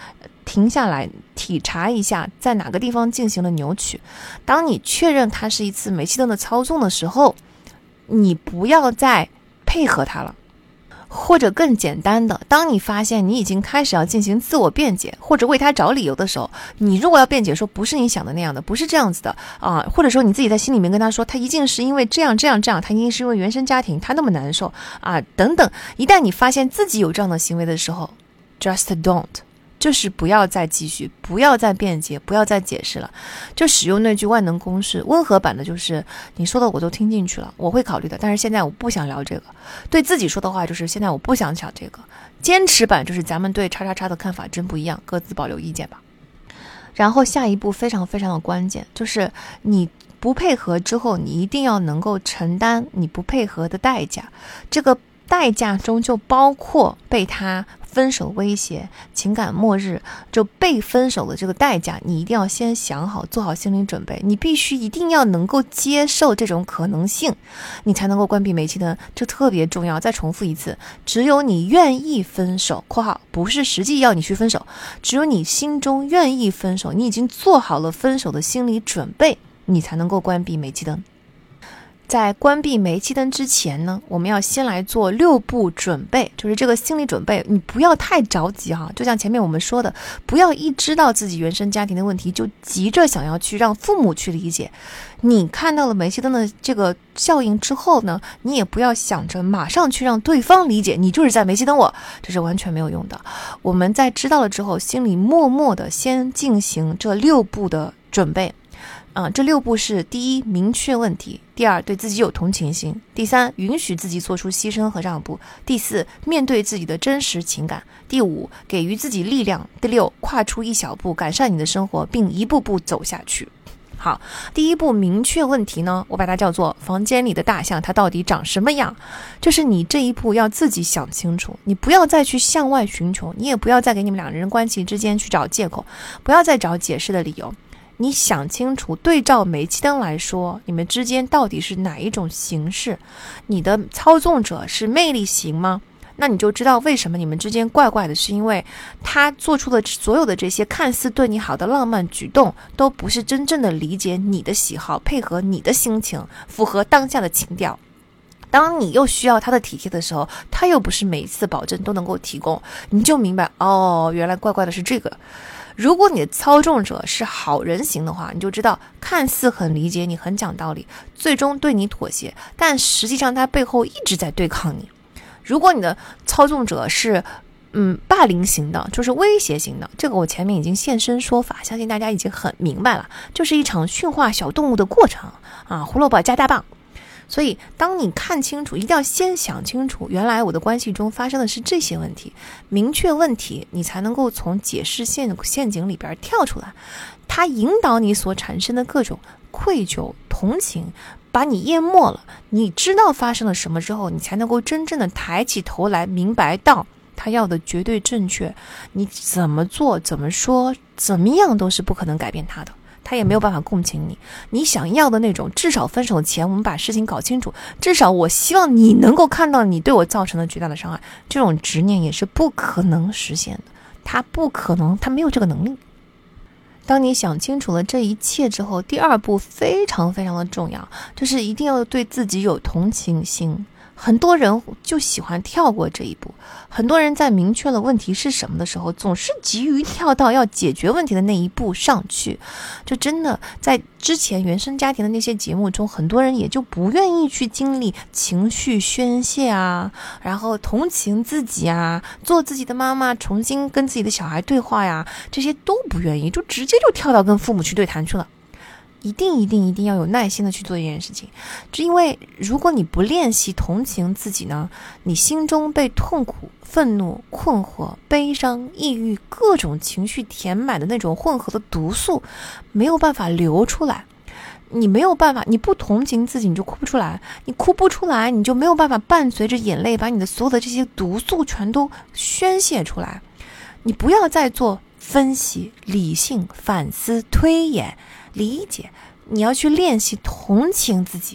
停下来体察一下在哪个地方进行了扭曲。当你确认它是一次煤气灯的操纵的时候，你不要再配合它了。或者更简单的，当你发现你已经开始要进行自我辩解或者为他找理由的时候，你如果要辩解说不是你想的那样的，不是这样子的或者说你自己在心里面跟他说他一定是因为这样，他一定是因为原生家庭他那么难受等等，一旦你发现自己有这样的行为的时候 just don't， 就是不要再继续，不要再辩解，不要再解释了，就使用那句万能公式，温和版的就是你说的我都听进去了，我会考虑的，但是现在我不想聊这个。对自己说的话就是现在我不想讲这个。坚持版就是咱们对叉叉叉的看法真不一样，各自保留意见吧。然后下一步非常非常的关键，就是你不配合之后，你一定要能够承担你不配合的代价。这个代价中就包括被他分手威胁、情感末日，就被分手的这个代价，你一定要先想好，做好心理准备。你必须一定要能够接受这种可能性，你才能够关闭煤气灯，这特别重要。再重复一次，只有你愿意分手（括号不是实际要你去分手），只有你心中愿意分手，你已经做好了分手的心理准备，你才能够关闭煤气灯。在关闭煤气灯之前呢，我们要先来做6步准备，就是这个心理准备，你不要太着急就像前面我们说的，不要一知道自己原生家庭的问题就急着想要去让父母去理解。你看到了煤气灯的这个效应之后呢，你也不要想着马上去让对方理解你就是在煤气灯我，这是完全没有用的。我们在知道了之后，心里默默的先进行这6步的准备。这6步是：第一，明确问题；第二，对自己有同情心；第三，允许自己做出牺牲和让步；第四，面对自己的真实情感；第五，给予自己力量；第六，跨出一小步，改善你的生活，并一步步走下去。好，第一步明确问题呢，我把它叫做房间里的大象它到底长什么样，就是你这一步要自己想清楚，你不要再去向外寻求，你也不要再给你们两人关系之间去找借口，不要再找解释的理由。你想清楚，对照煤气灯来说，你们之间到底是哪一种形式？你的操纵者是魅力型吗？那你就知道为什么你们之间怪怪的，是因为他做出的所有的这些看似对你好的浪漫举动，都不是真正的理解你的喜好，配合你的心情，符合当下的情调。当你又需要他的体贴的时候，他又不是每一次保证都能够提供，你就明白原来怪怪的是这个。如果你的操纵者是好人型的话，你就知道看似很理解你，很讲道理，最终对你妥协，但实际上他背后一直在对抗你。如果你的操纵者是霸凌型的，就是威胁型的，这个我前面已经现身说法，相信大家已经很明白了，就是一场驯化小动物的过程胡萝卜加大棒。所以当你看清楚，一定要先想清楚，原来我的关系中发生的是这些问题，明确问题，你才能够从解释陷阱里边跳出来。它引导你所产生的各种愧疚、同情，把你淹没了。你知道发生了什么之后，你才能够真正的抬起头来，明白到他要的绝对正确，你怎么做、怎么说、怎么样都是不可能改变他的。他也没有办法共情你，你想要的那种至少分手前我们把事情搞清楚，至少我希望你能够看到你对我造成的巨大的伤害，这种执念也是不可能实现的，他不可能，他没有这个能力。当你想清楚了这一切之后，第2步非常非常的重要，就是一定要对自己有同情心。很多人就喜欢跳过这一步，很多人在明确了问题是什么的时候，总是急于跳到要解决问题的那一步上去。就真的在之前原生家庭的那些节目中，很多人也就不愿意去经历情绪宣泄然后同情自己做自己的妈妈，重新跟自己的小孩对话这些都不愿意，就直接就跳到跟父母去对谈去了。一定要有耐心的去做这件事情，就因为如果你不练习同情自己呢，你心中被痛苦、愤怒、困惑、悲伤、抑郁各种情绪填满的那种混合的毒素没有办法流出来，你没有办法，你不同情自己你就哭不出来，你哭不出来你就没有办法伴随着眼泪把你的所有的这些毒素全都宣泄出来。你不要再做分析、理性、反思、推演、理解，你要去练习同情自己。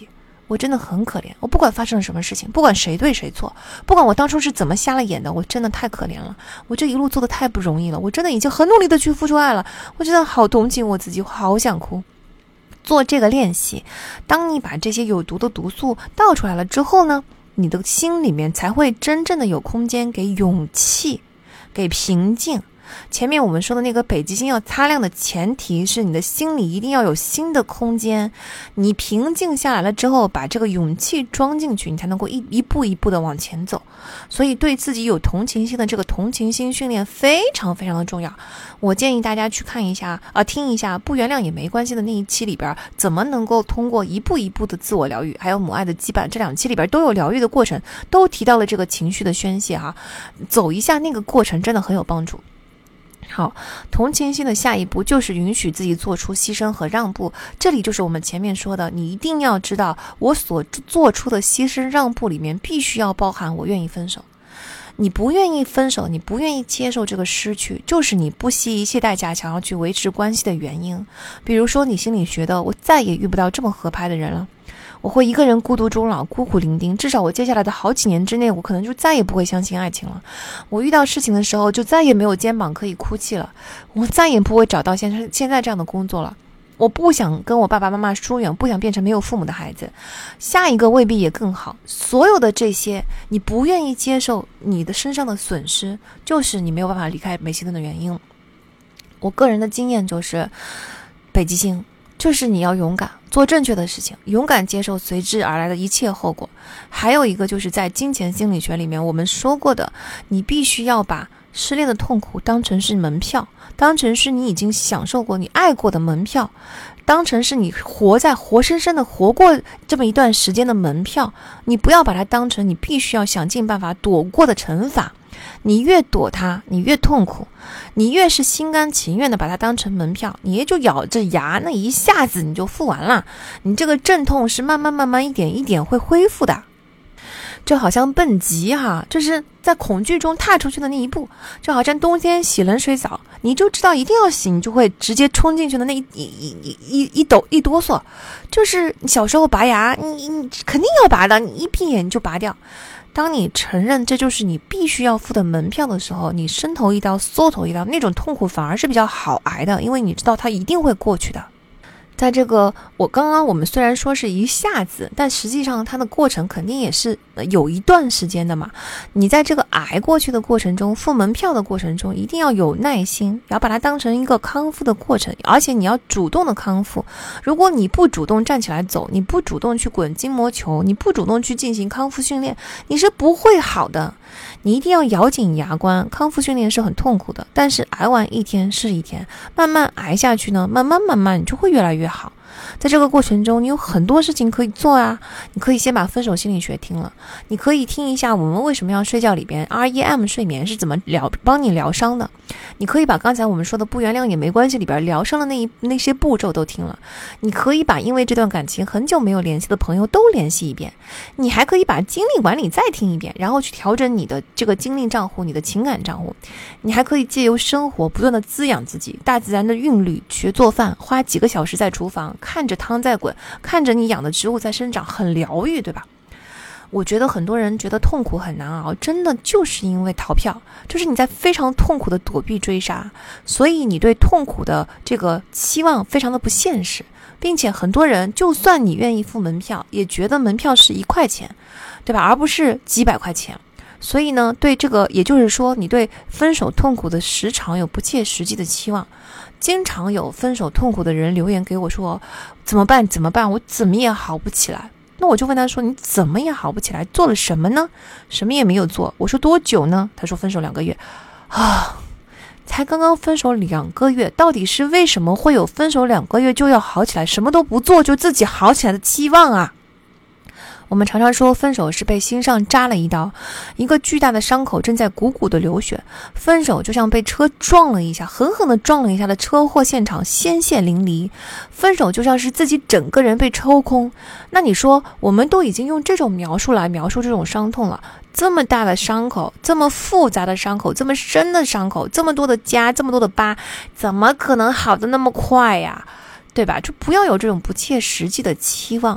我真的很可怜，我不管发生了什么事情，不管谁对谁错，不管我当初是怎么瞎了眼的，我真的太可怜了，我这一路做的太不容易了，我真的已经很努力的去付出爱了，我真的好同情我自己，好想哭。做这个练习，当你把这些有毒的毒素倒出来了之后呢，你的心里面才会真正的有空间给勇气，给平静。前面我们说的那个北极星要擦亮的前提是你的心里一定要有新的空间，你平静下来了之后，把这个勇气装进去，你才能够一步一步的往前走。所以对自己有同情心的这个同情心训练非常非常的重要。我建议大家去看一下听一下不原谅也没关系的那一期里边，怎么能够通过一步一步的自我疗愈，还有母爱的羁绊，这2期里边都有疗愈的过程，都提到了这个情绪的宣泄走一下那个过程真的很有帮助。好，同情心的下一步就是允许自己做出牺牲和让步。这里就是我们前面说的，你一定要知道我所做出的牺牲让步里面必须要包含我愿意分手。你不愿意分手，你不愿意接受这个失去，就是你不惜一切代价想要去维持关系的原因。比如说你心里觉得我再也遇不到这么合拍的人了，我会一个人孤独终老，孤苦伶仃，至少我接下来的好几年之内，我可能就再也不会相信爱情了。我遇到事情的时候就再也没有肩膀可以哭泣了，我再也不会找到现在这样的工作了。我不想跟我爸爸妈妈疏远，不想变成没有父母的孩子，下一个未必也更好。所有的这些你不愿意接受你的身上的损失，就是你没有办法离开梅西顿的原因。我个人的经验就是北极星就是你要勇敢做正确的事情，勇敢接受随之而来的一切后果。还有一个就是在金钱心理学里面我们说过的，你必须要把失恋的痛苦当成是门票，当成是你已经享受过你爱过的门票，当成是你活生生的活过这么一段时间的门票。你不要把它当成你必须要想尽办法躲过的惩罚，你越躲它你越痛苦，你越是心甘情愿的把它当成门票，你也就咬着牙，那一下子你就付完了。你这个阵痛是慢慢一点一点会恢复的。就好像蹦极就是在恐惧中踏出去的那一步，就好像冬天洗冷水澡，你就知道一定要洗，你就会直接冲进去的那一哆嗦。就是小时候拔牙，你肯定要拔的，你一闭眼就拔掉。当你承认这就是你必须要付的门票的时候，你伸头一刀缩头一刀，那种痛苦反而是比较好挨的，因为你知道它一定会过去的。在这个我们虽然说是一下子，但实际上它的过程肯定也是有一段时间的嘛。你在这个挨过去的过程中，付门票的过程中，一定要有耐心，要把它当成一个康复的过程，而且你要主动的康复。如果你不主动站起来走，你不主动去滚筋膜球，你不主动去进行康复训练，你是不会好的。你一定要咬紧牙关，康复训练是很痛苦的，但是挨完一天是一天，慢慢挨下去呢，慢慢你就会越来越好。在这个过程中你有很多事情可以做你可以先把分手心理学听了，你可以听一下我们为什么要睡觉里边 REM 睡眠是怎么帮你疗伤的，你可以把刚才我们说的不原谅也没关系里边疗伤的那些步骤都听了，你可以把因为这段感情很久没有联系的朋友都联系一遍，你还可以把精力管理再听一遍，然后去调整你的这个精力账户，你的情感账户。你还可以借由生活不断的滋养自己，大自然的韵律，学做饭，花几个小时在厨房看着汤在滚，看着你养的植物在生长，很疗愈，对吧？我觉得很多人觉得痛苦很难熬，真的就是因为逃票，就是你在非常痛苦的躲避追杀，所以你对痛苦的这个期望非常的不现实，并且很多人就算你愿意付门票，也觉得门票是1块钱，对吧？而不是几百块钱。所以呢，对这个，也就是说你对分手痛苦的时长有不切实际的期望。经常有分手痛苦的人留言给我说，怎么办，我怎么也好不起来。那我就问他说，你怎么也好不起来，做了什么呢？什么也没有做。我说多久呢？他说分手2个月才刚刚分手2个月，到底是为什么会有分手2个月就要好起来，什么都不做就自己好起来的期望啊？我们常常说分手是被心上扎了一刀，一个巨大的伤口正在鼓鼓的流血，分手就像被车撞了一下，狠狠的撞了一下的车祸现场，鲜血淋漓，分手就像是自己整个人被抽空。那你说我们都已经用这种描述来描述这种伤痛了，这么大的伤口，这么复杂的伤口，这么深的伤口，这么多的痂，这么多的疤，怎么可能好的那么快呀？对吧？就不要有这种不切实际的期望。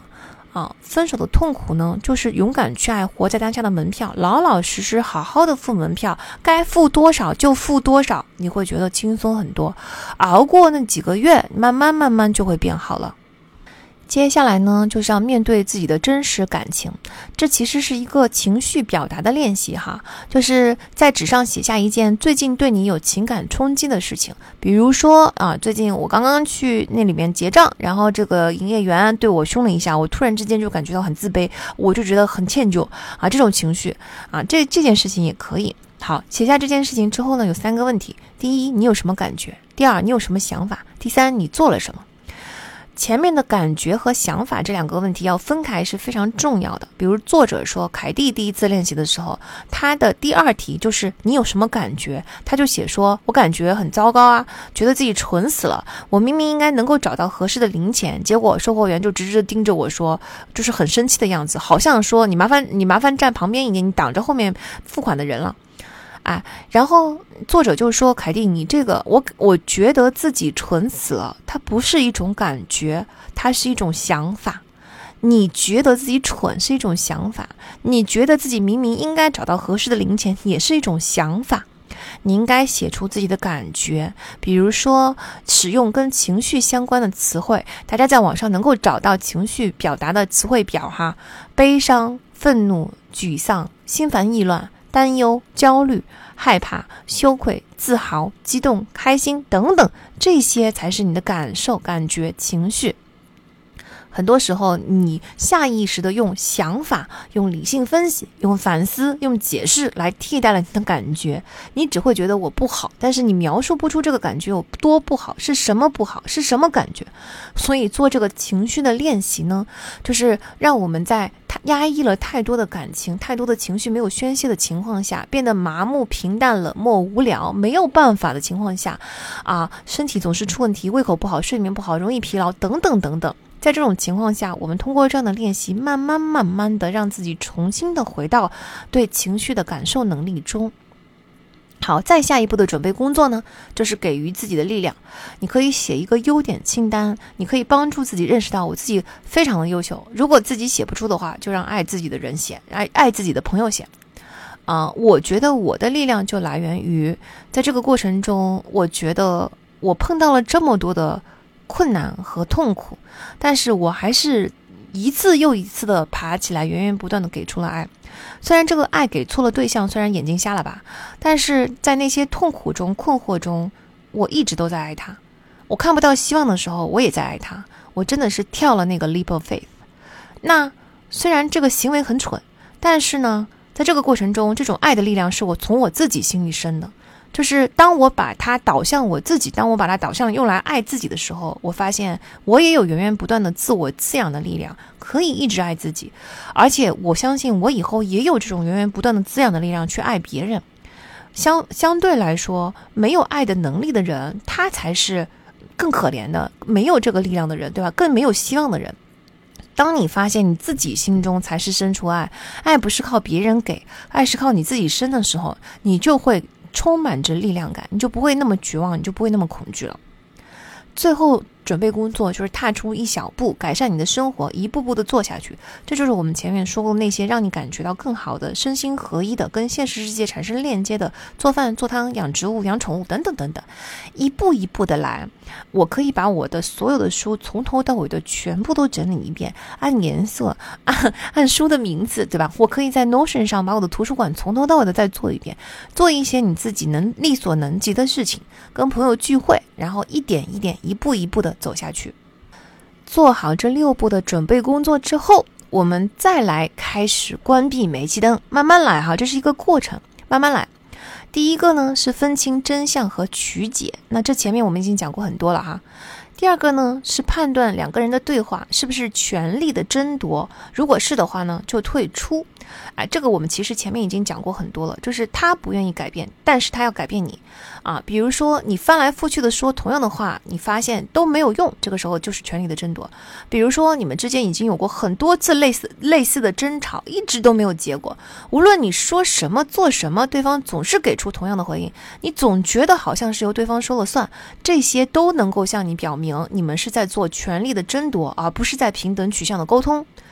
分手的痛苦呢，就是勇敢去爱，活在当下的门票，老老实实好好的付门票，该付多少就付多少，你会觉得轻松很多，熬过那几个月，慢慢就会变好了。接下来呢，就是要面对自己的真实感情，这其实是一个情绪表达的练习哈，就是在纸上写下一件最近对你有情感冲击的事情，比如说最近我刚刚去那里面结账，然后这个营业员对我凶了一下，我突然之间就感觉到很自卑，我就觉得很歉疚这种情绪这件事情也可以。好，写下这件事情之后呢，有3个问题：第一，你有什么感觉；第二，你有什么想法；第三，你做了什么。前面的感觉和想法这2个问题要分开是非常重要的。比如作者说凯蒂第一次练习的时候，他的第2题就是你有什么感觉，他就写说我感觉很糟糕觉得自己蠢死了，我明明应该能够找到合适的零钱，结果售货员就直直盯着我说，就是很生气的样子，好像说你麻烦站旁边一点，你挡着后面付款的人了然后作者就说凯蒂，你这个我觉得自己蠢死了，它不是一种感觉，它是一种想法。你觉得自己蠢是一种想法，你觉得自己明明应该找到合适的零钱也是一种想法。你应该写出自己的感觉，比如说使用跟情绪相关的词汇，大家在网上能够找到情绪表达的词汇表悲伤、愤怒、沮丧、心烦意乱、担忧、焦虑、害怕、羞愧、自豪、激动、开心等等，这些才是你的感受、感觉、情绪。很多时候你下意识的用想法、用理性分析、用反思、用解释来替代了你的感觉，你只会觉得我不好，但是你描述不出这个感觉有多不好，是什么不好，是什么感觉。所以做这个情绪的练习呢，就是让我们在压抑了太多的感情、太多的情绪没有宣泄的情况下，变得麻木、平淡、冷漠、无聊，没有办法的情况下身体总是出问题，胃口不好，睡眠不好，容易疲劳等等等等。在这种情况下，我们通过这样的练习，慢慢的让自己重新的回到对情绪的感受能力中。好，再下一步的准备工作呢，就是给予自己的力量。你可以写一个优点清单，你可以帮助自己认识到我自己非常的优秀。如果自己写不出的话，就让爱自己的人写，爱自己的朋友写。我觉得我的力量就来源于在这个过程中，我觉得我碰到了这么多的困难和痛苦，但是我还是一次又一次的爬起来，源源不断的给出了爱。虽然这个爱给错了对象，虽然眼睛瞎了吧，但是在那些痛苦中、困惑中，我一直都在爱他。我看不到希望的时候，我也在爱他。我真的是跳了那个 leap of faith。那虽然这个行为很蠢，但是呢，在这个过程中，这种爱的力量是我从我自己心里生的。就是当我把它导向我自己，当我把它导向用来爱自己的时候，我发现我也有源源不断的自我滋养的力量，可以一直爱自己。而且我相信我以后也有这种源源不断的滋养的力量去爱别人。相对来说，没有爱的能力的人，他才是更可怜的，没有这个力量的人，对吧？更没有希望的人。当你发现你自己心中才是生出爱，爱不是靠别人给，爱是靠你自己生的时候，你就会充满着力量感，你就不会那么绝望，你就不会那么恐惧了。最后准备工作就是踏出一小步，改善你的生活，一步步的做下去。这就是我们前面说过那些让你感觉到更好的、身心合一的、跟现实世界产生链接的做饭、做汤、养植物、养宠物等等等等，一步一步的来。我可以把我的所有的书从头到尾的全部都整理一遍，按颜色、按书的名字，对吧？我可以在 Notion 上把我的图书馆从头到尾的再做一遍，做一些你自己能力所能及的事情，跟朋友聚会，然后一点一点、一步一步的走下去。做好这6步的准备工作之后，我们再来开始关闭煤气灯，慢慢来这是一个过程，慢慢来。第一个呢是分清真相和曲解，那这前面我们已经讲过很多了第二个呢是判断2个人的对话是不是权力的争夺，如果是的话呢就退出。这个我们其实前面已经讲过很多了，就是他不愿意改变，但是他要改变你比如说你翻来覆去的说同样的话，你发现都没有用，这个时候就是权力的争夺。比如说你们之间已经有过很多次类似的争吵，一直都没有结果，无论你说什么做什么，对方总是给出同样的回应，你总觉得好像是由对方说了算，这些都能够向你表明你们是在做权力的争夺，而不是在平等取向的沟通。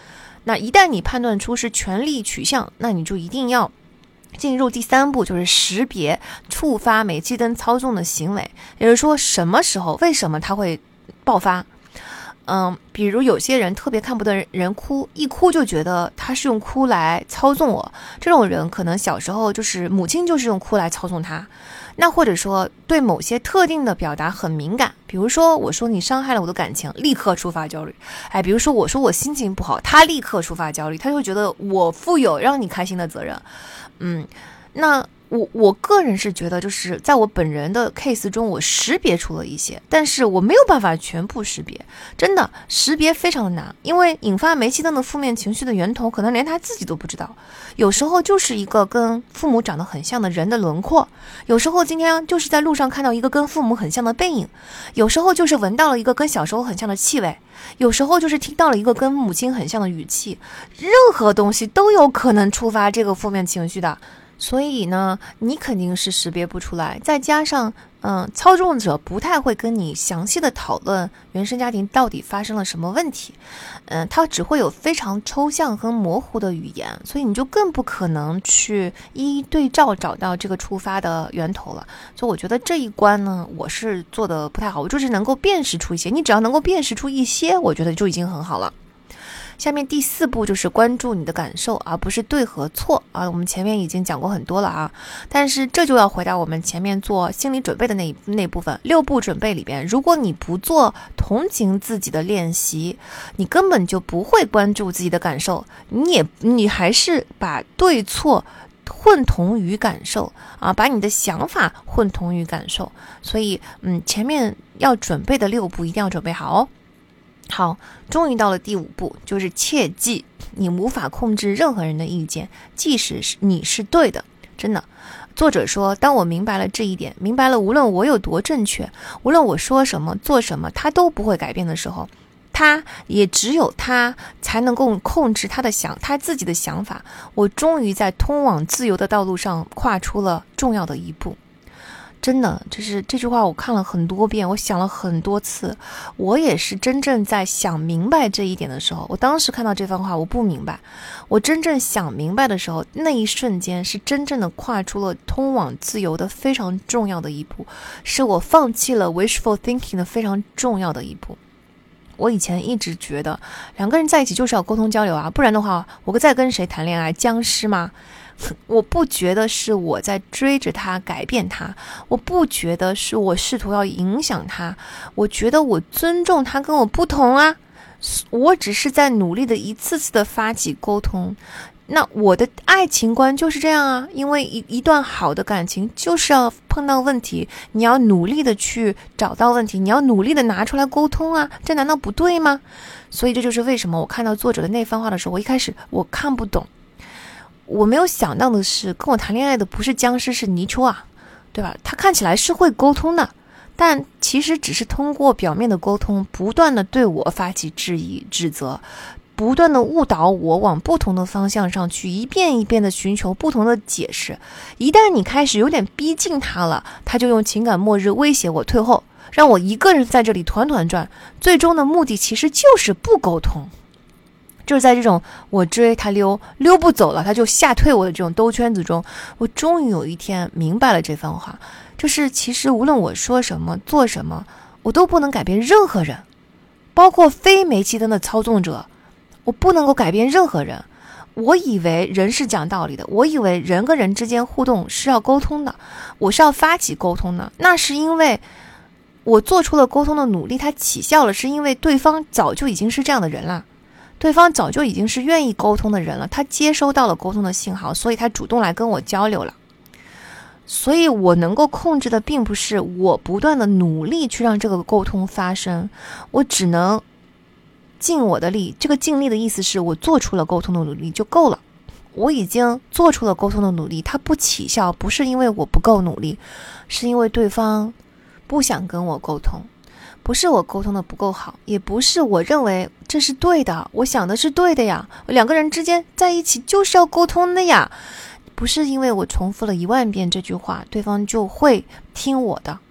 那一旦你判断出是权力取向，那你就一定要进入第3步，就是识别触发煤气灯操纵的行为，也就是说什么时候为什么它会爆发。比如有些人特别看不得人哭，一哭就觉得他是用哭来操纵我，这种人可能小时候就是母亲就是用哭来操纵他。那或者说对某些特定的表达很敏感，比如说我说你伤害了我的感情，立刻触发焦虑。比如说我说我心情不好，他立刻触发焦虑，他就会觉得我负有让你开心的责任。那我个人是觉得，就是在我本人的 case 中，我识别出了一些，但是我没有办法全部识别，真的识别非常的难，因为引发煤气灯的负面情绪的源头，可能连他自己都不知道。有时候就是一个跟父母长得很像的人的轮廓，有时候今天就是在路上看到一个跟父母很像的背影，有时候就是闻到了一个跟小时候很像的气味，有时候就是听到了一个跟母亲很像的语气，任何东西都有可能触发这个负面情绪的。所以呢，你肯定是识别不出来，再加上操纵者不太会跟你详细的讨论原生家庭到底发生了什么问题，他只会有非常抽象和模糊的语言，所以你就更不可能去一一对照找到这个触发的源头了。所以我觉得这一关呢，我是做的不太好，我就是能够辨识出一些，你只要能够辨识出一些，我觉得就已经很好了。下面第4步就是关注你的感受，而不是对和错啊。我们前面已经讲过很多了啊，但是这就要回到我们前面做心理准备的那部分6步准备里边，如果你不做同情自己的练习，你根本就不会关注自己的感受，你还是把对错混同于感受啊，把你的想法混同于感受。所以前面要准备的6步一定要准备好哦。好，终于到了第5步，就是切记你无法控制任何人的意见，即使是你是对的。真的，作者说，当我明白了这一点，明白了无论我有多正确，无论我说什么做什么他都不会改变的时候，他也只有他才能够控制他自己的想法。我终于在通往自由的道路上跨出了重要的一步。真的，就是这句话我看了很多遍，我想了很多次，我也是真正在想明白这一点的时候，我当时看到这番话我不明白，我真正想明白的时候，那一瞬间是真正的跨出了通往自由的非常重要的一步，是我放弃了 wishful thinking 的非常重要的一步。我以前一直觉得2个人在一起就是要沟通交流啊，不然的话我在跟谁谈恋爱，僵尸吗？我不觉得是我在追着他改变他，我不觉得是我试图要影响他，我觉得我尊重他跟我不同啊，我只是在努力的一次次的发起沟通。那我的爱情观就是这样啊，因为一段好的感情就是要碰到问题，你要努力的去找到问题，你要努力的拿出来沟通啊，这难道不对吗？所以这就是为什么我看到作者的那番话的时候，我一开始我看不懂。我没有想到的是，跟我谈恋爱的不是僵尸，是泥鳅啊，对吧？他看起来是会沟通的，但其实只是通过表面的沟通，不断的对我发起质疑、指责，不断的误导我往不同的方向上去，一遍一遍的寻求不同的解释。一旦你开始有点逼近他了，他就用情感末日威胁我退后，让我一个人在这里团团转，最终的目的其实就是不沟通。就是在这种我追他溜不走了，他就吓退我的这种兜圈子中，我终于有一天明白了这番话，就是其实无论我说什么做什么，我都不能改变任何人，包括非煤气灯的操纵者，我不能够改变任何人。我以为人是讲道理的，我以为人跟人之间互动是要沟通的，我是要发起沟通的，那是因为我做出了沟通的努力，它起效了，是因为对方早就已经是这样的人了，对方早就已经是愿意沟通的人了，他接收到了沟通的信号，所以他主动来跟我交流了。所以我能够控制的并不是我不断的努力去让这个沟通发生，我只能尽我的力。这个尽力的意思是我做出了沟通的努力就够了，我已经做出了沟通的努力，它不起效不是因为我不够努力，是因为对方不想跟我沟通，不是我沟通的不够好，也不是我认为这是对的，我想的是对的呀，2个人之间在一起就是要沟通的呀，不是因为我重复了10000遍这句话对方就会听我的，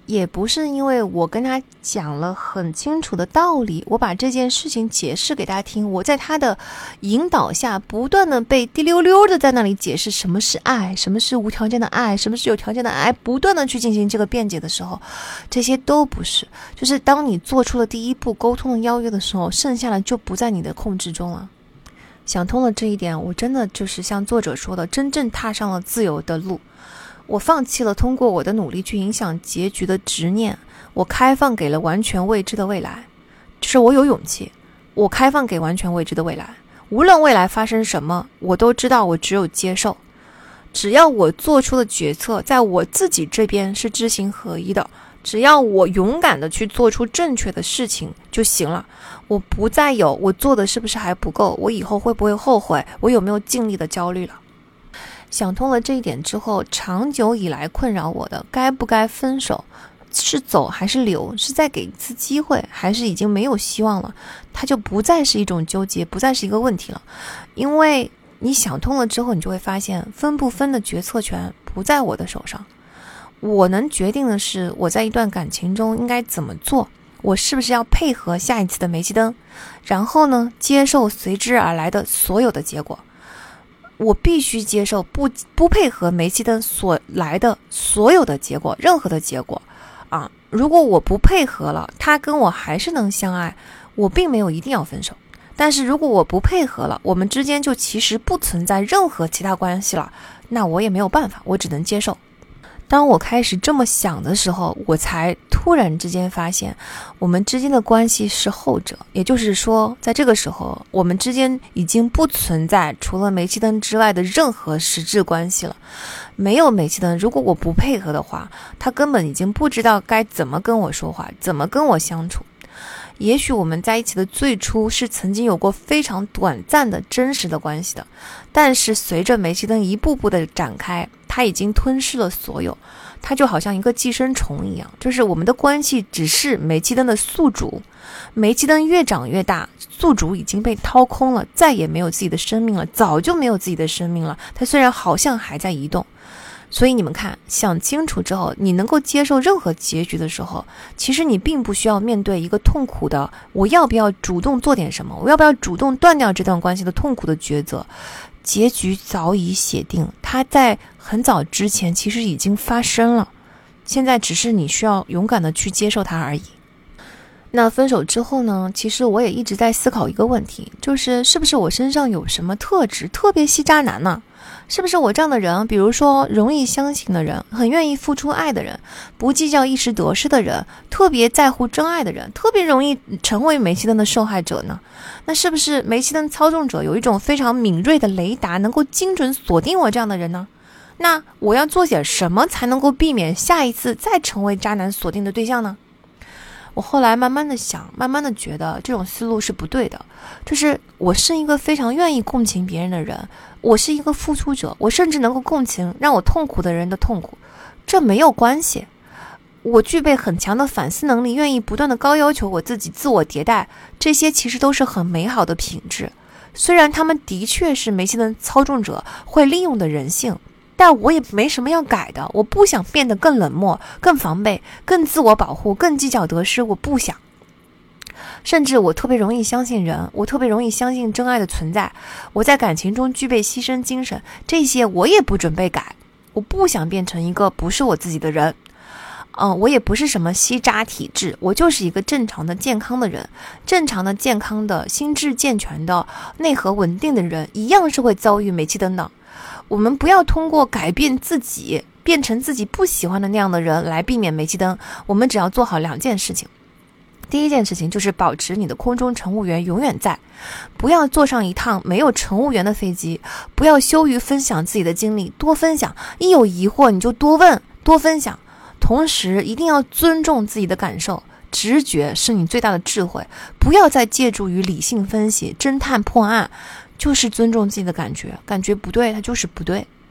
也不是因为我跟他讲了很清楚的道理，我把这件事情解释给他听，我在他的引导下不断的被滴溜溜的在那里解释什么是爱，什么是无条件的爱，什么是有条件的爱，不断的去进行这个辩解的时候，这些都不是，就是当你做出了第一步沟通的邀约的时候，剩下的就不在你的控制中了。想通了这一点，我真的就是像作者说的，真正踏上了自由的路。我放弃了通过我的努力去影响结局的执念，我开放给了完全未知的未来。就是我有勇气，我开放给完全未知的未来，无论未来发生什么，我都知道我只有接受。只要我做出的决策在我自己这边是知行合一的，只要我勇敢的去做出正确的事情就行了。我不再有我做的是不是还不够，我以后会不会后悔，我有没有尽力的焦虑了。想通了这一点之后，长久以来困扰我的该不该分手，是走还是留，是再给一次机会，还是已经没有希望了，它就不再是一种纠结，不再是一个问题了。因为你想通了之后，你就会发现分不分的决策权不在我的手上，我能决定的是我在一段感情中应该怎么做，我是不是要配合下一次的煤气灯，然后呢，接受随之而来的所有的结果。我必须接受不配合煤气灯所来的所有的结果，任何的结果啊！如果我不配合了，他跟我还是能相爱，我并没有一定要分手。但是如果我不配合了，我们之间就其实不存在任何其他关系了，那我也没有办法，我只能接受。当我开始这么想的时候，我才突然之间发现我们之间的关系是后者，也就是说在这个时候我们之间已经不存在除了煤气灯之外的任何实质关系了。没有煤气灯，如果我不配合的话，他根本已经不知道该怎么跟我说话，怎么跟我相处。也许我们在一起的最初是曾经有过非常短暂的真实的关系的，但是随着煤气灯一步步的展开，它已经吞噬了所有，它就好像一个寄生虫一样，就是我们的关系只是煤气灯的宿主，煤气灯越长越大，宿主已经被掏空了，再也没有自己的生命了，早就没有自己的生命了，它虽然好像还在移动。所以你们看，想清楚之后，你能够接受任何结局的时候，其实你并不需要面对一个痛苦的我要不要主动做点什么，我要不要主动断掉这段关系的痛苦的抉择。结局早已写定，它在很早之前其实已经发生了，现在只是你需要勇敢的去接受它而已。那分手之后呢，其实我也一直在思考一个问题，就是是不是我身上有什么特质特别吸渣男呢？是不是我这样的人，比如说容易相信的人，很愿意付出爱的人，不计较一时得失的人，特别在乎真爱的人，特别容易成为煤气灯的受害者呢？那是不是煤气灯操纵者有一种非常敏锐的雷达，能够精准锁定我这样的人呢？那我要做些什么才能够避免下一次再成为渣男锁定的对象呢？我后来慢慢的想，慢慢的觉得这种思路是不对的。就是我是一个非常愿意共情别人的人，我是一个付出者，我甚至能够共情让我痛苦的人的痛苦，这没有关系。我具备很强的反思能力，愿意不断的高要求我自己，自我迭代，这些其实都是很美好的品质。虽然他们的确是煤气灯操纵者会利用的人性，但我也没什么要改的，我不想变得更冷漠、更防备、更自我保护、更计较得失，我不想。甚至我特别容易相信人，我特别容易相信真爱的存在，我在感情中具备牺牲精神，这些我也不准备改，我不想变成一个不是我自己的人。我也不是什么吸渣体质，我就是一个正常的健康的人，正常的健康的心智健全的内核稳定的人一样是会遭遇煤气灯的。我们不要通过改变自己变成自己不喜欢的那样的人来避免煤气灯，我们只要做好2件事情。第一件事情就是保持你的空中乘务员永远在，不要坐上一趟没有乘务员的飞机，不要羞于分享自己的经历，多分享，一有疑惑你就多问多分享，同时一定要尊重自己的感受，直觉是你最大的智慧，不要再借助于理性分析侦探破案，就是尊重自己的感觉，感觉不对它就是不对。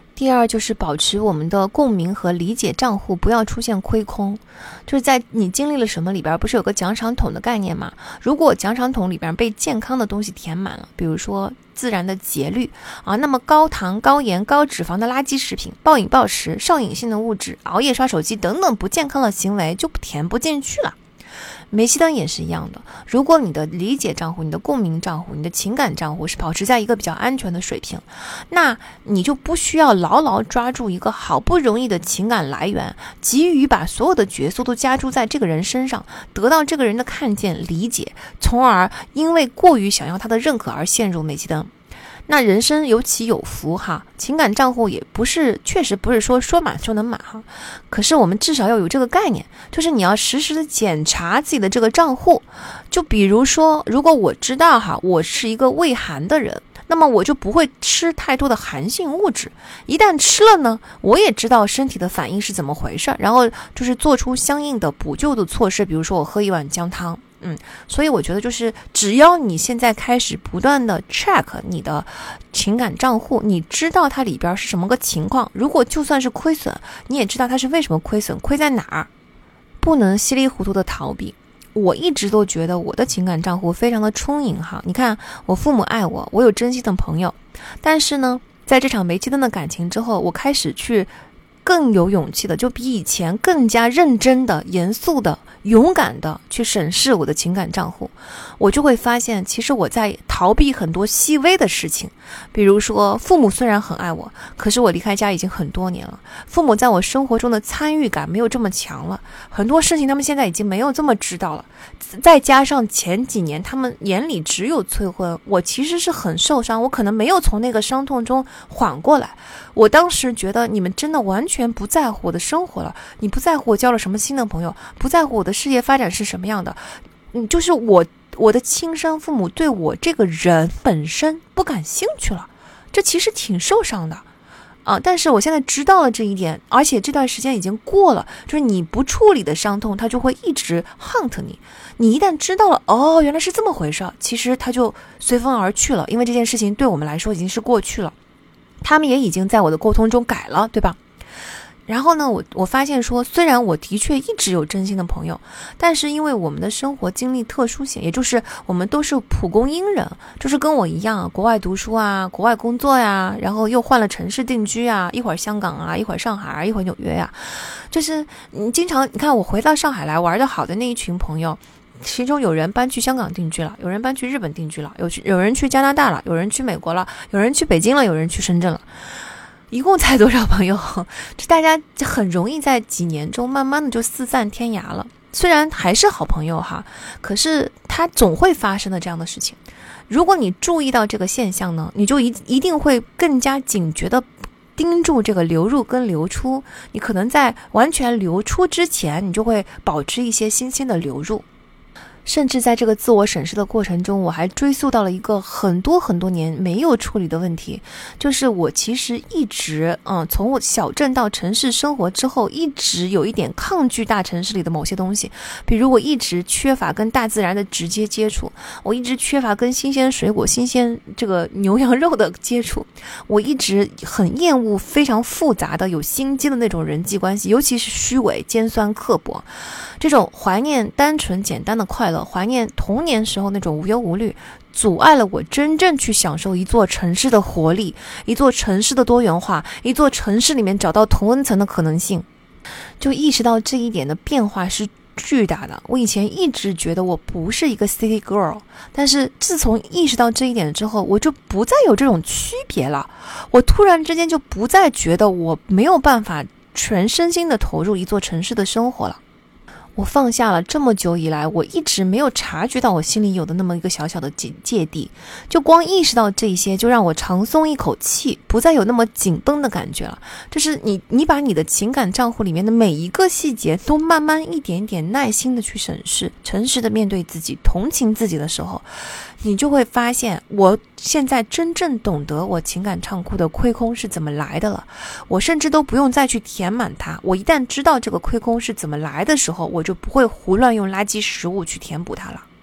第二就是保持我们的共鸣和理解账户不要出现亏空，就是在你经历了什么里边不是有个奖赏桶的概念吗？如果奖赏桶里边被健康的东西填满了，比如说自然的节律啊，那么高糖高盐高脂肪的垃圾食品、暴饮暴食、上瘾性的物质、熬夜刷手机等等不健康的行为就填不进去了。煤气灯也是一样的，如果你的理解账户、你的共鸣账户、你的情感账户是保持在一个比较安全的水平，那你就不需要牢牢抓住一个好不容易的情感来源，急于把所有的角色都加注在这个人身上，得到这个人的看见、理解，从而因为过于想要他的认可而陷入煤气灯。那人生有起有伏哈，情感账户也不是，确实不是说满就能满哈。可是我们至少要有这个概念，就是你要实时的检查自己的这个账户。就比如说，如果我知道哈，我是一个畏寒的人，那么我就不会吃太多的寒性物质。一旦吃了呢，我也知道身体的反应是怎么回事，然后就是做出相应的补救的措施，比如说我喝一碗姜汤。所以我觉得就是只要你现在开始不断的 check 你的情感账户，你知道它里边是什么个情况，如果就算是亏损，你也知道它是为什么亏损，亏在哪儿，不能稀里糊涂的逃避。我一直都觉得我的情感账户非常的充盈哈，你看我父母爱我，我有真心的朋友，但是呢，在这场煤气灯的感情之后，我开始去更有勇气的，就比以前更加认真的、严肃的、勇敢的去审视我的情感账户，我就会发现其实我在逃避很多细微的事情。比如说父母虽然很爱我，可是我离开家已经很多年了，父母在我生活中的参与感没有这么强了，很多事情他们现在已经没有这么知道了，再加上前几年他们眼里只有催婚，我其实是很受伤，我可能没有从那个伤痛中缓过来。我当时觉得你们真的完全不在乎我的生活了，你不在乎我交了什么新的朋友，不在乎我的事业发展是什么样的，就是我的亲生父母对我这个人本身不感兴趣了，这其实挺受伤的但是我现在知道了这一点，而且这段时间已经过了，就是你不处理的伤痛它就会一直 hunt 你，你一旦知道了原来是这么回事，其实它就随风而去了，因为这件事情对我们来说已经是过去了，他们也已经在我的沟通中改了，对吧？然后呢，我发现说，虽然我的确一直有真心的朋友，但是因为我们的生活经历特殊性，也就是我们都是蒲公英人，就是跟我一样，国外读书啊，国外工作呀，然后又换了城市定居啊，一会儿香港啊，一会儿上海啊，一会儿纽约呀，就是经常你看我回到上海来玩的好的那一群朋友，其中有人搬去香港定居了，有人搬去日本定居了，有人去加拿大了，有人去美国了，有人去北京了，有人去深圳了。一共才多少朋友？这大家很容易在几年中慢慢的就四散天涯了。虽然还是好朋友哈，可是它总会发生的这样的事情。如果你注意到这个现象呢，你就一定会更加警觉的盯住这个流入跟流出。你可能在完全流出之前，你就会保持一些新鲜的流入。甚至在这个自我审视的过程中，我还追溯到了一个很多年没有处理的问题，就是我其实一直从我小镇到城市生活之后，一直有一点抗拒大城市里的某些东西。比如我一直缺乏跟大自然的直接接触，我一直缺乏跟新鲜水果、新鲜这个牛羊肉的接触，我一直很厌恶非常复杂的有心机的那种人际关系，尤其是虚伪、尖酸、刻薄。这种怀念单纯简单的快乐，怀念童年时候那种无忧无虑，阻碍了我真正去享受一座城市的活力，一座城市的多元化，一座城市里面找到同温层的可能性。就意识到这一点的变化是巨大的。我以前一直觉得我不是一个 city girl， 但是自从意识到这一点之后，我就不再有这种区别了。我突然之间就不再觉得我没有办法全身心的投入一座城市的生活了。我放下了这么久以来我一直没有察觉到我心里有的那么一个小小的芥蒂，就光意识到这些就让我长松一口气，不再有那么紧绷的感觉了。就是你把你的情感账户里面的每一个细节都慢慢一点点耐心的去审视，诚实的面对自己，同情自己的时候，你就会发现我现在真正懂得我情感账户的亏空是怎么来的了。我甚至都不用再去填满它，我一旦知道这个亏空是怎么来的时候，我就不会胡乱用垃圾食物去填补它了。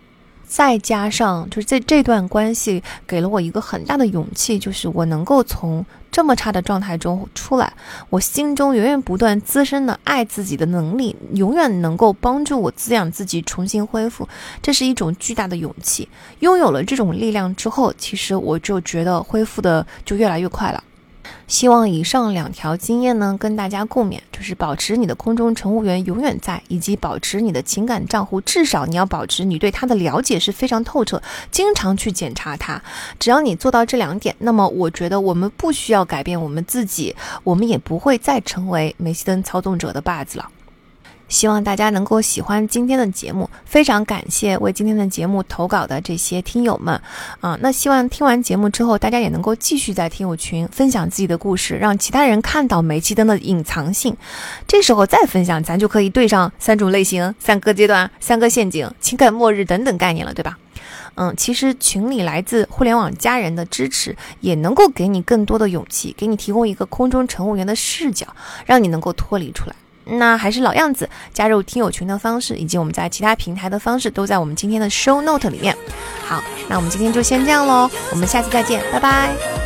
再加上就是在这段关系给了我一个很大的勇气，就是我能够从这么差的状态中出来，我心中源源不断滋生的爱自己的能力，永远能够帮助我滋养自己重新恢复，这是一种巨大的勇气。拥有了这种力量之后，其实我就觉得恢复的就越来越快了。希望以上2条经验呢跟大家共勉，就是保持你的空中乘务员永远在，以及保持你的情感账户，至少你要保持你对他的了解是非常透彻，经常去检查他。只要你做到这2点，那么我觉得我们不需要改变我们自己，我们也不会再成为煤气灯操纵者的把子了。希望大家能够喜欢今天的节目，非常感谢为今天的节目投稿的这些听友们那希望听完节目之后，大家也能够继续在听友群分享自己的故事，让其他人看到煤气灯的隐藏性，这时候再分享，咱就可以对上3种类型、3个阶段、3个陷阱、情感末日等等概念了，对吧？其实群里来自互联网家人的支持，也能够给你更多的勇气，给你提供一个空中乘务员的视角，让你能够脱离出来。那还是老样子，加入听友群的方式以及我们在其他平台的方式都在我们今天的 show note 里面。好，那我们今天就先这样咯，我们下次再见，拜拜。